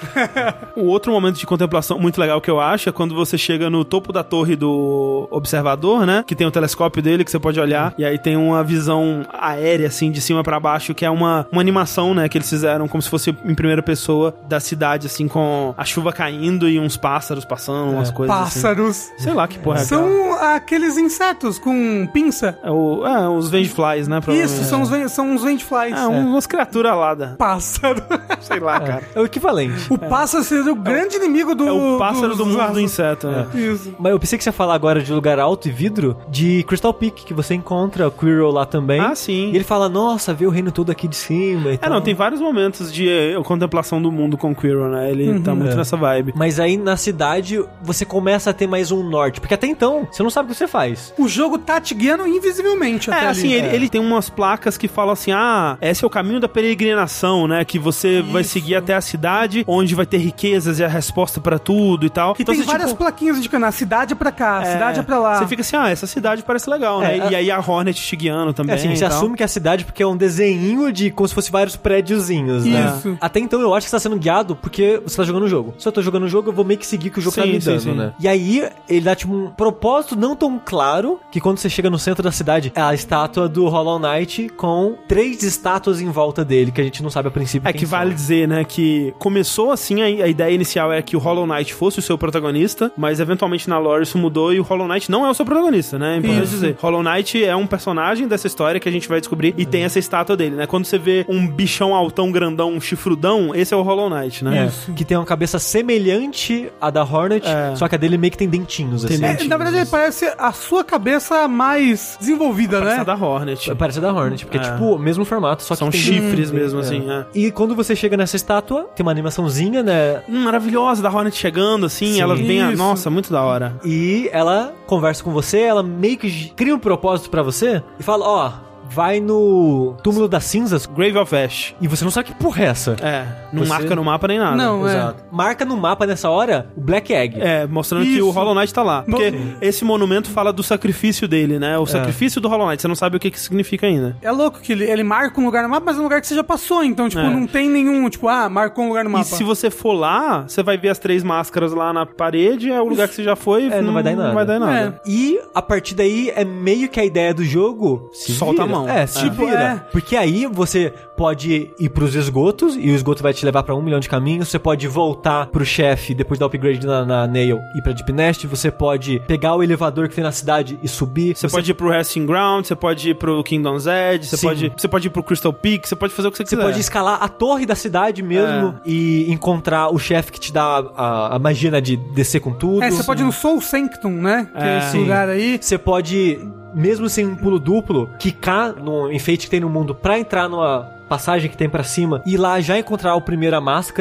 Speaker 1: O outro momento de contemplação muito legal que eu acho é quando você chega no topo da torre do observador, né? Que tem o telescópio dele que você pode olhar, e aí tem uma visão aérea, assim, de cima pra baixo, que é uma animação, né? Que eles fizeram como se fosse em primeira pessoa da cidade, assim, com a chuva caindo e uns pássaros passando, umas coisas
Speaker 3: Pássaros.
Speaker 1: assim. Sei lá que porra é aquela.
Speaker 3: São aqueles insetos com pinça.
Speaker 1: Os Vengeflies, né?
Speaker 3: Isso, são os Vengeflies.
Speaker 1: Umas criaturas aladas.
Speaker 3: Pássaro.
Speaker 1: Sei lá, cara.
Speaker 2: É o equivalente.
Speaker 3: O pássaro seria o grande inimigo do...
Speaker 1: É o pássaro do mundo do inseto, né?
Speaker 3: Isso.
Speaker 2: Mas eu pensei que você ia falar agora de lugar alto e vidro, de Crystal Peak, que você encontra o Quirrell lá também.
Speaker 1: Ah, sim.
Speaker 2: E ele fala, nossa, vê o reino todo aqui de cima e tal.
Speaker 1: Não, tem vários momentos de contemplação do mundo com o Quirrell, né? Ele tá muito nessa vibe.
Speaker 2: Mas aí na cidade você começa a ter mais um norte, porque até então você não sabe o que você faz.
Speaker 3: O jogo tá te guiando invisivelmente até
Speaker 1: assim,
Speaker 3: ali.
Speaker 1: ele tem umas placas que falam assim, esse é o caminho da peregrinação, né? Que você vai seguir até a cidade, onde vai ter riquezas e a resposta pra tudo e tal.
Speaker 3: E então, tem várias plaquinhas indicando, a cidade é pra cá, a cidade é pra lá.
Speaker 1: Você fica assim, essa cidade parece legal, né? E aí a Hornet te guiando também.
Speaker 2: Assim, você assume que é a cidade porque é um desenho de como se fosse vários prédiozinhos, né?
Speaker 3: Isso.
Speaker 2: Até então eu acho que você tá sendo guiado porque você tá jogando o jogo. Se eu tô jogando o jogo, eu vou meio que seguir o que o jogo tá me dando, né? E aí, ele dá tipo um propósito não tão claro que quando você chega no centro da cidade, é a estátua do Hollow Knight com 3 estátuas em volta dele, que a gente não sabe a princípio quem
Speaker 1: que
Speaker 2: são.
Speaker 1: Vale dizer, né, que começou assim, a ideia inicial é que o Hollow Knight fosse o seu protagonista, mas eventualmente na lore isso mudou e o Hollow Knight não é o seu protagonista, né? É importante dizer. Hollow Knight é um personagem dessa história que a gente vai descobrir e tem essa estátua dele, né? Quando você vê um bichão altão, grandão, um chifrudão, esse é o Hollow Knight, né?
Speaker 2: Isso. Que tem uma cabeça semelhante à da Hornet, só que a dele meio que tem dentinhos, assim.
Speaker 3: Na verdade, ele parece a sua cabeça mais desenvolvida, né?
Speaker 1: Parece a da Hornet.
Speaker 2: Parece a da Hornet, porque é tipo o mesmo formato, só que
Speaker 1: são
Speaker 2: tem
Speaker 1: chifres mesmo, assim.
Speaker 2: E quando você chega nessa estátua, tem uma animaçãozinha, né?
Speaker 1: Maravilhosa, da Hornet chegando, assim, ela vem... Nossa, muito da hora.
Speaker 2: E ela conversa com você, ela meio que cria um propósito pra você e fala, vai no túmulo das cinzas,
Speaker 1: Grave of Ash.
Speaker 2: E você não sabe que porra é essa.
Speaker 1: Não marca no mapa nem nada.
Speaker 3: Não,
Speaker 2: exato. Marca no mapa nessa hora o Black Egg.
Speaker 1: Mostrando que o Hollow Knight tá lá. Porque esse monumento fala do sacrifício dele, né? O sacrifício do Hollow Knight. Você não sabe o que significa ainda.
Speaker 3: É louco que ele marca um lugar no mapa, mas é um lugar que você já passou. Então, tipo, não tem nenhum, tipo, marcou um lugar no mapa.
Speaker 1: E se você for lá, você vai ver as 3 máscaras lá na parede, é o lugar que você já foi,
Speaker 2: não vai dar em nada.
Speaker 1: Não vai dar em nada.
Speaker 2: E a partir daí é meio que a ideia do jogo
Speaker 1: solta a mão.
Speaker 2: Se vira. Porque aí você pode ir pros esgotos e o esgoto vai te levar pra 1 milhão de caminhos. Você pode voltar pro chefe depois da upgrade na Nail e ir pra Deep Nest. Você pode pegar o elevador que tem na cidade e subir.
Speaker 1: Você pode ir pro Resting Ground, você pode ir pro Kingdom's Edge, você pode ir pro Crystal Peak, você pode fazer o que você quiser.
Speaker 2: Você pode escalar a torre da cidade mesmo e encontrar o chefe que te dá a magia, né, de descer com tudo.
Speaker 3: Você pode ir no Soul Sanctum, né? Que é esse lugar aí.
Speaker 2: Você pode, mesmo sem um pulo duplo, quicar no enfeite que tem no mundo pra entrar numa passagem que tem pra cima e lá já encontrar a primeira máscara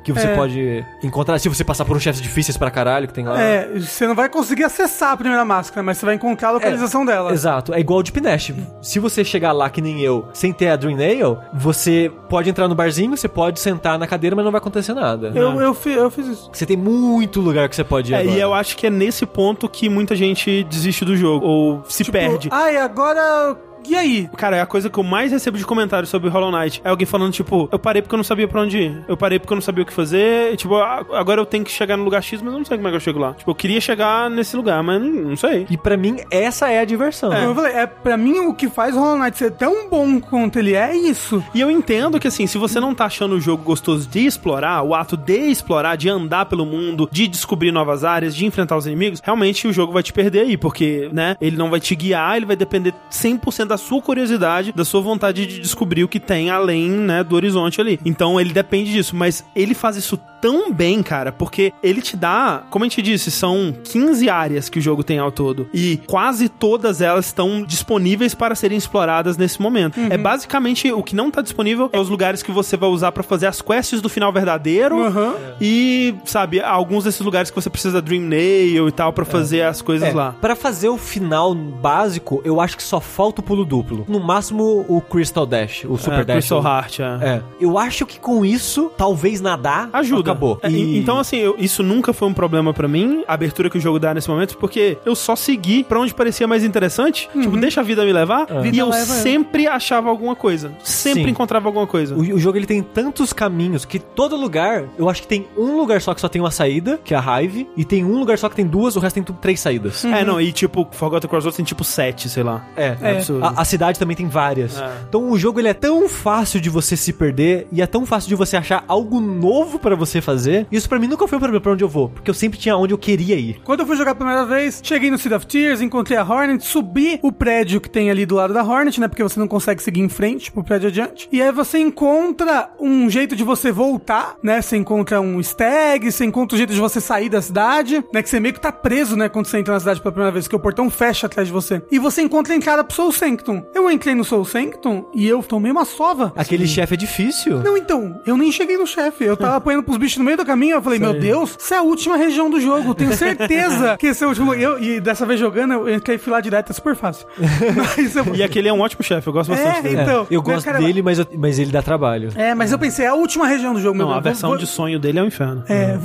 Speaker 2: que você pode encontrar se você passar por uns chefes difíceis pra caralho que tem lá.
Speaker 3: Você não vai conseguir acessar a primeira máscara, mas você vai encontrar a localização dela.
Speaker 2: Exato, é igual o Deep Nest. Se você chegar lá que nem eu, sem ter a Dream Nail, você pode entrar no barzinho, você pode sentar na cadeira, mas não vai acontecer nada.
Speaker 3: Eu fiz isso.
Speaker 2: Você tem muito lugar que você pode ir agora.
Speaker 1: E eu acho que é nesse ponto que muita gente desiste do jogo, ou se perde.
Speaker 3: E agora... E aí?
Speaker 1: Cara, é a coisa que eu mais recebo de comentários sobre Hollow Knight. É alguém falando, tipo, eu parei porque eu não sabia pra onde ir. Eu parei porque eu não sabia o que fazer. E, tipo, agora eu tenho que chegar no lugar X, mas eu não sei como é que eu chego lá. Tipo, eu queria chegar nesse lugar, mas não sei.
Speaker 2: E pra mim, essa é a diversão.
Speaker 3: Eu falei, pra mim, o que faz Hollow Knight ser tão bom quanto ele é isso.
Speaker 1: E eu entendo que, assim, se você não tá achando o jogo gostoso de explorar, o ato de explorar, de andar pelo mundo, de descobrir novas áreas, de enfrentar os inimigos, realmente o jogo vai te perder aí, porque, né, ele não vai te guiar, ele vai depender 100% da sua curiosidade, da sua vontade de descobrir o que tem além, né, do horizonte ali. Então ele depende disso, mas ele faz isso tão bem, cara, porque ele te dá, como a gente disse, são 15 áreas que o jogo tem ao todo, e quase todas elas estão disponíveis para serem exploradas nesse momento. É basicamente, o que não tá disponível é os lugares que você vai usar pra fazer as quests do final verdadeiro, e, sabe, alguns desses lugares que você precisa da Dream Nail e tal, pra fazer as coisas lá.
Speaker 2: Pra fazer o final básico, eu acho que só falta o pulo duplo. No máximo, o Crystal Dash, o Super Dash.
Speaker 1: Crystal Heart,
Speaker 2: Eu acho que com isso, talvez nadar
Speaker 1: ajuda.
Speaker 2: Acabou.
Speaker 1: Então, assim, isso nunca foi um problema pra mim, a abertura que o jogo dá nesse momento, porque eu só segui pra onde parecia mais interessante, tipo, deixa a vida me levar, e eu sempre achava alguma coisa. Sempre encontrava alguma coisa.
Speaker 2: O jogo, ele tem tantos caminhos que todo lugar, eu acho que tem um lugar só que só tem uma saída, que é a Hive, e tem um lugar só que tem duas, o resto tem 3 saídas.
Speaker 1: E tipo, Forgotten Crossroads tem tipo 7, sei lá.
Speaker 2: É absurdo. A cidade também tem várias. Então o jogo, ele é tão fácil de você se perder e é tão fácil de você achar algo novo pra você fazer. Isso pra mim nunca foi um problema pra onde eu vou, porque eu sempre tinha onde eu queria ir.
Speaker 3: Quando eu fui jogar a primeira vez, cheguei no Seed of Tears, encontrei a Hornet, subi o prédio que tem ali do lado da Hornet, né, porque você não consegue seguir em frente pro prédio adiante. E aí você encontra um jeito de você voltar, né, você encontra um stag, você encontra um jeito de você sair da cidade, né, que você meio que tá preso, né, quando você entra na cidade pela primeira vez, que o portão fecha atrás de você. E você encontra a entrada pro Soul Sanctum. Eu entrei no Soul Sanctum e eu tomei uma sova.
Speaker 2: Aquele chefe é difícil.
Speaker 3: Não, então, eu nem cheguei no chefe. Eu tava apanhando pros bichos no meio do caminho, eu falei, meu Deus, essa é a última região do jogo. Tenho certeza que esse é o último. E dessa vez jogando, eu entrei e fui lá direto, é super fácil.
Speaker 1: E aquele é um ótimo chefe, eu gosto bastante dele.
Speaker 3: Então,
Speaker 2: eu gosto dele, mas ele dá trabalho.
Speaker 3: Mas eu pensei, é a última região do jogo.
Speaker 1: Não, a versão de sonho dele é um inferno.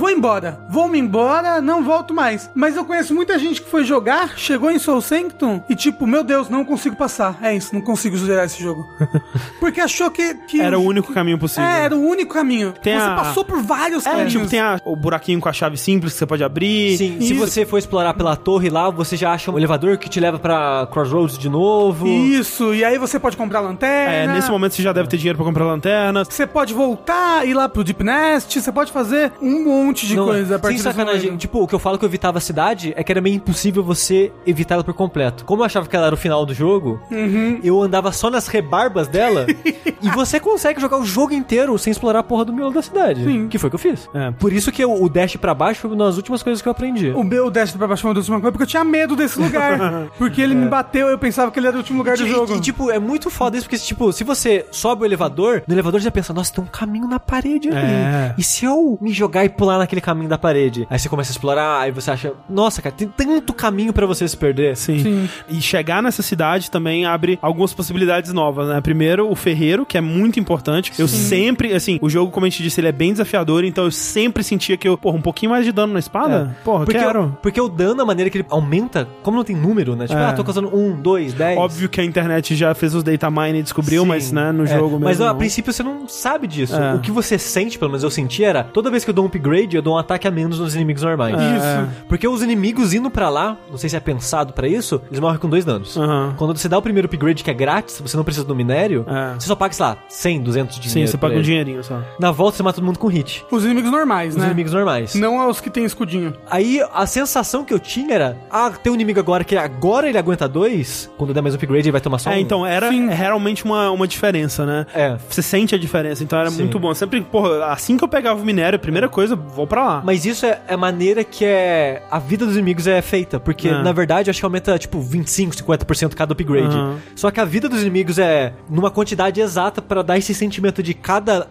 Speaker 3: Vou-me embora, não volto mais. Mas eu conheço muita gente que foi jogar, chegou em Soul Sanctum e tipo, meu Deus, não consigo passar. É isso, não consigo zerar esse jogo. Porque achou que
Speaker 1: era o único caminho possível.
Speaker 3: Era o único caminho. Você passou por vários caminhos.
Speaker 1: Tipo, tem o buraquinho com a chave simples que você pode abrir.
Speaker 2: Sim, se você for explorar pela torre lá, você já acha um elevador que te leva pra Crossroads de novo.
Speaker 3: Isso, e aí você pode comprar lanterna.
Speaker 1: Nesse momento você já deve ter dinheiro pra comprar lanterna.
Speaker 3: Você pode voltar, ir lá pro Deep Nest, você pode fazer um monte de coisa a partir
Speaker 2: sem sacanagem. Tipo, o que eu falo que eu evitava a cidade é que era meio impossível você evitar ela por completo. Como eu achava que ela era o final do jogo, eu andava só nas rebarbas dela e você consegue jogar o jogo inteiro sem explorar a porra do miolo da cidade.
Speaker 3: Sim.
Speaker 2: Que foi o que eu fiz. Por isso que o dash pra baixo foi uma das últimas coisas que eu aprendi.
Speaker 3: O meu dash pra baixo foi uma das últimas coisas porque eu tinha medo desse lugar. Porque ele me bateu e eu pensava que ele era o último lugar do jogo.
Speaker 2: E tipo, é muito foda isso, porque tipo, se você sobe o elevador, no elevador você já pensa, nossa, tem um caminho na parede ali. E se eu me jogar e pular naquele caminho da parede? Aí você começa a explorar, aí você acha, nossa, cara, tem tanto caminho pra você se perder.
Speaker 1: Sim. E chegar nessa cidade também abre algumas possibilidades novas, né? Primeiro, o ferreiro, que é muito importante. Eu sempre, assim, o jogo, como a gente disse, ele é bem desafiador, então eu sempre sentia que um pouquinho mais de dano na espada?
Speaker 2: Porque o dano, a maneira que ele aumenta, como não tem número, né? Tipo, tô causando 1, 2, 10.
Speaker 1: Óbvio que a internet já fez os data mining e descobriu, mas, né, no jogo mesmo.
Speaker 2: Mas a princípio você não sabe disso. O que você sente, pelo menos eu senti, era toda vez que eu dou um upgrade, eu dou um ataque a menos nos inimigos normais.
Speaker 3: Isso.
Speaker 2: Porque os inimigos indo pra lá, não sei se é pensado pra isso, eles morrem com 2 danos. Quando você dá o primeiro upgrade, que é grátis, você não precisa do minério, você só paga, sei lá, 100, 200 de dinheiro.
Speaker 1: Sim, você paga um dinheirinho só.
Speaker 2: Na volta você mata todo mundo com hit.
Speaker 3: Os inimigos normais, né?
Speaker 2: Os inimigos normais.
Speaker 3: Não os que tem escudinho.
Speaker 2: Aí a sensação que eu tinha era, tem um inimigo agora que agora ele aguenta 2, quando der mais um upgrade ele vai tomar só 1.
Speaker 1: Então era realmente uma diferença, né? Você sente a diferença, então era muito bom. Sempre, assim que eu pegava o minério, a primeira coisa, vou pra lá.
Speaker 2: Mas isso é a maneira que a vida dos inimigos é feita, porque na verdade eu acho que aumenta tipo 25, 50% cada upgrade. Só que a vida dos inimigos é numa quantidade exata pra dar esse sentimento de cada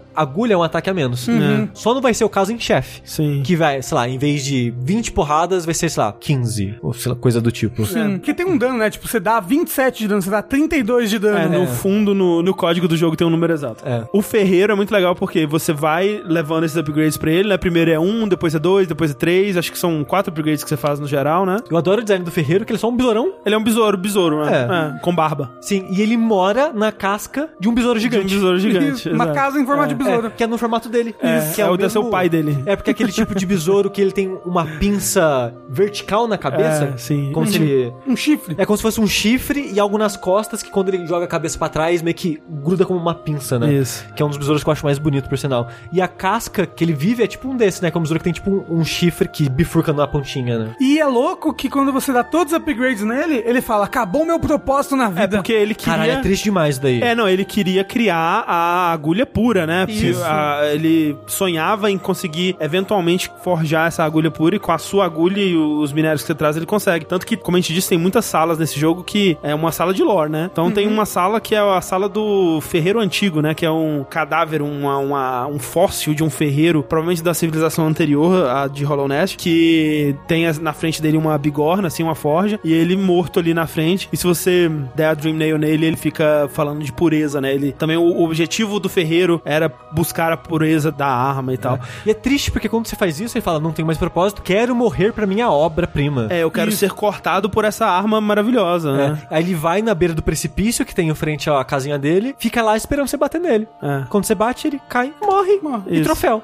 Speaker 2: agulha é um ataque a menos. Só não vai ser o caso em chefe.
Speaker 1: Sim.
Speaker 2: Que vai, sei lá, em vez de 20 porradas, vai ser, sei lá, 15. Ou sei lá, coisa do tipo.
Speaker 3: Sim, porque tem um dano, né? Tipo, você dá 27 de dano, você dá 32 de dano.
Speaker 1: No fundo, no código do jogo tem um número exato. O ferreiro é muito legal porque você vai levando esses upgrades pra ele, né? Primeiro é 1, depois é 2, depois é 3. Acho que são 4 upgrades que você faz no geral, né?
Speaker 2: Eu adoro o design do ferreiro, que ele é só um besourão.
Speaker 1: Ele é um besouro, né? Com barba.
Speaker 2: Sim, e ele mora na casca de um besouro gigante.
Speaker 1: De um besouro gigante.
Speaker 3: Uma
Speaker 1: exato.
Speaker 3: casa em forma de besouro.
Speaker 2: Que é no formato dele. Que
Speaker 1: o deve ser o pai dele.
Speaker 2: É porque é aquele tipo de besouro que ele tem uma pinça vertical na cabeça.
Speaker 1: Sim.
Speaker 2: Como se ele...
Speaker 3: Um chifre.
Speaker 2: É como se fosse um chifre e algo nas costas que quando ele joga a cabeça pra trás meio que gruda como uma pinça, né?
Speaker 1: Isso.
Speaker 2: Que é um dos besouros que eu acho mais bonito, por sinal. E a casca que ele vive é tipo um desse, né? Que é um besouro que tem tipo um chifre que bifurca na pontinha, né?
Speaker 3: E é louco que quando você dá todos os upgrades nele, ele fala, acabou meu propósito na vida.
Speaker 1: É porque ele queria...
Speaker 2: Caralho, é triste demais isso daí.
Speaker 1: Ele queria criar a agulha pura, né?
Speaker 3: Isso.
Speaker 1: Ele sonhava em conseguir, eventualmente, forjar essa agulha pura e com a sua agulha e os minérios que você traz, ele consegue. Tanto que, como a gente disse, tem muitas salas nesse jogo que é uma sala de lore, né? Então tem uma sala que é a sala do ferreiro antigo, né? Que é um cadáver, um fóssil de um ferreiro, provavelmente da civilização anterior, a de Hollow Knight, que tem na frente dele uma bigorna, assim, uma forja, e ele morto ali na frente. E se você der a Dream Nail nele, ele fica falando de pureza, né? Ele também, o objetivo do ferreiro era buscar a pureza da arma e tal.
Speaker 2: E é triste porque quando você faz isso, ele fala, não tenho mais propósito, quero morrer pra minha obra-prima.
Speaker 1: Eu quero ser cortado por essa arma maravilhosa, né?
Speaker 2: Aí ele vai na beira do precipício que tem em frente à casinha dele, fica lá esperando você bater nele. Quando você bate, ele cai, morre. E troféu.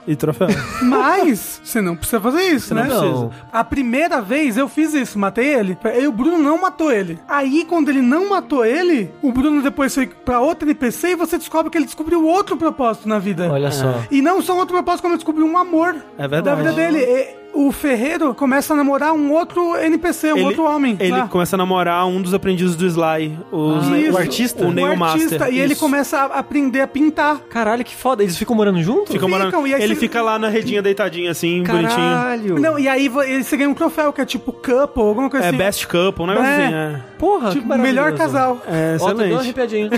Speaker 3: Mas você não precisa fazer isso, né?
Speaker 2: Não.
Speaker 3: A primeira vez eu fiz isso, matei ele, e o Bruno não matou ele. Aí, quando ele não matou ele, o Bruno depois foi pra outro NPC e você descobre que ele descobriu outro propósito na vida.
Speaker 2: Olha só.
Speaker 3: E não só outro propósito, como ele descobriu um amor da vida dele. O ferreiro começa a namorar um outro NPC, outro homem.
Speaker 1: Ele começa a namorar um dos aprendizes do Sly,
Speaker 2: o artista.
Speaker 1: O Nail Master.
Speaker 3: E ele começa a aprender a pintar.
Speaker 2: Caralho, que foda. Eles ficam morando juntos?
Speaker 1: Ficam,
Speaker 3: e aí
Speaker 1: ele
Speaker 3: você...
Speaker 1: fica lá na redinha deitadinho assim,
Speaker 2: Caralho.
Speaker 1: bonitinho.
Speaker 3: Não, e aí você ganha um troféu, que é tipo couple, alguma coisa assim.
Speaker 1: Best couple, um negócio assim,
Speaker 2: Porra,
Speaker 3: tipo,
Speaker 2: que
Speaker 3: melhor casal.
Speaker 1: Excelente.
Speaker 2: Deu uma arrepiadinha.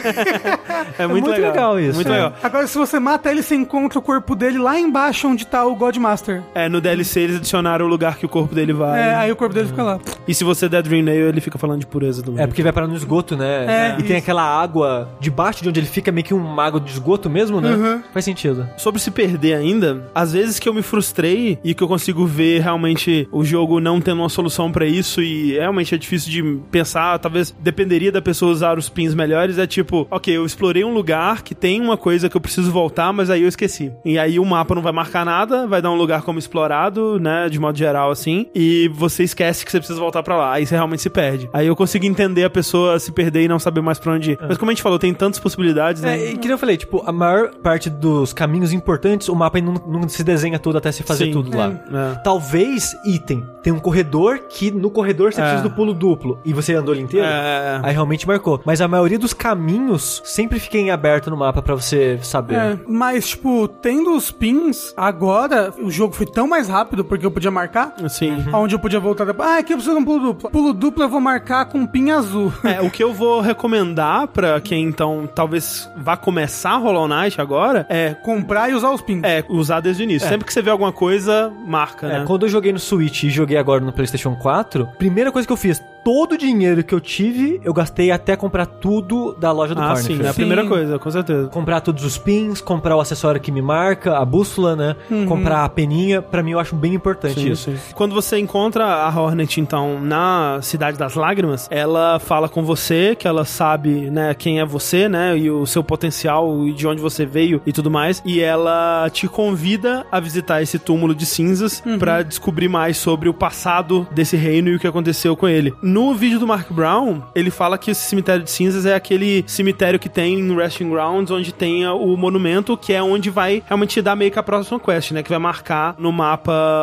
Speaker 1: É muito legal
Speaker 2: isso.
Speaker 1: Muito legal.
Speaker 3: Agora, se você mata ele, você encontra o corpo dele lá embaixo onde tá o Godmaster.
Speaker 1: No DLC eles adicionaram o lugar que o corpo dele vai.
Speaker 3: Aí o corpo dele fica lá.
Speaker 1: E se você der Dream Nail, ele fica falando de pureza também.
Speaker 2: Porque vai parar no esgoto, né? E tem aquela água debaixo de onde ele fica, meio que um mago de esgoto mesmo, né? Faz sentido.
Speaker 1: Sobre se perder ainda, às vezes que eu me frustrei e que eu consigo ver realmente o jogo não tendo uma solução pra isso e realmente é difícil de pensar, talvez dependeria da pessoa usar os pins melhores, é tipo, ok, eu explorei um lugar que tem uma coisa que eu preciso voltar, mas aí eu esqueci. E aí o mapa não vai marcar nada, vai dar um lugar como explorado, né, de modo geral assim, e você esquece que você precisa voltar pra lá, aí você realmente se perde. Aí eu consigo entender a pessoa se perder e não saber mais pra onde ir. Mas como a gente falou, tem tantas possibilidades, né?
Speaker 2: E que nem eu falei, tipo, a maior parte dos caminhos importantes, o mapa não se desenha todo até se fazer tudo lá. Talvez, item, tem um corredor que no corredor você precisa do pulo duplo, e você andou ali inteiro, aí realmente marcou. Mas a maioria dos caminhos sempre fica em aberto no mapa pra você saber.
Speaker 3: Mas, tipo, tendo os pins, agora o jogo foi tão mais rápido porque eu podia marcar.
Speaker 1: Sim.
Speaker 3: Onde eu podia voltar depois. Aqui eu preciso de um pulo duplo. Pulo duplo eu vou marcar com pin azul.
Speaker 1: O que eu vou recomendar pra quem, então, talvez vá começar Hollow Knight agora é
Speaker 3: comprar e usar os pins.
Speaker 1: Usar desde o início. Sempre que você vê alguma coisa, marca, né?
Speaker 2: Quando eu joguei no Switch e joguei agora no PlayStation 4, primeira coisa que eu fiz, todo o dinheiro que eu tive, eu gastei até comprar tudo da loja do Corner.
Speaker 1: Sim, é a primeira coisa, com certeza.
Speaker 2: Comprar todos os pins, comprar o acessório que me marca, a bússola, né? Comprar a peninha, pra mim eu acho bem importante isso.
Speaker 1: Sim. Quando você encontra a Hornet, então, na Cidade das Lágrimas, ela fala com você, que ela sabe, né, quem é você, né, e o seu potencial, e de onde você veio e tudo mais, e ela te convida a visitar esse túmulo de cinzas pra descobrir mais sobre o passado desse reino e o que aconteceu com ele. No vídeo do Mark Brown, ele fala que esse cemitério de cinzas é aquele cemitério que tem em Resting Grounds, onde tem o monumento, que é onde vai realmente te dar meio que a próxima quest, né, que vai marcar no mapa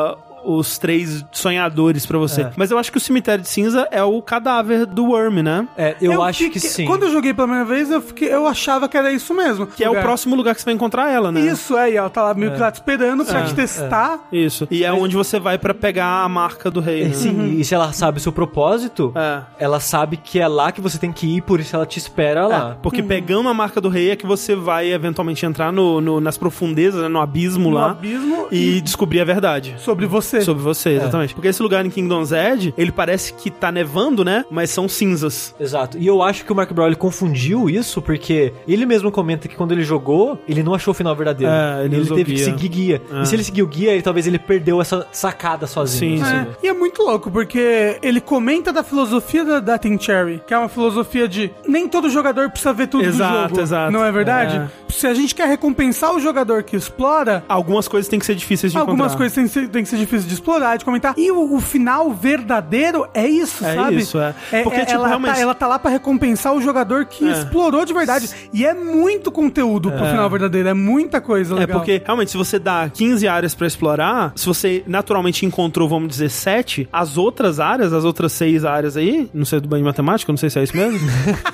Speaker 1: os 3 sonhadores pra você. Mas eu acho que o cemitério de cinza é o cadáver do Worm, né?
Speaker 2: Eu acho que sim.
Speaker 3: Quando eu joguei pela primeira vez, eu achava que era isso mesmo.
Speaker 1: Que é o próximo lugar que você vai encontrar ela, né?
Speaker 3: Isso, e ela tá lá meio que lá te esperando pra te testar.
Speaker 1: Isso. E é onde você vai pra pegar a marca do rei, né?
Speaker 2: Sim, e se ela sabe o seu propósito, ela sabe que é lá que você tem que ir, por isso ela te espera lá.
Speaker 1: Porque pegando a marca do rei é que você vai eventualmente entrar nas profundezas, né, no abismo lá.
Speaker 3: Abismo
Speaker 1: e descobrir a verdade.
Speaker 3: Sobre você.
Speaker 1: Sobre você, exatamente. Porque esse lugar em Kingdom's Edge, ele parece que tá nevando, né? Mas são cinzas.
Speaker 2: Exato. E eu acho que o Mark Brown confundiu isso, porque ele mesmo comenta que quando ele jogou, ele não achou o final verdadeiro. Ele teve que seguir guia. E se ele seguiu guia, talvez ele perdeu essa sacada sozinho.
Speaker 1: Sim.
Speaker 3: E é muito louco, porque ele comenta da filosofia da Team Cherry, que é uma filosofia de nem todo jogador precisa ver tudo do jogo. Exato. Não é verdade? Se a gente quer recompensar o jogador que explora,
Speaker 1: algumas coisas têm que ser difíceis de encontrar.
Speaker 3: Algumas coisas têm que ser difíceis de explorar, de comentar. E o final verdadeiro é isso, sabe?
Speaker 1: Isso. Porque, tipo, realmente...
Speaker 3: ela tá lá pra recompensar o jogador que explorou de verdade. E é muito conteúdo pro final verdadeiro. É muita coisa legal.
Speaker 1: Porque, realmente, se você dá 15 áreas pra explorar, se você naturalmente encontrou, vamos dizer, 7, as outras áreas, as outras 6 áreas aí, não sei do banho de matemática, não sei se é isso mesmo.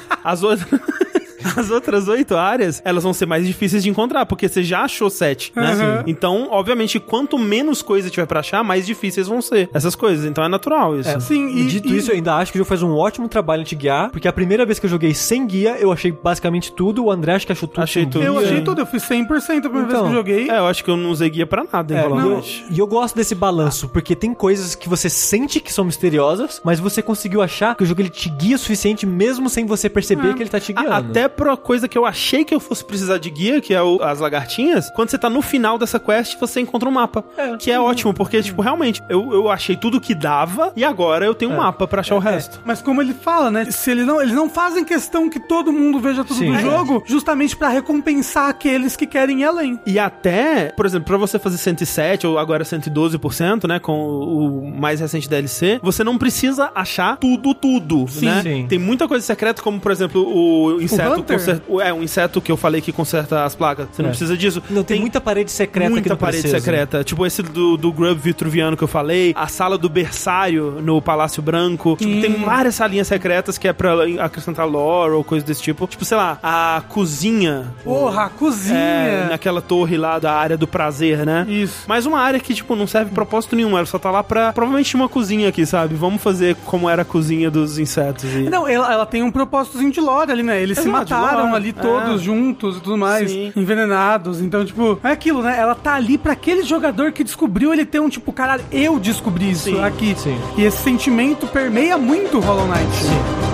Speaker 1: As outras 8 áreas, elas vão ser mais difíceis de encontrar, porque você já achou 7, né? Sim. Então, obviamente, quanto menos coisa tiver pra achar, mais difíceis vão ser essas coisas. Então é natural isso.
Speaker 3: Sim,
Speaker 2: e dito isso, eu ainda acho que o jogo faz um ótimo trabalho em te guiar, porque a primeira vez que eu joguei sem guia, eu achei basicamente tudo. O André acho que achou tudo.
Speaker 3: Eu achei tudo, eu fiz 100% a primeira vez que eu joguei.
Speaker 1: Eu acho que eu não usei guia pra nada,
Speaker 2: E eu gosto desse balanço, porque tem coisas que você sente que são misteriosas, mas você conseguiu achar que o jogo ele te guia o suficiente, mesmo sem você perceber que ele tá te guiando.
Speaker 1: Até pra coisa que eu achei que eu fosse precisar de guia, que é as lagartinhas, quando você tá no final dessa quest, você encontra um mapa. Que é ótimo, porque, tipo, realmente, eu achei tudo que dava e agora eu tenho um mapa pra achar o resto.
Speaker 3: Mas como ele fala, né? Se eles não fazem questão que todo mundo veja tudo do jogo, justamente pra recompensar aqueles que querem ir além.
Speaker 1: E até, por exemplo, pra você fazer 107 ou agora 112%, né? Com o mais recente DLC, você não precisa achar tudo, né? Sim. Tem muita coisa secreta, como, por exemplo, o inseto um inseto que eu falei que conserta as placas. Você não precisa disso.
Speaker 2: Não, tem muita parede secreta
Speaker 1: muita parede secreta. Tipo esse do Grub Vitruviano que eu falei, a sala do berçário no Palácio Branco. Tipo, tem várias salinhas secretas que é pra acrescentar lore ou coisa desse tipo. Tipo, sei lá, a cozinha.
Speaker 3: Porra, a cozinha!
Speaker 1: Naquela torre lá da área do prazer, né?
Speaker 3: Isso.
Speaker 1: Mas uma área que, tipo, não serve pra propósito nenhum. Ela só tá lá pra... Provavelmente uma cozinha aqui, sabe? Vamos fazer como era a cozinha dos insetos.
Speaker 3: Não, ela tem um propósitozinho de lore ali, né? Eles se mataram ali todos juntos e tudo mais, envenenados. Então, tipo, é aquilo, né? Ela tá ali pra aquele jogador que descobriu ele ter um tipo, caralho, eu descobri isso aqui. Sim. E esse sentimento permeia muito o Hollow Knight.
Speaker 1: Sim.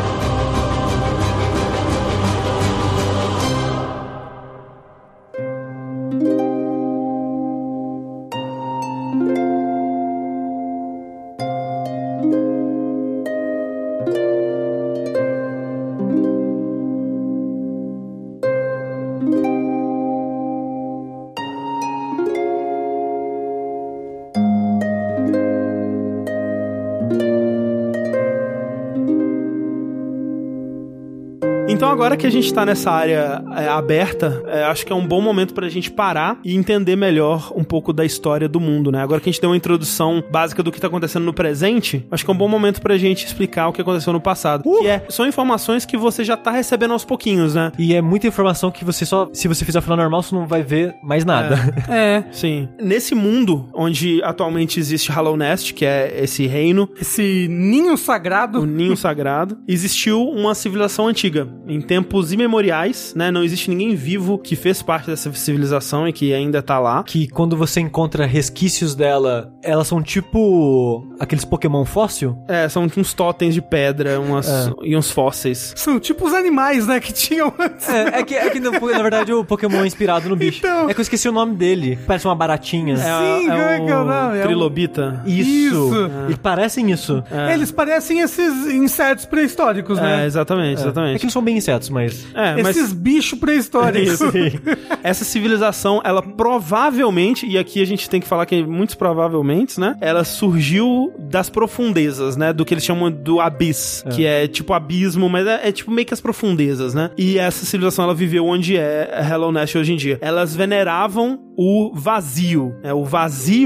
Speaker 1: Então agora que a gente tá nessa área aberta, acho que é um bom momento pra gente parar e entender melhor um pouco da história do mundo, né? Agora que a gente deu uma introdução básica do que tá acontecendo no presente, acho que é um bom momento pra gente explicar o que aconteceu no passado. São informações que você já tá recebendo aos pouquinhos, né?
Speaker 2: E é muita informação que você se você fizer o final normal, você não vai ver mais nada.
Speaker 1: Sim. Nesse mundo, onde atualmente existe Hallownest, que é esse reino...
Speaker 3: Esse ninho sagrado.
Speaker 1: O ninho sagrado. Existiu uma civilização antiga. Em tempos imemoriais, né? Não existe ninguém vivo que fez parte dessa civilização e que ainda tá lá.
Speaker 2: Que quando você encontra resquícios dela, elas são tipo aqueles Pokémon fóssil?
Speaker 1: São uns totens de pedra e uns fósseis.
Speaker 3: São tipo os animais, né? Que tinham antes.
Speaker 2: É que na verdade o Pokémon é inspirado no bicho. Então... É que eu esqueci o nome dele. Parece uma baratinha.
Speaker 3: Sim, como é que é o nome?
Speaker 1: Trilobita.
Speaker 2: Isso. Eles parecem isso.
Speaker 3: Eles parecem esses insetos pré-históricos, né?
Speaker 1: Exatamente.
Speaker 2: É que não são bem insetos, mas...
Speaker 3: Esses bichos pré-históricos.
Speaker 1: Essa civilização, ela provavelmente, e aqui a gente tem que falar que muitos provavelmente, né? Ela surgiu das profundezas, né? Do que eles chamam do Abyss, que é tipo abismo, mas é tipo meio que as profundezas, né? E essa civilização, ela viveu onde é Hallownest hoje em dia. Elas veneravam o vazio. O vazio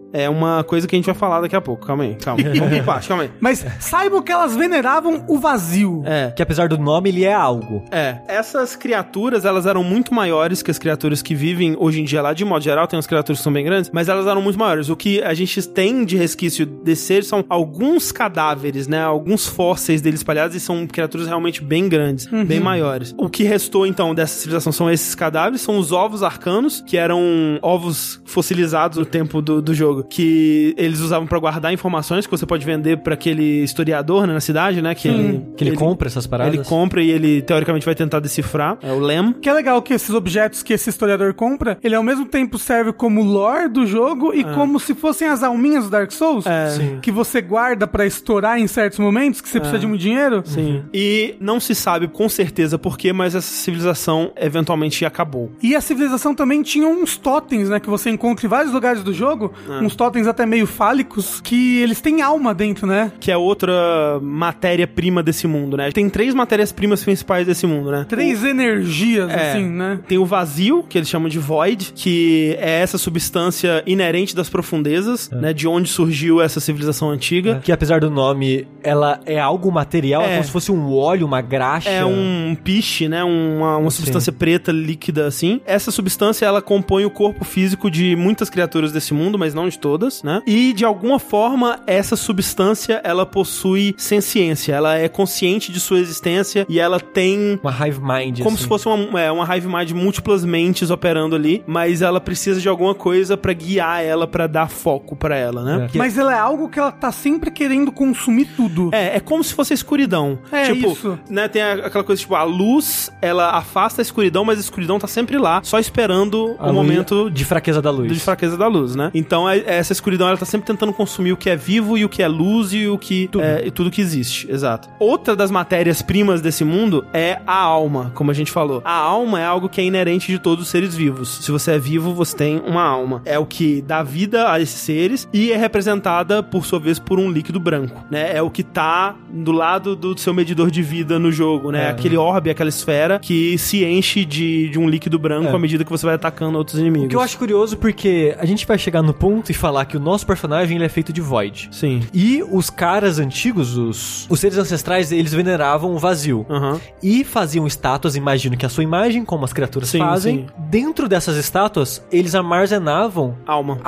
Speaker 1: é uma coisa que a gente vai falar daqui a pouco. Calma aí. Vamos em parte, calma aí.
Speaker 3: Mas saibam que elas veneravam o vazio.
Speaker 2: Que apesar do nome, ele é algo.
Speaker 1: Essas criaturas, elas eram muito maiores que as criaturas que vivem hoje em dia lá, de modo geral, tem umas criaturas que são bem grandes, mas elas eram muito maiores. O que a gente tem de resquício desse ser são alguns cadáveres, né? Alguns fósseis deles espalhados, e são criaturas realmente bem grandes, bem maiores. O que restou, então, dessa civilização são esses cadáveres, são os ovos arcanos, que eram ovos fossilizados no tempo do jogo, que eles usavam pra guardar informações que você pode vender pra aquele historiador, né, na cidade, né? Que ele
Speaker 2: compra essas paradas.
Speaker 1: Ele compra e ele, teoricamente, vai tentar decifrar. É o Lem.
Speaker 3: Que é legal que esses objetos que esse historiador compra, ele ao mesmo tempo serve como lore do jogo e como se fossem as alminhas do Dark Souls, que você guarda pra estourar em certos momentos, que você precisa de muito dinheiro.
Speaker 1: Sim. E não se sabe com certeza por quê, mas essa civilização eventualmente acabou.
Speaker 3: E a civilização também tinha uns totens, né, que você encontra em vários lugares do jogo, uns totens até meio fálicos, que eles têm alma dentro, né?
Speaker 1: Que é outra matéria-prima desse mundo, né? Tem 3 matérias-primas principais desse mundo, né?
Speaker 3: 3 energias, assim, né?
Speaker 1: Tem o vazio, que eles chamam de Void, que é essa substância inerente das profundezas, né? De onde surgiu essa civilização antiga.
Speaker 2: Que apesar do nome, ela é algo material, é como se fosse um óleo, uma graxa.
Speaker 1: É um piche, né? Uma substância preta, líquida, assim. Essa substância, ela compõe o corpo físico de muitas criaturas desse mundo, mas não de todas, né? E, de alguma forma, essa substância, ela possui senciência. Ela é consciente de sua existência e ela tem...
Speaker 2: uma hive mind,
Speaker 1: como se fosse uma hive mind, múltiplas mentes operando ali, mas ela precisa de alguma coisa pra guiar ela, pra dar foco pra ela, né?
Speaker 3: Mas ela é algo que ela tá sempre querendo consumir tudo.
Speaker 1: É como se fosse a escuridão. Tipo,
Speaker 3: isso.
Speaker 1: Né, tem aquela coisa, tipo, a luz, ela afasta a escuridão, mas a escuridão tá sempre lá, só esperando o momento
Speaker 2: de fraqueza da luz.
Speaker 1: De fraqueza da luz, né? Então, essa escuridão, ela tá sempre tentando consumir o que é vivo e o que é luz e o que... e tudo que existe, exato. Outra das matérias-primas desse mundo é a alma, como a gente falou. A alma é algo que é inerente de todos os seres vivos. Se você é vivo, você tem uma alma. É o que dá vida a esses seres e é representada, por sua vez, por um líquido branco, né? É o que tá do lado do seu medidor de vida no jogo, né? Aquele orbe, aquela esfera que se enche de um líquido branco à medida que você vai atacando outros inimigos.
Speaker 2: O que eu acho curioso porque a gente vai chegar no ponto e falar que o nosso personagem ele é feito de Void.
Speaker 1: Sim.
Speaker 2: E os caras antigos, os seres ancestrais, eles veneravam o vazio. E faziam estátuas, imagino que a sua imagem, como as criaturas fazem. Sim. Dentro dessas estátuas, eles armazenavam alma.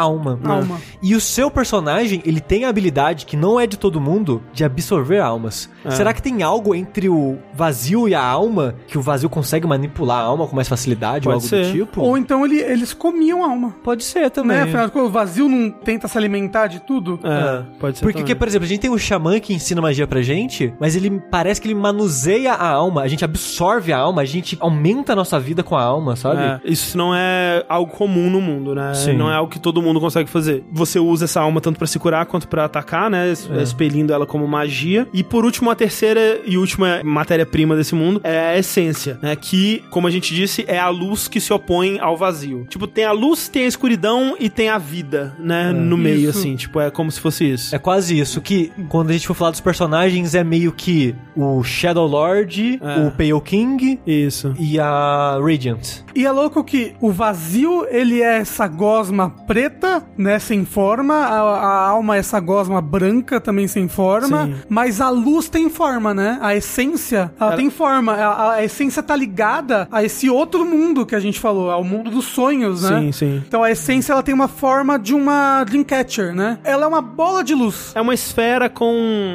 Speaker 2: E o seu personagem, ele tem a habilidade, que não é de todo mundo, de absorver almas. Será que tem algo entre o vazio e a alma, que o vazio consegue manipular a alma com mais facilidade ou algo do tipo?
Speaker 3: Ou então eles comiam a alma.
Speaker 2: Pode ser também.
Speaker 3: Né? Afinal, o vazio não tenta se alimentar de tudo?
Speaker 1: Pode ser.
Speaker 2: Porque, por exemplo, a gente tem um xamã que ensina magia pra gente, mas ele parece que ele manuseia a alma, a gente absorve a alma, a gente aumenta a nossa vida com a alma, sabe?
Speaker 1: Isso não é algo comum no mundo, né?
Speaker 2: Sim.
Speaker 1: Não é algo que todo mundo consegue fazer. Você usa essa alma tanto pra se curar quanto pra atacar, né? Expelindo ela como magia. E por último, a terceira e última matéria-prima desse mundo é a essência, né? Que, como a gente disse, é a luz que se opõe ao vazio. Tipo, tem a luz, tem a escuridão e tem a vida, né? No meio, assim. Tipo, é como se fosse isso.
Speaker 2: É quase isso, que quando a gente for falar dos personagens, é meio que o Shadow Lord, o Pale King e a Radiant.
Speaker 3: E é louco que o vazio, ele é essa gosma preta, né? Sem forma. A alma é essa gosma branca, também sem forma. Sim. Mas a luz tem forma, né? A essência, ela tem forma. A essência tá ligada a esse outro mundo que a gente falou, ao mundo dos sonhos, né?
Speaker 1: Sim, sim.
Speaker 3: Então a essência, ela tem uma forma de uma Dreamcatcher, né? Ela é uma bola de luz.
Speaker 1: É uma esfera com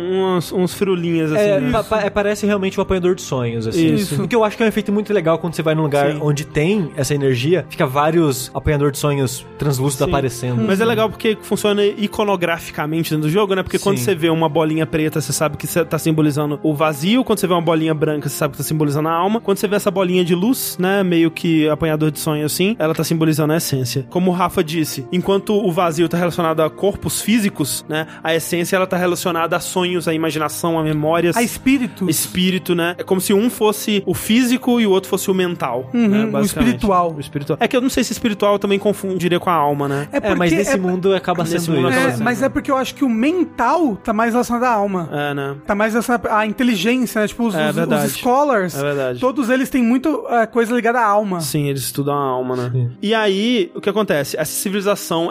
Speaker 1: uns firulinhas, assim.
Speaker 2: Parece realmente um apanhador de sonhos, assim.
Speaker 1: Isso.
Speaker 2: O que eu acho que é um efeito muito legal quando você vai num lugar onde tem essa energia, fica vários apanhador de sonhos translúcidos aparecendo.
Speaker 1: Mas é legal porque funciona iconograficamente dentro do jogo, né? Porque quando você vê uma bolinha preta, você sabe que você tá simbolizando o vazio. Quando você vê uma bolinha branca, você sabe que tá simbolizando a alma. Quando você vê essa bolinha de luz, né? Meio que apanhador de sonho, assim, ela tá simbolizando a essência. Como o Rafa disse, enquanto o vazio tá relacionado a corpos físicos, né? A essência, ela tá relacionada a sonhos, a imaginação, a memórias.
Speaker 3: A espíritos.
Speaker 1: Espírito, né? É como se um fosse o físico e o outro fosse o mental. Né?
Speaker 3: O espiritual.
Speaker 1: O espiritual. É que eu não sei se espiritual eu também confundiria com a alma, né?
Speaker 2: Mas nesse mundo acaba sendo isso.
Speaker 3: Mas é porque eu acho que o mental tá mais relacionado à alma.
Speaker 1: Né?
Speaker 3: Tá mais relacionado à inteligência, né? Tipo, os scholars, todos eles têm muito coisa ligada à alma.
Speaker 1: Sim, eles estudam a alma, né? Sim. E aí, o que acontece? Essa civilização, ela acaba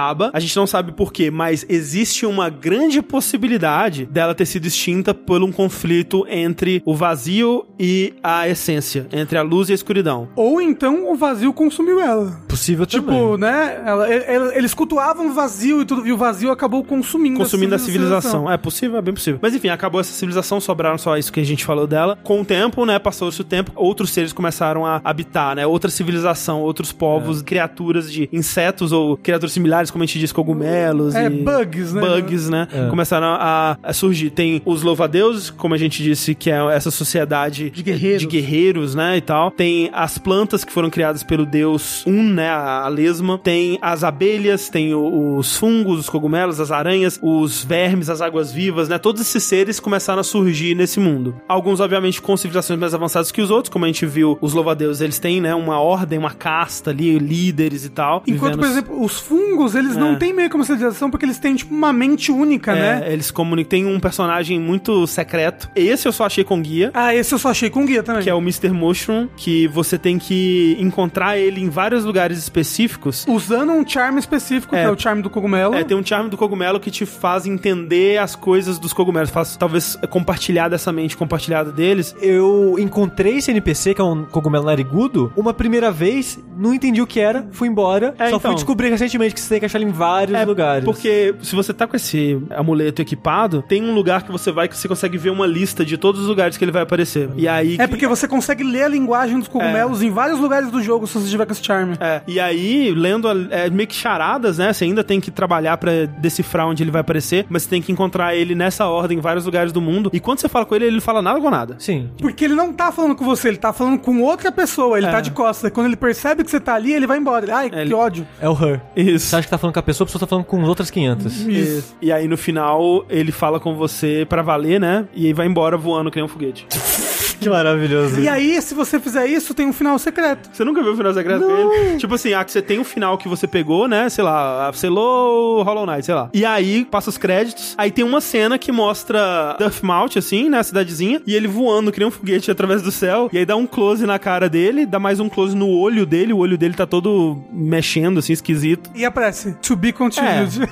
Speaker 1: acaba. A gente não sabe por quê, mas existe uma grande possibilidade dela ter sido extinta por um conflito entre o vazio e a essência, entre a luz e a escuridão.
Speaker 3: Ou então o vazio consumiu ela.
Speaker 2: Possível
Speaker 3: Tipo,
Speaker 2: também.
Speaker 3: né? Eles cultuavam o vazio e tudo, e o vazio acabou consumindo
Speaker 1: a civilização. É possível, é bem possível. Mas enfim, acabou essa civilização, sobraram só isso que a gente falou dela. Com o tempo, né, passou-se o tempo, outros seres começaram a habitar, né? Outra civilização, outros povos, criaturas de insetos ou criaturas similares, como a gente diz, cogumelos e...
Speaker 3: bugs, né?
Speaker 1: Bugs, né? Começaram a surgir. Tem os louva-a-Deus, como a gente disse, que é essa sociedade de guerreiros, né, e tal. Tem as plantas que foram criadas pelo deus né, a lesma. Tem as abelhas, tem os fungos, os cogumelos, as aranhas, os vermes, as águas-vivas, né? Todos esses seres começaram a surgir nesse mundo. Alguns, obviamente, com civilizações mais avançadas que os outros, como a gente viu, os louva-a-Deus, eles têm, né, uma ordem, uma casta ali, líderes e tal.
Speaker 3: Enquanto, por exemplo, os fungos, eles não têm meio como civilização, porque eles têm, tipo, uma mente única, né?
Speaker 1: Eles comunicam. Tem um personagem muito secreto. Esse eu só achei com guia.
Speaker 3: Esse eu só achei com guia também.
Speaker 1: Que é o Mr. Mushroom, que você tem que encontrar ele em vários lugares específicos.
Speaker 3: Usando um charme específico, que é o charme do cogumelo.
Speaker 1: Tem um charme do cogumelo que te faz entender as coisas dos cogumelos. Faz, talvez, compartilhar dessa mente compartilhada deles.
Speaker 2: Eu encontrei esse NPC, que é um cogumelo narigudo, uma primeira vez, não entendi o que era, fui embora. Só fui descobrir recentemente que você tem que achar ele em vários lugares.
Speaker 1: Porque se você tá com esse amuleto equipado, tem um lugar que você vai que você consegue ver uma lista de todos os lugares que ele vai aparecer. E aí...
Speaker 3: porque você consegue ler a linguagem dos cogumelos em vários lugares do jogo, se você tiver com esse charme.
Speaker 1: E aí, lendo meio que charadas, né? Você ainda tem que trabalhar pra decifrar onde ele vai aparecer, mas você tem que encontrar ele nessa ordem em vários lugares do mundo. E quando você fala com ele, ele não fala nada com nada.
Speaker 2: Sim.
Speaker 3: Porque ele não tá falando com você, ele tá falando com outra pessoa, ele tá de costas. E quando ele percebe que você tá ali, ele vai embora. Ai, que ódio.
Speaker 2: É o her.
Speaker 1: Isso.
Speaker 2: Você acha que tá falando com a pessoa tá falando com as outras 500.
Speaker 1: Isso. E aí, no final, ele fala com você pra valer, né? E aí vai embora voando que nem um foguete.
Speaker 2: Que maravilhoso.
Speaker 3: E aí, se você fizer isso, tem um final secreto.
Speaker 1: Você nunca viu o final secreto dele? Tipo assim, você tem um final que você pegou, né? Sei lá, selou Hollow Knight, sei lá. E aí, passa os créditos. Aí tem uma cena que mostra Duffmount, assim, né? A cidadezinha. E ele voando que nem um foguete através do céu. E aí dá um close na cara dele, dá mais um close no olho dele. O olho dele tá todo mexendo, assim, esquisito.
Speaker 3: E aparece, to be continued.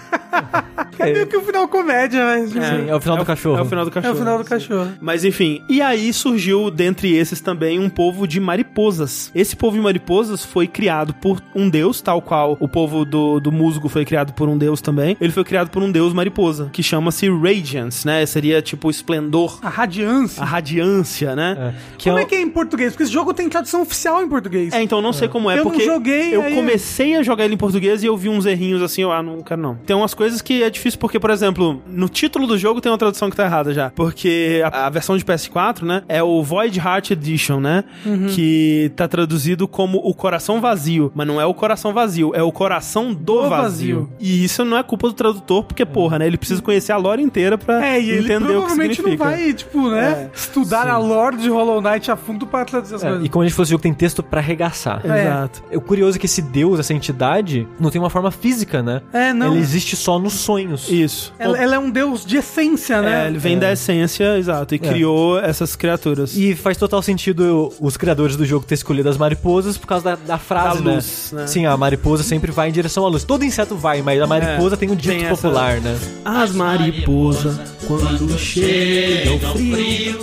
Speaker 3: É meio que o final comédia, mas...
Speaker 2: Sim, é o final do cachorro.
Speaker 1: É o final do cachorro.
Speaker 3: É o final do cachorro.
Speaker 1: Mas enfim, e aí surgiu dentre esses também um povo de mariposas. Esse povo de mariposas foi criado por um deus, tal qual o povo do musgo foi criado por um deus também. Ele foi criado por um deus mariposa, que chama-se Radiance, né? Seria tipo o esplendor.
Speaker 3: A radiância.
Speaker 1: A radiância, né?
Speaker 3: Como é que é em português? Porque esse jogo tem tradução oficial em português.
Speaker 1: Então não sei como é,
Speaker 3: eu
Speaker 1: porque
Speaker 3: não joguei,
Speaker 1: eu comecei a jogar ele em português e eu vi uns errinhos assim, não quero não. Tem umas coisas que é difícil porque, por exemplo, no título do jogo tem uma tradução que tá errada já, porque a versão de PS4, né, é o Void Heart Edition, né, que tá traduzido como o coração vazio, mas não é o coração vazio, é o coração do vazio. E isso não é culpa do tradutor, porque, porra, né, ele precisa conhecer a lore inteira pra
Speaker 3: e ele
Speaker 1: entender o que significa.
Speaker 3: provavelmente não vai, tipo, né, estudar a lore de Hollow Knight a fundo pra traduzir as coisas.
Speaker 2: E como a gente fosse o jogo, tem texto pra arregaçar.
Speaker 1: Exato.
Speaker 2: O curioso é que esse deus, essa entidade, não tem uma forma física, né?
Speaker 3: Não.
Speaker 2: Ele existe só nos sonhos.
Speaker 1: Isso.
Speaker 3: Ela é um deus de essência, né?
Speaker 1: Ele vem da essência, exato, e criou essas criaturas.
Speaker 2: E faz total sentido os criadores do jogo ter escolhido as mariposas por causa da frase,
Speaker 1: da luz, né?
Speaker 2: Sim, a mariposa sempre vai em direção à luz. Todo inseto vai, mas a mariposa tem um dito popular, né?
Speaker 1: As mariposas, quando chegam frio,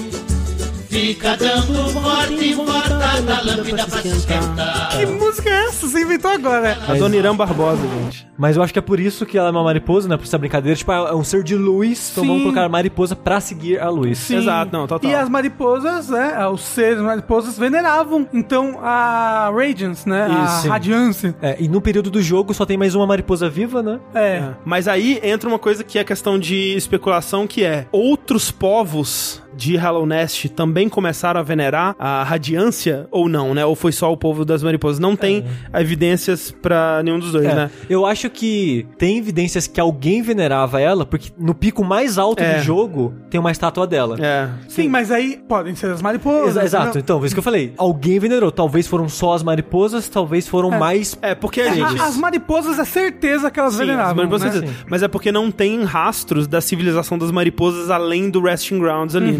Speaker 5: fica dando morte em volta da lâmpada pra se esquentar.
Speaker 3: Que música é essa? Você inventou agora.
Speaker 1: A Dona Irã Barbosa, gente.
Speaker 2: Mas eu acho que é por isso que ela é uma mariposa, né? Por essa brincadeira. Tipo, é um ser de luz, então vamos colocar a mariposa pra seguir a luz.
Speaker 3: Sim.
Speaker 1: Exato, não, total.
Speaker 3: E as mariposas, né? Os seres mariposas veneravam, então, a Radiance, né?
Speaker 2: Isso.
Speaker 3: A radiância.
Speaker 2: E no período do jogo só tem mais uma mariposa viva, né?
Speaker 1: Mas aí entra uma coisa que é questão de especulação, que é outros povos de Hollow Nest também começaram a venerar a radiância ou não, né? Ou foi só o povo das mariposas? Não tem evidências pra nenhum dos dois, né?
Speaker 2: Eu acho que tem evidências que alguém venerava ela, porque no pico mais alto do jogo tem uma estátua dela.
Speaker 3: Sim, mas aí podem ser as mariposas.
Speaker 2: Exato, então, por isso que eu falei. Alguém venerou. Talvez foram só as mariposas, talvez foram mais...
Speaker 1: porque
Speaker 3: as mariposas é certeza que elas veneravam, né?
Speaker 1: Mas é porque não tem rastros da civilização das mariposas além do Resting Grounds ali, né?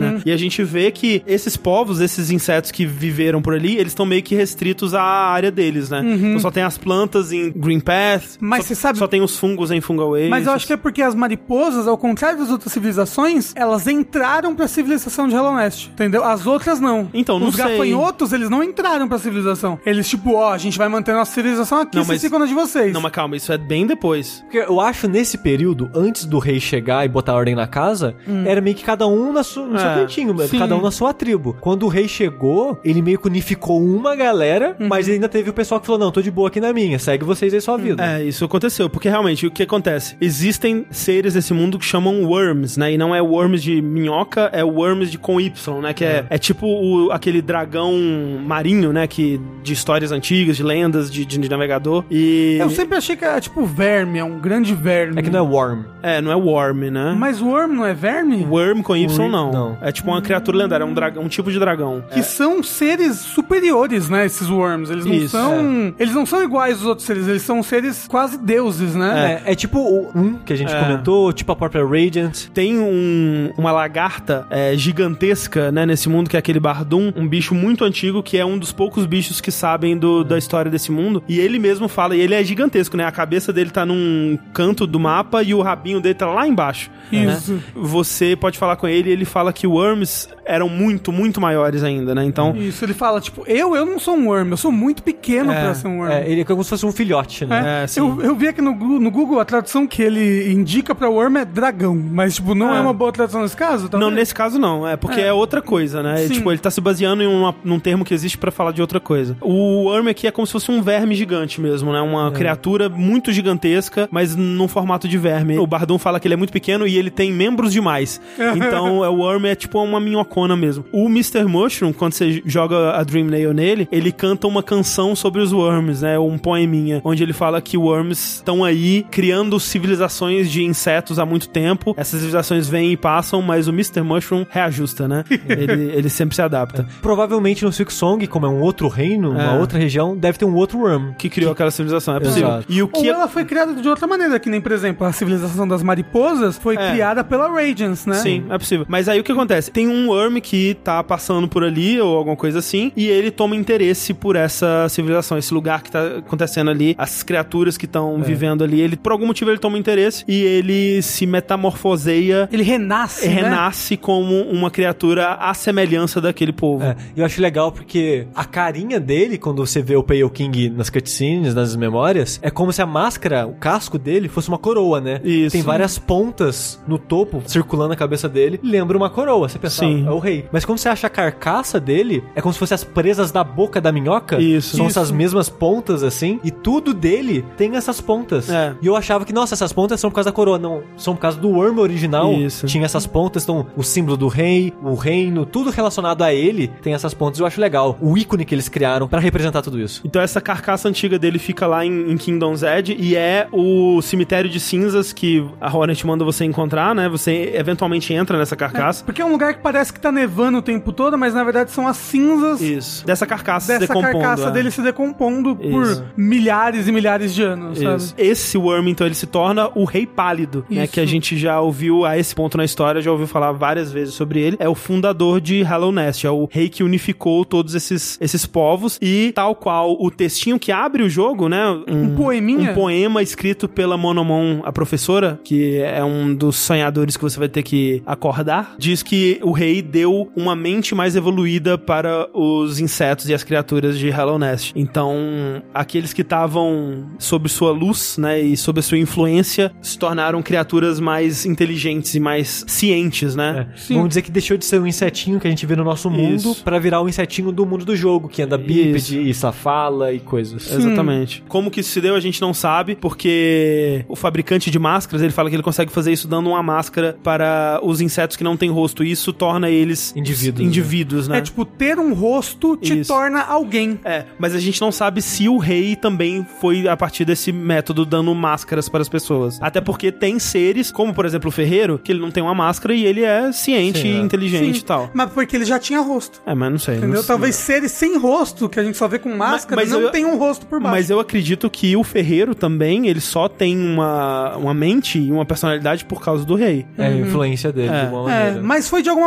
Speaker 1: né? E a gente vê que esses povos, esses insetos que viveram por ali, eles estão meio que restritos à área deles, né? Então só tem as plantas em Green Path,
Speaker 3: Mas você sabe...
Speaker 1: só tem os fungos em Fungal Oasis.
Speaker 3: Mas eu acho que é porque as mariposas, ao contrário das outras civilizações, elas entraram pra civilização de Hollow Nest, entendeu? As outras não.
Speaker 1: Então, não
Speaker 3: Os
Speaker 1: sei.
Speaker 3: gafanhotos, eles não entraram pra civilização. Eles, tipo, ó, a gente vai manter nossa civilização aqui,
Speaker 1: Não,
Speaker 3: vocês
Speaker 1: mas-
Speaker 3: ficam na de vocês.
Speaker 1: Não, mas calma, isso é bem depois.
Speaker 2: Porque eu acho nesse período, antes do rei chegar e botar ordem na casa, era meio que cada um no seu cantinho,
Speaker 3: sim.
Speaker 2: cada um na sua tribo. Quando o rei chegou, ele meio que unificou uma galera, mas ainda teve o pessoal que falou, não, tô de boa aqui na minha, segue vocês aí sua vida.
Speaker 1: É, isso aconteceu, porque realmente, o que acontece? Existem seres nesse mundo que chamam worms, né? E não é worms de minhoca, é worms de com Y, né? Que é tipo aquele dragão marinho, né? Que, de histórias antigas, de lendas, de navegador. E...
Speaker 3: Eu sempre achei que era, tipo, verme, é um grande verme.
Speaker 2: É que não é worm.
Speaker 1: É, não é worm, né?
Speaker 3: Mas worm não é verme?
Speaker 1: Worm com Y, não.
Speaker 2: Não.
Speaker 1: É tipo uma criatura lendária, um tipo de dragão.
Speaker 3: Que são seres superiores, né? Esses worms. Eles não
Speaker 1: Isso,
Speaker 3: são. Eles não são iguais aos outros seres, eles são seres quase deuses, né?
Speaker 2: É tipo o que a gente comentou, tipo a própria Radiant.
Speaker 1: Tem uma lagarta gigantesca, né, nesse mundo, que é aquele Bardum, um bicho muito antigo, que é um dos poucos bichos que sabem da história desse mundo, e ele mesmo fala, e ele é gigantesco, né, a cabeça dele tá num canto do mapa e o rabinho dele tá lá embaixo.
Speaker 3: Isso.
Speaker 1: Né? Você pode falar com ele e ele fala que worms eram muito, muito maiores ainda, né, então...
Speaker 3: Isso, ele fala, tipo, eu não sou um worm, eu sou muito pequeno pra ser um worm.
Speaker 2: Ele é como se fosse um filhote, né?
Speaker 1: sim.
Speaker 3: Eu vi aqui no Google a tradução que ele indica pra worm é dragão, mas, tipo, não é uma boa tradução nesse caso?
Speaker 1: Não, nesse caso não, porque é outra coisa, né?
Speaker 3: Sim.
Speaker 1: Tipo, ele tá se baseando num termo que existe pra falar de outra coisa. O worm aqui é como se fosse um verme gigante mesmo, né? Uma criatura muito gigantesca, mas num formato de verme. O Bardum fala que ele é muito pequeno e ele tem membros demais. Então, o worm é tipo uma minhocona mesmo. O Mr. Mushroom, quando você joga a Dream Nail nele, ele canta uma canção sobre os worms, né? Um poeminha, onde ele fala que worms estão aí criando civilizações de insetos há muito tempo. Essas civilizações vêm e passam, mas o Mr. Mushroom reajusta, né? ele sempre se adapta.
Speaker 2: Provavelmente no Silk Song, como é um outro reino, uma outra região, deve ter um outro worm.
Speaker 1: Que criou aquela civilização, é possível.
Speaker 2: Exato.
Speaker 1: E o
Speaker 3: Ou
Speaker 1: que...
Speaker 3: ela foi criada de outra maneira, que nem, por exemplo, a civilização das mariposas foi criada pela Radiance, né?
Speaker 1: Sim, é possível. Mas aí o que acontece? Tem um worm que tá passando por ali, ou alguma coisa assim, e ele toma interesse por essa civilização, esse lugar que tá acontecendo ali, as criaturas que estão vivendo ali. Ele, por algum motivo, ele toma interesse e ele se metamorfoseia,
Speaker 3: Ele renasce, né?
Speaker 1: renasce como uma criatura à semelhança daquele povo.
Speaker 2: Eu acho legal porque a carinha dele, quando você vê o Pale King nas cutscenes, nas memórias, é como se a máscara, o casco dele, fosse uma coroa, né?
Speaker 1: Isso.
Speaker 2: Tem várias pontas no topo, circulando a cabeça dele, lembra uma coroa. Você pensa,
Speaker 1: Sim.
Speaker 2: é o rei. Mas quando você acha a carcaça dele, é como se fossem as presas da boca da minhoca.
Speaker 1: Isso.
Speaker 2: São
Speaker 1: Isso.
Speaker 2: essas mesmas pontas, assim, e tudo dele tem essas pontas. E eu achava que, nossa, essas pontas são por causa da coroa. Não, são por causa do worm original.
Speaker 1: Isso.
Speaker 2: Tinha essas pontas, então o símbolo do rei, o reino, tudo relacionado a ele tem essas pontas. Eu acho legal. O ícone que eles criaram pra representar tudo isso.
Speaker 1: Então essa carcaça antiga dele fica lá em Kingdom's Edge e é o cemitério de cinzas que a Hornet manda você encontrar, né? Você eventualmente entra nessa carcaça.
Speaker 3: Porque é um lugar que parece que tá nevando o tempo todo, mas na verdade são as cinzas
Speaker 1: Isso. Dessa carcaça se
Speaker 3: dessa
Speaker 1: decompondo.
Speaker 3: carcaça dele se decompondo
Speaker 1: Isso.
Speaker 3: por milhares e milhares de anos,
Speaker 1: Isso.
Speaker 3: sabe?
Speaker 1: Esse worm, então, ele se torna o Rei Pálido, né?
Speaker 3: Isso.
Speaker 1: Que a gente já ouviu a esse ponto na história, já ouviu falar várias vezes sobre ele. É o fundador de Hollow Nest, é o rei que unificou todos esses povos e tal qual o textinho que abre o jogo, né?
Speaker 3: Um poeminha?
Speaker 1: Um poema escrito pela Monomon, a professora, que é um dos sonhadores que você vai ter que acordar, diz que o rei deu uma mente mais evoluída para os insetos e as criaturas de Hollow Nest. Então, aqueles que estavam sob sua luz, né, e sob a sua influência, se tornaram criaturas mais inteligentes e mais cientes, né?
Speaker 2: Vamos dizer que deixou de ser um insetinho que a gente vê no nosso mundo
Speaker 1: Isso.
Speaker 2: pra virar um insetinho do mundo do jogo, que anda bípede e safala e coisas.
Speaker 1: Exatamente. Como que isso se deu, a gente não sabe, porque o fabricante de máscaras, ele fala que ele consegue fazer isso dando uma máscara para os insetos que não têm rosto, e isso torna eles indivíduos, né?
Speaker 3: É tipo, ter um rosto te
Speaker 1: Isso.
Speaker 3: torna alguém.
Speaker 1: Mas a gente não sabe se o rei também foi a partir desse método dando máscaras para as pessoas. Até porque tem seres, como por exemplo o ferreiro, que ele não tem uma máscara e ele é ciente e inteligente e tal.
Speaker 3: Mas porque ele já tinha rosto.
Speaker 1: Mas não sei.
Speaker 3: Entendeu?
Speaker 1: Não sei.
Speaker 3: Talvez seres sem rosto, que a gente só vê com máscara,
Speaker 1: mas
Speaker 3: não
Speaker 1: eu-
Speaker 3: tem um rosto por baixo.
Speaker 1: Mas eu acredito que o ferreiro também, ele só tem uma mente e uma personalidade por causa do rei.
Speaker 2: É a influência dele, de alguma
Speaker 3: É,
Speaker 2: maneira.
Speaker 3: mas foi de alguma maneira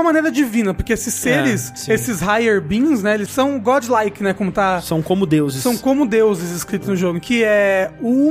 Speaker 3: divina, porque esses seres, esses higher beings, né, eles são godlike, né, como tá...
Speaker 1: São como deuses.
Speaker 3: São como deuses escritos no jogo, que é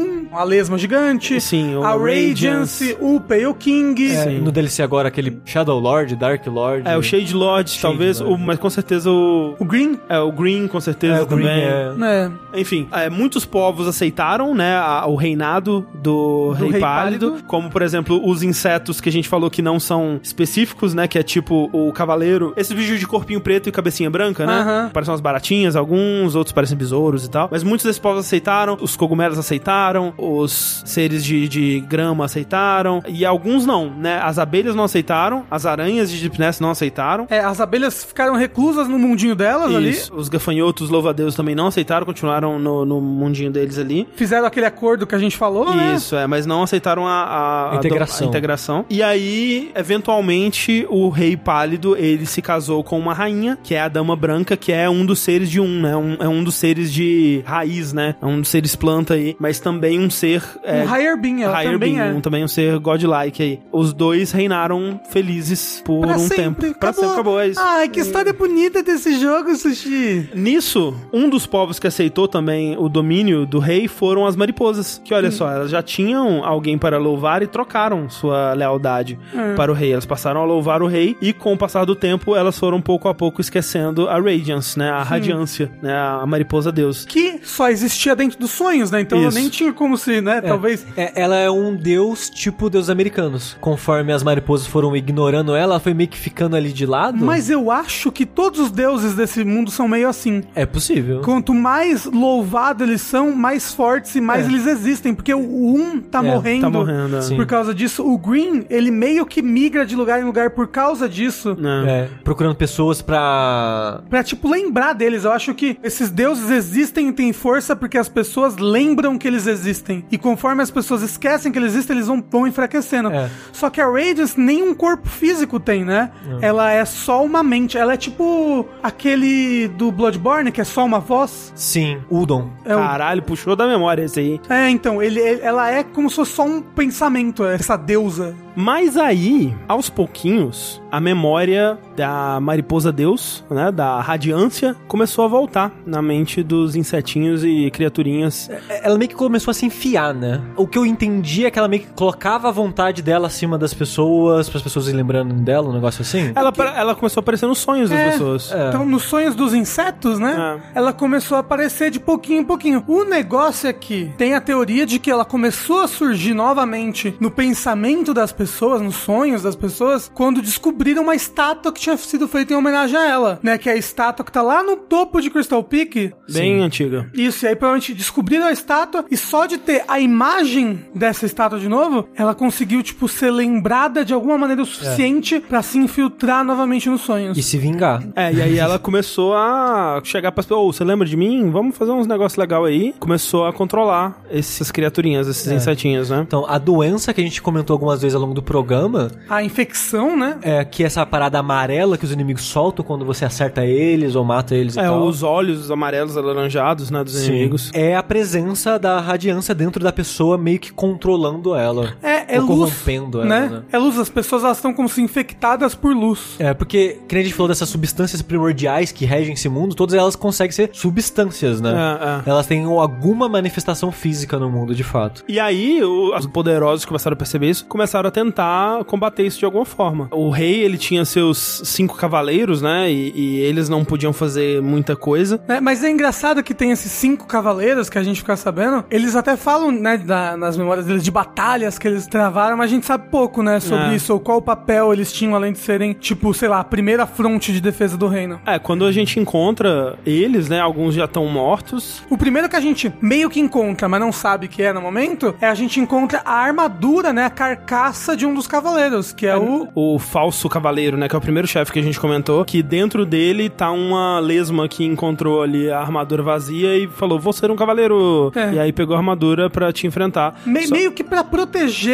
Speaker 3: a lesma gigante,
Speaker 1: sim,
Speaker 3: a Radiance, o Pale King.
Speaker 2: No DLC agora, aquele Shadow Lord, Dark Lord.
Speaker 1: O Shade Lord, talvez, mas com certeza o
Speaker 3: Green?
Speaker 1: O Green, com certeza,
Speaker 2: o Green,
Speaker 1: também. Enfim, muitos povos aceitaram, né, o reinado do Rei Pálido, como, por exemplo, os insetos que a gente falou que não são específicos, né, que é tipo o cavaleiro, esse bicho de corpinho preto e cabecinha branca, né, parecem umas baratinhas, alguns, outros parecem besouros e tal, mas muitos desses povos aceitaram, os cogumelos aceitaram, os seres de grama aceitaram, e alguns não, né, as abelhas não aceitaram, as aranhas de Deep Nest não aceitaram.
Speaker 3: As abelhas ficaram reclusas no mundinho delas ali.
Speaker 1: Os gafanhotos louva-a-Deus também não aceitaram, continuaram no mundinho deles ali.
Speaker 3: Fizeram aquele acordo que a gente falou, né?
Speaker 1: Isso, mas não aceitaram a integração. E aí, eventualmente, o Rei Pálido, ele se casou com uma rainha, que é a Dama Branca, que é um dos seres de né? É um dos seres de raiz, né? É um dos seres planta aí, mas também um ser...
Speaker 3: um higher being, ela também é.
Speaker 1: Também um ser godlike aí. Os dois reinaram felizes por um tempo. Pra sempre acabou, é isso.
Speaker 3: Ai, que história bonita desse jogo, Sushi.
Speaker 1: Nisso, um dos povos que aceitou também o domínio do rei foram as mariposas, que olha só, elas já tinham alguém para louvar e trocaram sua lealdade para o rei. Elas passaram a louvar o rei e com o passar do tempo, elas foram pouco a pouco esquecendo a Radiance, né, a radiância, né, a mariposa deus.
Speaker 3: Que só existia dentro dos sonhos, né, então ela nem tinha como se, né, talvez...
Speaker 2: Ela é um deus tipo deuses americanos. Conforme as mariposas foram ignorando ela foi meio que ficando ali de lado.
Speaker 3: Mas eu acho que todos os deuses desse mundo são meio assim.
Speaker 2: É possível.
Speaker 3: Quanto mais louvados eles são, mais fortes e mais eles existem, porque o tá morrendo por causa disso. O Green, ele meio que migra de lugar em lugar por causa disso.
Speaker 2: Procurando pessoas pra,
Speaker 3: tipo, lembrar deles. Eu acho que esses deuses existem e têm força porque as pessoas lembram que eles existem. E conforme as pessoas esquecem que eles existem, eles vão enfraquecendo. Só que a Radiance nem um corpo físico tem, né? Ela é só uma mente. Ela é tipo aquele do Bloodborne, que é só uma voz.
Speaker 2: Sim, Udon.
Speaker 1: Caralho, puxou da memória esse aí.
Speaker 3: Então, ela é como se fosse só um pensamento, essa deusa.
Speaker 1: Mas aí, aos pouquinhos, a memória da mariposa deus, né, da radiância, começou a voltar na mente dos insetinhos e criaturinhas.
Speaker 2: Ela meio que começou a se enfiar, né? O que eu entendi é que ela meio que colocava a vontade dela acima das pessoas, para as pessoas irem lembrando dela, um negócio assim.
Speaker 1: Ela começou a aparecer nos sonhos das pessoas.
Speaker 3: Então, nos sonhos dos insetos, né? Ela começou a aparecer de pouquinho em pouquinho. O negócio é que tem a teoria de que ela começou a surgir novamente no pensamento das pessoas, nos sonhos das pessoas, quando descobriram uma estátua que tinha sido feita em homenagem a ela, né? Que é a estátua que tá lá no topo de Crystal Peak.
Speaker 1: Bem antiga.
Speaker 3: Isso, e aí provavelmente descobriram a estátua e só de ter a imagem dessa estátua de novo, ela conseguiu, tipo, ser lembrada de alguma maneira o suficiente pra se infiltrar novamente nos sonhos.
Speaker 2: E se vingar.
Speaker 1: E aí ela começou a chegar pras pessoas, você lembra de mim? Vamos fazer uns negócios legais aí. Começou a controlar essas criaturinhas, esses insetinhos, né?
Speaker 2: Então, a doença que a gente comentou algumas vezes ao longo do programa...
Speaker 3: A infecção, né?
Speaker 2: Que é essa parada amarela que os inimigos soltam quando você acerta eles ou mata eles e tal.
Speaker 1: Os olhos amarelos alaranjados, né, dos inimigos.
Speaker 2: É a presença da radiância dentro da pessoa meio que controlando ela.
Speaker 3: É luz, corrompendo ela, né? É luz, as pessoas elas estão como se infectadas por luz.
Speaker 2: Porque, que a gente falou dessas substâncias primordiais que regem esse mundo, todas elas conseguem ser substâncias, né? Elas têm alguma manifestação física no mundo, de fato.
Speaker 1: E aí, os poderosos começaram a perceber isso, começaram a tentar combater isso de alguma forma. O rei, ele tinha seus 5 cavaleiros, né? E eles não podiam fazer muita coisa.
Speaker 3: Mas é engraçado que tem esses 5 cavaleiros que a gente fica sabendo. Eles até falam, né, nas memórias deles de batalhas que eles travaram, mas a gente sabe pouco, né, sobre isso, ou qual papel eles tinham, além de serem, tipo, sei lá, a primeira fronte de defesa do reino.
Speaker 1: Quando a gente encontra eles, né, alguns já estão mortos.
Speaker 3: O primeiro que a gente meio que encontra, mas não sabe que é no momento, a gente encontra a armadura, né, a carcaça de um dos cavaleiros, que é
Speaker 1: o falso cavaleiro, né, que é o primeiro chefe que a gente comentou, que dentro dele tá uma lesma que encontrou ali a armadura vazia e falou, vou ser um cavaleiro. E aí pegou a armadura pra te enfrentar.
Speaker 3: Meio que pra proteger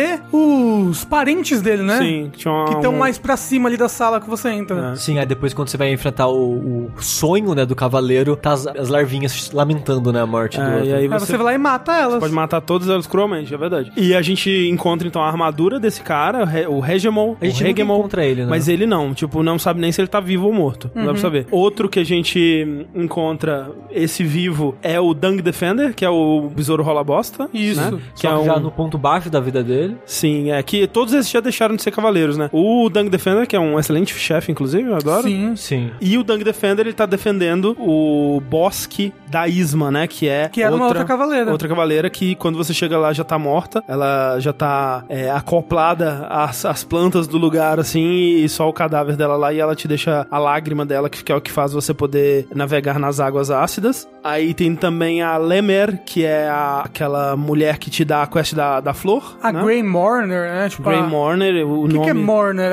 Speaker 3: ver os parentes dele, né?
Speaker 1: Sim,
Speaker 3: que estão mais pra cima ali da sala que você entra.
Speaker 2: Sim, aí depois quando você vai enfrentar o sonho, né, do cavaleiro, tá as larvinhas lamentando, né, a morte do outro.
Speaker 1: E aí
Speaker 3: você vai lá e mata elas.
Speaker 1: Pode matar todas elas cruelmente, é verdade. E a gente encontra, então, a armadura desse cara, o Hegemon.
Speaker 2: A gente nunca encontra ele, né?
Speaker 1: Mas ele não, tipo, não sabe nem se ele tá vivo ou morto. Não dá pra saber. Outro que a gente encontra, esse vivo, é o Dung Defender, que é o besouro rola bosta.
Speaker 3: Isso.
Speaker 1: Né?
Speaker 2: Que é já no ponto baixo da vida dele.
Speaker 1: Sim, é que todos esses já deixaram de ser cavaleiros, né? O Dung Defender, que é um excelente chefe, inclusive, eu adoro.
Speaker 2: Sim.
Speaker 1: E o Dung Defender, ele tá defendendo o bosque da Isma, né? Que era
Speaker 3: uma outra cavaleira.
Speaker 1: Outra cavaleira que, quando você chega lá, já tá morta. Ela já tá acoplada às plantas do lugar, assim, e só o cadáver dela lá, e ela te deixa a lágrima dela, que é o que faz você poder navegar nas águas ácidas. Aí tem também a Lemer, que é aquela mulher que te dá a quest da flor.
Speaker 3: A
Speaker 1: né?
Speaker 3: Grey Mourner, né? Tipo,
Speaker 1: Grey Mourner, o nome...
Speaker 3: O que é Mourner?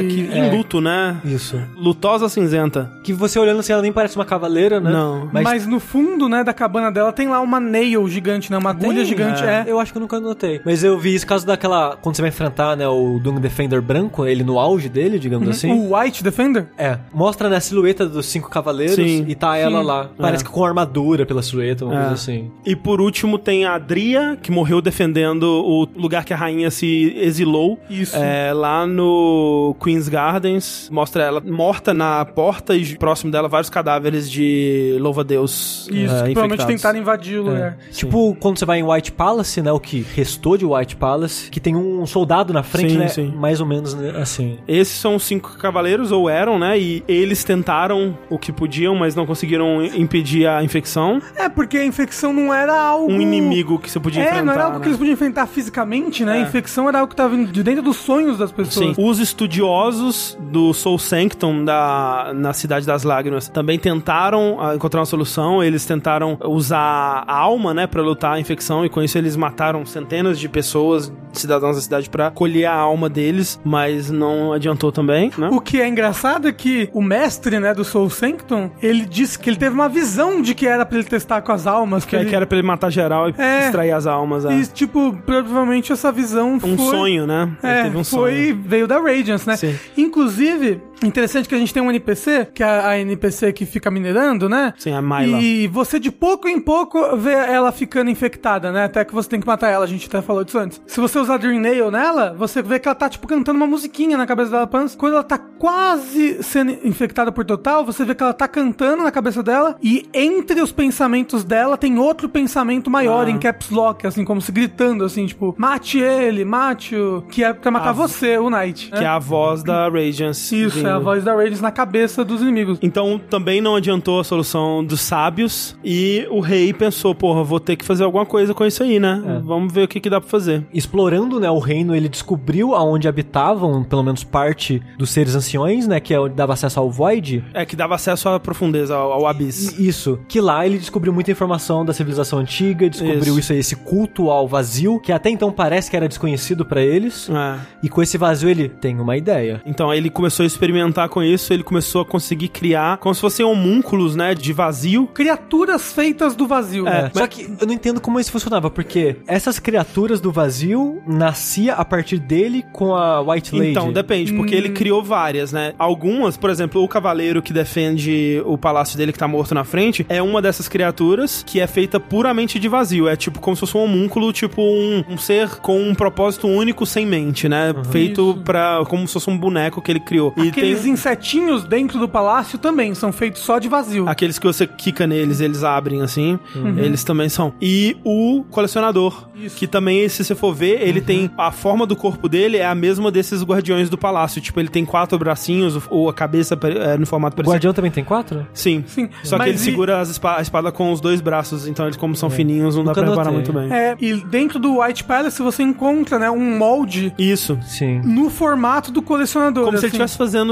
Speaker 1: Em luto, né?
Speaker 2: Isso.
Speaker 1: Lutosa cinzenta.
Speaker 2: Que você olhando assim, ela nem parece uma cavaleira, né?
Speaker 1: Não.
Speaker 3: Mas no fundo, né, da cabana dela tem lá uma nail gigante, né? Uma agulha gigante.
Speaker 2: Eu acho que eu nunca notei. Mas eu vi isso caso daquela... Quando você vai enfrentar, né, o Dung Defender branco, ele no auge dele, digamos assim.
Speaker 3: O White Defender?
Speaker 2: Mostra, né, a silhueta dos 5 cavaleiros.
Speaker 1: Sim.
Speaker 2: E tá ela lá. Parece que com armadura pela silhueta, uma coisa assim.
Speaker 1: E por último tem a Adria, que morreu defendendo o lugar que a rainha se exilou.
Speaker 3: Isso.
Speaker 1: Lá no Queen's Gardens. Mostra ela morta na porta e próximo dela vários cadáveres de louva-a-Deus.
Speaker 3: Isso, que provavelmente
Speaker 1: infectados.
Speaker 3: tentaram invadir o lugar.
Speaker 2: Tipo, quando você vai em White Palace, né, o que restou de White Palace, que tem um soldado na frente,
Speaker 1: Sim,
Speaker 2: né,
Speaker 1: sim.
Speaker 2: mais ou menos, né, assim.
Speaker 1: Esses são os 5 cavaleiros, ou eram, né? E eles tentaram o que podiam, mas não conseguiram impedir a infecção.
Speaker 3: Porque a infecção não era algo...
Speaker 1: Um inimigo que você podia enfrentar.
Speaker 3: Não era algo
Speaker 1: né?
Speaker 3: que eles podiam enfrentar fisicamente, né? A infecção era algo que estava vindo de dentro dos sonhos das pessoas.
Speaker 1: Sim. Os estudiosos do Soul Sanctum na Cidade das Lágrimas também tentaram encontrar uma solução. Eles tentaram usar a alma, né, pra lutar a infecção, e com isso eles mataram centenas de pessoas, cidadãos da cidade, pra colher a alma deles, mas não adiantou também, né?
Speaker 3: O que é engraçado é que o mestre, né, do Soul Sanctum, ele disse que ele teve uma visão de que era pra ele testar com as almas.
Speaker 1: Que era pra ele matar geral e extrair as almas.
Speaker 3: E, tipo, provavelmente essa visão foi...
Speaker 1: Um sonho, né? Ele teve um sonho.
Speaker 3: Veio da Radiance, né?
Speaker 1: Sim.
Speaker 3: Inclusive, interessante que a gente tem um NPC, que é a NPC que fica minerando, né?
Speaker 1: Sim, a Myla.
Speaker 3: E você de pouco em pouco vê ela ficando infectada, né? Até que você tem que matar ela, a gente até falou disso antes. Se você usar Dream Nail nela, você vê que ela tá, tipo, cantando uma musiquinha na cabeça dela. Quando ela tá quase sendo infectada por total, você vê que ela tá cantando na cabeça dela, e entre os pensamentos dela tem outro pensamento maior, em caps lock, assim, como se gritando, assim, tipo, mate ele, mate-o, que é pra matar você, o Knight.
Speaker 1: Que é a voz da Radiance.
Speaker 3: Isso, é a voz da Radiance na cabeça dos inimigos.
Speaker 1: Então também não adiantou a solução dos sábios, e o rei pensou, porra, vou ter que fazer alguma coisa com isso aí, né? Vamos ver o que dá pra fazer.
Speaker 2: Explorando, né, o reino, ele descobriu aonde habitavam, pelo menos parte dos seres anciões, né, que dava acesso ao Void.
Speaker 1: Que dava acesso à profundeza, ao Abyss.
Speaker 2: Isso. Que lá ele descobriu muita informação da civilização antiga, descobriu isso aí, esse culto ao vazio, que até então parece que era desconhecido pra eles. E com esse vazio ele tem uma ideia.
Speaker 1: Então ele começou a experimentar com isso, ele começou a conseguir criar como se fossem homúnculos, né, de vazio.
Speaker 3: Criaturas feitas do vazio.
Speaker 2: Só que eu não entendo como isso funcionava, porque essas criaturas do vazio nascia a partir dele com a White Lady.
Speaker 1: Então, depende, porque ele criou várias, né? Algumas, por exemplo, o cavaleiro que defende o palácio dele que tá morto na frente, é uma dessas criaturas que é feita puramente de vazio. É tipo como se fosse um homúnculo, tipo um ser com um propósito único sem mente, né? Feito como se fosse um boneco que ele criou. E
Speaker 3: aqueles insetinhos dentro do palácio também são feitos só de vazio.
Speaker 1: Aqueles que você quica neles, eles abrem assim. Eles também são. E o colecionador, que também, se você for ver, ele tem a forma do corpo dele é a mesma desses guardiões do palácio. Tipo, ele tem 4 bracinhos, ou a cabeça no formato parecido.
Speaker 2: O guardião também tem 4?
Speaker 1: Sim. Só que ele segura a espada com os 2 braços, então eles, como são fininhos, não dá pra reparar muito bem.
Speaker 3: E dentro do White Palace você encontra, né, um molde.
Speaker 1: Isso.
Speaker 2: Sim.
Speaker 3: No formato do colecionador.
Speaker 1: Como se ele estivesse fazendo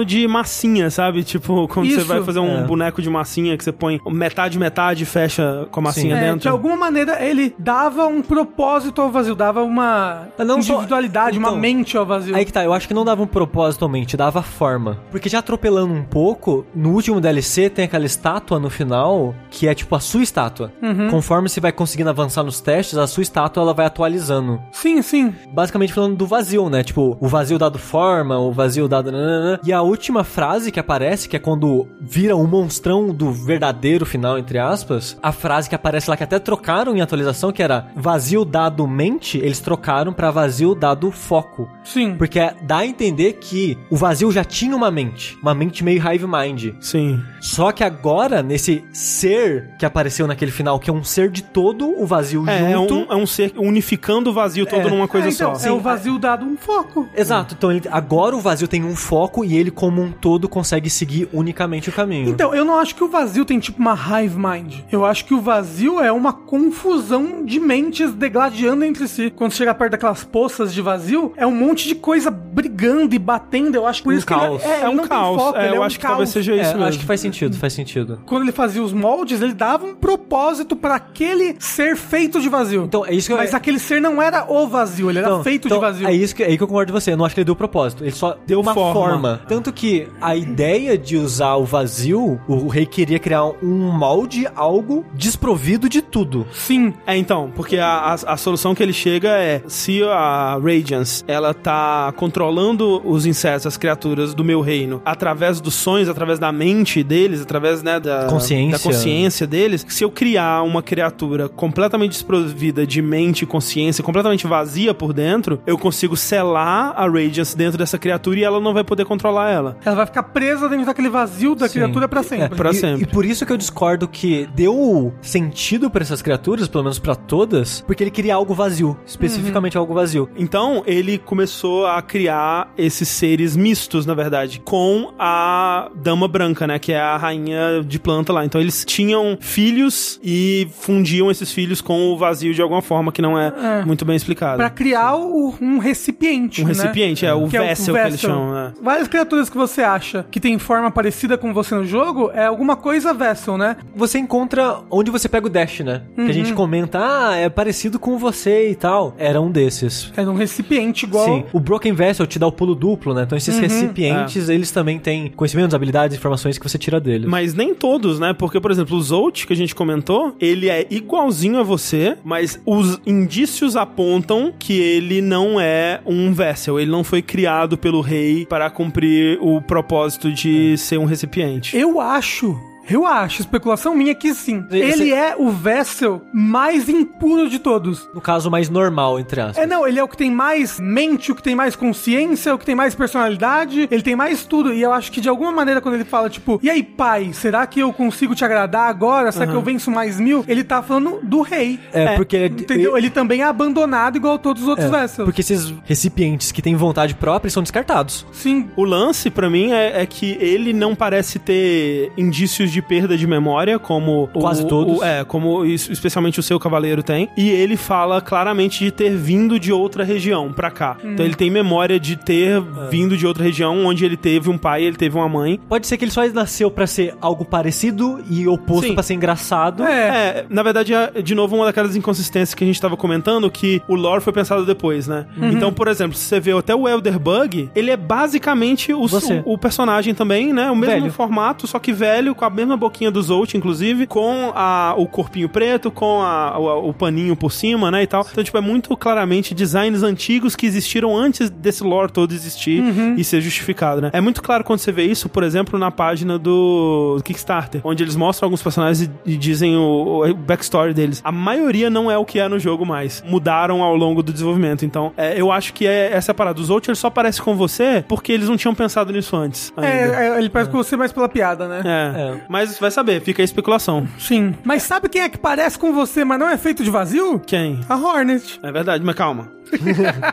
Speaker 1: de massinha, sabe? Tipo, quando você
Speaker 3: Isso.
Speaker 1: vai fazer um boneco de massinha, que você põe metade e fecha com a massinha dentro.
Speaker 3: De alguma maneira, ele dava um propósito ao vazio, dava uma individualidade, uma mente ao vazio.
Speaker 2: Aí que tá, eu acho que não dava um propósito à mente, dava forma. Porque já atropelando um pouco, no último DLC tem aquela estátua no final, que é tipo a sua estátua. Conforme você vai conseguindo avançar nos testes, a sua estátua ela vai atualizando.
Speaker 3: Sim, sim.
Speaker 2: Basicamente falando do vazio, né? Tipo, o vazio dado forma, o vazio dado... E a última frase que aparece, que é quando vira um monstrão do verdadeiro final, entre aspas, a frase que aparece lá, que até trocaram em atualização, que era vazio dado mente, eles trocaram pra vazio dado foco.
Speaker 3: Sim.
Speaker 2: Porque dá a entender que o vazio já tinha uma mente meio hive mind.
Speaker 1: Sim.
Speaker 2: Só que agora, nesse ser que apareceu naquele final, que é um ser de todo o vazio junto...
Speaker 1: É um ser unificando o vazio todo numa coisa
Speaker 3: então,
Speaker 1: só.
Speaker 3: É o vazio dado um foco.
Speaker 2: Exato, então agora o vazio tem um foco e ele como um todo consegue seguir unicamente o caminho.
Speaker 3: Então, eu não acho que o vazio tem tipo uma hive mind. Eu acho que o vazio é uma confusão de mentes degladiando entre si. Quando chega perto daquelas poças de vazio, é um monte de coisa brigando e batendo. Eu acho por isso
Speaker 2: caos.
Speaker 3: que ele
Speaker 1: É um caos. Eu acho que talvez seja isso mesmo.
Speaker 2: Acho que faz sentido.
Speaker 3: Quando ele fazia os moldes, ele dava um propósito pra aquele ser feito de vazio.
Speaker 2: Então, é isso que
Speaker 3: Mas aquele ser não era o vazio, ele era feito de vazio.
Speaker 2: É aí que eu concordo com você. Eu não acho que ele deu propósito. Ele só deu uma forma. Tanto que a ideia de usar o vazio, o rei queria criar um molde, algo desprovido de tudo.
Speaker 3: Sim.
Speaker 1: Então, porque a solução que ele chega é, se a Radiance, ela tá controlando os insetos, as criaturas do meu reino, através dos sonhos, através da mente deles, através, né, da consciência deles, se eu criar uma criatura completamente desprovida de mente e consciência, completamente vazia por dentro, eu consigo selar a Radiance dentro dessa criatura e ela não vai poder controlar ela.
Speaker 3: Ela vai ficar presa dentro daquele vazio da criatura pra sempre.
Speaker 1: Pra sempre.
Speaker 2: E por isso que eu discordo que deu sentido pra essas criaturas, pelo menos pra todas, porque ele queria algo vazio, especificamente algo vazio.
Speaker 1: Então, ele começou a criar esses seres mistos, na verdade, com a Dama Branca, né, que é a rainha de planta lá. Então, eles tinham filhos e fundiam esses filhos com o vazio de alguma forma que não é muito bem explicado.
Speaker 3: Pra criar um recipiente,
Speaker 1: Um recipiente,
Speaker 3: né?
Speaker 1: o vessel que eles chamam.
Speaker 3: Várias criaturas que você acha que tem forma parecida com você no jogo, é alguma coisa vessel, né?
Speaker 2: Você encontra onde você pega o dash, né? Que a gente comenta, é parecido com você e tal. Era um desses.
Speaker 3: É um recipiente igual...
Speaker 2: Sim. O Broken Vessel te dá o pulo duplo, né? Então esses recipientes, eles também têm conhecimentos, habilidades, informações que você tira deles.
Speaker 1: Mas nem todos, né? Porque, por exemplo, o Zolt, que a gente comentou, ele é igualzinho a você, mas os indícios apontam que ele não é um Vessel. Ele não foi criado pelo rei para cumprir o propósito de ser um recipiente.
Speaker 3: Eu acho, especulação minha que sim. Ele é o Vessel mais impuro de todos.
Speaker 2: No caso, mais normal, entre aspas.
Speaker 3: Não, ele é o que tem mais mente, o que tem mais consciência, o que tem mais personalidade, ele tem mais tudo. E eu acho que de alguma maneira, quando ele fala, tipo, e aí, pai, será que eu consigo te agradar agora? Será que eu venço mais 1000? Ele tá falando do rei.
Speaker 2: Porque...
Speaker 3: Entendeu? Ele também é abandonado igual todos os outros Vessels.
Speaker 2: Porque esses recipientes que têm vontade própria são descartados.
Speaker 3: Sim.
Speaker 1: O lance, pra mim, é que ele não parece ter indícios de perda de memória, como...
Speaker 2: Quase todos.
Speaker 1: Como especialmente o seu cavaleiro tem. E ele fala claramente de ter vindo de outra região pra cá. Então ele tem memória de ter vindo de outra região, onde ele teve um pai e ele teve uma mãe.
Speaker 2: Pode ser que ele só nasceu pra ser algo parecido e oposto pra ser engraçado.
Speaker 1: Na verdade, é, de novo, uma daquelas inconsistências que a gente tava comentando, que o lore foi pensado depois, né? Então, por exemplo, se você vê até o Elderbug, ele é basicamente o personagem também, né? O mesmo formato, só que velho, com a mesma boquinha do Zolt, inclusive, com o corpinho preto, com o paninho por cima, né, e tal. Então, tipo, é muito claramente designs antigos que existiram antes desse lore todo existir e ser justificado, né? É muito claro quando você vê isso, por exemplo, na página do Kickstarter, onde eles mostram alguns personagens e dizem o backstory deles. A maioria não é o que é no jogo mais. Mudaram ao longo do desenvolvimento. Então, eu acho que essa parada. Os outros, ele só aparece com você porque eles não tinham pensado nisso antes.
Speaker 3: Ele parece com você mais pela piada, né?
Speaker 1: Mas vai saber, fica a especulação.
Speaker 3: Sim. Mas sabe quem é que parece com você, mas não é feito de vazio?
Speaker 1: Quem?
Speaker 3: A Hornet.
Speaker 1: É verdade, mas calma.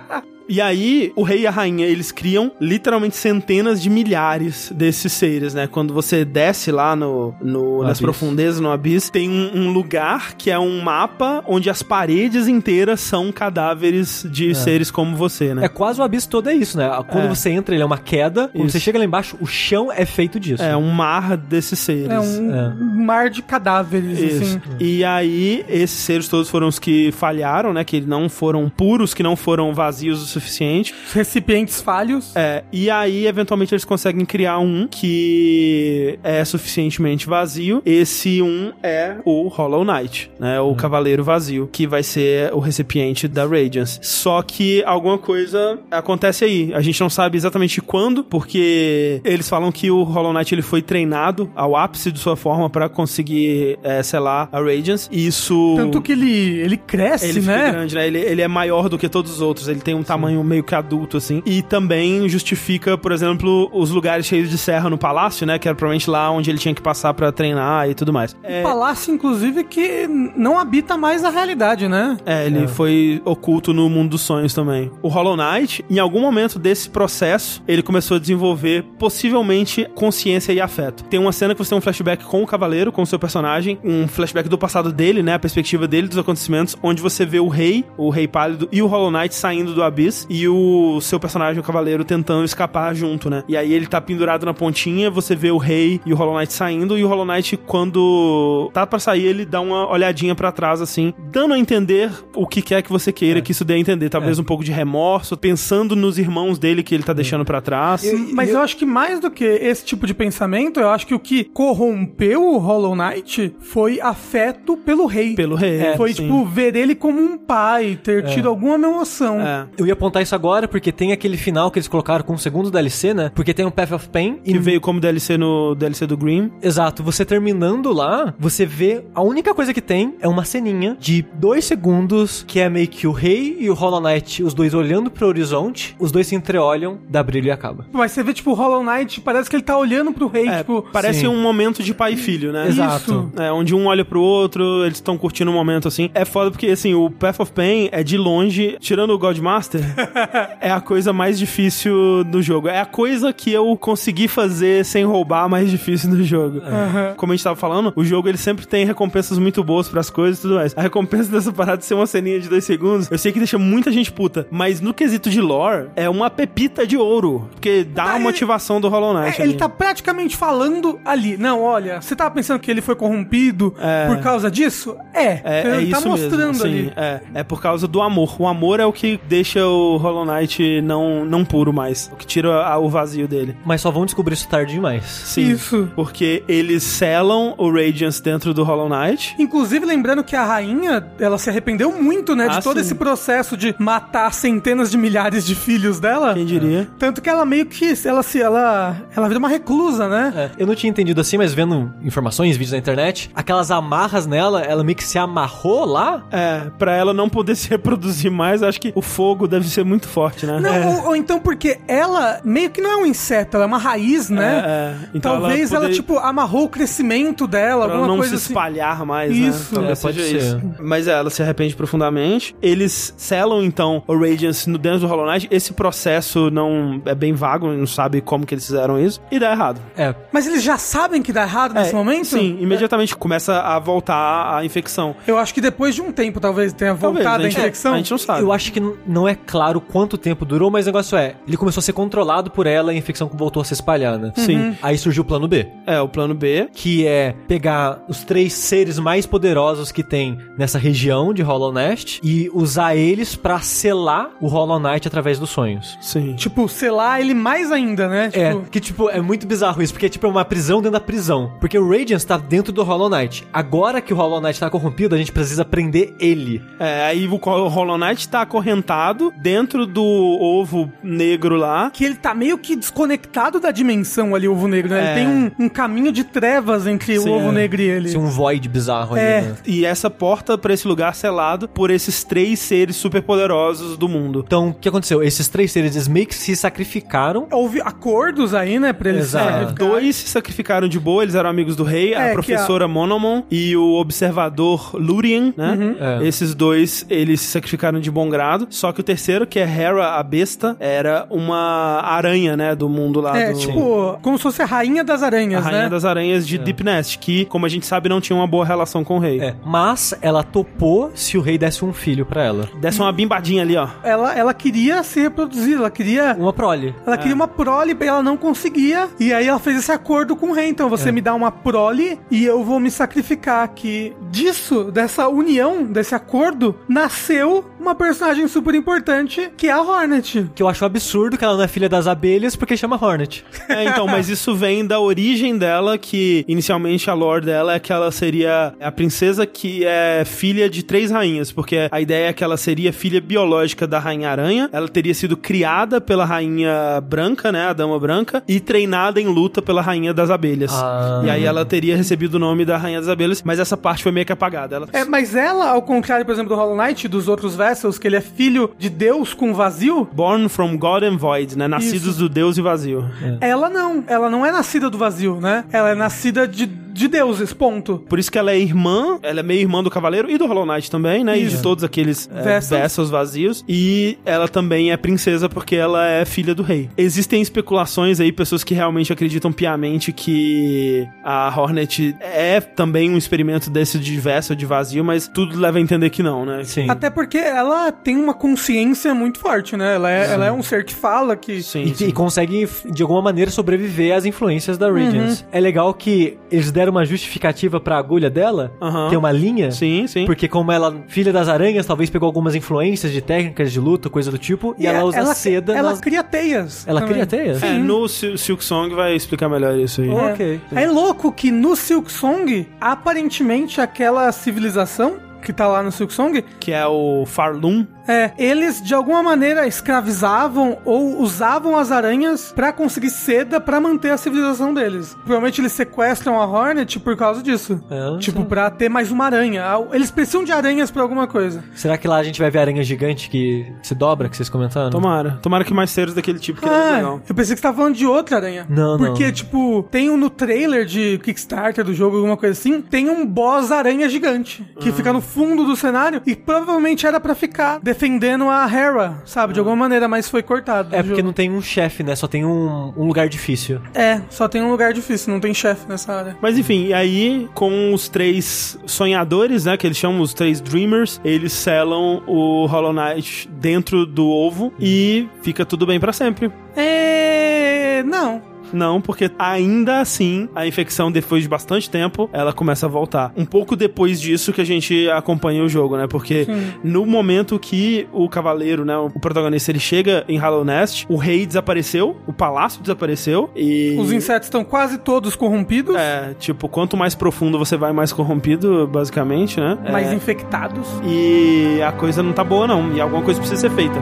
Speaker 1: E aí, o rei e a rainha, eles criam literalmente centenas de milhares desses seres, né? Quando você desce lá nas profundezas, no Abyss, tem um lugar que é um mapa onde as paredes inteiras são cadáveres de seres como você, né?
Speaker 2: É quase o Abyss todo, é isso, né? Quando você entra, ele é uma queda. Quando você chega lá embaixo, o chão é feito disso.
Speaker 1: É um mar desses seres.
Speaker 3: É um mar de cadáveres, assim.
Speaker 1: E aí, esses seres todos foram os que falharam, né? Que não foram puros, que não foram vazios o suficiente.
Speaker 3: Recipientes falhos.
Speaker 1: E aí, eventualmente, eles conseguem criar um que é suficientemente vazio. Esse um é o Hollow Knight, né? O Cavaleiro Vazio, que vai ser o recipiente da Radiance. Só que alguma coisa acontece aí. A gente não sabe exatamente quando, porque eles falam que o Hollow Knight ele foi treinado ao ápice de sua forma pra conseguir selar a Radiance. E isso...
Speaker 3: Tanto que ele cresce,
Speaker 1: ele
Speaker 3: né?
Speaker 1: Fica grande, né? Ele é maior do que todos os outros. Ele tem um tamanho meio que adulto, assim. E também justifica, por exemplo, os lugares cheios de serra no palácio, né? Que era provavelmente lá onde ele tinha que passar pra treinar e tudo mais.
Speaker 3: Um palácio, inclusive, que não habita mais a realidade, né?
Speaker 1: Ele foi oculto no mundo dos sonhos também. O Hollow Knight, em algum momento desse processo, ele começou a desenvolver, possivelmente, consciência e afeto. Tem uma cena que você tem um flashback com o Cavaleiro, com o seu personagem, um flashback do passado dele, né? A perspectiva dele, dos acontecimentos, onde você vê o Rei Pálido e o Hollow Knight saindo do Abyss e o seu personagem, o Cavaleiro, tentando escapar junto, né? E aí ele tá pendurado na pontinha, você vê o Rei e o Hollow Knight saindo, e o Hollow Knight, quando tá pra sair, ele dá uma olhadinha pra trás, assim, dando a entender o que quer que você queira que isso dê a entender. Talvez um pouco de remorso, pensando nos irmãos dele que ele tá deixando pra trás.
Speaker 3: Mas eu acho que mais do que esse tipo de pensamento, eu acho que o que corrompeu o Hollow Knight foi afeto pelo rei.
Speaker 1: Pelo rei.
Speaker 3: Foi, tipo, ver ele como um pai, ter tido alguma emoção.
Speaker 2: Eu ia apontar isso agora, porque tem aquele final que eles colocaram com o segundo DLC, né? Porque tem um Path of Pain.
Speaker 1: Que veio como DLC no DLC do Grimm.
Speaker 2: Exato. Você terminando lá, você vê... A única coisa que tem é uma ceninha de 2 segundos, que é meio que o rei e o Hollow Knight, os dois olhando pro horizonte, os dois se entreolham, dá brilho e acaba.
Speaker 3: Mas você vê, tipo, o Hollow Knight, parece que ele tá olhando pro rei, tipo...
Speaker 1: Parece um momento de pai e filho, né?
Speaker 2: Exato.
Speaker 1: Onde um olha pro outro, eles estão curtindo um momento, assim. É foda porque, assim, o Path of Pain é de longe, tirando o Godmaster, é a coisa mais difícil do jogo. É a coisa que eu consegui fazer sem roubar mais difícil do jogo. Como a gente tava falando, o jogo, ele sempre tem recompensas muito boas pras coisas e tudo mais. A recompensa dessa parada de ser uma ceninha de 2 segundos, eu sei que deixa muita gente puta, mas no quesito de lore, é uma pepita de ouro, porque dá a motivação do Hollow Knight.
Speaker 3: Ele tá praticamente falando ali. Não, olha, você tava pensando que ele foi corrompido por causa disso? Ele tá
Speaker 1: isso
Speaker 3: mostrando
Speaker 1: mesmo,
Speaker 3: ali.
Speaker 1: É por causa do amor. O amor é o que deixa o Hollow Knight não puro mais, o que tira o vazio dele.
Speaker 2: Mas só vão descobrir isso tarde demais.
Speaker 1: Sim,
Speaker 3: isso.
Speaker 1: Porque eles selam o Radiance dentro do Hollow Knight.
Speaker 3: Inclusive, lembrando que a rainha, ela se arrependeu muito, né? De todo esse processo de matar centenas de milhares de filhos dela.
Speaker 1: Quem diria?
Speaker 3: Tanto que ela meio que... Ela vira uma reclusa, né?
Speaker 2: Eu não tinha entendido assim, mas vendo informações, vídeos na internet, aquelas amarras nela, ela meio que se amarrou lá.
Speaker 1: Pra ela não poder se reproduzir mais, acho que o fogo deve ser muito forte, né?
Speaker 3: Não, ou então porque ela meio que não é um inseto, ela é uma raiz, né?
Speaker 1: Então
Speaker 3: talvez ela tipo, amarrou o crescimento dela,
Speaker 1: pra
Speaker 3: alguma
Speaker 1: não
Speaker 3: coisa
Speaker 1: se espalhar mais,
Speaker 3: isso.
Speaker 1: né? Talvez
Speaker 2: pode
Speaker 1: seja
Speaker 2: ser.
Speaker 1: Isso. Mas ela se arrepende profundamente. Eles selam, então, o Radiance dentro do Hollow Knight. Esse processo não é bem vago, não sabe como que eles fizeram isso. E dá errado.
Speaker 3: Mas eles já sabem que dá errado nesse momento?
Speaker 1: Sim, imediatamente começa a voltar a infecção.
Speaker 3: Eu acho que depois de um tempo, talvez tenha voltado a infecção.
Speaker 1: A gente não sabe.
Speaker 2: Eu acho que não é claro quanto tempo durou, mas o negócio ele começou a ser controlado por ela e a infecção voltou a se espalhar, né?
Speaker 1: Sim.
Speaker 2: Aí surgiu o plano B.
Speaker 1: O plano B.
Speaker 2: Que é pegar os 3 seres mais poderosos que tem nessa região de Hollow Nest e usar eles pra selar o Hollow Knight através dos sonhos.
Speaker 1: Sim.
Speaker 3: Tipo, selar ele mais ainda, né?
Speaker 2: É muito bizarro isso, porque é uma prisão dentro da prisão. Porque o Radiance tá dentro do Hollow Knight. Agora que o Hollow Knight tá corrompido, a gente precisa prender ele.
Speaker 1: Aí o Hollow Knight tá acorrentado dentro do ovo negro lá.
Speaker 3: Que ele tá meio que desconectado da dimensão ali, o ovo negro, né? Ele tem um caminho de trevas entre o ovo negro e ele.
Speaker 2: Tem um void bizarro ali, né?
Speaker 1: E essa porta pra esse lugar selado por esses 3 seres super poderosos do mundo.
Speaker 2: Então, o que aconteceu? Esses 3 seres, eles meio que se sacrificaram.
Speaker 3: Houve acordos aí, né, pra eles
Speaker 2: Exato.
Speaker 1: 2 se sacrificaram de boa, eles eram amigos do rei, a professora Monomon e o observador Lurien, né? Esses 2, eles se sacrificaram de bom grado, só que o terceiro terceiro, que é Hera, a besta, era uma aranha, né, do mundo lá.
Speaker 3: Tipo, como se fosse a rainha das aranhas,
Speaker 1: a rainha das aranhas de Deep Nest, que, como a gente sabe, não tinha uma boa relação com o rei.
Speaker 2: Mas ela topou se o rei desse um filho pra ela.
Speaker 1: Desse uma bimbadinha ali, ó.
Speaker 3: Ela queria se reproduzir, ela queria...
Speaker 2: Uma prole.
Speaker 3: Ela queria uma prole, ela não conseguia, e aí ela fez esse acordo com o rei. Então você me dá uma prole e eu vou me sacrificar. Que disso, dessa união, desse acordo, nasceu uma personagem super importante, que é a Hornet.
Speaker 2: Que eu acho absurdo que ela não é filha das abelhas, porque chama Hornet.
Speaker 1: Então, mas isso vem da origem dela, que inicialmente a lore dela é que ela seria a princesa que é filha de 3 rainhas, porque a ideia é que ela seria filha biológica da Rainha Aranha, ela teria sido criada pela Rainha Branca, né, a Dama Branca, e treinada em luta pela Rainha das Abelhas. E aí ela teria recebido o nome da Rainha das Abelhas, mas essa parte foi meio que apagada.
Speaker 3: Mas ela, ao contrário, por exemplo, do Hollow Knight, dos outros Vessels, que ele é filho de Deus com vazio...
Speaker 1: Born from God and Void, né, nascidos do Deus e vazio.
Speaker 3: Ela não é nascida do vazio, né? Ela é nascida de deuses, ponto.
Speaker 1: Por isso que ela é irmã, ela é meio irmã do Cavaleiro e do Hollow Knight também, né? Isso. E de todos aqueles Vessels vazios. E ela também é princesa porque ela é filha do rei. Existem especulações aí, pessoas que realmente acreditam piamente que a Hornet é também um experimento desse de Vessel, de vazio, mas tudo leva a entender que não, né?
Speaker 2: Sim.
Speaker 3: Até porque ela tem uma consciência muito forte, né? Ela é um ser que fala que...
Speaker 2: E consegue, de alguma maneira, sobreviver às influências da Radiance. É legal que eles deram uma justificativa pra agulha dela, tem uma linha.
Speaker 1: Sim.
Speaker 2: Porque como ela, filha das aranhas, talvez pegou algumas influências de técnicas de luta, coisa do tipo, e ela usa seda.
Speaker 3: Ela cria teias.
Speaker 2: Ela cria teias?
Speaker 1: Sim. No Silk Song vai explicar melhor isso aí.
Speaker 2: Ok.
Speaker 3: É louco que no Silk Song, aparentemente aquela civilização que tá lá no Silk Song,
Speaker 1: que é o Farlum.
Speaker 3: Eles de alguma maneira escravizavam ou usavam as aranhas pra conseguir seda pra manter a civilização deles. Provavelmente eles sequestram a Hornet por causa disso. Pra ter mais uma aranha. Eles precisam de aranhas pra alguma coisa.
Speaker 2: Será que lá a gente vai ver aranha gigante que se dobra, que vocês comentaram?
Speaker 1: Tomara que mais seres daquele tipo, que é legal.
Speaker 3: Eu pensei que você tava falando de outra aranha.
Speaker 2: Não.
Speaker 3: Porque, tem no trailer de Kickstarter do jogo, alguma coisa assim, tem um boss aranha gigante que fica no fundo do cenário e provavelmente era pra ficar defendendo a Hera, sabe? De alguma maneira, mas foi cortado.
Speaker 2: Porque não tem um chefe, né? Só tem um lugar difícil.
Speaker 3: Só tem um lugar difícil, não tem chefe nessa área.
Speaker 1: Mas enfim, e aí, com os 3 sonhadores, né? Que eles chamam os 3 Dreamers, eles selam o Hollow Knight dentro do ovo e fica tudo bem pra sempre. Não, porque ainda assim, a infecção, depois de bastante tempo, ela começa a voltar. Um pouco depois disso que a gente acompanha o jogo, né? Porque no momento que o cavaleiro, né, o protagonista, ele chega em Hollow Nest, o rei desapareceu, o palácio desapareceu e...
Speaker 3: Os insetos estão quase todos corrompidos.
Speaker 1: Quanto mais profundo você vai, mais corrompido, basicamente, né?
Speaker 3: Mais infectados.
Speaker 1: E a coisa não tá boa, não. E alguma coisa precisa ser feita.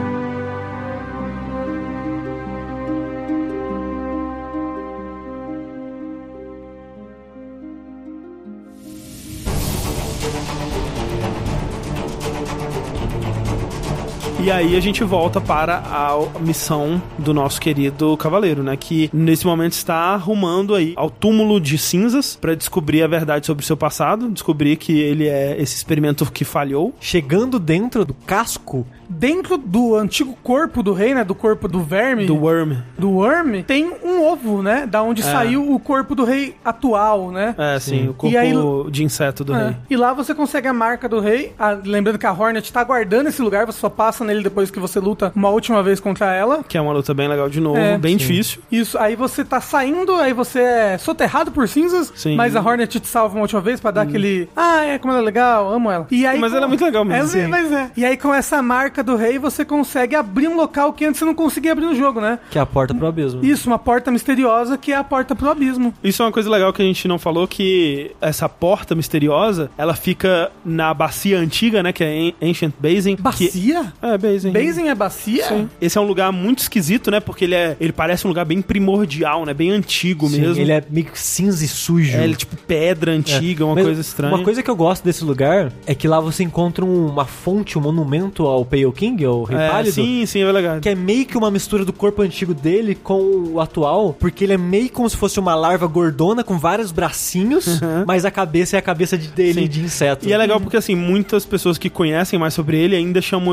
Speaker 1: E aí a gente volta para a missão do nosso querido cavaleiro, né? Que nesse momento está arrumando aí ao túmulo de cinzas para descobrir a verdade sobre o seu passado, descobrir que ele é esse experimento que falhou.
Speaker 2: Chegando dentro do casco,
Speaker 3: dentro do antigo corpo do rei, né? Do corpo do verme.
Speaker 1: Do worm.
Speaker 3: Do worm, tem um ovo, né? Da onde saiu o corpo do rei atual, né?
Speaker 1: Sim. O corpo de inseto do rei.
Speaker 3: E lá você consegue a marca do rei. Lembrando que a Hornet tá guardando esse lugar, você só passa nele depois que você luta uma última vez contra ela.
Speaker 1: Que é uma luta bem legal de novo, bem difícil.
Speaker 3: Isso, aí você tá saindo, aí você é soterrado por cinzas, mas a Hornet te salva uma última vez pra dar aquele... como ela é legal, amo ela. E aí,
Speaker 1: mas ela é muito legal mesmo.
Speaker 3: E aí com essa marca do rei, você consegue abrir um local que antes você não conseguia abrir no jogo, né?
Speaker 2: Que é a porta pro abismo.
Speaker 3: Isso, uma porta misteriosa que é a porta pro abismo.
Speaker 1: Isso é uma coisa legal que a gente não falou, que essa porta misteriosa, ela fica na bacia antiga, né? Que é Ancient Basin.
Speaker 3: Bacia?
Speaker 1: Basin.
Speaker 3: Basin é bacia?
Speaker 1: Sim. Esse é um lugar muito esquisito, né? Porque ele parece um lugar bem primordial, né? Bem antigo mesmo.
Speaker 2: Ele é meio cinza e sujo.
Speaker 1: Ele é tipo pedra antiga, uma coisa estranha.
Speaker 2: Uma coisa que eu gosto desse lugar é que lá você encontra uma fonte, um monumento ao Pale King, ao Rei Pálido.
Speaker 1: Sim, é legal.
Speaker 2: Que é meio que uma mistura do corpo antigo dele com o atual, porque ele é meio como se fosse uma larva gordona com vários bracinhos, mas a cabeça é a cabeça dele de inseto.
Speaker 1: E é legal porque, assim, muitas pessoas que conhecem mais sobre ele ainda chamam ele de Worm,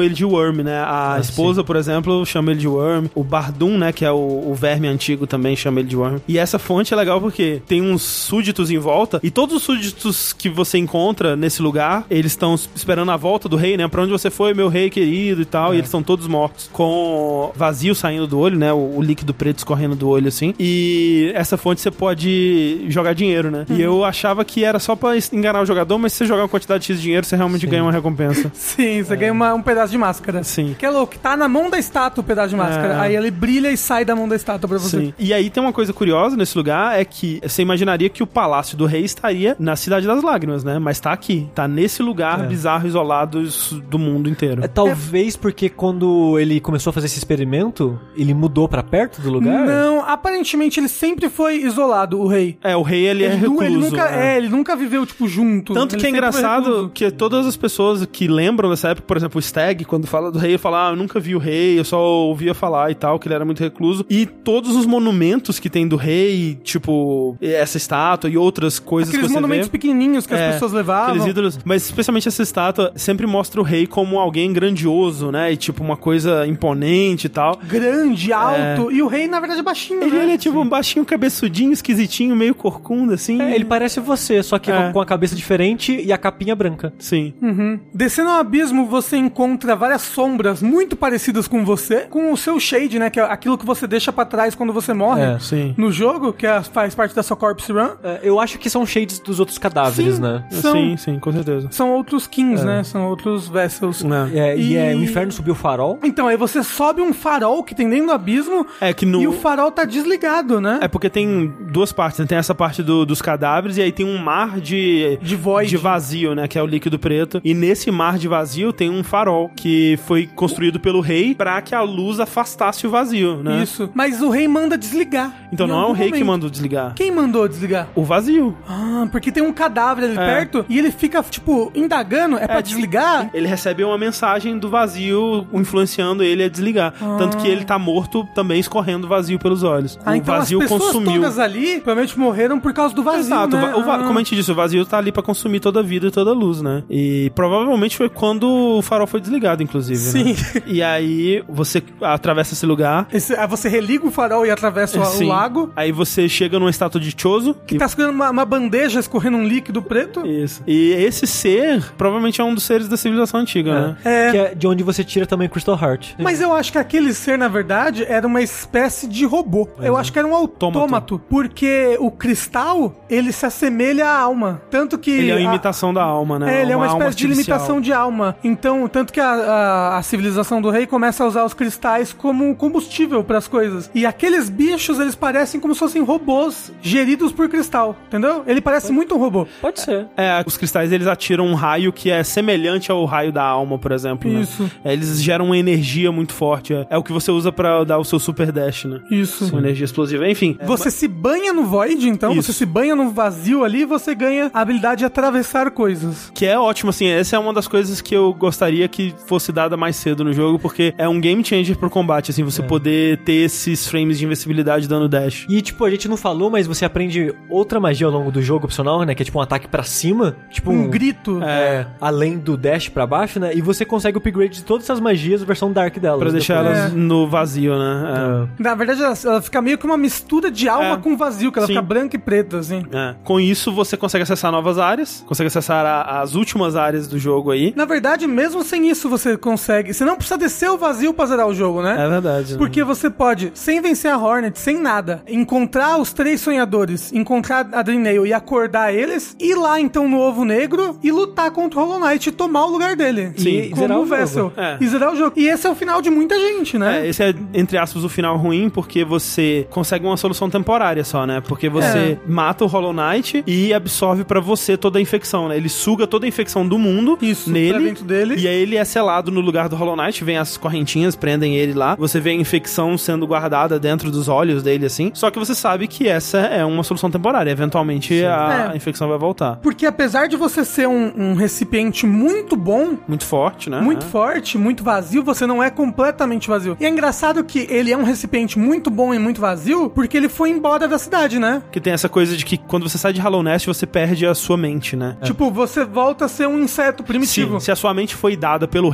Speaker 1: Worm, né? A esposa, por exemplo, chama ele de Worm. O Bardum, né? Que é o verme antigo também chama ele de Worm. E essa fonte é legal porque tem uns súditos em volta e todos os súditos que você encontra nesse lugar, eles estão esperando a volta do rei, né? Pra onde você foi, meu rei querido e tal. E eles estão todos mortos com vazio saindo do olho, né? O líquido preto escorrendo do olho, assim. E essa fonte você pode jogar dinheiro, né? E eu achava que era só pra enganar o jogador, mas se você jogar uma quantidade X de dinheiro, você realmente ganha uma recompensa.
Speaker 3: Sim, você ganha um pedaço de máscara.
Speaker 1: Sim.
Speaker 3: Que é louco, tá na mão da estátua o pedaço de máscara. Aí ele brilha e sai da mão da estátua pra você.
Speaker 1: Sim. E aí tem uma coisa curiosa nesse lugar, é que você imaginaria que o palácio do rei estaria na Cidade das Lágrimas, né? Mas tá aqui. Tá nesse lugar bizarro, isolado do mundo inteiro.
Speaker 2: Talvez porque quando ele começou a fazer esse experimento, ele mudou pra perto do lugar?
Speaker 3: Não, aparentemente ele sempre foi isolado, o rei.
Speaker 1: O rei ele é recluso.
Speaker 3: Ele nunca viveu, tipo, junto.
Speaker 1: Tanto que é engraçado que todas as pessoas que lembram dessa época, por exemplo, o Stag, quando fala do rei, fala, eu nunca vi o rei, eu só ouvia falar e tal, que ele era muito recluso. E todos os monumentos que tem do rei, tipo, essa estátua e outras coisas
Speaker 3: aqueles
Speaker 1: que você
Speaker 3: monumentos
Speaker 1: vê,
Speaker 3: pequenininhos que as pessoas levavam.
Speaker 1: Aqueles ídolos. Mas especialmente essa estátua sempre mostra o rei como alguém grandioso, né? E tipo, uma coisa imponente e tal.
Speaker 3: Grande, alto. E o rei, na verdade, é baixinho, né?
Speaker 1: Ele é tipo um baixinho, cabeçudinho, esquisitinho, meio corcunda, assim.
Speaker 2: Ele parece você, só que com a cabeça diferente e a capinha branca.
Speaker 1: Sim.
Speaker 3: Descendo ao abismo, você encontra várias sombras muito parecidas com você, com o seu shade, né? Que é aquilo que você deixa pra trás quando você morre
Speaker 1: sim.
Speaker 3: no jogo, que faz parte da sua corpse run.
Speaker 2: Eu acho que são shades dos outros cadáveres, né?
Speaker 1: Sim, com certeza.
Speaker 3: São outros kings, né? São outros vessels.
Speaker 2: E o inferno subiu o farol.
Speaker 3: Então, aí você sobe um farol que tem dentro do abismo e o farol tá desligado, né?
Speaker 1: É porque tem duas partes, né? Tem essa parte dos cadáveres e aí tem um mar de
Speaker 3: void.
Speaker 1: De vazio, né? Que é o líquido preto. E nesse mar de vazio tem um farol que foi construído pelo rei pra que a luz afastasse o vazio, né?
Speaker 3: Isso. Mas o rei manda desligar.
Speaker 1: Então não é o rei que mandou desligar.
Speaker 3: Quem mandou desligar?
Speaker 1: O vazio.
Speaker 3: Porque tem um cadáver ali perto e ele fica, tipo, indagando. Pra desligar?
Speaker 1: Ele recebe uma mensagem do vazio influenciando ele a desligar. Tanto que ele tá morto também escorrendo vazio pelos olhos. O
Speaker 3: então
Speaker 1: vazio
Speaker 3: as pessoas
Speaker 1: consumiu.
Speaker 3: Todas ali provavelmente morreram por causa do vazio,
Speaker 1: Exato.
Speaker 3: né?
Speaker 1: Como a gente disse, o vazio tá ali pra consumir toda a vida e toda a luz, né? E provavelmente foi quando o farol foi desligado, inclusive.
Speaker 3: Sim.
Speaker 1: Né? E aí você atravessa esse lugar.
Speaker 3: Aí você religa o farol e atravessa o lago.
Speaker 1: Aí você chega numa estátua de Chozo.
Speaker 3: Que tá segurando uma bandeja escorrendo um líquido preto.
Speaker 1: Isso. E esse ser provavelmente é um dos seres da civilização antiga, né?
Speaker 2: Que é de onde você tira também Crystal Heart.
Speaker 3: Mas eu acho que aquele ser, na verdade, era uma espécie de robô. Eu acho que era um autômato. Porque o cristal, ele se assemelha à alma. Tanto que...
Speaker 1: Ele é uma imitação da alma, né?
Speaker 3: Ele é uma espécie de limitação de alma. Então, tanto que a civilização do rei começa a usar os cristais como combustível pras coisas. E aqueles bichos, eles parecem como se fossem robôs geridos por cristal. Entendeu? Ele parece muito um robô.
Speaker 2: Pode ser.
Speaker 1: Os cristais, eles atiram um raio que é semelhante ao raio da alma, por exemplo.
Speaker 3: Isso.
Speaker 1: Né? Eles geram uma energia muito forte. É o que você usa pra dar o seu super dash, né?
Speaker 3: Isso.
Speaker 1: Uma energia explosiva. Enfim.
Speaker 3: Você se banha no Void, então.
Speaker 1: Isso.
Speaker 3: Você se banha no vazio ali e você ganha a habilidade de atravessar coisas.
Speaker 1: Que é ótimo, assim. Essa é uma das coisas que eu gostaria que fosse dada mais cedo no jogo, porque é um game changer pro combate, assim. Você poder ter esses frames de invencibilidade dando dash.
Speaker 2: E, tipo, a gente não falou, mas você aprende outra magia ao longo do jogo opcional, né? Que é tipo um ataque pra cima. Tipo
Speaker 3: um grito.
Speaker 2: Além do dash pra baixo, né? E você consegue o upgrade de todas essas magias, versão Dark delas.
Speaker 1: Pra deixar elas no vazio, né?
Speaker 3: Na verdade, ela fica meio que uma mistura de alma com vazio, que ela fica branca e preta, assim.
Speaker 1: Com isso, você consegue acessar novas áreas, consegue acessar as últimas áreas do jogo aí.
Speaker 3: Na verdade, mesmo sem isso, você consegue... Você não precisa descer o vazio pra zerar o jogo, né?
Speaker 1: É verdade.
Speaker 3: Porque você pode, sem vencer a Hornet, sem nada, encontrar os 3 sonhadores, encontrar a Dreamnail e acordar eles, ir lá, então, no Ovo Negro e lutar contra o Hollow Knight e tomar o lugar dele.
Speaker 1: Sim.
Speaker 3: E zerar o Vessel. E zerar o jogo. E esse é o final de muita gente, né?
Speaker 1: Esse é, entre aspas, o final ruim, porque você consegue uma solução temporária só, né? Porque você mata o Hollow Knight e absorve pra você toda a infecção, né? Ele suga toda a infecção do mundo nele,
Speaker 3: dentro dele.
Speaker 1: E aí ele é selado no lugar do Hollow Knight, vem as correntinhas, prendem ele lá. Você vê a infecção sendo guardada dentro dos olhos dele, assim. Só que você sabe que essa é uma solução temporária. Eventualmente a infecção vai voltar.
Speaker 3: Porque apesar de você ser um recipiente muito bom...
Speaker 1: Muito forte, né?
Speaker 3: Muito forte, muito vazio, você não é completamente vazio. E é engraçado que ele é um recipiente muito bom e muito vazio, porque ele foi embora da cidade, né?
Speaker 1: Que tem essa coisa de que quando você sai de Hollow Nest, você perde a sua mente, né?
Speaker 3: Tipo, você volta a ser um inseto primitivo.
Speaker 1: Sim, se a sua mente foi dada pelo rei,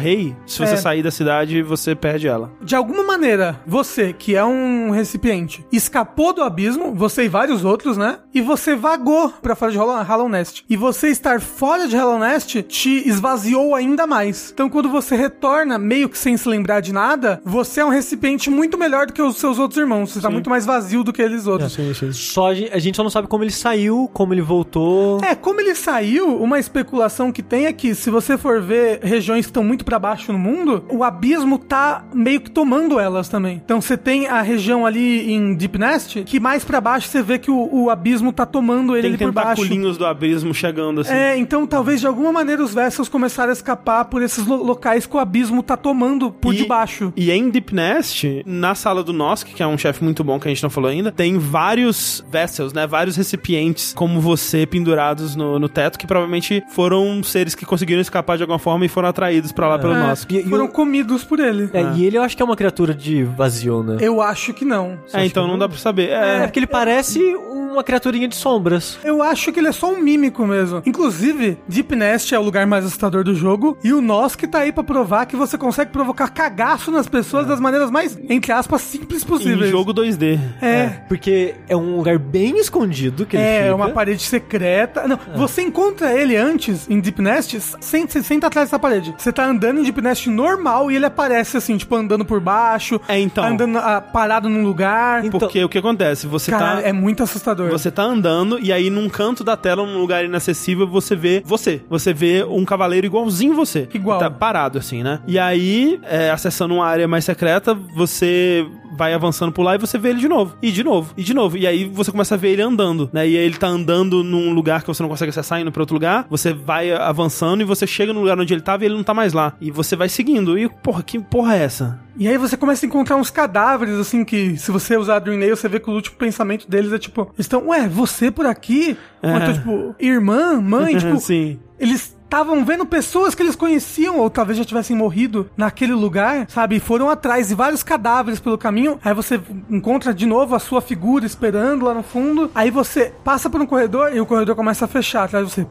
Speaker 1: Se você sair da cidade, você perde ela.
Speaker 3: De alguma maneira, você, que é um recipiente, escapou do abismo, você e vários outros, né? E você vagou pra fora de Hollow Nest. E você estar fora de Hollow Nest te esvaziou ainda mais. Então, quando você retorna, meio que sem se lembrar de nada, você é um recipiente muito melhor do que os seus outros irmãos. Você tá muito mais vazio do que eles outros.
Speaker 2: Só, a gente só não sabe como ele saiu, como ele voltou.
Speaker 3: Como ele saiu, uma especulação que tem é que, se você for ver regiões que estão muito pra baixo no mundo, o abismo tá meio que tomando elas também. Então, você tem a região ali em Deep Nest, que mais pra baixo você vê que o abismo tá tomando ele ali por baixo.
Speaker 1: Tem tentaculinhos do abismo chegando assim.
Speaker 3: Então talvez de alguma maneira os Vessels começaram a escapar por esses locais que o abismo tá tomando por debaixo.
Speaker 1: E em Deep Nest, na sala do Nosk, que é um chefe muito bom que a gente não falou ainda, tem vários Vessels, né? Vários recipientes como você pendurados no teto, que provavelmente foram seres que conseguiram escapar de alguma forma e foram atraídos pra lá pelo Nosk.
Speaker 3: Foram comidos por ele.
Speaker 2: E ele eu acho que é uma criatura de vazio, né?
Speaker 3: Eu acho que não.
Speaker 1: Então não dá pra saber.
Speaker 2: Porque ele parece uma criaturinha de sombras.
Speaker 3: Eu acho que ele é só um mímico mesmo. Inclusive, Deep Nest é o lugar mais assustador do jogo, e o Nosk tá aí pra provar que você consegue provocar cagaço nas pessoas das maneiras mais, entre aspas, simples possíveis.
Speaker 1: Em jogo 2D.
Speaker 2: Porque é um lugar bem escondido que ele fica.
Speaker 3: É uma parede secreta. Não, você encontra ele antes, em Deep Nest, você senta atrás dessa parede. Você tá andando em Deep Nest normal e ele aparece assim, tipo, andando por baixo, andando parado num lugar.
Speaker 1: Porque o que acontece? Você
Speaker 3: é muito assustador.
Speaker 1: Você tá andando e aí num canto da tela, num lugar inacessível, você vê Você vê um cavaleiro igualzinho você.
Speaker 3: Igual.
Speaker 1: Tá parado assim, né? E aí, acessando uma área mais secreta, você vai avançando por lá e você vê ele de novo. E de novo. E de novo. E aí você começa a ver ele andando, né? E aí ele tá andando num lugar que você não consegue acessar, indo pra outro lugar. Você vai avançando e você chega no lugar onde ele tava e ele não tá mais lá. E você vai seguindo. E, porra, que porra é essa?
Speaker 3: E aí você começa a encontrar uns cadáveres, assim, que se você usar Dream Nail, você vê que o último pensamento deles é tipo, eles estão, você por aqui? Ou então, tipo, irmã, mãe, tipo,
Speaker 1: Sim.
Speaker 3: Eles estavam vendo pessoas que eles conheciam, ou talvez já tivessem morrido naquele lugar, sabe? E foram atrás de vários cadáveres pelo caminho. Aí você encontra de novo a sua figura esperando lá no fundo. Aí você passa por um corredor e o corredor começa a fechar atrás de você.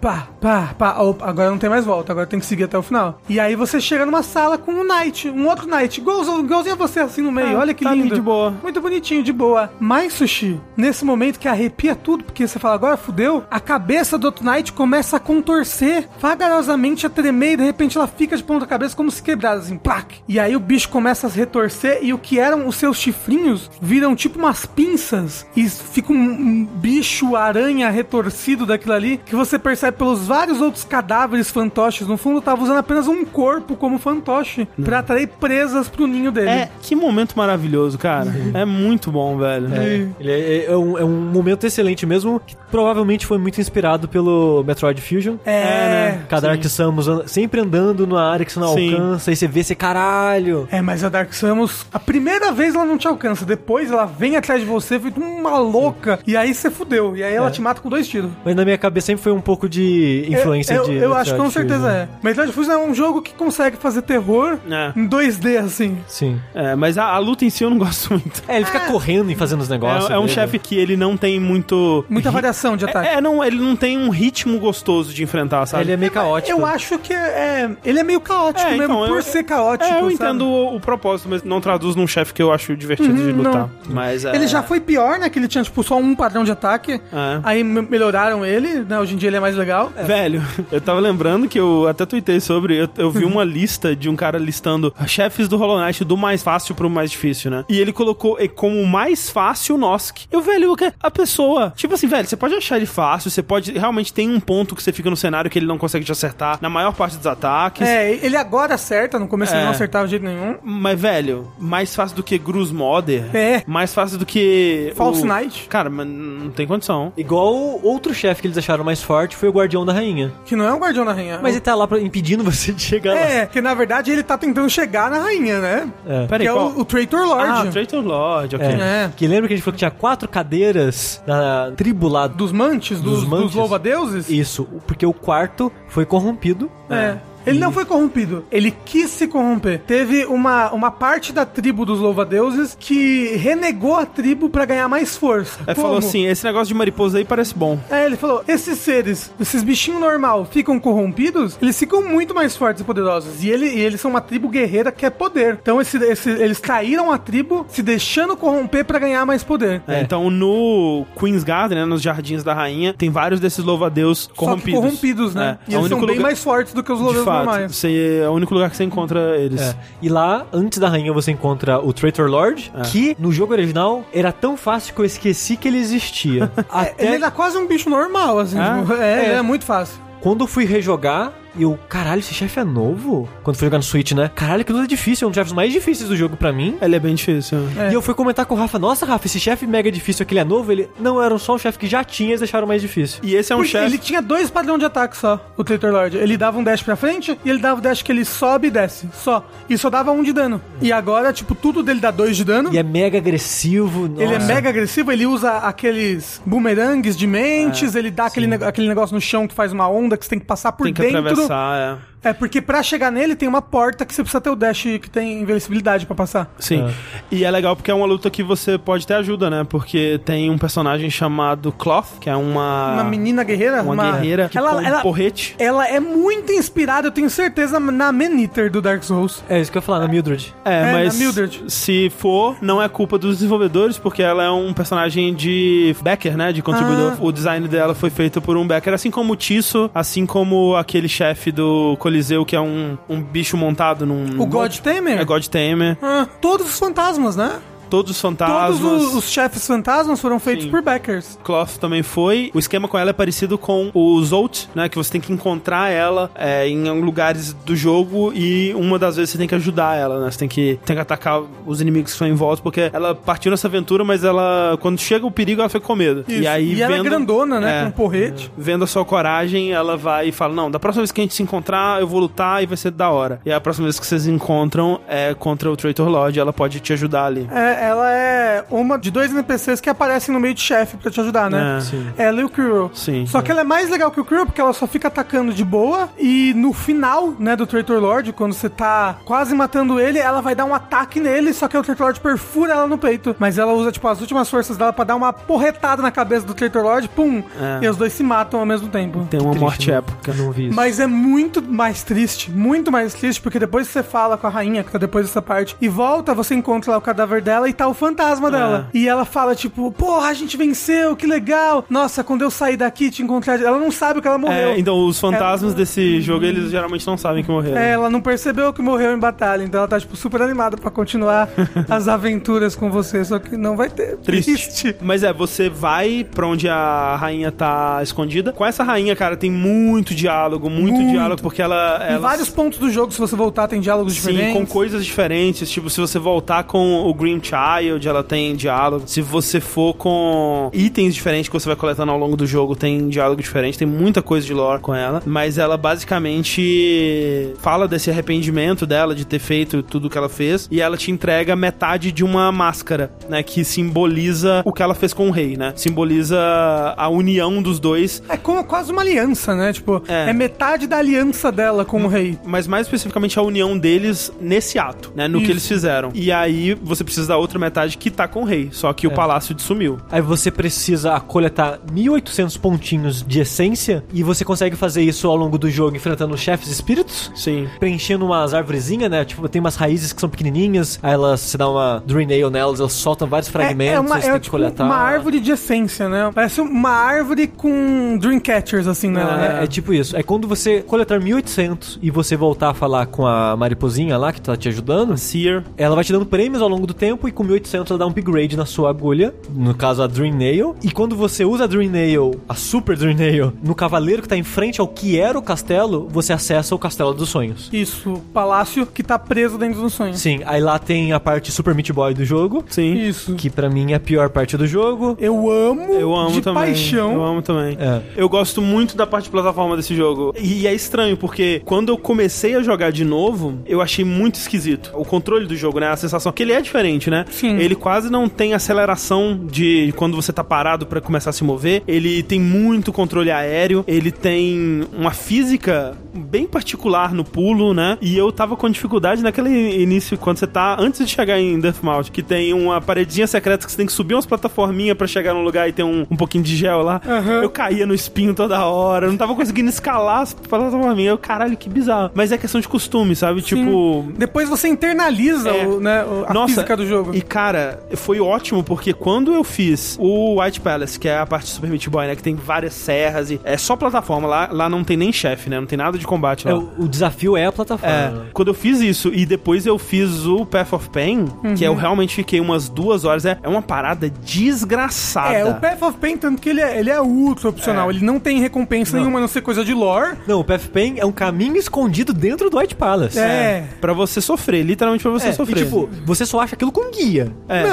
Speaker 3: Opa, agora não tem mais volta, agora tem que seguir até o final. E aí você chega numa sala com um Knight, um outro Knight, igualzinho a você assim no meio. Olha que lindo.
Speaker 1: De boa.
Speaker 3: Muito bonitinho, de boa. Mas, Sushi, nesse momento que arrepia tudo, porque você fala, agora fudeu, a cabeça do outro Knight começa a contorcer vagarosamente, a tremer, e de repente ela fica de ponta cabeça como se quebrada, assim, plac. E aí o bicho começa a se retorcer e o que eram os seus chifrinhos viram tipo umas pinças e fica um bicho aranha retorcido daquilo ali, que você percebe pelos vários outros cadáveres fantoches. No fundo, tava usando apenas um corpo como fantoche pra atrair presas pro ninho dele.
Speaker 1: Que momento maravilhoso, cara. É muito bom, velho.
Speaker 2: É um momento excelente mesmo, que provavelmente foi muito inspirado pelo Metroid Fusion.
Speaker 3: né?
Speaker 2: Cada Dark Samus sempre andando numa área que você não alcança, aí você vê esse caralho.
Speaker 3: Mas a Dark Samus, a primeira vez ela não te alcança, depois ela vem atrás de você, feito uma louca, e aí você fudeu, e aí ela te mata com 2 tiros.
Speaker 2: Mas na minha cabeça sempre foi um pouco de influência de
Speaker 3: eu acho que com certeza é. Metroid Fusion é um jogo que consegue fazer terror em 2D, assim.
Speaker 2: Sim.
Speaker 1: Mas a luta em si eu não gosto muito.
Speaker 2: Ele fica correndo e fazendo os negócios.
Speaker 1: É um chefe que ele não tem muita
Speaker 3: variação de ataque.
Speaker 1: Ele não tem um ritmo gostoso de enfrentar, sabe?
Speaker 2: Ele é meio caótico.
Speaker 3: Eu acho que ele é meio caótico mesmo, então, por ser caótico.
Speaker 1: Eu entendo o propósito, mas não traduz num chefe que eu acho divertido de lutar. Mas,
Speaker 3: ele já foi pior, né? Que ele tinha, tipo, só um padrão de ataque. Aí melhoraram ele, né? Hoje em dia ele é mais legal.
Speaker 1: Velho, eu tava lembrando que eu até tuitei sobre, eu vi uma lista de um cara listando chefes do Hollow Knight do mais fácil pro mais difícil, né? E ele colocou como o mais fácil o Nosk. Velho, a pessoa... Tipo assim, velho, você pode achar ele fácil, você pode... Realmente tem um ponto que você fica no cenário que ele não consegue te acertar na maior parte dos ataques.
Speaker 3: Ele agora acerta, no começo ele não acertava de jeito nenhum.
Speaker 1: Mas, velho, mais fácil do que Gruz Mother. Mais fácil do que...
Speaker 3: False Knight.
Speaker 1: Cara, mas não tem condição.
Speaker 2: Igual outro chefe que eles acharam mais forte foi o Guardião da Rainha.
Speaker 3: Que não é o Guardião da Rainha.
Speaker 2: Mas ele tá lá impedindo você de chegar lá.
Speaker 3: Que na verdade ele tá tentando chegar na rainha, né?
Speaker 1: Peraí,
Speaker 3: que é o Traitor Lord.
Speaker 1: O Traitor Lord, ok.
Speaker 2: Que lembra que a gente falou que tinha 4 cadeiras na tribo lá
Speaker 3: dos mantes, dos louva-deuses?
Speaker 2: Isso, porque o quarto foi corrompido.
Speaker 3: Ele não foi corrompido, ele quis se corromper. Teve uma parte da tribo dos louva-deuses que renegou a tribo pra ganhar mais força.
Speaker 1: Falou assim, esse negócio de mariposa aí parece bom.
Speaker 3: Ele falou, esses seres, esses bichinhos normal ficam corrompidos, eles ficam muito mais fortes e poderosos. E eles são uma tribo guerreira que é poder. Então eles traíram a tribo, se deixando corromper pra ganhar mais poder.
Speaker 1: Então no Queen's Garden, né, nos Jardins da Rainha, tem vários desses louva-deus corrompidos.
Speaker 3: Só que corrompidos, né? E eles são bem mais fortes do que os louva-deuses normais.
Speaker 1: É o único lugar que você encontra eles.
Speaker 2: E lá, antes da rainha, você encontra o Traitor Lord, que no jogo original era tão fácil que eu esqueci que ele existia.
Speaker 3: Ele era quase um bicho normal, assim. Ele é muito fácil.
Speaker 2: Quando eu fui rejogar, eu, caralho, esse chefe é novo? Quando fui jogar no Switch, né? Caralho, aquilo é difícil, é um dos chefes mais difíceis do jogo pra mim.
Speaker 1: Ele é bem difícil.
Speaker 2: E eu fui comentar com o Rafa, nossa, Rafa, esse chefe mega difícil aqui, ele é novo? Ele, não, era só um chefe que já tinha, eles deixaram mais difícil.
Speaker 1: E esse é um chefe...
Speaker 3: Ele tinha 2 padrões de ataque só, o Traitor Lord. Ele dava um dash pra frente e ele dava o dash que ele sobe e desce, só. E só dava 1 de dano. E agora, tipo, tudo dele dá 2 de dano.
Speaker 2: E é mega agressivo. Nossa.
Speaker 3: Ele é mega agressivo, ele usa aqueles bumerangues de mentes, ele dá aquele negócio no chão que faz uma onda que você tem que passar por dentro.
Speaker 1: Tem que atravessar,
Speaker 3: porque pra chegar nele tem uma porta que você precisa ter o dash que tem invencibilidade pra passar.
Speaker 1: Sim. E é legal porque é uma luta que você pode ter ajuda, né? Porque tem um personagem chamado Cloth, que é uma
Speaker 3: menina guerreira?
Speaker 1: Uma guerreira que com um porrete.
Speaker 3: Ela é muito inspirada, eu tenho certeza, na Man-Eater do Dark Souls.
Speaker 2: É isso que eu ia falar, na Mildred.
Speaker 1: Mas
Speaker 3: na Mildred.
Speaker 1: Se for, não é culpa dos desenvolvedores, porque ela é um personagem de backer, né? De contribuidor. O design dela foi feito por um backer, assim como o Tiso, assim como aquele chefe do Coliseu, que é um bicho montado num...
Speaker 3: O God Tamer?
Speaker 1: É God Tamer.
Speaker 3: Todos os fantasmas, né?
Speaker 1: Todos os fantasmas.
Speaker 3: Todos os chefes fantasmas foram feitos por backers.
Speaker 1: Cloth também foi. O esquema com ela é parecido com o Zolt, né? Que você tem que encontrar ela em lugares do jogo e uma das vezes você tem que ajudar ela, né? Você tem que atacar os inimigos que estão em volta, porque ela partiu nessa aventura, mas ela, quando chega o perigo, ela fica com medo.
Speaker 3: Isso. E ela é grandona, né? Com um porrete.
Speaker 1: Vendo a sua coragem, ela vai e fala, não, da próxima vez que a gente se encontrar, eu vou lutar e vai ser da hora. E a próxima vez que vocês se encontram é contra o Traitor Lord, ela pode te ajudar ali.
Speaker 3: Ela é uma de 2 NPCs que aparecem no meio de chefe pra te ajudar, né?
Speaker 2: Sim.
Speaker 3: Ela e o Quirrell.
Speaker 1: Sim.
Speaker 3: Só que ela é mais legal que o Quirrell porque ela só fica atacando de boa e no final, né, do Traitor Lord, quando você tá quase matando ele, ela vai dar um ataque nele, só que o Traitor Lord perfura ela no peito. Mas ela usa, tipo, as últimas forças dela pra dar uma porretada na cabeça do Traitor Lord, pum! E os dois se matam ao mesmo tempo.
Speaker 1: Tem uma morte épica.
Speaker 2: Eu não vi isso.
Speaker 3: Mas é muito mais triste, porque depois que você fala com a rainha, que tá depois dessa parte, e volta, você encontra lá o cadáver dela e tá o fantasma dela. E ela fala, tipo, porra, a gente venceu, que legal. Nossa, quando eu sair daqui te encontrar... Ela não sabe que ela morreu.
Speaker 1: Então os fantasmas desse jogo, eles geralmente não sabem que morreram.
Speaker 3: Ela não percebeu que morreu em batalha, então ela tá, tipo, super animada pra continuar as aventuras com você, só que não vai ter. Triste.
Speaker 1: Mas você vai pra onde a rainha tá escondida. Com essa rainha, cara, tem muito diálogo, porque ela...
Speaker 3: Em vários pontos do jogo, se você voltar, tem diálogos diferentes.
Speaker 1: Sim, com coisas diferentes. Tipo, se você voltar com o Grim Child, ela tem diálogo. Se você for com itens diferentes que você vai coletando ao longo do jogo, tem diálogo diferente. Tem muita coisa de lore com ela. Mas ela basicamente fala desse arrependimento dela de ter feito tudo que ela fez. E ela te entrega metade de uma máscara, né? Que simboliza o que ela fez com o rei, né? Simboliza a união dos dois.
Speaker 3: É como quase uma aliança, né? Tipo, é metade da aliança dela com o rei.
Speaker 1: Mas mais especificamente a união deles nesse ato, né? No que eles fizeram. E aí você precisa da outra metade que tá com o rei. Só que o palácio sumiu.
Speaker 2: Aí você precisa coletar 1.800 pontinhos de essência e você consegue fazer isso ao longo do jogo enfrentando chefes espíritos.
Speaker 1: Sim.
Speaker 2: Preenchendo umas arvorezinhas, né? Tipo, tem umas raízes que são pequenininhas. Aí você dá uma Dream Nail nelas, elas soltam vários fragmentos. Você tem que coletar.
Speaker 3: Uma árvore de essência, né? Parece uma árvore com Dreamcatchers, assim, né?
Speaker 2: É tipo isso. É quando você coletar 1.800 e você voltar a falar com a mariposinha lá, que tá te ajudando,
Speaker 1: Seer,
Speaker 2: ela vai te dando prêmios ao longo do tempo e com 1.800 ela dá um upgrade na sua agulha, no caso a Dream Nail. E quando você usa a Dream Nail, a Super Dream Nail, no cavaleiro que tá em frente ao que era o castelo, você acessa o Castelo dos Sonhos.
Speaker 3: Isso, o palácio que tá preso dentro dos sonhos.
Speaker 2: Sim, aí lá tem a parte Super Meat Boy do jogo.
Speaker 1: Sim.
Speaker 3: Isso.
Speaker 2: Que pra mim é a pior parte do jogo.
Speaker 3: Eu amo de
Speaker 1: também.
Speaker 3: paixão.
Speaker 1: Eu amo também. Eu gosto muito da parte de plataforma desse jogo. E é estranho, porque quando eu comecei a jogar de novo, eu achei muito esquisito. O controle do jogo, né? A sensação que ele é diferente, né? né?
Speaker 3: Sim.
Speaker 1: Ele quase não tem aceleração de quando você tá parado pra começar a se mover. Ele tem muito controle aéreo. Ele tem uma física bem particular no pulo, né? E eu tava com dificuldade naquele início, quando você tá, antes de chegar em Deathmount, que tem uma paredinha secreta que você tem que subir umas plataforminhas pra chegar num lugar e tem um pouquinho de gel lá. Eu caía no espinho toda hora, eu não tava conseguindo escalar as plataforminhas. Eu, caralho, que bizarro. Mas é questão de costume, sabe?
Speaker 3: Sim.
Speaker 1: Tipo...
Speaker 3: Depois você internaliza a física do jogo.
Speaker 1: E cara, foi ótimo, porque quando eu fiz o White Palace, que é a parte do Super Meat Boy, né? Que tem várias serras e é só plataforma. Lá não tem nem chefe, né? Não tem nada de combate lá.
Speaker 2: O desafio é a plataforma.
Speaker 1: Quando eu fiz isso e depois eu fiz o Path of Pain, que eu realmente fiquei umas 2 horas, é uma parada desgraçada.
Speaker 3: O Path of Pain, tanto que ele é ultra opcional. Ele não tem recompensa nenhuma, a não ser coisa de lore.
Speaker 2: Não, o Path of Pain é um caminho escondido dentro do White Palace.
Speaker 1: Pra você sofrer, literalmente pra você sofrer.
Speaker 2: E tipo, você só acha aquilo com guia.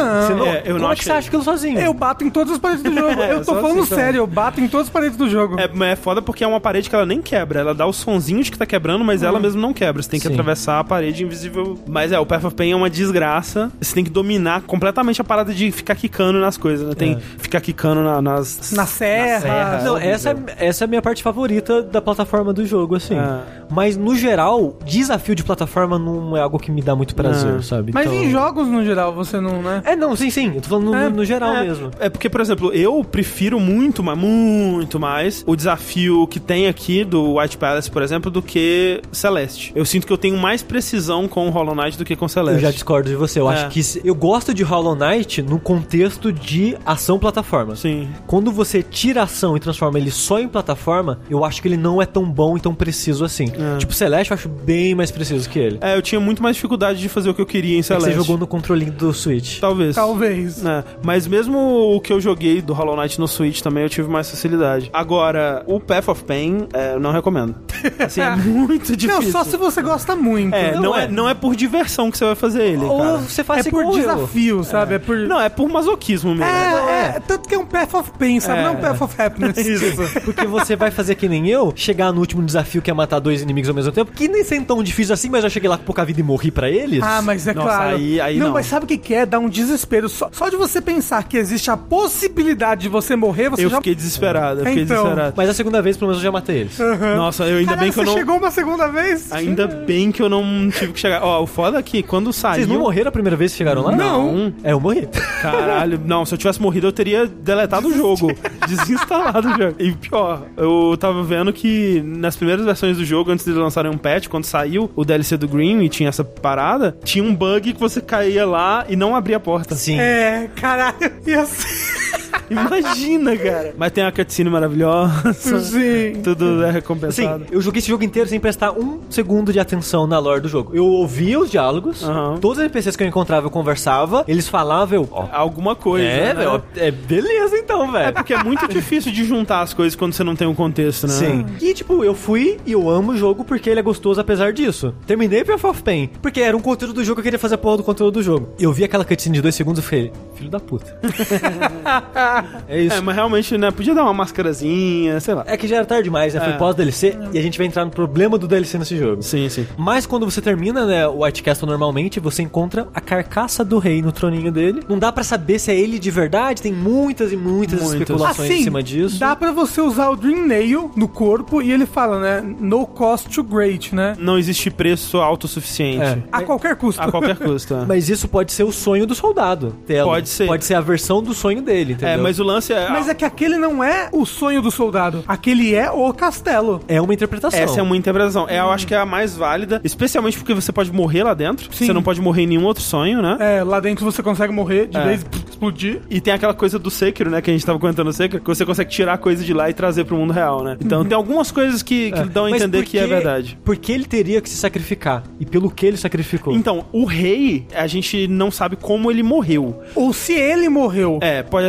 Speaker 3: Eu
Speaker 2: Como é que você acha aquilo sozinho?
Speaker 3: Eu bato em todas as paredes do jogo. Eu tô falando sério, eu bato em todas as paredes do jogo.
Speaker 1: É foda porque é uma parede que ela nem quebra. Ela dá os sonzinhos de que tá quebrando, mas ela mesmo não quebra. Você tem que atravessar a parede invisível. Mas o Path of Pain é uma desgraça. Você tem que dominar completamente a parada de ficar quicando nas coisas, né? Tem ficar quicando na serra.
Speaker 2: Não, essa é a minha parte favorita da plataforma do jogo, assim. Mas, no geral, desafio de plataforma não é algo que me dá muito prazer, sabe?
Speaker 3: Mas
Speaker 2: então...
Speaker 3: em jogos, no geral, você não, né?
Speaker 2: Não, sim. Eu tô falando no geral mesmo.
Speaker 1: É porque, por exemplo, eu prefiro muito mais o desafio que tem aqui do White Palace, por exemplo, do que Celeste. Eu sinto que eu tenho mais precisão com o Hollow Knight do que com Celeste.
Speaker 2: Eu já discordo de você. Eu acho que... Eu gosto de Hollow Knight no contexto de ação-plataforma.
Speaker 1: Sim.
Speaker 2: Quando você tira a ação e transforma ele só em plataforma, eu acho que ele não é tão bom e tão preciso assim. Tipo, Celeste eu acho bem mais preciso que ele.
Speaker 1: Eu tinha muito mais dificuldade de fazer o que eu queria em Celeste.
Speaker 2: Você jogou no controlinho do Switch.
Speaker 1: Talvez. Mas mesmo o que eu joguei do Hollow Knight no Switch também, eu tive mais facilidade. Agora, o Path of Pain, eu não recomendo. Assim, é muito difícil.
Speaker 3: Não, só se você gosta muito.
Speaker 1: Não é por diversão que você vai fazer ele,
Speaker 2: Ou
Speaker 1: cara.
Speaker 2: você faz
Speaker 3: por desafio, sabe?
Speaker 1: Não, é por masoquismo mesmo.
Speaker 3: Tanto que é um Path of Pain, sabe? Não é um Path of Happiness.
Speaker 1: Isso.
Speaker 2: Porque você vai fazer que nem eu, chegar no último desafio que é matar 2 inimigos ao mesmo tempo, que nem sendo tão difícil assim, mas eu cheguei lá com pouca vida e morri pra eles.
Speaker 3: Mas é
Speaker 1: Nossa,
Speaker 3: claro.
Speaker 1: Aí não.
Speaker 3: Mas sabe o que é? Dá um desespero. Só de você pensar que existe a possibilidade de você morrer, você
Speaker 1: fiquei desesperado.
Speaker 2: Mas a segunda vez, pelo menos, eu já matei eles.
Speaker 1: Nossa, eu ainda bem que eu não...
Speaker 3: Você chegou uma segunda vez?
Speaker 1: Ainda bem que eu não tive que chegar. O foda é que quando saiu...
Speaker 2: Vocês não morreram a primeira vez que chegaram lá?
Speaker 3: Não.
Speaker 2: Eu morri.
Speaker 1: Caralho. Não, se eu tivesse morrido, eu teria deletado o jogo. Desinstalado o jogo. E pior, eu tava vendo que nas primeiras versões do jogo, antes de lançarem um patch, quando saiu o DLC do Green e tinha essa parada, tinha um bug que você caía lá e não abria a porta.
Speaker 2: Sim.
Speaker 3: Caralho. E assim...
Speaker 1: Imagina, cara. Mas tem uma cutscene maravilhosa.
Speaker 3: Sim.
Speaker 1: Tudo é recompensado.
Speaker 2: Sim, eu joguei esse jogo inteiro sem prestar 1 segundo de atenção na lore do jogo. Eu ouvia os diálogos, todos os NPCs que eu encontrava eu conversava, eles falavam,
Speaker 1: alguma coisa.
Speaker 2: Velho. Beleza então, velho.
Speaker 1: É porque é muito difícil de juntar as coisas quando você não tem um contexto, né?
Speaker 2: Sim. E tipo, eu fui e eu amo o jogo porque ele é gostoso apesar disso. Terminei Path of Pain, porque era um conteúdo do jogo que eu queria fazer a porra do conteúdo do jogo. Eu vi aquela cutscene de 2 segundos e falei, filho da puta. É isso.
Speaker 1: Mas realmente, né, podia dar uma mascarazinha, sei lá.
Speaker 2: É que já era tarde demais, né? Foi pós-DLC e a gente vai entrar no problema do DLC nesse jogo.
Speaker 1: Sim.
Speaker 2: Mas quando você termina, né, o White Castle normalmente, você encontra a carcaça do rei no troninho dele. Não dá pra saber se é ele de verdade, tem muitas especulações em cima disso.
Speaker 3: Dá pra você usar o Dream Nail no corpo e ele fala, né, no cost to great, né?
Speaker 1: Não existe preço autossuficiente.
Speaker 3: A qualquer custo.
Speaker 1: A qualquer custo,
Speaker 2: Mas isso pode ser o sonho do soldado.
Speaker 1: Pode ser.
Speaker 2: Pode ser a versão do sonho dele, entendeu?
Speaker 1: Mas o lance é...
Speaker 3: Mas é que aquele não é o sonho do soldado. Aquele é o castelo.
Speaker 2: É uma interpretação.
Speaker 1: Essa é uma interpretação. Eu acho que é a mais válida, especialmente porque você pode morrer lá dentro.
Speaker 3: Sim.
Speaker 1: Você não pode morrer em nenhum outro sonho, né?
Speaker 3: Lá dentro você consegue morrer de vez explodir.
Speaker 1: E tem aquela coisa do Sekiro, né? Que a gente tava comentando no Sekiro, que você consegue tirar coisa de lá e trazer pro mundo real, né? Então tem algumas coisas que dão a entender que é verdade.
Speaker 2: Porque ele teria que se sacrificar. E pelo que ele sacrificou.
Speaker 1: Então, o rei, a gente não sabe como ele morreu.
Speaker 3: Ou se ele morreu.
Speaker 1: Pode até...
Speaker 3: Ele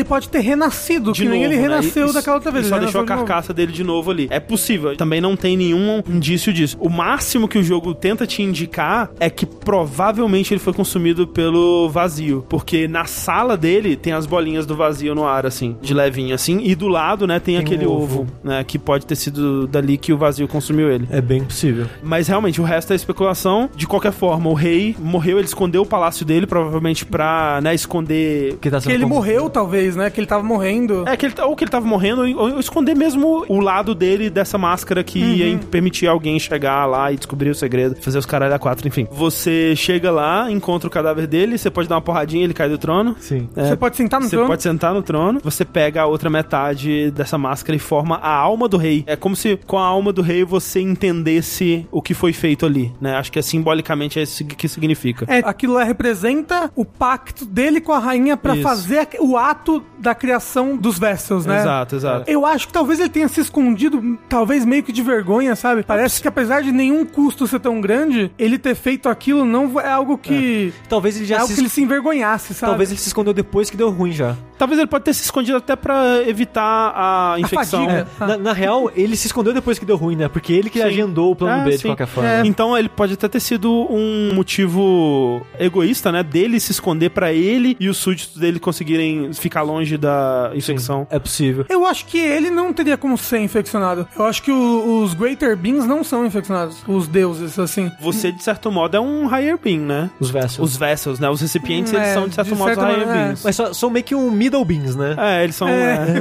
Speaker 3: ele pode ter renascido,
Speaker 1: De
Speaker 3: que nem
Speaker 1: novo,
Speaker 3: ele
Speaker 1: né?
Speaker 3: renasceu
Speaker 1: E
Speaker 3: daquela outra vez.
Speaker 1: Ele só
Speaker 3: ele
Speaker 1: deixou a
Speaker 3: renasceu de novo.
Speaker 1: carcaça dele de novo ali. É possível. Também não tem nenhum indício disso. O máximo que o jogo tenta te indicar é que provavelmente ele foi consumido pelo vazio. Porque na sala dele tem as bolinhas do vazio no ar, assim, de levinho, assim. E do lado, né, tem aquele ovo, né, que pode ter sido dali que o vazio consumiu ele.
Speaker 2: É bem possível.
Speaker 1: Mas realmente, o resto é especulação. De qualquer forma, o rei morreu, ele escondeu o palácio dele, provavelmente pra, né, esconder...
Speaker 2: Que, tá
Speaker 3: Que ele morreu, talvez, né? Que ele tava morrendo.
Speaker 1: É, ou que ele tava morrendo, ou esconder mesmo o lado dele dessa máscara que ia permitir alguém chegar lá e descobrir o segredo, fazer os caralho a quatro, enfim. Você chega lá, encontra o cadáver dele, você pode dar uma porradinha, ele cai do trono.
Speaker 2: Sim.
Speaker 3: Você pode sentar no trono.
Speaker 1: Você pode sentar no trono, você pega a outra metade dessa máscara e forma a alma do rei. É como se com a alma do rei você entendesse o que foi feito ali, né? Acho que simbolicamente é isso que significa.
Speaker 3: Aquilo lá representa o pacto dele com a rainha pra
Speaker 1: Isso.
Speaker 3: fazer o ato da criação dos Vessels, né?
Speaker 1: Exato.
Speaker 3: Eu acho que talvez ele tenha se escondido, talvez meio que de vergonha, sabe? Parece que apesar de nenhum custo ser tão grande, ele ter feito aquilo não é algo que...
Speaker 2: Talvez ele já
Speaker 3: é algo que ele se envergonhasse, sabe?
Speaker 2: Talvez ele se escondeu depois que deu ruim já.
Speaker 1: Talvez ele pode ter se escondido até pra evitar a infecção.
Speaker 3: fadiga.
Speaker 2: Na real, ele se escondeu depois que deu ruim, né? Porque ele que agendou o plano B de
Speaker 1: sim.
Speaker 2: qualquer forma.
Speaker 1: Então ele pode até ter sido um motivo egoísta, né? Dele se esconder pra ele e os súditos dele conseguirem ficar longe da infecção.
Speaker 2: É possível.
Speaker 3: Eu acho que ele não teria como ser infeccionado. Eu acho que os Greater Beings não são infeccionados. Os deuses, assim.
Speaker 1: Você, de certo modo, é um Higher Being, né?
Speaker 2: Os Vessels.
Speaker 1: Os Vessels, né? Os recipientes, eles são, de certo modo, Higher Beings.
Speaker 2: Mas são meio que um Middle Beings, né?
Speaker 1: Eles são...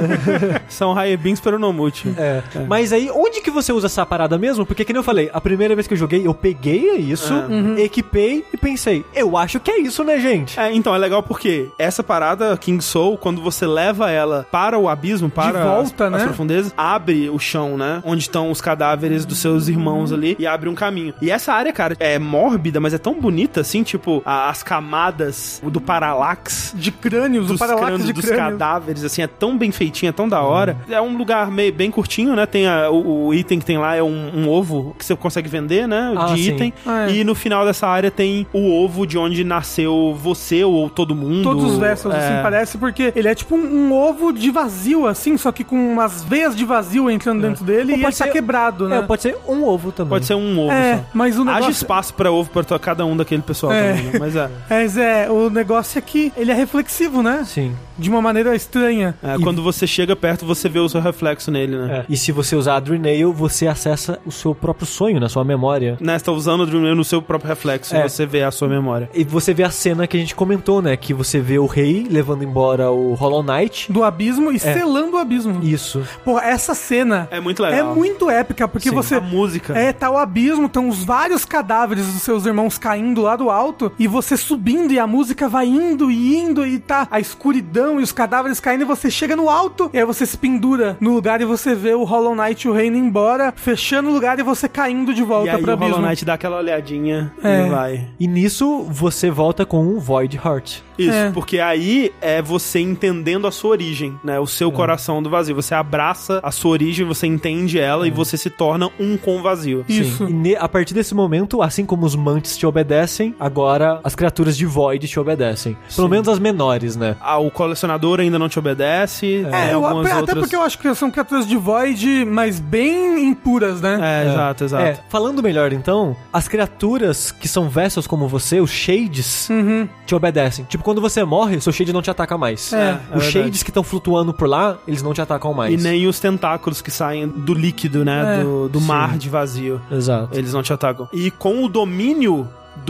Speaker 1: são Higher Beings peronomute.
Speaker 2: Mas aí, onde que você usa essa parada mesmo? Porque, que nem eu falei, a primeira vez que eu joguei, eu peguei isso, equipei e pensei, eu acho que é isso, né, gente?
Speaker 1: Então, é legal porque essa parada, King Soul, quando você leva ela para o abismo, para
Speaker 3: De volta,
Speaker 1: as
Speaker 3: né?
Speaker 1: profundezas, abre o chão, né? Onde estão os cadáveres dos seus irmãos ali e abre um caminho. E essa área, cara, é mórbida, mas é tão bonita, assim, tipo, as camadas do paralax.
Speaker 3: De crânios,
Speaker 1: Dos
Speaker 3: o paralaxe
Speaker 1: crânios
Speaker 3: de
Speaker 1: dos
Speaker 3: crânio.
Speaker 1: cadáveres, assim, é tão bem feitinho, é tão da hora. É um lugar bem curtinho, né? Tem o item que tem lá é um ovo que você consegue vender, né? De
Speaker 2: sim.
Speaker 1: item. E no final dessa área tem o ovo de onde nasceu você ou todo mundo.
Speaker 3: Todos os Vessels, assim, parece, porque ele é tipo um ovo de vazio, assim, só que com umas veias de vazio entrando dentro dele
Speaker 2: Ou
Speaker 3: e
Speaker 2: pode
Speaker 3: ele tá
Speaker 2: ser-
Speaker 3: quebrado, né?
Speaker 2: Pode ser um ovo também.
Speaker 1: Pode ser um ovo só.
Speaker 3: Mas o negócio...
Speaker 1: Haja espaço pra ovo pra cada um daquele pessoal também, né? Mas
Speaker 3: o negócio é que ele é reflexivo, né?
Speaker 2: Sim.
Speaker 3: De uma maneira estranha.
Speaker 1: quando você chega perto, você vê o seu reflexo nele, né?
Speaker 2: E se você usar a Drenail, você acessa o seu próprio sonho, na sua memória.
Speaker 1: Né, você tá usando o Dream no seu próprio reflexo, você vê a sua memória.
Speaker 2: E você vê a cena que a gente comentou, né? Que você vê o rei levando embora o Hollow Knight.
Speaker 3: Do abismo e selando o abismo.
Speaker 2: Isso.
Speaker 3: Pô, essa cena
Speaker 1: É muito legal.
Speaker 3: é muito épica, porque
Speaker 2: Sim,
Speaker 3: você...
Speaker 1: A música.
Speaker 3: Tá o abismo, estão os vários cadáveres dos seus irmãos caindo lá do alto, e você subindo, e a música vai indo e tá a escuridão e os cadáveres caindo, e você chega no alto, e aí você se pendura no lugar e você vê o Hollow Knight e o rei indo embora, fechando o lugar e você caindo de
Speaker 1: E
Speaker 3: volta
Speaker 1: aí
Speaker 3: pro
Speaker 1: o
Speaker 3: abismo.
Speaker 1: Hollow Knight dá aquela olhadinha e vai.
Speaker 2: E nisso, você volta com um Void Heart.
Speaker 1: Isso,
Speaker 3: É.
Speaker 1: porque aí é você entendendo a sua origem, né? O seu coração do vazio. Você abraça a sua origem, você entende ela e você se torna um com o vazio.
Speaker 3: Isso.
Speaker 2: E a partir desse momento, assim como os mantis te obedecem, agora as criaturas de Void te obedecem. Pelo menos as menores, né?
Speaker 1: O colecionador ainda não te obedece.
Speaker 3: Até porque eu acho que são criaturas de Void, mas bem impuras, né?
Speaker 1: Exato.
Speaker 2: Falando melhor então, as criaturas que são Vessels como você, os Shades, te obedecem. Tipo, quando você morre, seu Shade não te ataca mais. Os Shades que estão flutuando por lá, eles não te atacam mais.
Speaker 1: E nem os tentáculos que saem do líquido, né? Do mar de vazio.
Speaker 2: Exato.
Speaker 1: Eles não te atacam. E com o domínio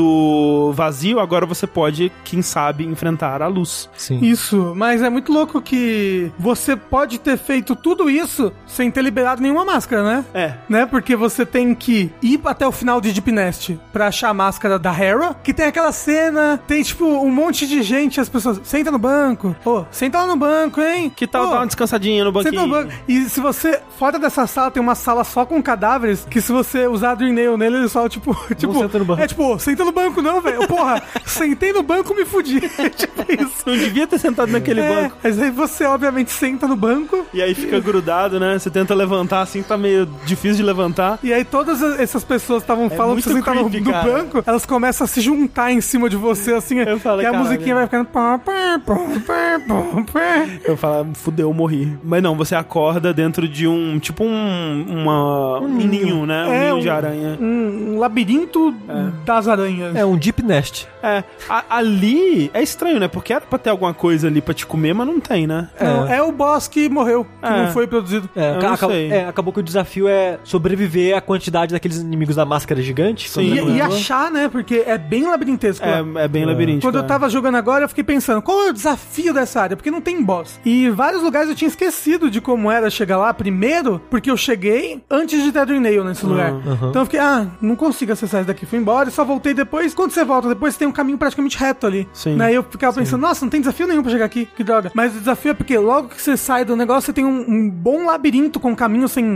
Speaker 1: do vazio, agora você pode, quem sabe, enfrentar a luz.
Speaker 2: Sim.
Speaker 3: Isso, mas é muito louco que você pode ter feito tudo isso sem ter liberado nenhuma máscara, né? Né? Porque você tem que ir até o final de Deep Nest pra achar a máscara da Hera, que tem aquela cena, tem tipo um monte de gente, as pessoas, senta no banco, senta lá no banco, hein?
Speaker 1: Que tal dar uma descansadinha no banquinho?
Speaker 3: Senta no banco. E se você, fora dessa sala, tem uma sala só com cadáveres, que se você usar a Dream Nail nele, ele só, tipo
Speaker 2: senta no banco.
Speaker 3: senta senta no banco não, velho. Porra, sentei no banco, me fudi. Tipo isso.
Speaker 1: Não devia ter sentado naquele banco.
Speaker 3: Mas aí você, obviamente, senta no banco.
Speaker 1: E aí fica grudado, né? Você tenta levantar assim, tá meio difícil de levantar.
Speaker 3: E aí todas essas pessoas estavam falando pra você sentar no banco, elas começam a se juntar em cima de você, assim,
Speaker 1: Eu falei,
Speaker 3: e a
Speaker 1: caralho,
Speaker 3: musiquinha vai ficando...
Speaker 1: Eu falo, fudeu, eu morri. Mas não, você acorda dentro de um, tipo um ninho, né? Um ninho de aranha.
Speaker 3: Um labirinto das aranhas.
Speaker 2: É um Deep Nest.
Speaker 1: Ali é estranho, né? Porque era pra ter alguma coisa ali pra te comer, mas não tem, né?
Speaker 3: Não, é o boss que morreu, que não foi produzido.
Speaker 1: Eu não sei.
Speaker 2: Acabou que o desafio é sobreviver à quantidade daqueles inimigos da máscara gigante.
Speaker 1: Sim.
Speaker 3: E achar, né? Porque é bem labirintesco.
Speaker 1: É bem labiríntico.
Speaker 3: Quando eu tava jogando agora, eu fiquei pensando, qual é o desafio dessa área? Porque não tem boss. E vários lugares eu tinha esquecido de como era chegar lá primeiro, porque eu cheguei antes de ter Dream Nail nesse lugar. Então eu fiquei, não consigo acessar isso daqui. Fui embora e só voltei depois. Quando você volta depois, tem um caminho praticamente reto ali.
Speaker 1: Sim.
Speaker 3: Aí eu ficava pensando, nossa, não tem desafio nenhum pra chegar aqui. Que droga. Mas o desafio é porque logo que você sai do negócio, você tem um bom labirinto com caminho sem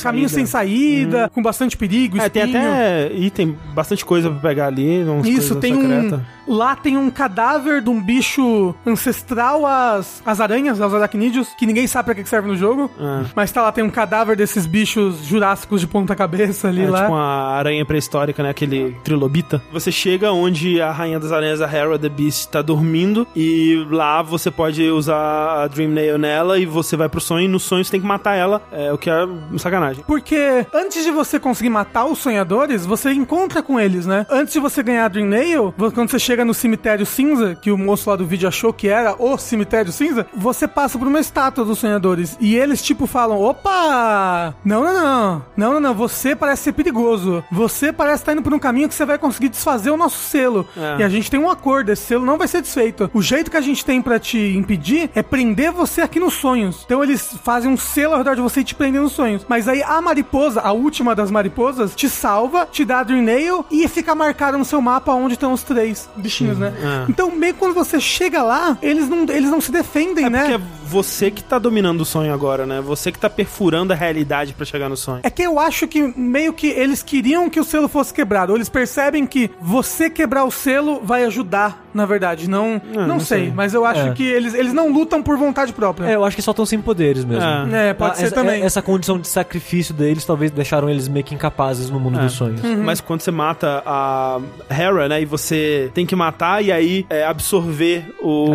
Speaker 3: saída, com bastante perigo,
Speaker 1: tem até item, bastante coisa pra pegar ali.
Speaker 3: Isso, tem lá tem um cadáver de um bicho ancestral às aranhas, aos aracnídeos, que ninguém sabe pra que serve no jogo. Mas tá lá, tem um cadáver desses bichos jurássicos de ponta cabeça ali lá.
Speaker 1: Tipo uma aranha pré-histórica, né? Aquele trilobita. Você chega onde a rainha das aranhas, a Hera the Beast, tá dormindo, e lá você pode usar a Dream Nail nela e você vai pro sonho, e no sonho você tem que matar ela, o que é sacanagem.
Speaker 3: Porque antes de você conseguir matar os sonhadores, você encontra com eles, né? Antes de você ganhar a Dream Nail, quando você chega no cemitério cinza, que o moço lá do vídeo achou que era o cemitério cinza, você passa por uma estátua dos sonhadores, e eles tipo falam, opa, não, você parece ser perigoso, você parece estar indo por um caminho que você vai conseguir desfazer o nosso selo, e a gente tem um acordo, esse selo não vai ser desfeito, o jeito que a gente tem pra te impedir é prender você aqui nos sonhos. Então eles fazem um selo ao redor de você e te prendem nos sonhos, mas aí a mariposa, a última das mariposas, te salva, te dá a Dream Nail e fica marcado no seu mapa onde estão os 3 bichinhos, né? Então meio que quando você chega lá, eles não se defendem, né?
Speaker 1: Porque é você que tá dominando o sonho agora, né? Você que tá perfurando a realidade pra chegar no sonho.
Speaker 3: É que eu acho que meio que eles queriam que o selo fosse quebrado, ou eles percebem que você quebrar o selo vai ajudar, na verdade. Não sei, mas eu acho que eles não lutam por vontade própria.
Speaker 2: Eu acho que só estão sem poderes mesmo.
Speaker 3: Pode ser também.
Speaker 2: Essa condição de sacrifício deles talvez deixaram eles meio que incapazes no mundo dos sonhos.
Speaker 1: Mas quando você mata a Hera, né, e você tem que matar e aí absorver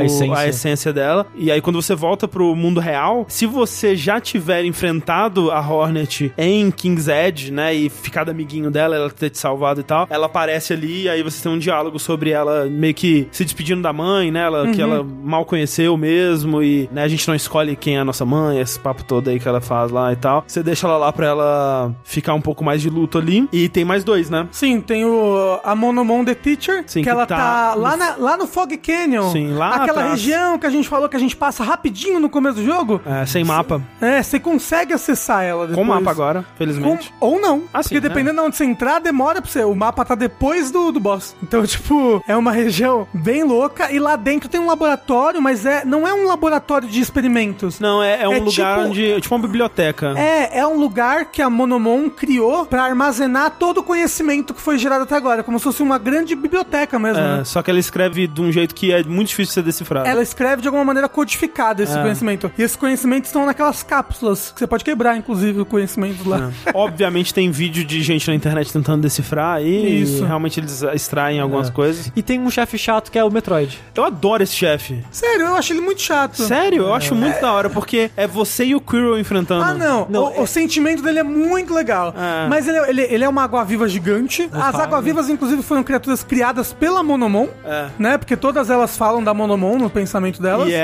Speaker 1: a essência dela, e aí quando você volta pro mundo real, se você já tiver enfrentado a Hornet em King's Edge, né, e ficado amiguinho dela, ela ter te salvado e tal, ela aparece ali, e aí você tem um diálogo sobre ela meio que se despedindo da mãe, né, que ela mal conheceu mesmo, e né, a gente não escolhe quem é a nossa mãe, esse papo todo aí que ela faz lá e tal. Você deixa ela lá pra ela ficar um pouco mais de luto ali, e tem mais 2, né?
Speaker 3: Sim, tem a Monomon The Teacher, que ela tá lá no Fog Canyon.
Speaker 1: Sim, lá
Speaker 3: aquela
Speaker 1: atrás.
Speaker 3: Região que a gente falou que a gente passa rapidinho no começo do jogo.
Speaker 1: Sem mapa.
Speaker 3: Você consegue acessar ela depois.
Speaker 1: Com mapa agora, felizmente.
Speaker 3: Ou não.
Speaker 1: Assim,
Speaker 3: porque dependendo de onde você entrar, demora pra você. O mapa tá depois do boss. Então, tipo, é uma região bem louca, e lá dentro tem um laboratório, mas não é um laboratório de experimentos.
Speaker 1: Não, é um lugar onde... Tipo uma biblioteca.
Speaker 3: É um lugar que a Monomon criou pra armazenar todo o conhecimento que foi gerado até agora, como se fosse uma grande biblioteca mesmo, né?
Speaker 1: Só que ela escreve de um jeito que é muito difícil de ser decifrado.
Speaker 3: Ela escreve de alguma maneira codificada esse conhecimento. E esses conhecimentos estão naquelas cápsulas, que você pode quebrar, inclusive, o conhecimento lá.
Speaker 1: Obviamente tem vídeo de gente na internet tentando decifrar e realmente eles extraem algumas coisas.
Speaker 2: E tem um chefe chato que é o Metroid.
Speaker 1: Eu adoro esse chefe.
Speaker 3: Sério, eu acho ele muito chato.
Speaker 1: Sério? Eu acho muito da hora, porque é você e o Quirrell enfrentando.
Speaker 3: O sentimento dele é muito legal. Mas ele é uma água-viva gigante. As água-vivas, inclusive, foram criaturas criadas pela Monomon, né? Porque todas elas falam da Monomon no pensamento delas.
Speaker 1: E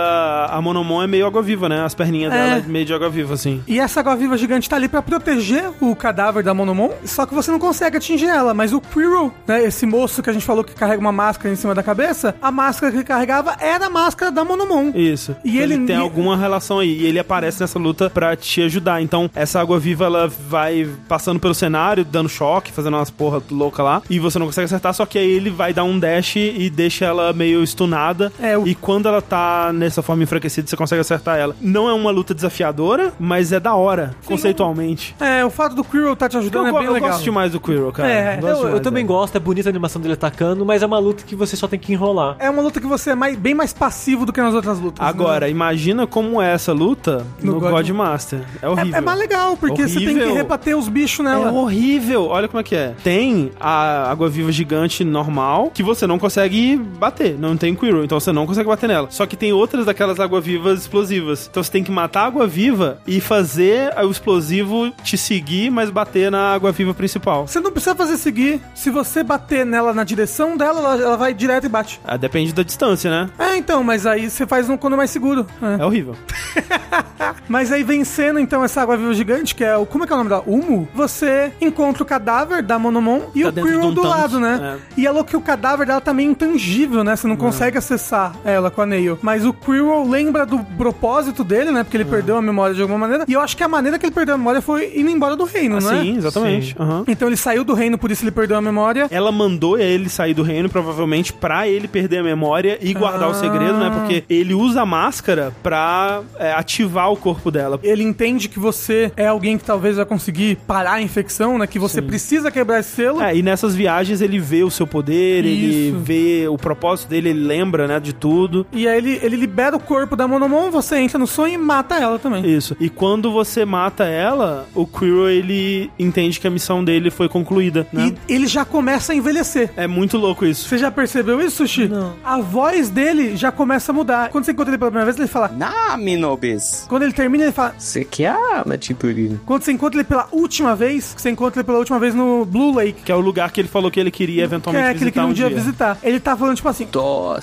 Speaker 1: a Monomon é meio água-viva, né? As perninhas dela é meio de água-viva, assim.
Speaker 3: E essa água-viva gigante tá ali pra proteger o cadáver da Monomon, só que você não consegue atingir ela. Mas o Quirrell, né? Esse moço que a gente falou que carrega uma máscara em cima cima da cabeça, a máscara que ele carregava era a máscara da Monomon.
Speaker 1: Isso.
Speaker 3: E ele
Speaker 1: tem alguma relação aí. E ele aparece nessa luta pra te ajudar. Então, essa água-viva, ela vai passando pelo cenário, dando choque, fazendo umas porra louca lá, e você não consegue acertar, só que aí ele vai dar um dash e deixa ela meio stunada. E quando ela tá nessa forma enfraquecida, você consegue acertar ela. Não é uma luta desafiadora, mas é da hora, conceitualmente.
Speaker 3: O fato do Quirrell tá te ajudando é bem legal.
Speaker 1: Eu gosto demais do Quirrell, cara.
Speaker 2: Eu também gosto, é bonita a animação dele atacando, mas é uma luta que você só tem que enrolar.
Speaker 3: É uma luta que você é bem mais passivo do que nas outras lutas.
Speaker 1: Agora, imagina como é essa luta no Godmaster. É horrível.
Speaker 3: É mais legal, porque você tem que rebater os bichos nela.
Speaker 1: É horrível. Olha como é que é. Tem a água-viva gigante normal, que você não consegue bater. Não tem Quirrell, então você não consegue bater nela. Só que tem outras daquelas água-vivas explosivas. Então você tem que matar a água-viva e fazer o explosivo te seguir, mas bater na água-viva principal.
Speaker 3: Você não precisa fazer seguir. Se você bater nela na direção dela, ela vai direto e bate.
Speaker 1: Depende da distância, né?
Speaker 3: Então, mas aí você faz quando é mais seguro.
Speaker 1: É horrível.
Speaker 3: Mas aí vencendo, então, essa água-viva gigante, que é o... Como é que é o nome dela? Humo? Você encontra o cadáver da Monomon e o Quirrell do lado, né? E é louco que o cadáver dela tá meio intangível, né? Você não consegue acessar ela com a Nail. Mas o Quirrell lembra do propósito dele, né? Porque ele perdeu a memória de alguma maneira. E eu acho que a maneira que ele perdeu a memória foi indo embora do reino, né?
Speaker 1: Sim, exatamente.
Speaker 3: Então ele saiu do reino, por isso ele perdeu a memória.
Speaker 1: Ela mandou ele sair do reino, provavelmente, pra ele perder a memória e guardar o segredo, né? Porque ele usa a máscara pra ativar o corpo dela.
Speaker 3: Ele entende que você é alguém que talvez vai conseguir parar a infecção, né? Que você precisa quebrar esse selo.
Speaker 1: E nessas viagens ele vê o seu poder, ele vê o propósito dele, ele lembra, né, de tudo.
Speaker 3: E aí ele libera o corpo da Monomon, você entra no sonho e mata ela também.
Speaker 1: Isso. E quando você mata ela, o Quirrell, ele entende que a missão dele foi concluída, né?
Speaker 3: E ele já começa a envelhecer.
Speaker 1: É muito louco isso.
Speaker 3: Você já percebeu isso, Sushi?
Speaker 2: Não.
Speaker 3: A voz dele já começa a mudar. Quando você encontra ele pela primeira vez, ele fala...
Speaker 6: Minobis.
Speaker 3: Quando ele termina, ele fala...
Speaker 6: Você que ama, tipo...
Speaker 3: Quando você encontra ele pela última vez, você encontra ele pela última vez no Blue Lake.
Speaker 1: Que é o lugar que ele falou que ele queria eventualmente visitar
Speaker 3: que ele queria visitar. Ele tá falando, tipo assim...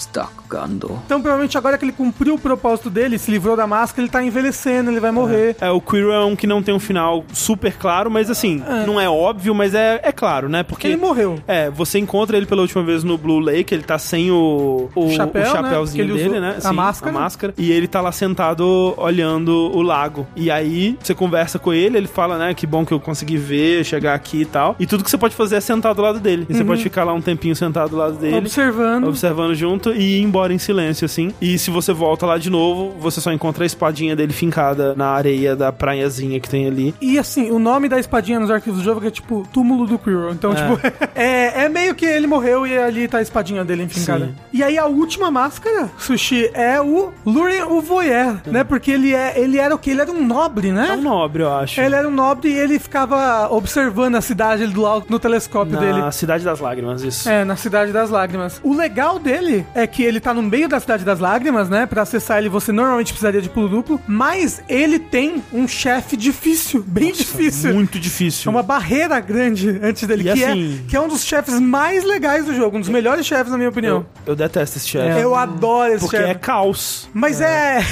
Speaker 3: Então, provavelmente, agora que ele cumpriu o propósito dele, se livrou da máscara, ele tá envelhecendo, ele vai morrer.
Speaker 1: O Quirrell é um que não tem um final super claro, mas assim, não é óbvio, mas é claro, né? Porque...
Speaker 3: Ele morreu.
Speaker 1: Você encontra ele pela última vez no Blue Lake, ele tá sem o chapéuzinho
Speaker 3: né?
Speaker 1: dele, né?
Speaker 3: A máscara.
Speaker 1: E ele tá lá sentado olhando o lago. E aí, você conversa com ele, ele fala, né, que bom que eu consegui ver, chegar aqui e tal. E tudo que você pode fazer é sentar do lado dele. E você pode ficar lá um tempinho sentado do lado dele. Observando junto e ir embora em silêncio, assim. E se você volta lá de novo, você só encontra a espadinha dele fincada na areia da praiazinha que tem ali.
Speaker 3: E assim, o nome da espadinha nos arquivos do jogo é tipo Túmulo do Quirrell. Então, tipo, é meio que ele morreu e ali tá a espadinha dele fincada.
Speaker 1: Sim.
Speaker 3: E aí a última máscara, Sushi, é o Lurien o Voyeur, né? Porque ele era o quê? Ele era um nobre, né?
Speaker 1: É um nobre, eu acho.
Speaker 3: Ele era um nobre e ele ficava observando a cidade do alto no telescópio dele.
Speaker 1: Na Cidade das Lágrimas, isso.
Speaker 3: Na Cidade das Lágrimas. O legal dele é que ele tá no meio da Cidade das Lágrimas, né? Pra acessar ele, você normalmente precisaria de pulo duplo, mas ele tem um chefe difícil, bem difícil.
Speaker 1: Muito difícil.
Speaker 3: É uma barreira grande antes dele, que é um dos chefes mais legais do jogo, um dos melhores chefes, na minha opinião.
Speaker 1: Eu detesto esse chefe.
Speaker 3: Eu adoro esse chefe.
Speaker 1: Porque é caos.
Speaker 3: Mas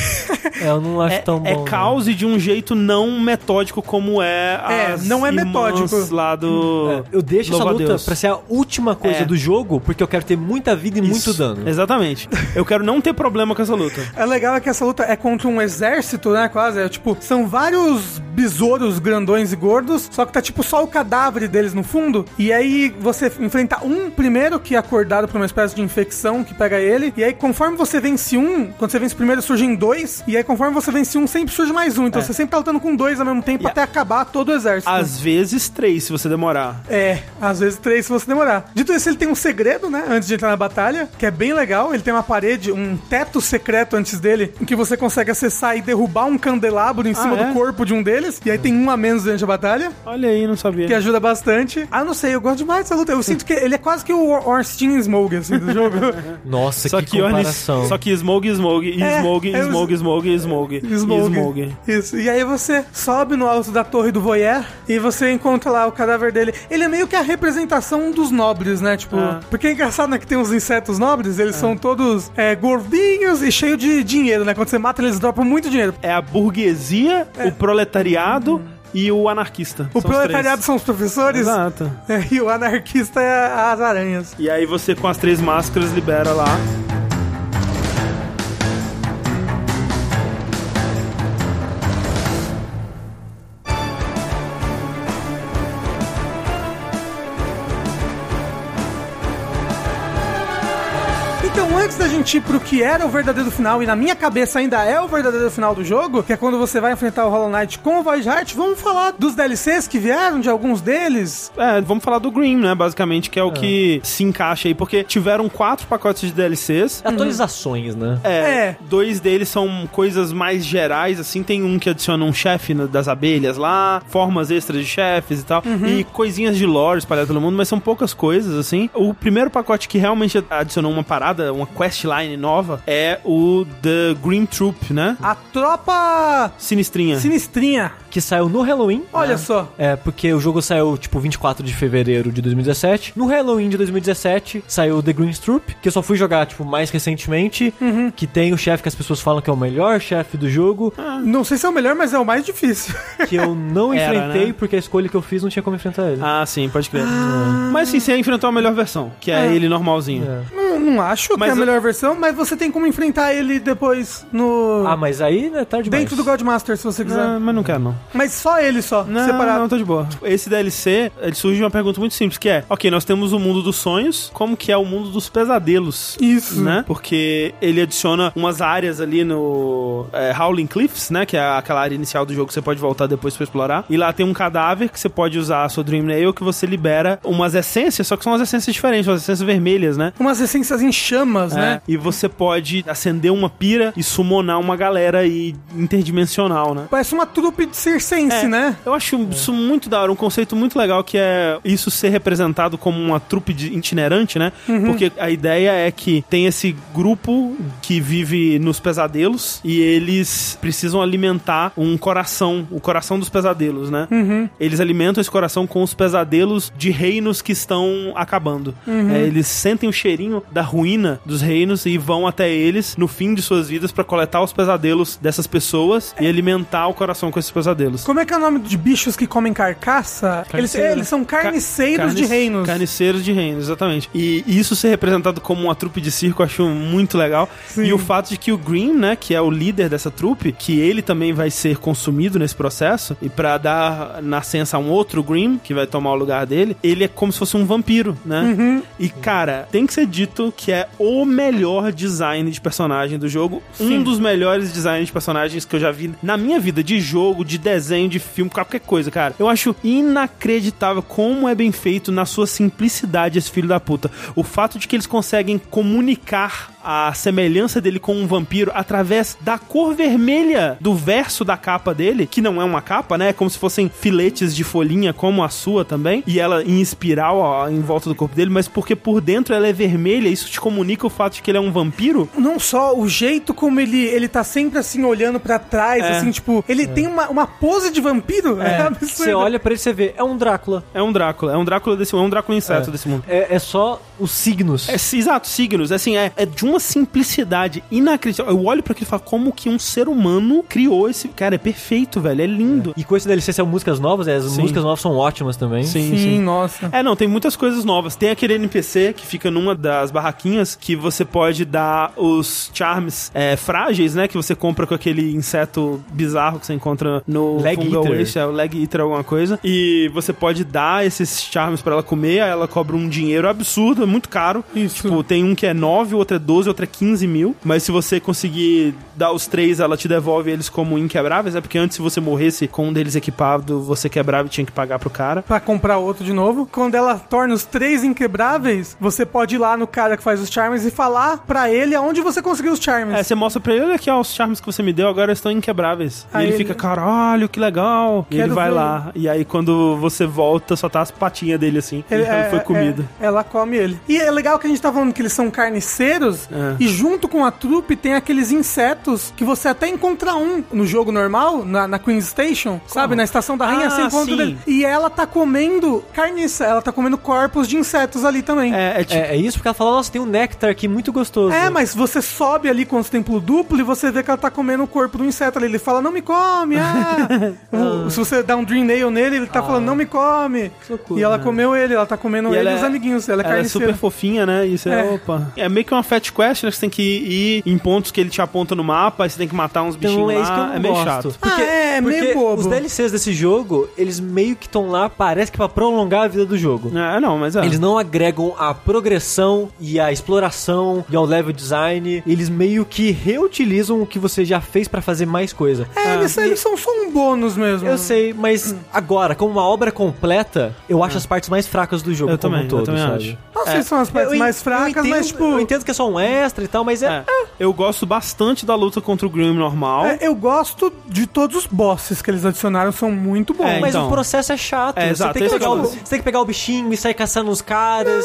Speaker 2: eu não acho tão bom.
Speaker 1: É caos e de um jeito não metódico como
Speaker 3: não é metódico.
Speaker 1: Lá do...
Speaker 2: Eu deixo essa luta pra ser a última coisa do jogo, porque eu quero ter muita vida e muito dano.
Speaker 1: Exatamente. Eu quero não ter problema com essa luta.
Speaker 3: É legal que essa luta é contra um exército, né, quase. São vários besouros grandões e gordos, só que tá tipo só o cadáver deles no fundo. E aí você enfrenta um primeiro que é acordado por uma espécie de infecção que pega ele. E aí conforme você vence quando você vence o primeiro, surgem dois. E aí conforme você vence sempre surge mais um. Então você sempre tá lutando com dois ao mesmo tempo até acabar todo o exército.
Speaker 1: Às vezes 3, se você demorar.
Speaker 3: Às vezes 3 se você demorar. Dito isso, ele tem um segredo, né, antes de entrar na batalha, que é bem legal. Ele tem uma parede, um teto secreto antes dele, em que você consegue acessar e derrubar um candelabro em cima do corpo de um deles. E aí tem um a menos durante a batalha.
Speaker 1: Olha aí, não sabia.
Speaker 3: Que ajuda bastante. Eu não sei, eu gosto demais dessa luta. Eu sinto que ele é quase que o Ornstein Smough, assim, do jogo.
Speaker 2: Nossa, que comparação.
Speaker 1: Só que Smough.
Speaker 3: Isso. E aí você sobe no alto da torre do Voyeur e você encontra lá o cadáver dele. Ele é meio que a representação dos nobres, né? Tipo, porque é engraçado, né, que tem os insetos nobres, eles são todos gordinhos e cheios de dinheiro, né? Quando você mata, eles dropam muito dinheiro.
Speaker 1: É a burguesia, o proletariado e o anarquista.
Speaker 3: O proletariado são os professores?
Speaker 1: Exato.
Speaker 3: E o anarquista é as aranhas.
Speaker 1: E aí você, com as 3 máscaras, libera lá.
Speaker 3: Então, antes da gente ir pro que era o verdadeiro final, e na minha cabeça ainda é o verdadeiro final do jogo, que é quando você vai enfrentar o Hollow Knight com o Void Heart, vamos falar dos DLCs que vieram, de alguns deles.
Speaker 1: Vamos falar do Green, né, basicamente, que é o que se encaixa aí, porque tiveram 4 pacotes de DLCs.
Speaker 2: Atualizações, né?
Speaker 1: 2 deles são coisas mais gerais, assim, tem um que adiciona um chefe das abelhas lá, formas extras de chefes e tal, e coisinhas de lore espalhadas pelo mundo, mas são poucas coisas, assim. O primeiro pacote que realmente adicionou uma parada, uma questline nova, é o The Green Troop, né?
Speaker 3: A tropa...
Speaker 1: Sinistrinha.
Speaker 2: Que saiu no Halloween.
Speaker 3: Olha só.
Speaker 2: Porque o jogo saiu, 24 de fevereiro de 2017. No Halloween de 2017, saiu The Green Troop, que eu só fui jogar, mais recentemente, que tem o chefe que as pessoas falam que é o melhor chefe do jogo.
Speaker 3: Não sei se é o melhor, mas é o mais difícil.
Speaker 2: Que eu não enfrentei,
Speaker 1: né?
Speaker 2: Porque a escolha que eu fiz não tinha como enfrentar ele.
Speaker 1: Ah, sim, pode crer. Mas sim, você enfrentou a melhor versão, que é ele normalzinho.
Speaker 3: Não acho que é a melhor versão, mas você tem como enfrentar ele depois no...
Speaker 2: Mas aí, né, tarde demais.
Speaker 3: Dentro do God-Master, se você quiser.
Speaker 1: Mas não quero, não.
Speaker 3: Mas só ele, separado.
Speaker 1: Não, tô de boa. Esse DLC, ele surge de uma pergunta muito simples, que é, ok, nós temos o mundo dos sonhos, como que é o mundo dos pesadelos?
Speaker 3: Isso.
Speaker 1: Né? Porque ele adiciona umas áreas ali no Howling Cliffs, né, que é aquela área inicial do jogo que você pode voltar depois pra explorar, e lá tem um cadáver que você pode usar a sua Dream Nail, que você libera umas essências, só que são umas essências diferentes, umas essências vermelhas, né?
Speaker 3: Umas essências em chamas, né?
Speaker 1: E você pode acender uma pira e summonar uma galera interdimensional, né?
Speaker 3: Parece uma trupe de circense, né?
Speaker 1: Eu acho isso muito da hora, um conceito muito legal, que é isso ser representado como uma trupe itinerante, né? Porque a ideia é que tem esse grupo que vive nos pesadelos e eles precisam alimentar o coração dos pesadelos, né? Eles alimentam esse coração com os pesadelos de reinos que estão acabando. Eles sentem o cheirinho da ruína dos reinos e vão até eles no fim de suas vidas pra coletar os pesadelos dessas pessoas e alimentar o coração com esses pesadelos.
Speaker 3: Como é que é o nome de bichos que comem carcaça? Eles são carniceiros de reinos.
Speaker 1: Carniceiros de reinos, exatamente. E isso ser representado como uma trupe de circo eu acho muito legal. Sim. E o fato de que o Green, né, que é o líder dessa trupe, que ele também vai ser consumido nesse processo, e pra dar nascença a um outro Green, que vai tomar o lugar dele, ele é como se fosse um vampiro, né? E, cara, tem que ser dito que é o melhor design de personagem do jogo. Sim. Um dos melhores designs de personagens que eu já vi na minha vida, de jogo, de desenho, de filme, qualquer coisa, cara. Eu acho inacreditável como é bem feito na sua simplicidade esse filho da puta. O fato de que eles conseguem comunicar a semelhança dele com um vampiro através da cor vermelha do verso da capa dele, que não é uma capa, né? É como se fossem filetes de folhinha, como a sua também, e ela em espiral ó, em volta do corpo dele, mas porque por dentro ela é vermelha, isso te comunica o fato de que ele é um vampiro.
Speaker 3: Não só o jeito como ele tá sempre assim, olhando pra trás, assim, tipo, ele tem uma pose de vampiro.
Speaker 2: Você olha pra ele e você vê, é um Drácula.
Speaker 1: É um Drácula desse mundo, é um Drácula inseto desse mundo.
Speaker 2: É só os signos.
Speaker 1: Exato, signos. Assim, é de uma simplicidade inacreditável. Eu olho pra aquilo e falo, como que um ser humano criou esse... Cara, é perfeito, velho, é lindo.
Speaker 2: E com esse DLC são músicas novas, as músicas novas são ótimas também.
Speaker 3: Sim, nossa.
Speaker 1: Não, tem muitas coisas novas. Tem aquele NPC que fica numa das barraquinhas que você pode dar os charms frágeis, né, que você compra com aquele inseto bizarro que você encontra no Fungal Waste, o Leg Eater, alguma coisa. E você pode dar esses charms pra ela comer, aí ela cobra um dinheiro absurdo, é muito caro.
Speaker 3: Isso.
Speaker 1: Tipo, tem um que é 9, o outro é 12, o outro é 15 mil. Mas se você conseguir dar os 3, ela te devolve eles como inquebráveis, porque antes, se você morresse com um deles equipado, você quebrava e tinha que pagar pro cara.
Speaker 3: Pra comprar outro de novo. Quando ela torna os 3 inquebráveis, você pode ir lá no cara que faz os charms e falar pra ele aonde você conseguiu os charms.
Speaker 1: Você mostra pra ele, olha aqui, ó, os charms que você me deu agora estão inquebráveis.
Speaker 3: Aí
Speaker 1: e ele fica, caralho, que legal. E ele vai lá. E aí, quando você volta, só tá as patinhas dele, assim. Ele foi comido.
Speaker 3: Ela come ele. E é legal que a gente tá falando que eles são carniceiros, e junto com a trupe tem aqueles insetos insetos que você até encontra no jogo normal, na Queen Station, sabe? Na estação da rainha, você encontra dele. E ela tá comendo carniça, ela tá comendo corpos de insetos ali também.
Speaker 2: É isso, porque ela fala, nossa, tem um néctar aqui muito gostoso.
Speaker 3: Mas você sobe ali com o templo duplo e você vê que ela tá comendo o corpo do inseto ali. Ele fala, não me come, Se você dá um Dream Nail nele, ele tá falando, não me come. E ela comeu ele, ela tá comendo ele e os amiguinhos. Ela é carniceira.
Speaker 1: É super fofinha, né? Isso opa. É meio que uma fat quest, né? Você tem que ir em pontos que ele te aponta no mapa, aí você tem que matar uns bichinhos lá.
Speaker 2: Isso que eu não
Speaker 1: meio
Speaker 2: gosto.
Speaker 1: chato.
Speaker 2: Porque
Speaker 3: meio bobo.
Speaker 2: Os DLCs desse jogo, eles meio que estão lá, parece que pra prolongar a vida do jogo.
Speaker 1: Mas
Speaker 2: Eles não agregam a progressão e a exploração e ao level design. Eles meio que reutilizam o que você já fez pra fazer mais coisa.
Speaker 3: Eles são só um bônus mesmo.
Speaker 2: Eu sei, mas agora, como uma obra completa, eu acho as partes mais fracas do jogo como um todo, sabe?
Speaker 1: Acho.
Speaker 3: Não sei se são as partes mais fracas, mas tipo...
Speaker 2: Eu entendo que é só um extra e tal, mas
Speaker 1: eu gosto bastante da luta contra o Grimm normal.
Speaker 3: Eu gosto de todos os bosses que eles adicionaram, são muito bons.
Speaker 2: Mas o processo é chato.
Speaker 1: Exato,
Speaker 2: você tem que pegar o bichinho e sair caçando os caras,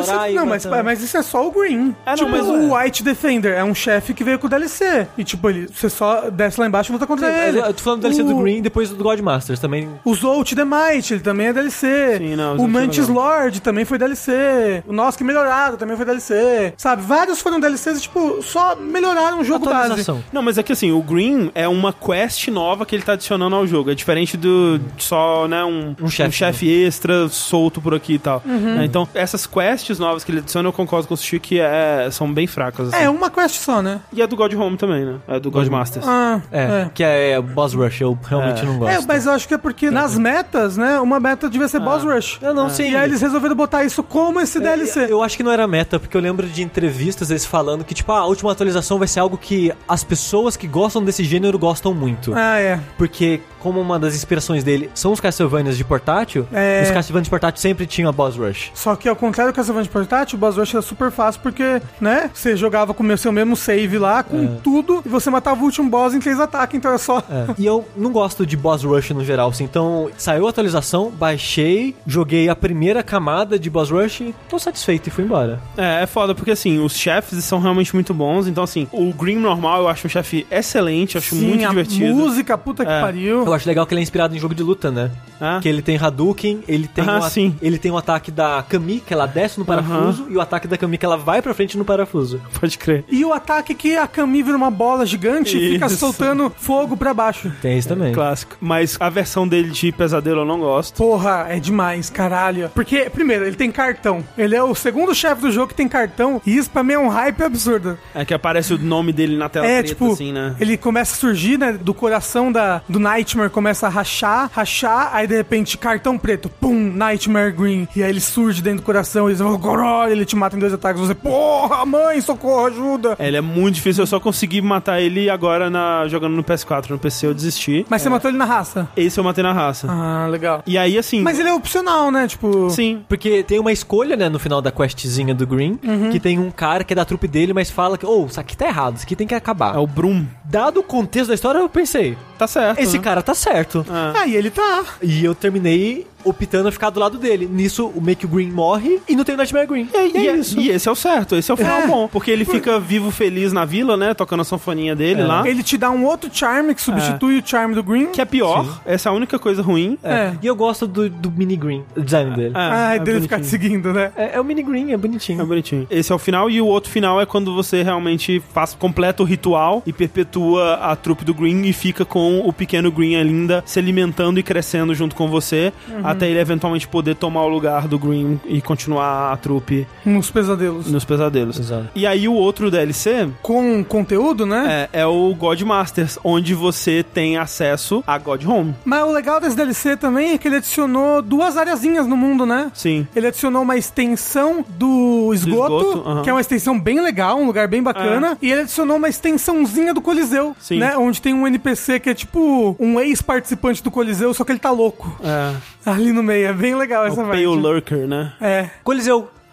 Speaker 3: mas isso é só o Green. O White Defender é um chefe que veio com o DLC. E tipo, você só desce lá embaixo e luta contra ele.
Speaker 2: Eu tô falando do DLC do Green depois do God Masters também.
Speaker 3: O Zolt the Might, ele também é DLC.
Speaker 1: Sim, não,
Speaker 3: o Mantis Lord também foi DLC. O Nosk Melhorado também foi DLC. Sabe, vários foram DLCs e tipo, só melhoraram o jogo base.
Speaker 1: Não, mas é que assim, o Green é uma quest nova que ele tá adicionando ao jogo. É diferente do só, né, um chefe extra solto por aqui e tal. Então, essas quests novas que ele adiciona, eu concordo com o Sushi que são bem fracas. Assim.
Speaker 3: É uma quest só, né?
Speaker 1: E a do God Home também, né? É do God Masters.
Speaker 2: Que é Boss Rush, eu realmente não gosto.
Speaker 3: Mas eu acho que é porque nas metas, né, uma meta devia ser Boss Rush.
Speaker 2: Sim.
Speaker 3: E aí eles resolveram botar isso como esse DLC.
Speaker 2: Eu acho que não era meta, porque eu lembro de entrevistas eles falando que, tipo, a última atualização vai ser algo que as pessoas que gostam desse gênero gostam muito. Porque, como uma das inspirações dele são os Castlevanias de portátil, os Castlevanias de portátil sempre tinham a Boss Rush.
Speaker 3: Só que ao contrário do Castlevania de portátil, o Boss Rush era super fácil porque, né, você jogava com o seu mesmo save lá, com tudo, e você matava o último boss em 3 ataques, então era só...
Speaker 2: E eu não gosto de Boss Rush no geral, assim, então saiu a atualização, baixei, joguei a primeira camada de Boss Rush, tô satisfeito e fui embora.
Speaker 1: É foda, porque assim, os chefes são realmente muito bons, então assim, o Grimm normal eu acho um chefe excelente, acho muito divertido.
Speaker 3: A música, puta que pariu.
Speaker 2: Eu acho legal que ele é inspirado em jogo de luta, né? Que ele tem Hadouken, ele tem o ataque da Kami, que ela desce no parafuso, e o ataque da Kami que ela vai pra frente no parafuso.
Speaker 1: Pode crer.
Speaker 3: E o ataque que a Kami vira uma bola gigante e fica soltando fogo pra baixo.
Speaker 2: Tem isso também.
Speaker 1: Clássico. Mas a versão dele de pesadelo eu não gosto.
Speaker 3: Porra, é demais, caralho. Porque, primeiro, ele tem cartão. Ele é o segundo chefe do jogo que tem cartão, e isso pra mim é um hype absurdo.
Speaker 1: É que aparece o nome dele na tela preta,
Speaker 3: tipo,
Speaker 1: assim, né?
Speaker 3: Ele começa a surgir, né, do coração do Nightmare, começa a rachar, aí de repente, cartão preto, pum, Nightmare Green. E aí ele surge dentro do coração, e ele te mata em 2 ataques. Você, porra, mãe, socorro, ajuda.
Speaker 1: Ele é muito difícil, eu só consegui matar ele agora jogando no PS4. No PC eu desisti.
Speaker 3: Mas você matou ele na raça?
Speaker 1: Esse eu matei na raça.
Speaker 3: Ah, legal.
Speaker 1: E aí, assim...
Speaker 3: Mas ele é opcional, né? Tipo...
Speaker 1: Sim.
Speaker 2: Porque tem uma escolha, né, no final da questzinha do Green, que tem um cara que é da trupe dele, mas fala que, isso aqui tá errado, isso aqui tem que acabar.
Speaker 1: É o Brum.
Speaker 2: Dado o contexto da história, eu pensei,
Speaker 1: tá certo.
Speaker 2: Esse cara tá certo.
Speaker 3: E ele tá.
Speaker 2: E eu terminei optando a ficar do lado dele. Nisso, o Make Green morre e não tem o Nightmare Green.
Speaker 1: Isso. E esse é o certo, esse é o final bom. Porque ele fica vivo, feliz na vila, né? Tocando a sanfoninha dele lá.
Speaker 3: Ele te dá um outro charme que substitui o charme do Green.
Speaker 1: Que é pior. Sim. Essa é a única coisa ruim.
Speaker 2: E eu gosto do Mini Green, o design dele.
Speaker 3: Dele ficar te seguindo, né?
Speaker 2: É o Mini Green, é bonitinho.
Speaker 1: É bonitinho. Esse é o final. E o outro final é quando você realmente completa o ritual e perpetua a trupe do Green e fica com o pequeno Green ainda se alimentando e crescendo junto com você, até ele eventualmente poder tomar o lugar do Green e continuar a trupe
Speaker 3: nos pesadelos.
Speaker 1: Exato. E aí o outro DLC
Speaker 3: com conteúdo, né?
Speaker 1: É o God Masters, onde você tem acesso a God Home.
Speaker 3: Mas o legal desse DLC também é que ele adicionou 2 areazinhas no mundo, né?
Speaker 1: Sim.
Speaker 3: Ele adicionou uma extensão do esgoto, que é uma extensão bem legal, um lugar bem bacana, e ele adicionou uma extensãozinha do Coliseu, né? Onde tem um NPC que é tipo um ex-participante do Coliseu, só que ele tá louco. Ali no meio, é bem legal essa parte.
Speaker 1: O Pale Lurker, né?
Speaker 2: Coliseu.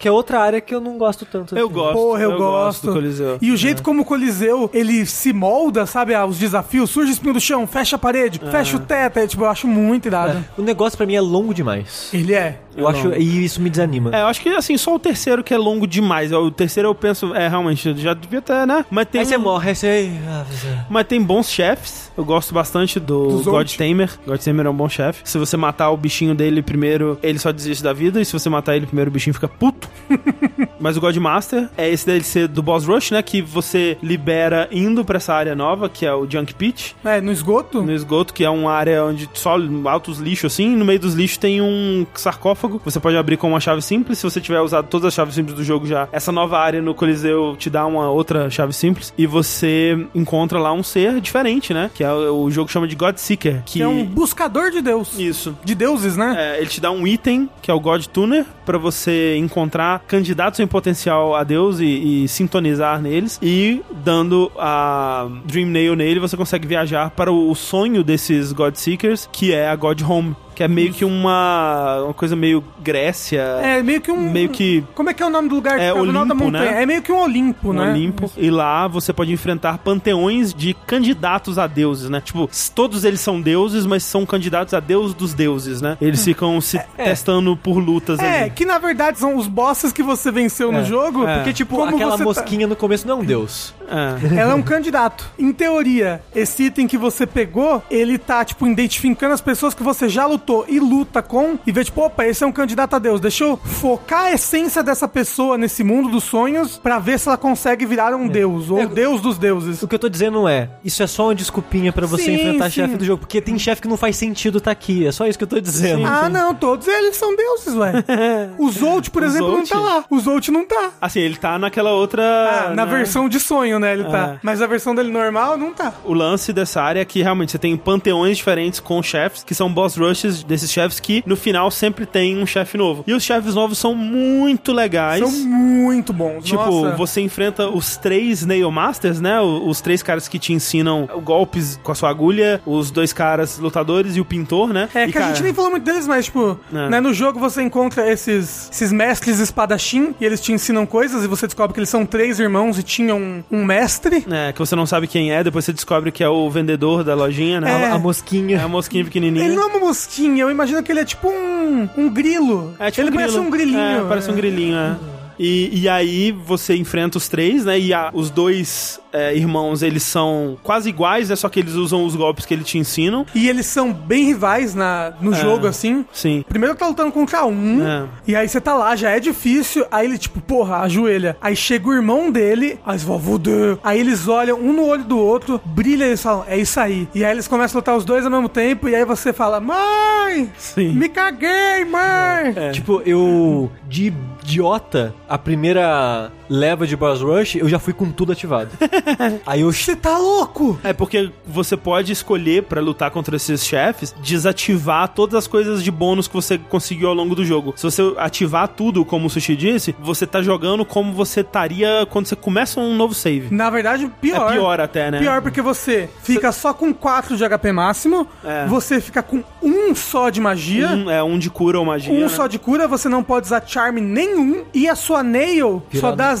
Speaker 2: Que é outra área que eu não gosto tanto.
Speaker 1: Eu
Speaker 2: assim.
Speaker 1: gosto.
Speaker 3: Porra, eu gosto
Speaker 1: do Coliseu.
Speaker 3: E o jeito como o Coliseu, ele se molda, sabe, aos desafios, surge espinho do chão, fecha a parede, fecha o teto, tipo, eu acho muito irado.
Speaker 2: O negócio pra mim é longo demais.
Speaker 3: Ele é.
Speaker 2: Eu acho, e isso me desanima.
Speaker 1: Eu acho que, assim, só o terceiro que é longo demais. O terceiro eu penso, realmente, já devia ter, né? Mas tem
Speaker 2: Aí você morre, aí você...
Speaker 1: Mas tem bons chefes. Eu gosto bastante do Godtamer. Godtamer é um bom chefe. Se você matar o bichinho dele primeiro, ele só desiste da vida. E se você matar ele primeiro, o bichinho fica puto. Mas o Godmaster é esse DLC do Boss Rush, né? Que você libera indo pra essa área nova, que é o Junk Pit.
Speaker 3: No esgoto?
Speaker 1: No esgoto, que é uma área onde só altos lixos, assim. No meio dos lixos tem um sarcófago. Você pode abrir com uma chave simples. Se você tiver usado todas as chaves simples do jogo já, essa nova área no Coliseu te dá uma outra chave simples. E você encontra lá um ser diferente, né? Que é o jogo chama de Godseeker.
Speaker 3: Que é um buscador de Deus.
Speaker 1: Isso.
Speaker 3: De deuses, né?
Speaker 1: Ele te dá um item, que é o God Tuner, pra você encontrar candidatos em potencial a Deus e sintonizar neles. E dando a Dream Nail nele, você consegue viajar para o sonho desses Godseekers, que é a God Home. Que é meio que uma coisa meio Grécia.
Speaker 3: É meio que
Speaker 1: Meio que...
Speaker 3: Como é que é o nome do lugar?
Speaker 1: É Olimpo,
Speaker 3: da montanha?
Speaker 1: né?
Speaker 3: É meio que um Olimpo, né?
Speaker 1: Olimpo. E lá você pode enfrentar panteões de candidatos a deuses, né? Tipo, todos eles são deuses, mas são candidatos a Deus dos deuses, né? Eles ficam se testando por lutas ali.
Speaker 3: Que na verdade são os bosses que você venceu no jogo.
Speaker 2: Porque, tipo,
Speaker 3: como
Speaker 2: aquela
Speaker 3: você
Speaker 2: mosquinha no começo não é um deus.
Speaker 3: Ela é um candidato. Em teoria, esse item que você pegou, ele tá, tipo, identificando as pessoas que você já lutou e luta com, e vê, tipo, opa, esse é um candidato a Deus. Deixa eu focar a essência dessa pessoa nesse mundo dos sonhos pra ver se ela consegue virar um deus, ou Deus dos deuses.
Speaker 2: O que eu tô dizendo isso é só uma desculpinha pra você enfrentar chefe do jogo, porque tem chefe que não faz sentido tá aqui, é só isso que eu tô dizendo.
Speaker 3: Não, todos eles são deuses, ué. O Zolt, por exemplo, não tá lá. O Zolt não tá.
Speaker 1: Assim, ele tá naquela outra...
Speaker 3: na versão de sonho, né, ele tá. Mas a versão dele normal, não tá.
Speaker 1: O lance dessa área é que realmente você tem panteões diferentes com chefes, que são boss rushes desses chefes que no final sempre tem um chefe novo. E os chefes novos são muito legais.
Speaker 3: São muito bons.
Speaker 1: Tipo,
Speaker 3: nossa.
Speaker 1: Você enfrenta os 3 Nail Masters, né? Os 3 caras que te ensinam golpes com a sua agulha, os 2 caras lutadores e o pintor, né?
Speaker 3: A gente nem falou muito deles, mas, tipo, né, no jogo você encontra esses mestres espadachim e eles te ensinam coisas e você descobre que eles são 3 irmãos e tinham um mestre.
Speaker 1: Que você não sabe quem é, depois você descobre que é o vendedor da lojinha, né?
Speaker 2: A mosquinha.
Speaker 1: É a mosquinha pequenininha.
Speaker 3: Ele não é uma mosquinha, eu imagino que ele é tipo um grilo.
Speaker 1: Tipo
Speaker 3: ele parece um grilinho.
Speaker 1: Parece um grilinho, E aí você enfrenta os 3, né? E os 2 irmãos, eles são quase iguais, né? Só que eles usam os golpes que eles te ensinam.
Speaker 3: E eles são bem rivais no jogo, assim.
Speaker 1: Sim.
Speaker 3: Primeiro tá lutando contra um, e aí você tá lá, já é difícil. Aí ele, tipo, porra, ajoelha. Aí chega o irmão dele, aí eles falam, aí eles olham um no olho do outro, brilha e eles falam, é isso aí. E aí eles começam a lutar os 2 ao mesmo tempo, e aí você fala, mãe!
Speaker 1: Sim.
Speaker 3: Me caguei, mãe!
Speaker 2: Tipo, eu, de idiota, a primeira leva de Boss Rush, eu já fui com tudo ativado. Aí eu...
Speaker 3: Você tá louco?
Speaker 1: Porque você pode escolher pra lutar contra esses chefes, desativar todas as coisas de bônus que você conseguiu ao longo do jogo. Se você ativar tudo, como o Sushi disse, você tá jogando como você estaria quando você começa um novo save.
Speaker 3: Na verdade, pior.
Speaker 1: É pior até, né?
Speaker 3: Pior porque você fica só com 4 de HP máximo, você fica com 1 só de magia.
Speaker 1: Um de cura ou magia.
Speaker 3: 1 só de cura, você não pode usar charm nenhum, e a sua nail só dá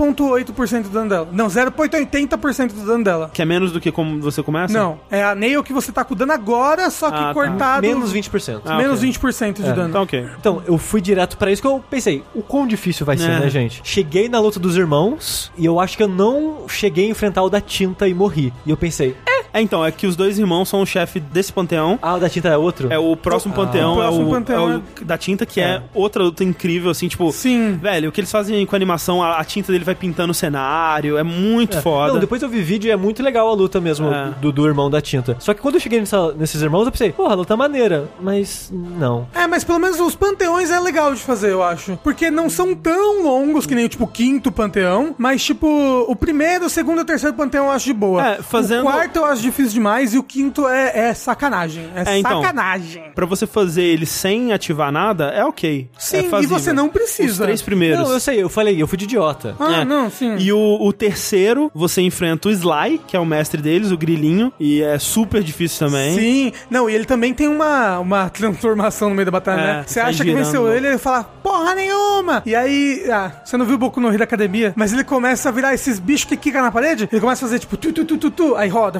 Speaker 3: 0.8% do dano dela. Não, 0.80% do dano dela.
Speaker 1: Que é menos do que como você começa?
Speaker 3: Não, é a nail que você tá com dano agora, só que cortado...
Speaker 2: Menos 20%.
Speaker 3: Menos 20% de dano.
Speaker 1: Tá ok.
Speaker 2: Então, eu fui direto pra isso que eu pensei, o quão difícil vai ser, né, gente? Cheguei na luta dos irmãos, e eu acho que eu não cheguei a enfrentar o da tinta e morri. E eu pensei,
Speaker 1: então, é que os 2 irmãos são o chefe desse panteão.
Speaker 2: o da tinta é outro?
Speaker 1: É o próximo panteão,
Speaker 3: o próximo panteão
Speaker 1: é o da tinta, que é outra luta incrível, assim, tipo...
Speaker 3: Sim.
Speaker 1: Velho, o que eles fazem com a animação, a tinta dele vai pintando o cenário, é muito foda.
Speaker 2: Não, depois eu vi vídeo e é muito legal a luta mesmo do irmão da tinta. Só que quando eu cheguei nesses irmãos, eu pensei, porra, a luta é maneira, mas não.
Speaker 3: Mas pelo menos os panteões é legal de fazer, eu acho. Porque não são tão longos que nem, tipo, o 5º panteão, mas, tipo, o primeiro, o segundo e o terceiro panteão eu acho de boa.
Speaker 1: Fazendo...
Speaker 3: O quarto eu acho difícil demais e o quinto é sacanagem.
Speaker 1: Então,
Speaker 3: sacanagem.
Speaker 1: Pra você fazer ele sem ativar nada, é ok.
Speaker 3: Sim,
Speaker 1: é
Speaker 3: e
Speaker 1: fazível.
Speaker 3: você não precisa.
Speaker 1: Os 3 primeiros.
Speaker 2: Não, eu sei, eu falei, eu fui de idiota.
Speaker 3: Não, sim.
Speaker 1: E o terceiro, você enfrenta o Sly, que é o mestre deles, o grilinho, e é super difícil também.
Speaker 3: Sim. Não, e ele também tem uma transformação no meio da batalha, né? Você acha que venceu ele fala, porra nenhuma! E aí, você não viu o Boku no Hero Academia, mas ele começa a virar esses bichos que quicam na parede, ele começa a fazer tipo tu, aí roda,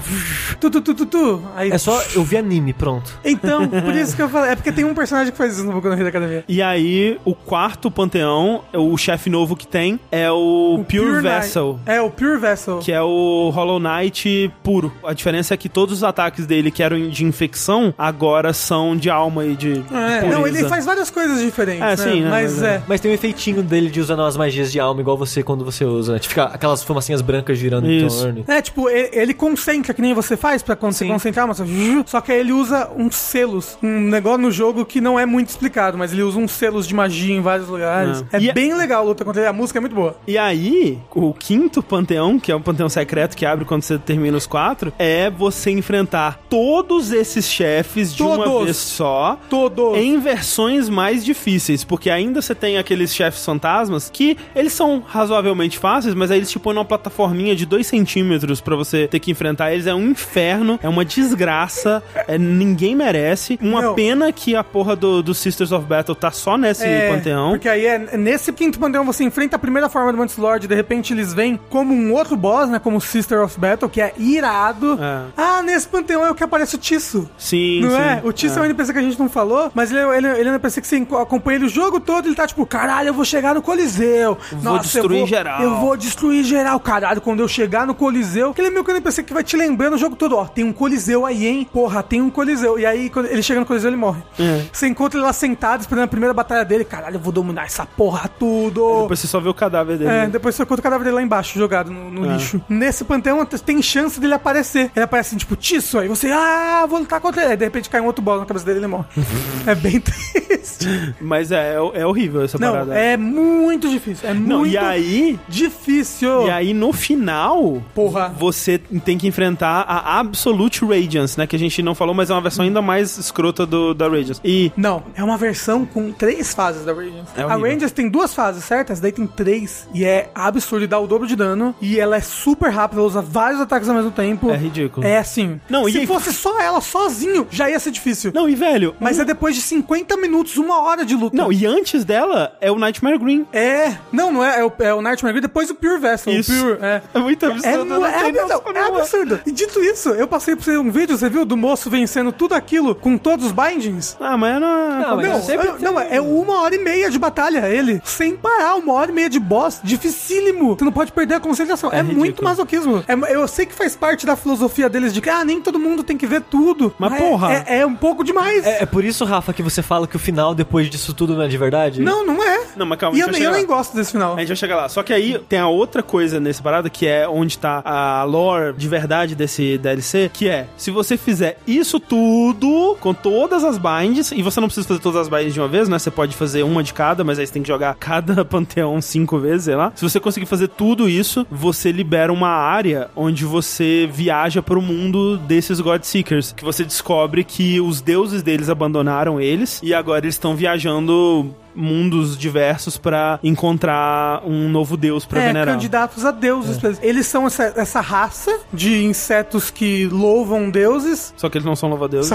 Speaker 3: tu, aí...
Speaker 2: É só eu vi anime, pronto.
Speaker 3: Então, por isso que eu falei, é porque tem um personagem que faz isso no Boku no Hero Academia.
Speaker 1: E aí, o quarto panteão, o chefe novo que tem, é o Pure Vessel.
Speaker 3: O Pure Vessel.
Speaker 1: Que é o Hollow Knight puro. A diferença é que todos os ataques dele que eram de infecção, agora são de alma e de pureza.
Speaker 3: Não, ele faz várias coisas diferentes, né?
Speaker 1: Sim, né?
Speaker 2: Mas tem um efeitinho dele de usar umas magias de alma, igual você quando você usa, né? Tipo, fica aquelas fumacinhas brancas girando em torno.
Speaker 3: Tipo, ele concentra, que nem você faz pra quando você concentrar, mas só que aí ele usa uns selos, um negócio no jogo que não é muito explicado, mas ele usa uns selos de magia em vários lugares. Bem legal a luta contra ele, a música é muito boa.
Speaker 1: E aí, o quinto panteão, que é um panteão secreto que abre quando você termina os 4, é você enfrentar todos esses chefes de uma vez só, em versões mais difíceis, porque ainda você tem aqueles chefes fantasmas que eles são razoavelmente fáceis, mas aí eles te põem numa plataforminha de 2 centímetros pra você ter que enfrentar eles. É um inferno, é uma desgraça, ninguém merece. Uma pena que a porra do Sisters of Battle tá só nesse panteão.
Speaker 3: Porque aí nesse quinto panteão você enfrenta a primeira forma do Mantis Lord, de repente eles vêm como um outro boss, né, como o Sister of Battle, que é irado. Nesse panteão é o que aparece o Tisso.
Speaker 1: Sim,
Speaker 3: não é? O Tisso é um NPC que a gente não falou, mas ele é um NPC que você acompanha ele o jogo todo, ele tá tipo, caralho, eu vou chegar no Coliseu.
Speaker 1: Vou destruir geral.
Speaker 3: Eu vou destruir geral, caralho, quando eu chegar no Coliseu. Aquele é meio que um NPC que vai te lembrando o jogo todo, tem um Coliseu aí, hein? Porra, tem um Coliseu. E aí, quando ele chega no Coliseu, ele morre. Você encontra ele lá sentado, esperando a primeira batalha dele, caralho, eu vou dominar essa porra tudo.
Speaker 1: Depois você só vê o cadáver dele.
Speaker 3: Depois você encontra o cadáver dele lá embaixo, jogado no lixo. Nesse panteão, tem chance dele aparecer. Ele aparece assim, tipo, Tisso, aí você, vou lutar contra ele. Aí, de repente, cai um outro bola na cabeça dele e ele morre. É bem triste.
Speaker 1: Mas é horrível essa parada.
Speaker 3: É muito difícil. Difícil.
Speaker 1: E aí, no final, você tem que enfrentar a Absolute Radiance, né? Que a gente não falou, mas é uma versão ainda mais escrota da Radiance.
Speaker 3: Não, é uma versão com 3 fases da Radiance. A Radiance tem 2 fases, certo? Essa daí tem 3. E é absurdo, e dá o dobro de dano. E ela é super rápida, ela usa vários ataques ao mesmo tempo.
Speaker 1: É ridículo.
Speaker 3: É assim. Se fosse só ela, sozinho, já ia ser difícil.
Speaker 1: Não, e velho...
Speaker 3: Mas é depois de 50 minutos, 1 hora de luta.
Speaker 1: Não, e antes dela é o Nightmare Green.
Speaker 3: Não é. É o Nightmare Green, depois o Pure Vessel.
Speaker 1: Isso.
Speaker 3: O Pure,
Speaker 1: é muito absurdo.
Speaker 3: É absurdo. E dito isso, eu passei por você um vídeo, você viu, do moço vencendo tudo aquilo com todos os bindings?
Speaker 1: Mas
Speaker 3: não, é 1h30 de batalha, ele. Sem parar, 1h30 de boss, dificílimo. Você não pode perder a concentração. É muito masoquismo. Eu sei que faz parte da filosofia deles de que, nem todo mundo tem que ver tudo.
Speaker 1: Mas porra.
Speaker 3: É um pouco demais.
Speaker 2: É por isso, Rafa, que você fala que o final, depois disso tudo, não é de verdade?
Speaker 3: Não é.
Speaker 1: Não, mas calma,
Speaker 3: e eu nem gosto desse final.
Speaker 1: A gente vai chegar lá. Só que aí tem a outra coisa nesse parada, que é onde tá a lore de verdade desse DLC, que é, se você fizer isso tudo, com todas as binds, e você não precisa fazer todas as binds de uma vez, né? Você pode fazer uma de cada, mas aí você tem que jogar cada panteão 5 vezes, sei lá. Se você conseguir fazer tudo isso, você libera uma área onde você viaja pro mundo desses Godseekers, que você descobre que os deuses deles abandonaram eles, e agora eles estão viajando mundos diversos pra encontrar um novo deus pra venerar.
Speaker 3: Candidatos a deuses. Eles são essa raça de insetos que louvam deuses.
Speaker 1: Só que eles não são louva-deuses.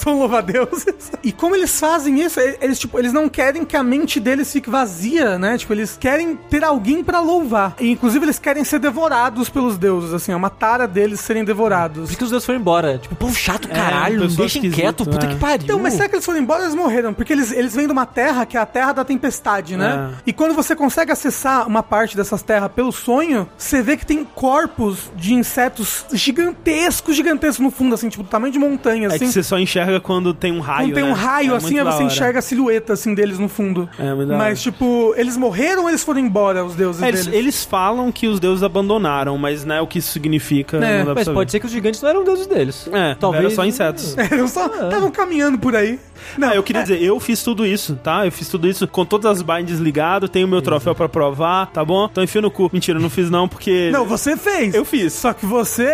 Speaker 1: E como eles fazem isso, eles não querem que a mente deles fique vazia, né? Tipo, eles querem ter alguém pra louvar. E, inclusive, eles querem ser devorados pelos deuses, assim, é uma tara deles serem devorados.
Speaker 2: Por isso que os deuses foram embora. Tipo, pô, chato, caralho, deixa quieto, puta que pariu.
Speaker 3: Então, mas será que eles foram embora ou eles morreram? Porque eles vêm de uma terra que é a terra da tempestade, né? E quando você consegue acessar uma parte dessas terras pelo sonho, você vê que tem corpos de insetos gigantescos no fundo, assim, tipo, do tamanho de montanha, assim.
Speaker 1: É que você só enxerga quando tem um raio,
Speaker 3: Quando tem um raio, assim, aí você enxerga a silhueta, assim, deles no fundo. Mas, tipo, eles morreram ou eles foram embora, os deuses deles?
Speaker 1: Eles falam que os deuses abandonaram, mas não é o que isso significa. Não dá
Speaker 2: mas pode ser que os gigantes não eram deuses deles.
Speaker 1: Talvez eram só insetos.
Speaker 3: Eles só estavam caminhando por aí.
Speaker 1: Não, eu queria dizer, eu fiz tudo isso, tá? Eu fiz tudo isso com todas as binds ligadas, tenho meu troféu pra provar, tá bom? Então enfia no cu. Mentira, eu não fiz não, porque...
Speaker 3: Não, você fez.
Speaker 1: Eu fiz.
Speaker 3: Só que você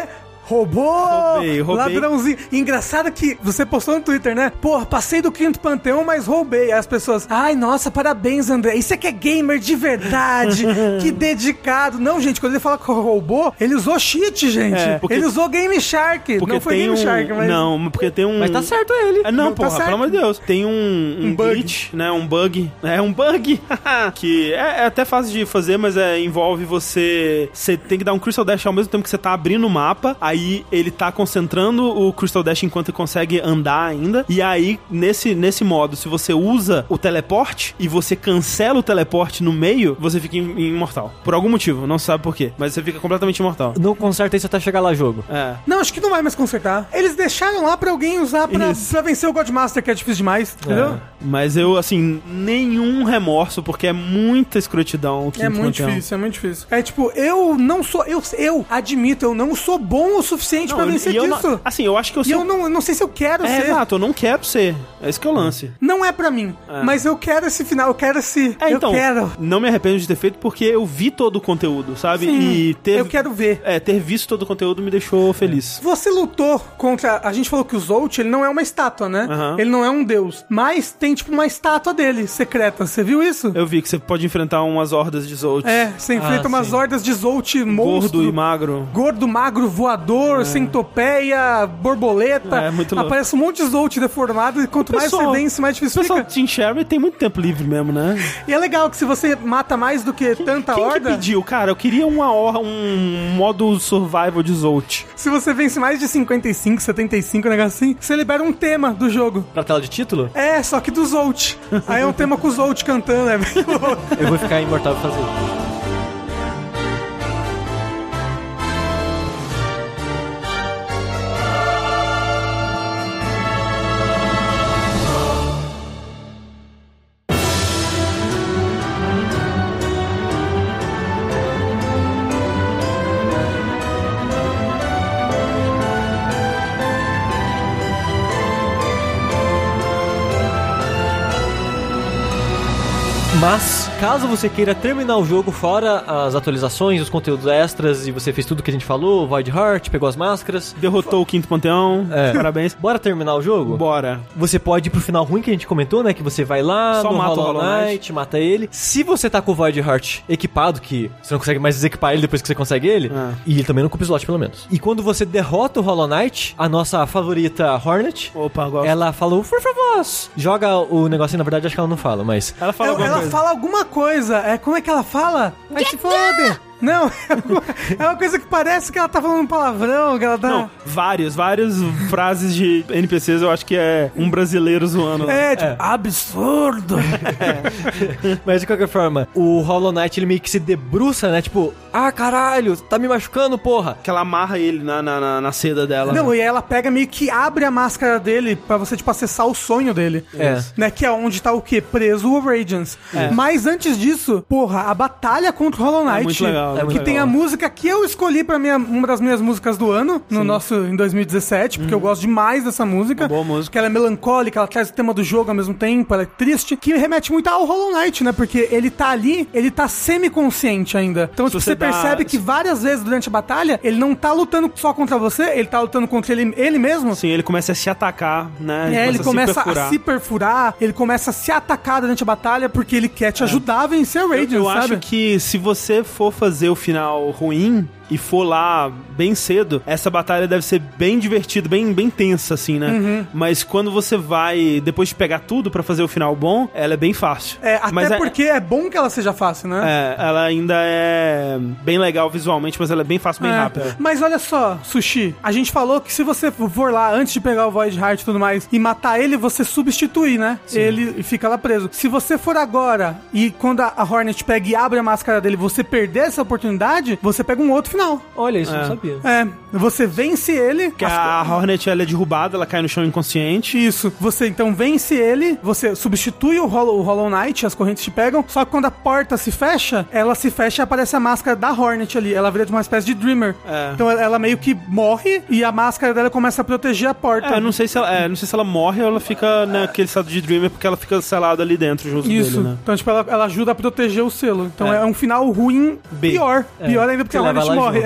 Speaker 3: Roubei.
Speaker 1: Ladrãozinho.
Speaker 3: Engraçado que você postou no Twitter, né? Porra, passei do quinto panteão, mas roubei. Aí as pessoas, ai, nossa, parabéns, André. Isso aqui é gamer de verdade. Que dedicado. Não, gente, quando ele fala que roubou, ele usou cheat, gente. Ele usou Game Shark. Não foi Game Shark, mas...
Speaker 1: Não, porque tem um...
Speaker 2: Mas tá certo ele.
Speaker 1: Não,
Speaker 3: tá
Speaker 1: porra,
Speaker 3: certo.
Speaker 1: pelo amor de Deus. Tem um glitch, né? Um bug. É um bug. Que é até fácil de fazer, mas envolve você... Você tem que dar um Crystal Dash ao mesmo tempo que você tá abrindo o mapa. Aí ele tá concentrando o Crystal Dash enquanto ele consegue andar ainda. E aí, nesse modo, se você usa o teleporte e você cancela o teleporte no meio, você fica imortal. Por algum motivo, não se sabe por quê. Mas você fica completamente imortal.
Speaker 2: Não conserta isso até chegar lá jogo.
Speaker 3: Não, acho que não vai mais consertar. Eles deixaram lá pra alguém usar pra vencer o Godmaster, que é difícil demais, entendeu?
Speaker 1: Mas eu, assim, nenhum remorso, porque é muita escrotidão.
Speaker 3: É muito difícil. É tipo, eu não sou... Eu admito, eu não sou bom o suficiente pra vencer disso.
Speaker 1: Assim, eu acho que eu
Speaker 3: E eu não sei se eu quero ser.
Speaker 1: Exato, eu não quero ser. É esse que é o lance.
Speaker 3: Não é pra mim. Mas eu quero esse final, eu quero esse... eu quero.
Speaker 1: Não me arrependo de ter feito, porque eu vi todo o conteúdo, sabe?
Speaker 3: Sim,
Speaker 1: e
Speaker 3: eu quero ver.
Speaker 1: Ter visto todo o conteúdo me deixou feliz.
Speaker 3: Você lutou contra... A gente falou que o Zolt, ele não é uma estátua, né? Ele não é um deus. Mas tem, tipo, uma estátua dele, secreta. Você viu isso?
Speaker 1: Eu vi que você pode enfrentar umas hordas de Zolt.
Speaker 3: Você enfrenta umas hordas de Zolt monstro.
Speaker 1: Gordo e magro.
Speaker 3: Gordo, magro, voador, centopeia, borboleta.
Speaker 1: É muito louco.
Speaker 3: Aparece um monte de Zolt deformado e quanto mais você vence, mais difícil fica.
Speaker 1: O pessoal Team Sherry tem muito tempo livre mesmo, né?
Speaker 3: E é legal que se você mata mais do que tanta
Speaker 1: Quem
Speaker 3: horda...
Speaker 1: que pediu? Cara, eu queria um modo survival de Zolt.
Speaker 3: Se você vence mais de 55, 75, negócio assim, você libera um tema do jogo.
Speaker 2: Pra tela de título?
Speaker 3: Só que do Zolt. Aí é um tema com o Zolt cantando, é bem louco.
Speaker 2: Eu vou ficar imortal pra fazer. Mas, caso você queira terminar o jogo fora as atualizações, os conteúdos extras, e você fez tudo que a gente falou, Void Heart, pegou as máscaras,
Speaker 1: derrotou o quinto panteão, parabéns.
Speaker 2: Bora terminar o jogo?
Speaker 1: Bora.
Speaker 2: Você pode ir pro final ruim que a gente comentou, né? Que você vai lá,
Speaker 1: só
Speaker 2: no
Speaker 1: mata
Speaker 2: Hollow Knight, mata ele. Se você tá com o Void Heart equipado, que você não consegue mais desequipar ele depois que você consegue ele, e ele também não ocupa slot, pelo menos. E quando você derrota o Hollow Knight, a nossa favorita Hornet, ela falou, por favor, joga o negocinho, na verdade acho que ela não fala, mas...
Speaker 1: Ela fala alguma coisa.
Speaker 3: Fala alguma coisa. Como é que ela fala? Vai se foder. Não, é uma coisa que parece que ela tá falando um palavrão, que ela tá... Não,
Speaker 1: várias frases de NPCs eu acho que é um brasileiro zoando.
Speaker 3: Absurdo.
Speaker 2: Mas de qualquer forma, o Hollow Knight, ele meio que se debruça, né? Tipo, caralho, tá me machucando, porra.
Speaker 1: Que ela amarra ele na seda dela.
Speaker 3: Não, e aí ela pega meio que abre a máscara dele pra você, tipo, acessar o sonho dele. Né? Que é onde tá o quê? Preso o Radiance. Mas antes disso, porra, a batalha contra o Hollow Knight...
Speaker 1: É muito legal.
Speaker 3: Que tem a música que eu escolhi pra uma das minhas músicas do ano, em 2017, porque eu gosto demais dessa música.
Speaker 1: Uma boa música.
Speaker 3: Que ela é melancólica, ela traz o tema do jogo ao mesmo tempo, ela é triste, que remete muito ao Hollow Knight, né? Porque ele tá ali, ele tá semi-consciente ainda. Então você percebe que várias vezes durante a batalha, ele não tá lutando só contra você, ele tá lutando contra ele mesmo.
Speaker 1: Sim, ele começa a se atacar, né?
Speaker 3: Ele começa a se perfurar, ele começa a se atacar durante a batalha, porque ele quer te ajudar a vencer o Radiance,
Speaker 1: eu
Speaker 3: sabe?
Speaker 1: acho que se você for fazer o final ruim e for lá bem cedo, essa batalha deve ser bem divertida, bem tensa, assim, né? Mas quando você vai, depois de pegar tudo pra fazer o final bom, ela é bem fácil.
Speaker 3: Até porque é bom que ela seja fácil, né?
Speaker 1: Ela ainda é bem legal visualmente, mas ela é bem fácil, bem rápida.
Speaker 3: Mas olha só, Sushi, a gente falou que se você for lá, antes de pegar o Void Heart e tudo mais, e matar ele, você substitui, né? Sim. Ele fica lá preso. Se você for agora, e quando a Hornet pega e abre a máscara dele, você perder essa oportunidade, você pega um outro final.
Speaker 2: Olha, isso eu não sabia.
Speaker 3: Você vence ele.
Speaker 1: Que a Hornet, ela é derrubada, ela cai no chão inconsciente.
Speaker 3: Isso. Você, então, vence ele, você substitui o Hollow Knight, as correntes te pegam, só que quando a porta se fecha, ela se fecha e aparece a máscara da Hornet ali. Ela vira de uma espécie de Dreamer. Então, ela meio que morre e a máscara dela começa a proteger a porta.
Speaker 1: Eu não sei se ela morre ou ela fica naquele estado de Dreamer, porque ela fica selada ali dentro, junto dele, né?
Speaker 3: Então, tipo, ela ajuda a proteger o selo. Então, é um final ruim pior. Pior ainda porque a Hornet morre. morre,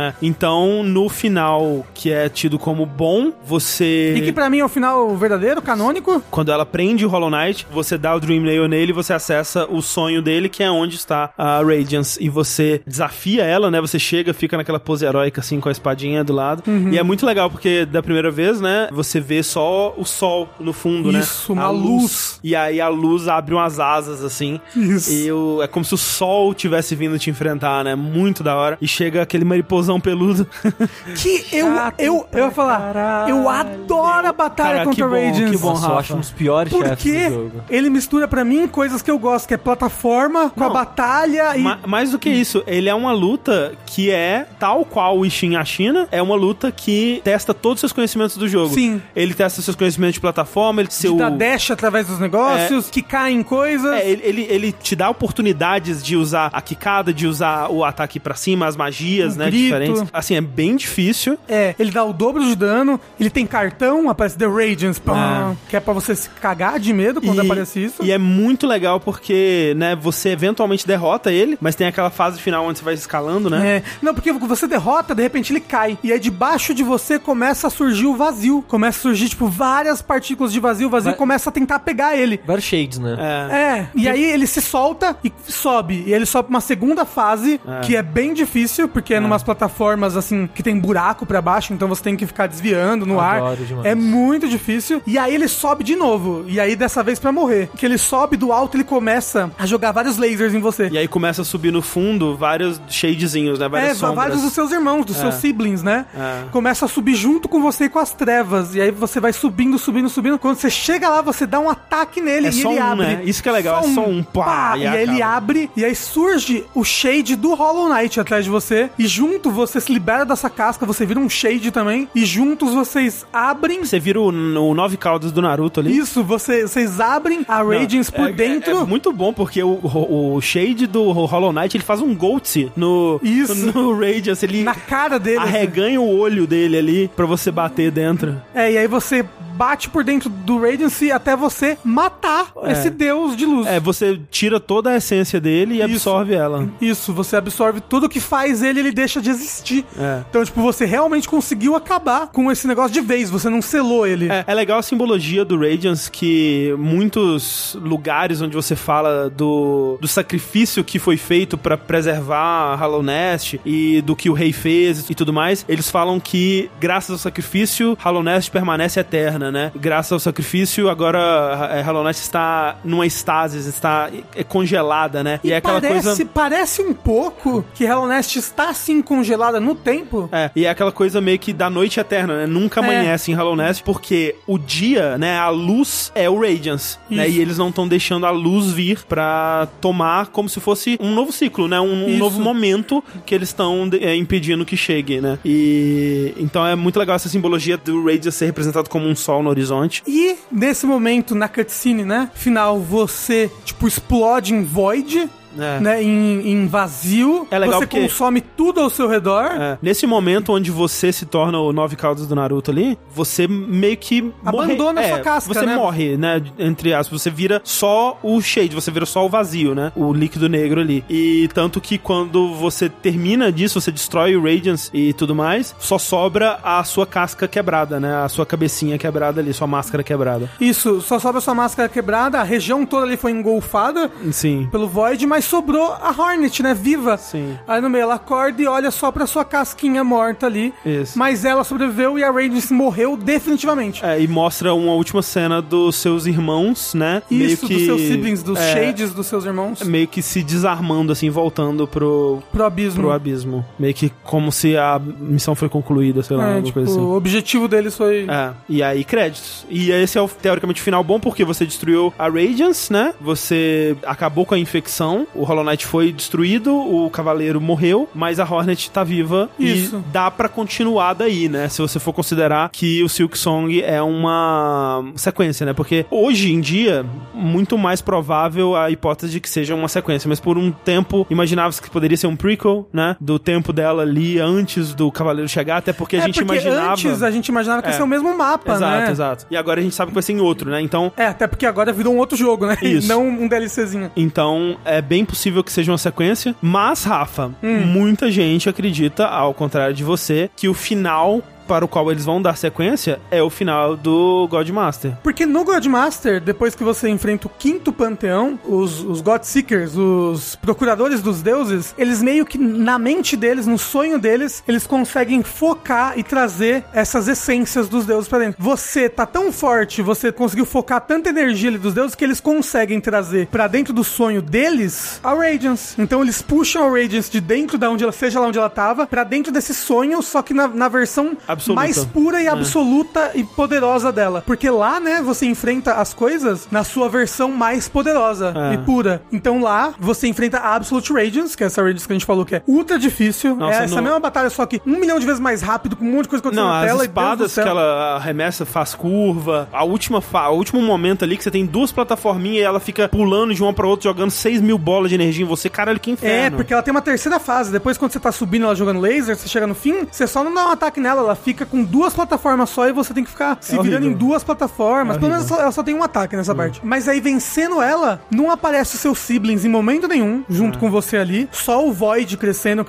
Speaker 1: Então, no final, que é tido como bom, você...
Speaker 3: E que pra mim é o final verdadeiro, canônico.
Speaker 1: Quando ela prende o Hollow Knight, você dá o Dream Nail nele e você acessa o sonho dele, que é onde está a Radiance. E você desafia ela, né? Você chega, fica naquela pose heróica, assim, com a espadinha do lado. E é muito legal, porque da primeira vez, né? Você vê só o sol no fundo, né?
Speaker 3: Isso, uma luz.
Speaker 1: E aí a luz abre umas asas, assim.
Speaker 3: Isso.
Speaker 1: E é como se o sol tivesse vindo te enfrentar, né? Muito da hora. E chega aquele mariposão peludo.
Speaker 3: Que eu ia falar, eu adoro a batalha contra Radiance.
Speaker 1: Que bom,
Speaker 2: Nossa, eu acho um dos piores chefes do
Speaker 3: Porque
Speaker 2: jogo.
Speaker 3: ele mistura pra mim coisas que eu gosto, que é plataforma com a batalha e...
Speaker 1: Mais do que isso, ele é uma luta que é tal qual o Ishin Ashina, é uma luta que testa todos os seus conhecimentos do jogo.
Speaker 3: Sim.
Speaker 1: Ele testa seus conhecimentos de plataforma, ele
Speaker 3: de dar dash através dos negócios, que caem em coisas.
Speaker 1: Ele te dá oportunidades de usar a quicada, de usar o ataque pra cima, as magias, né,
Speaker 3: grito.
Speaker 1: diferentes. Assim, é bem difícil.
Speaker 3: Ele dá o dobro de dano, ele tem cartão, aparece The Radiance, que é pra você se cagar de medo quando aparece isso.
Speaker 1: E é muito legal porque, né, você eventualmente derrota ele, mas tem aquela fase final onde você vai escalando, né?
Speaker 3: Não, porque você derrota, de repente ele cai. E aí debaixo de você começa a surgir o vazio. Começa a surgir, tipo, várias partículas de vazio. O vazio começa a tentar pegar ele.
Speaker 2: Vários shades, né?
Speaker 3: E aí ele se solta e sobe. E ele sobe pra uma segunda fase, que é bem difícil, porque é numas plataformas, assim, que tem buraco pra baixo, então você tem que ficar desviando no ar.
Speaker 2: Demais.
Speaker 3: É muito difícil. E aí ele sobe de novo. E aí dessa vez pra morrer. Que ele sobe do alto, ele começa a jogar vários lasers em você.
Speaker 1: E aí começa a subir no fundo vários shadezinhos, né? Várias sombras.
Speaker 3: Vários dos seus irmãos, dos seus siblings, né? Começa a subir junto com você e com as trevas. E aí você vai subindo, subindo, subindo. Quando você chega lá, você dá um ataque nele e ele abre.
Speaker 1: Né? Isso que é legal, só um pá.
Speaker 3: E aí ele abre, e aí surge o shade do Hollow Knight atrás de você. E junto você se libera dessa casca, você vira um shade também. E juntos vocês abrem.
Speaker 1: Você vira o 9 caudas do Naruto ali.
Speaker 3: Isso, vocês abrem a Radiance por dentro.
Speaker 1: É muito bom, porque o shade do Hollow Knight, ele faz um Goatse no Radiance. Ele
Speaker 3: na cara dele.
Speaker 1: Arreganha o olho dele ali pra você bater dentro.
Speaker 3: E aí você bate por dentro do Radiance até você matar esse deus de luz.
Speaker 1: Você tira toda a essência dele e absorve ela.
Speaker 3: Isso, você absorve tudo que faz ele deixa de existir. Então, tipo, você realmente conseguiu acabar com esse negócio de vez, você não selou ele.
Speaker 1: É legal a simbologia do Radiance, que muitos lugares onde você fala do sacrifício que foi feito pra preservar Hollow Nest e do que o rei fez e tudo mais, eles falam que graças ao sacrifício, Hollow Nest permanece eterna, né? Graças ao sacrifício, agora Hollow Knight está numa estasis, está congelada, né?
Speaker 3: E
Speaker 1: é aquela coisa...
Speaker 3: Parece um pouco que Hollow Knight está assim congelada no tempo.
Speaker 1: E é aquela coisa meio que da noite eterna, né? Nunca amanhece em Hollow Knight, porque o dia, né? A luz é o Radiance, né? E eles não estão deixando a luz vir pra tomar como se fosse um novo ciclo, né? Um novo momento que eles estão impedindo que chegue, né? E então é muito legal essa simbologia do Radiance ser representado como um sol no horizonte.
Speaker 3: E nesse momento, na cutscene, né? Final, você, tipo, explode em Void. Né, em vazio,
Speaker 1: é legal
Speaker 3: você
Speaker 1: porque
Speaker 3: consome tudo ao seu redor.
Speaker 1: Nesse momento onde você se torna o 9 caudas do Naruto ali, você meio que
Speaker 3: abandona a sua casca,
Speaker 1: você
Speaker 3: né?
Speaker 1: morre, né, entre aspas, você vira só o shade, você vira só o vazio, né, o líquido negro ali. E tanto que quando você termina disso, você destrói o Radiance e tudo mais, só sobra a sua casca quebrada, né, a sua cabecinha quebrada ali, sua máscara quebrada.
Speaker 3: Isso, só sobra a sua máscara quebrada, a região toda ali foi engolfada pelo Void, mas sobrou a Hornet, né, viva.
Speaker 1: Sim.
Speaker 3: Aí no meio ela acorda e olha só pra sua casquinha morta ali.
Speaker 1: Isso. Mas
Speaker 3: ela sobreviveu e a Radiance morreu definitivamente.
Speaker 1: E mostra uma última cena dos seus irmãos, né?
Speaker 3: Isso, dos seus siblings, dos shades dos seus irmãos.
Speaker 1: Meio que se desarmando, assim, voltando pro abismo. Meio que como se a missão foi concluída, sei lá, alguma
Speaker 3: tipo,
Speaker 1: coisa assim.
Speaker 3: O objetivo deles foi...
Speaker 1: E aí, créditos. E esse é o, teoricamente, o final bom, porque você destruiu a Radiance, né? Você acabou com a infecção, o Hollow Knight foi destruído, o Cavaleiro morreu, mas a Hornet tá viva.
Speaker 3: Isso.
Speaker 1: E dá pra continuar daí, né? Se você for considerar que o Silk Song é uma sequência, né? Porque hoje em dia, muito mais provável a hipótese de que seja uma sequência, mas por um tempo imaginava-se que poderia ser um prequel, né? Do tempo dela ali antes do Cavaleiro chegar, até porque a gente imaginava...
Speaker 3: antes a gente imaginava que ia ser o mesmo mapa, né?
Speaker 1: Exato. E agora a gente sabe que vai ser em outro, né? Então...
Speaker 3: até porque agora virou um outro jogo, né?
Speaker 1: Isso.
Speaker 3: Não um DLCzinho.
Speaker 1: Então, é bem bem possível que seja uma sequência, mas, Rafa, muita gente acredita, ao contrário de você, que o final para o qual eles vão dar sequência é o final do Godmaster.
Speaker 3: Porque no Godmaster, depois que você enfrenta o quinto panteão, os Godseekers, os procuradores dos deuses, eles meio que na mente deles, no sonho deles, eles conseguem focar e trazer essas essências dos deuses pra dentro. Você tá tão forte, você conseguiu focar tanta energia ali dos deuses que eles conseguem trazer pra dentro do sonho deles a Radiance. Então eles puxam a Radiance de dentro da onde ela, seja lá onde ela tava, pra dentro desse sonho, só que na versão absoluta. Mais pura e absoluta e poderosa dela. Porque lá, né, você enfrenta as coisas na sua versão mais poderosa e pura. Então lá, você enfrenta a Absolute Radiance, que é essa Radiance que a gente falou que é ultra difícil. Nossa, é essa mesma batalha, só que 1 milhão de vezes mais rápido, com um monte de coisa acontecendo na tela.
Speaker 1: As espadas que ela arremessa faz curva. O último momento ali que você tem 2 plataforminhas e ela fica pulando de uma pra outra, jogando 6 mil bolas de energia em você. Caralho, que inferno.
Speaker 3: É, porque ela tem uma terceira fase. Depois, quando você tá subindo ela jogando laser, você chega no fim, você só não dá um ataque nela, ela fica com 2 plataformas só e você tem que ficar se virando em 2 plataformas. Pelo menos ela só tem um ataque nessa parte. Mas aí, vencendo ela, não aparece os seus siblings em momento nenhum, junto com você ali. Só o Void crescendo.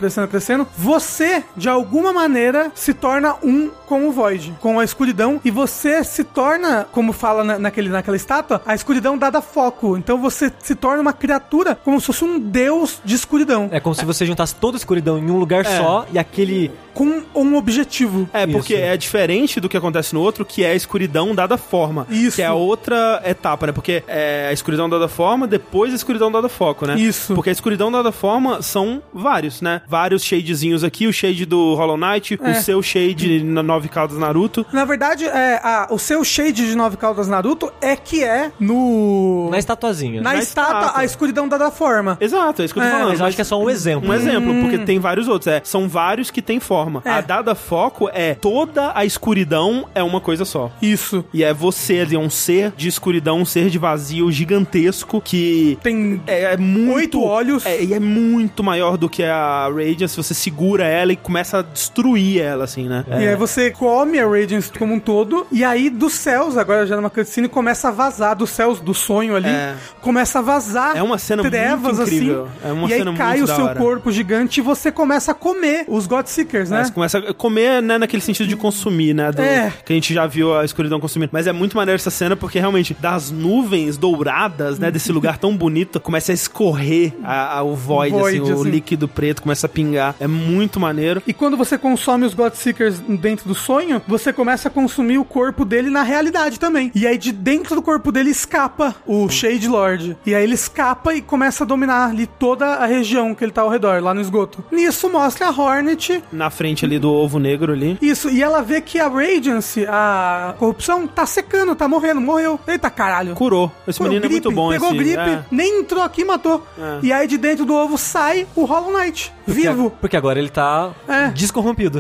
Speaker 3: Você, de alguma maneira, se torna um com o Void, com a escuridão, e você se torna, como fala naquela estátua, a escuridão dada foco. Então você se torna uma criatura como se fosse um deus de escuridão.
Speaker 2: É como se você juntasse toda a escuridão em um lugar só e aquele...
Speaker 3: com um objetivo.
Speaker 1: É, porque é diferente do que acontece no outro, que é a escuridão dada forma.
Speaker 3: Isso.
Speaker 1: Que é a outra etapa, né? Porque é a escuridão dada forma, depois a escuridão dada foco, né?
Speaker 3: Isso.
Speaker 1: Porque a escuridão dada forma são vários, né? Vários shadezinhos aqui, o shade do Hollow Knight, o seu shade na 9 Caudas Naruto.
Speaker 3: Na verdade, o seu shade de 9 Caudas Naruto é no...
Speaker 2: Na estatuazinha.
Speaker 3: Na estátua, a escuridão dada forma.
Speaker 1: Exato, é isso que eu tô falando.
Speaker 2: Mas eu acho que é só um exemplo.
Speaker 1: Um exemplo, porque tem vários outros. São vários que tem forma. A dada foco toda a escuridão é uma coisa só.
Speaker 3: Isso.
Speaker 1: E é você ali, um ser de escuridão, um ser de vazio gigantesco que
Speaker 3: tem
Speaker 1: muito
Speaker 3: 8 olhos.
Speaker 1: E é muito maior do que a Radiance. Você segura ela e começa a destruir ela, assim, né?
Speaker 3: E aí você come a Radiance como um todo, e aí dos céus, agora já numa cutscene, começa a vazar dos céus, do sonho ali, começa a vazar.
Speaker 1: É uma cena
Speaker 3: trevas,
Speaker 1: muito incrível.
Speaker 3: Assim,
Speaker 1: é uma
Speaker 3: e
Speaker 1: cena
Speaker 3: aí cai
Speaker 1: muito
Speaker 3: o seu corpo gigante e você começa a comer os Godseekers, né?
Speaker 1: Você começa a comer, né, naquele sentido de consumir, né? Que a gente já viu a escuridão consumindo. Mas é muito maneiro essa cena, porque realmente, das nuvens douradas, né, desse lugar tão bonito, começa a escorrer o void assim, o líquido preto começa a pingar. É muito maneiro.
Speaker 3: E quando você consome os Godseekers dentro do sonho, você começa a consumir o corpo dele na realidade também. E aí de dentro do corpo dele escapa o Shade Lord. E aí ele escapa e começa a dominar ali toda a região que ele tá ao redor, lá no esgoto. Nisso mostra a Hornet
Speaker 1: na frente ali do ovo negro ali.
Speaker 3: Isso, e ela vê que a Radiance, a corrupção, tá secando, tá morreu. Eita caralho.
Speaker 1: Curou. Esse menino gripe, é muito bom.
Speaker 3: Pegou gripe, nem entrou aqui e matou. E aí de dentro do ovo sai o Hollow Knight, vivo.
Speaker 2: Porque agora ele tá descorrompido.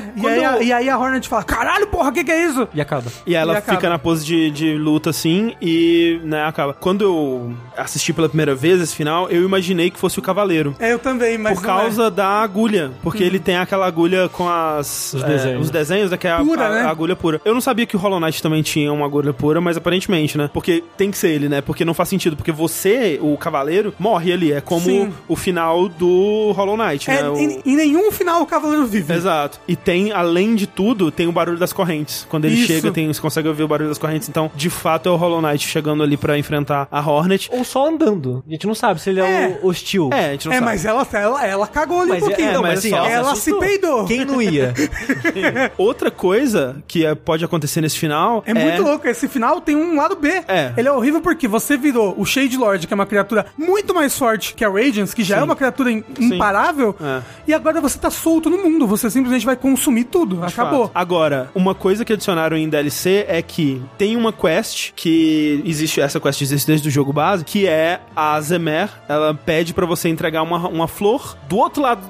Speaker 3: E aí a Hornet fala, caralho, porra, que é isso?
Speaker 2: E acaba.
Speaker 1: E ela fica na pose de luta assim e, né, acaba. Quando eu assisti pela primeira vez esse final, eu imaginei que fosse o Cavaleiro.
Speaker 3: Eu também, mas
Speaker 1: por causa da agulha. Porque ele tem aquela agulha com os desenhos, né, que é a agulha pura. Eu não sabia que o Hollow Knight também tinha uma agulha pura, mas aparentemente, né? Porque tem que ser ele, né? Porque não faz sentido. Porque você, o Cavaleiro, morre ali. É como o final do Hollow Knight, né?
Speaker 3: Em nenhum final o Cavaleiro vive.
Speaker 1: Exato. E tem, além de tudo, tem o barulho das correntes. Quando ele chega, você consegue ouvir o barulho das correntes. Então, de fato, é o Hollow Knight chegando ali pra enfrentar a Hornet.
Speaker 2: Ou só andando. A gente não sabe se ele é hostil.
Speaker 1: A gente não sabe.
Speaker 3: Mas ela cagou ali um pouquinho.
Speaker 2: Mas assim,
Speaker 3: ela se peidou.
Speaker 2: Quem não ia?
Speaker 1: Outra coisa que pode acontecer nesse final
Speaker 3: é muito louco. Esse final tem um lado B. Ele é horrível porque você virou o Shade Lord, que é uma criatura muito mais forte que a Radiance, que já é uma criatura imparável, e agora você tá solto no mundo. Você simplesmente vai consumir tudo. Acabou.
Speaker 1: Agora, uma coisa que adicionaram em DLC é que tem uma quest que existe, essa quest existe desde o jogo base, que é a Zemer, ela pede pra você entregar uma flor do outro lado do mapa.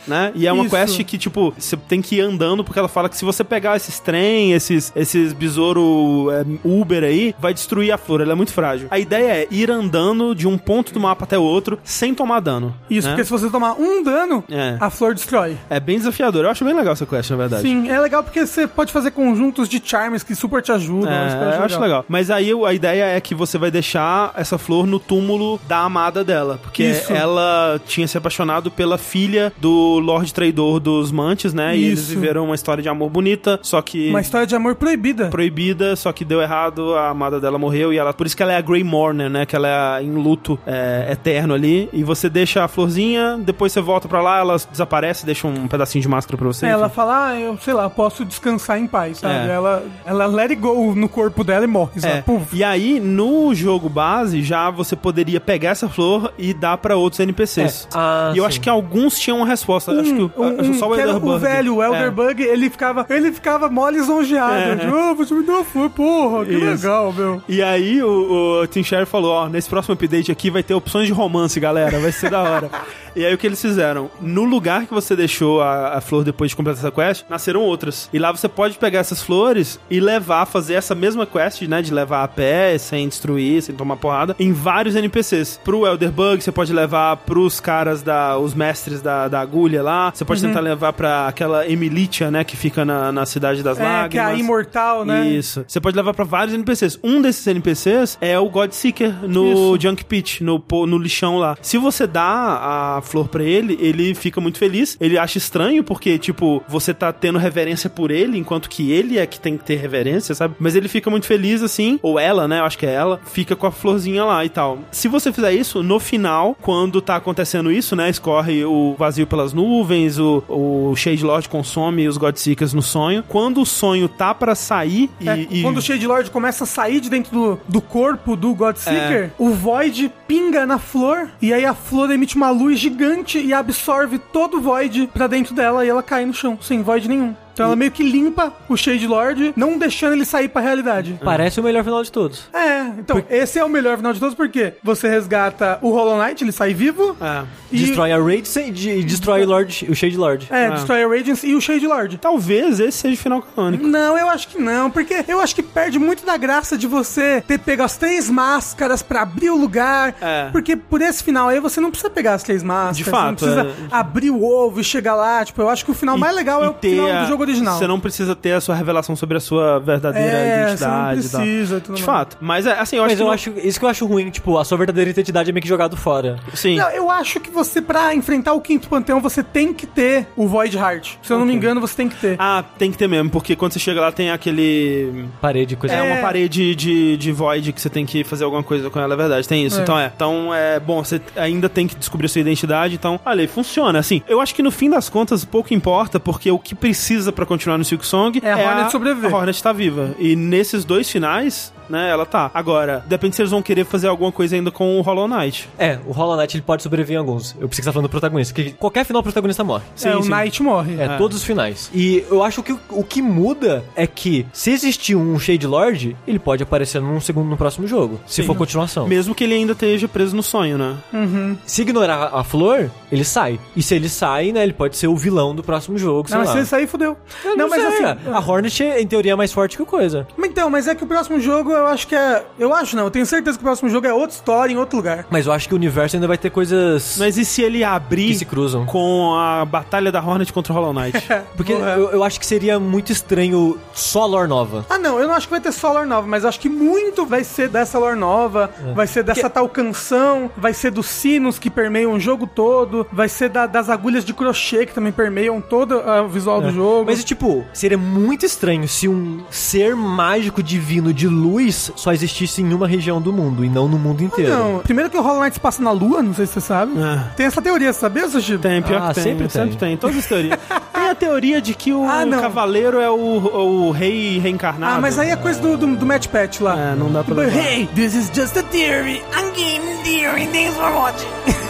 Speaker 1: né? E é uma
Speaker 3: Isso.
Speaker 1: quest que, tipo, você tem que ir andando, porque ela fala que se você pegar esses trem, esses besouro Uber aí, vai destruir a flor, ela é muito frágil. A ideia é ir andando de um ponto do mapa até o outro, sem tomar dano.
Speaker 3: Isso,
Speaker 1: né?
Speaker 3: porque se você tomar um dano,
Speaker 1: É.
Speaker 3: a flor destrói.
Speaker 1: É bem desafiador. Eu acho bem legal essa quest, na verdade.
Speaker 3: Sim, é legal porque você pode fazer conjuntos de charms que super te ajudam.
Speaker 1: Eu acho legal. Mas aí a ideia é que você vai deixar essa flor no túmulo da amada dela. Porque
Speaker 3: Isso.
Speaker 1: ela tinha se apaixonado pela filha do Lorde Traidor dos Mantes, né? E eles
Speaker 3: Isso.
Speaker 1: viveram uma história de amor bonita, só que...
Speaker 3: Uma história de amor proibida.
Speaker 1: Só que deu errado, a amada dela morreu e ela... Por isso que ela é a Grey Mourner, né? Que ela é em luto eterno ali. E você deixa a florzinha, depois você volta pra lá, ela desaparece, deixa um pedacinho de máscara pra você.
Speaker 3: Ela
Speaker 1: enfim.
Speaker 3: fala, eu sei lá, posso descansar em paz, sabe?
Speaker 1: É.
Speaker 3: Ela let it go no corpo dela e morre, sabe? Puf.
Speaker 1: E aí, no jogo base, já você poderia pegar essa flor e dar pra outros NPCs.
Speaker 2: Ah,
Speaker 1: e eu
Speaker 2: sim.
Speaker 1: acho que alguns tinham uma resposta. Acho que só o
Speaker 3: que era
Speaker 1: Elderbug.
Speaker 3: o velho, o Elderbug, ele ficava mole lisonjeado. Você me deu uma flor, porra, que
Speaker 1: Isso.
Speaker 3: legal, meu.
Speaker 1: E aí o Tim Schafer falou, ó, nesse próximo update aqui vai ter opções de romance, galera, vai ser da hora. E aí o que eles fizeram? No lugar que você deixou a flor depois de completar essa quest, nasceram outras. E lá você pode pegar essas flores e levar, fazer essa mesma quest, né, de levar a pé, sem destruir, sem tomar porrada, em vários NPCs. Pro Elderbug, você pode levar pros caras os mestres da agulha lá, você pode tentar levar pra aquela Emilitia, né, que fica na Cidade das Lágrimas.
Speaker 3: Que é a imortal, né?
Speaker 1: Isso. Você pode levar pra vários NPCs. Um desses NPCs é o Godseeker no Junk Pit, no lixão lá. Se você dá a flor pra ele, ele fica muito feliz. Ele acha estranho porque, tipo, você tá tendo reverência por ele, enquanto que ele é que tem que ter reverência, sabe? Mas ele fica muito feliz, assim, ou ela, né? Eu acho que é ela, fica com a florzinha lá e tal. Se você fizer isso, no final, quando tá acontecendo isso, né? Escorre o vazio pelas nuvens, o Shade Lord consome os Godseekers no sonho. Quando o sonho tá pra sair
Speaker 3: Quando o Shade Lord começa a sair de dentro do corpo do Godseeker, o Void pinga na flor, e aí a flor emite uma luz gigante e absorve todo o Void pra dentro dela, e ela cai no chão, sem Void nenhum. Então ela meio que limpa o Shade Lord, não deixando ele sair pra realidade.
Speaker 2: Parece o melhor final de todos.
Speaker 3: Então, esse é o melhor final de todos, porque você resgata o Hollow Knight, ele sai vivo. E
Speaker 2: Destrói a Radiance e destrói o Shade Lord.
Speaker 3: destrói a Radiance e o Shade Lord.
Speaker 1: Talvez esse seja o final canônico.
Speaker 3: Não, eu acho que não, porque eu acho que perde muito da graça de você ter pego as 3 máscaras pra abrir o lugar, porque por esse final aí você não precisa pegar as 3 máscaras,
Speaker 1: De
Speaker 3: você
Speaker 1: fato,
Speaker 3: não precisa abrir o ovo e chegar lá, tipo, eu acho que o final mais legal é o final do jogo original.
Speaker 1: Você não precisa ter a sua revelação sobre a sua verdadeira identidade.
Speaker 3: Você não precisa.
Speaker 1: E tal. De fato. Mas, assim, eu acho
Speaker 2: Isso que eu acho ruim, tipo, a sua verdadeira identidade é meio que jogado fora.
Speaker 1: Sim.
Speaker 3: Não, eu acho que você, pra enfrentar o Quinto Panteão, você tem que ter o Void Heart. Se eu não me engano, você tem que ter.
Speaker 1: Ah, tem que ter mesmo, porque quando você chega lá tem aquele...
Speaker 2: Parede, coisa.
Speaker 1: uma parede de Void que você tem que fazer alguma coisa com ela, é verdade, tem isso. Então é bom, você ainda tem que descobrir a sua identidade, então, olha, funciona, assim. Eu acho que no fim das contas, pouco importa, porque o que precisa pra continuar no Silk Song
Speaker 3: é a Hornet sobreviver.
Speaker 1: A Hornet tá viva. E nesses 2 finais, né, ela tá. Agora, depende se eles vão querer fazer alguma coisa ainda com o Hollow Knight.
Speaker 2: O Hollow Knight ele pode sobreviver em alguns. Eu pensei que você tá falando do protagonista, porque qualquer final o protagonista morre.
Speaker 3: O Knight morre.
Speaker 2: Todos os finais. E eu acho que o que muda é que se existir um Shade Lord, ele pode aparecer no próximo jogo, se for continuação.
Speaker 1: Mesmo que ele ainda esteja preso no sonho, né?
Speaker 2: Se ignorar a flor, ele sai. E se ele sai, né, ele pode ser o vilão do próximo jogo, sei
Speaker 3: Não, mas
Speaker 2: lá.
Speaker 3: se ele sair, fudeu.
Speaker 2: Não, mas assim, a Hornet, em teoria, é mais forte que o coisa.
Speaker 3: Então, mas é que o próximo jogo eu acho que é... Eu acho não, eu tenho certeza que o próximo jogo é outra história em outro lugar.
Speaker 2: Mas eu acho que o universo ainda vai ter coisas
Speaker 1: Mas e se ele abrir
Speaker 2: que se cruzam.
Speaker 1: com a batalha da Hornet contra o Hollow Knight?
Speaker 2: Porque eu acho que seria muito estranho só lore nova.
Speaker 3: Não, eu não acho que vai ter só lore nova, mas eu acho que muito vai ser dessa lore nova, vai ser dessa tal canção, vai ser dos sinos que permeiam o jogo todo, vai ser das agulhas de crochê que também permeiam todo o visual do jogo.
Speaker 2: Mas, tipo, seria muito estranho se um ser mágico divino de luz só existisse em uma região do mundo e não no mundo inteiro.
Speaker 3: Não, primeiro que o Hollow Knight se passa na Lua, não sei se você sabe. Tem essa teoria, sabia, Sushi?
Speaker 1: Tem, pior que tem.
Speaker 2: sempre
Speaker 1: tem. Todas as teorias. Tem a teoria de que o cavaleiro é o rei reencarnado.
Speaker 3: Mas aí é coisa do Match Patch lá.
Speaker 1: Não dá pra levar.
Speaker 3: Hey, this is just a theory. I'm getting theory, thanks for watching.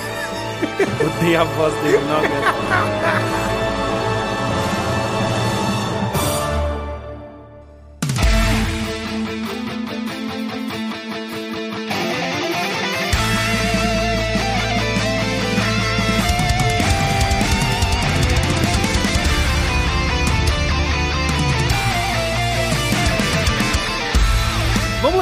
Speaker 1: Odeio a voz dele, não, cara.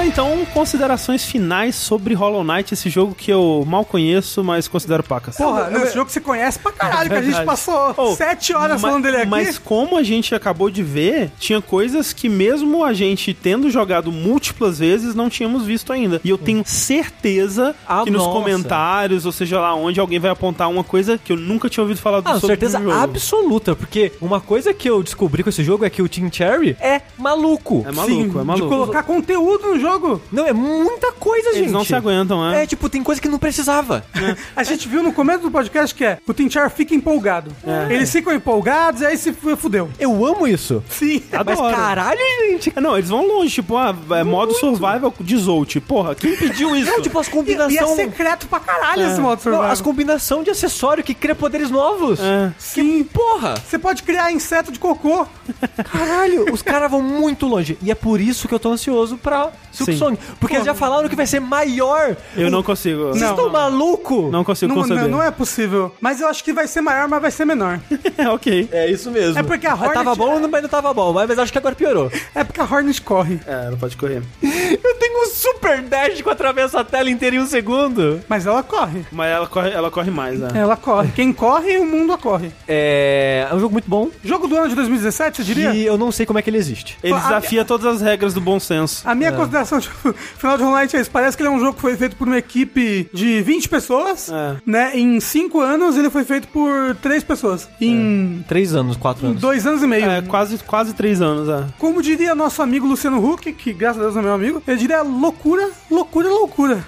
Speaker 1: então, considerações finais sobre Hollow Knight, esse jogo que eu mal conheço, mas considero pacas.
Speaker 3: Porra, esse jogo você conhece pra caralho, que a gente passou 7 horas falando dele aqui.
Speaker 1: Mas como a gente acabou de ver, tinha coisas que mesmo a gente tendo jogado múltiplas vezes, não tínhamos visto ainda. E eu tenho certeza que nos comentários, ou seja lá onde, alguém vai apontar uma coisa que eu nunca tinha ouvido falar sobre
Speaker 2: certeza
Speaker 1: o jogo.
Speaker 2: Absoluta, porque uma coisa que eu descobri com esse jogo é que o Team Cherry é maluco.
Speaker 1: É maluco, é maluco.
Speaker 3: De colocar conteúdo no jogo.
Speaker 2: Não, é muita coisa, gente.
Speaker 1: Eles não se aguentam, né?
Speaker 2: É, tipo, tem coisa que não precisava.
Speaker 3: A gente viu no começo do podcast que o Team Cherry fica empolgado. Eles ficam empolgados e aí se fudeu.
Speaker 2: Eu amo isso.
Speaker 3: Sim.
Speaker 2: Mas caralho, gente.
Speaker 1: Não, eles vão longe, tipo, modo survival de Zolt. Porra, quem pediu isso?
Speaker 2: Não, tipo, as
Speaker 3: E é
Speaker 2: combinações...
Speaker 3: secreto pra caralho esse modo survival.
Speaker 2: Não, as combinações de acessório que cria poderes novos.
Speaker 3: Sim.
Speaker 2: Porra.
Speaker 3: Você pode criar inseto de cocô.
Speaker 2: Caralho, os caras vão muito longe. E é por isso que eu tô ansioso pra Silksong. Porque eles já falaram que vai ser maior.
Speaker 1: Eu não consigo.
Speaker 2: Vocês estão malucos?
Speaker 1: Não consigo conceber.
Speaker 3: Não é possível. Mas eu acho que vai ser maior, mas vai ser menor.
Speaker 1: Ok.
Speaker 2: É isso mesmo.
Speaker 3: É porque a Hornet...
Speaker 2: Tava bom, mas não tava bom. Mas acho que agora piorou.
Speaker 3: É porque a Hornet corre.
Speaker 1: Ela pode correr.
Speaker 2: Eu tenho um super dash que atravessa a tela inteira em um segundo.
Speaker 3: Mas ela corre.
Speaker 1: Mas ela corre mais, né?
Speaker 3: Ela corre. Quem corre, o mundo a corre.
Speaker 2: É um jogo muito bom.
Speaker 3: Jogo do ano de 2017, você diria?
Speaker 2: E eu não sei como é que ele existe.
Speaker 1: Ele desafia todas as regras do bom senso.
Speaker 3: A minha consideração final de Hollow Knight é isso. Parece que ele é um jogo que foi feito por uma equipe de 20 pessoas, né? Em 5 anos, ele foi feito por 3 pessoas. Em
Speaker 2: 3 anos, 4 anos.
Speaker 3: 2 anos e meio.
Speaker 1: Quase 3 anos,
Speaker 3: Como diria nosso amigo Luciano Huck, que graças a Deus é meu amigo, ele diria loucura, loucura, loucura.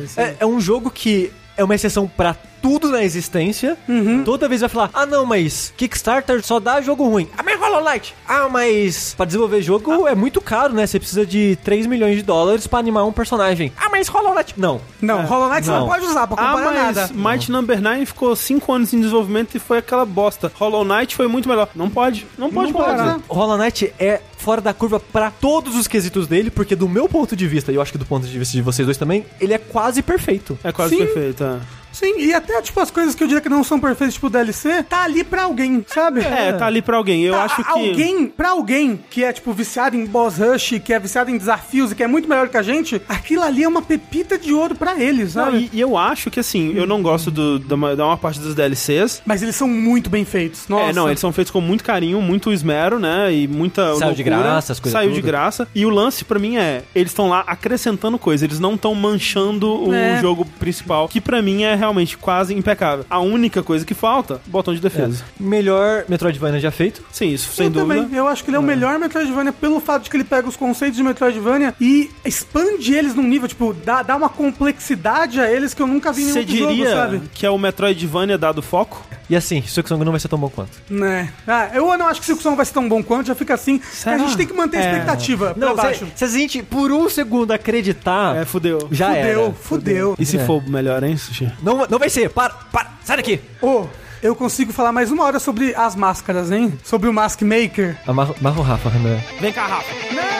Speaker 2: É um jogo que é uma exceção pra tudo na existência. Toda vez vai falar, não, mas Kickstarter só dá jogo ruim. Mas Hollow Knight. Mas pra desenvolver jogo é muito caro, né? Você precisa de 3 milhões de dólares pra animar um personagem. Mas Hollow Knight... Não,
Speaker 3: Hollow Knight você não pode usar pra comparar nada.
Speaker 1: Might Number 9 ficou 5 anos em desenvolvimento e foi aquela bosta. Hollow Knight foi muito melhor. Não pode comparar.
Speaker 2: Hollow Knight é fora da curva pra todos os quesitos dele, porque do meu ponto de vista, e eu acho que do ponto de vista de vocês dois também, ele é quase perfeito.
Speaker 1: É quase perfeito,
Speaker 3: Sim, e até, tipo, as coisas que eu diria que não são perfeitas, tipo o DLC, tá ali pra alguém, sabe?
Speaker 1: Tá ali pra alguém. Eu acho que...
Speaker 3: Pra alguém que é, tipo, viciado em boss rush, que é viciado em desafios e que é muito melhor que a gente, aquilo ali é uma pepita de ouro pra eles, sabe?
Speaker 1: E eu acho que, assim, eu não gosto da maior parte dos DLCs.
Speaker 3: Mas eles são muito bem feitos, nossa.
Speaker 1: Eles são feitos com muito carinho, muito esmero, né? E muita loucura.
Speaker 2: Saiu de graça, as coisas
Speaker 1: Saiu de graça. E o lance, pra mim, eles estão lá acrescentando coisa. Eles não estão manchando o jogo principal, que pra mim é realmente quase impecável. A única coisa que falta, botão de defesa.
Speaker 2: Melhor Metroidvania já feito.
Speaker 1: Sim, isso sem dúvida.
Speaker 3: Também. Eu acho que ele é o melhor Metroidvania pelo fato de que ele pega os conceitos de Metroidvania e expande eles num nível, tipo, dá uma complexidade a eles que eu nunca vi em nenhum jogo, sabe?
Speaker 1: Você diria que é o Metroidvania dado foco?
Speaker 2: E assim, Silksong não vai ser tão bom quanto.
Speaker 3: Né? Eu não acho que Silksong vai ser tão bom quanto, já fica assim.
Speaker 1: Será?
Speaker 3: A gente tem que manter a expectativa pra baixo.
Speaker 2: Se a gente, por um segundo, acreditar...
Speaker 1: Fudeu.
Speaker 2: Já era.
Speaker 3: Fudeu.
Speaker 1: E se for melhor, hein, Sushi?
Speaker 2: Não vai ser. Para. Sai daqui.
Speaker 3: Eu consigo falar mais uma hora sobre as máscaras, hein? Sobre o Mask Maker.
Speaker 2: Amarra o Rafa, Renan.
Speaker 1: Vem cá, Rafa.
Speaker 3: Não!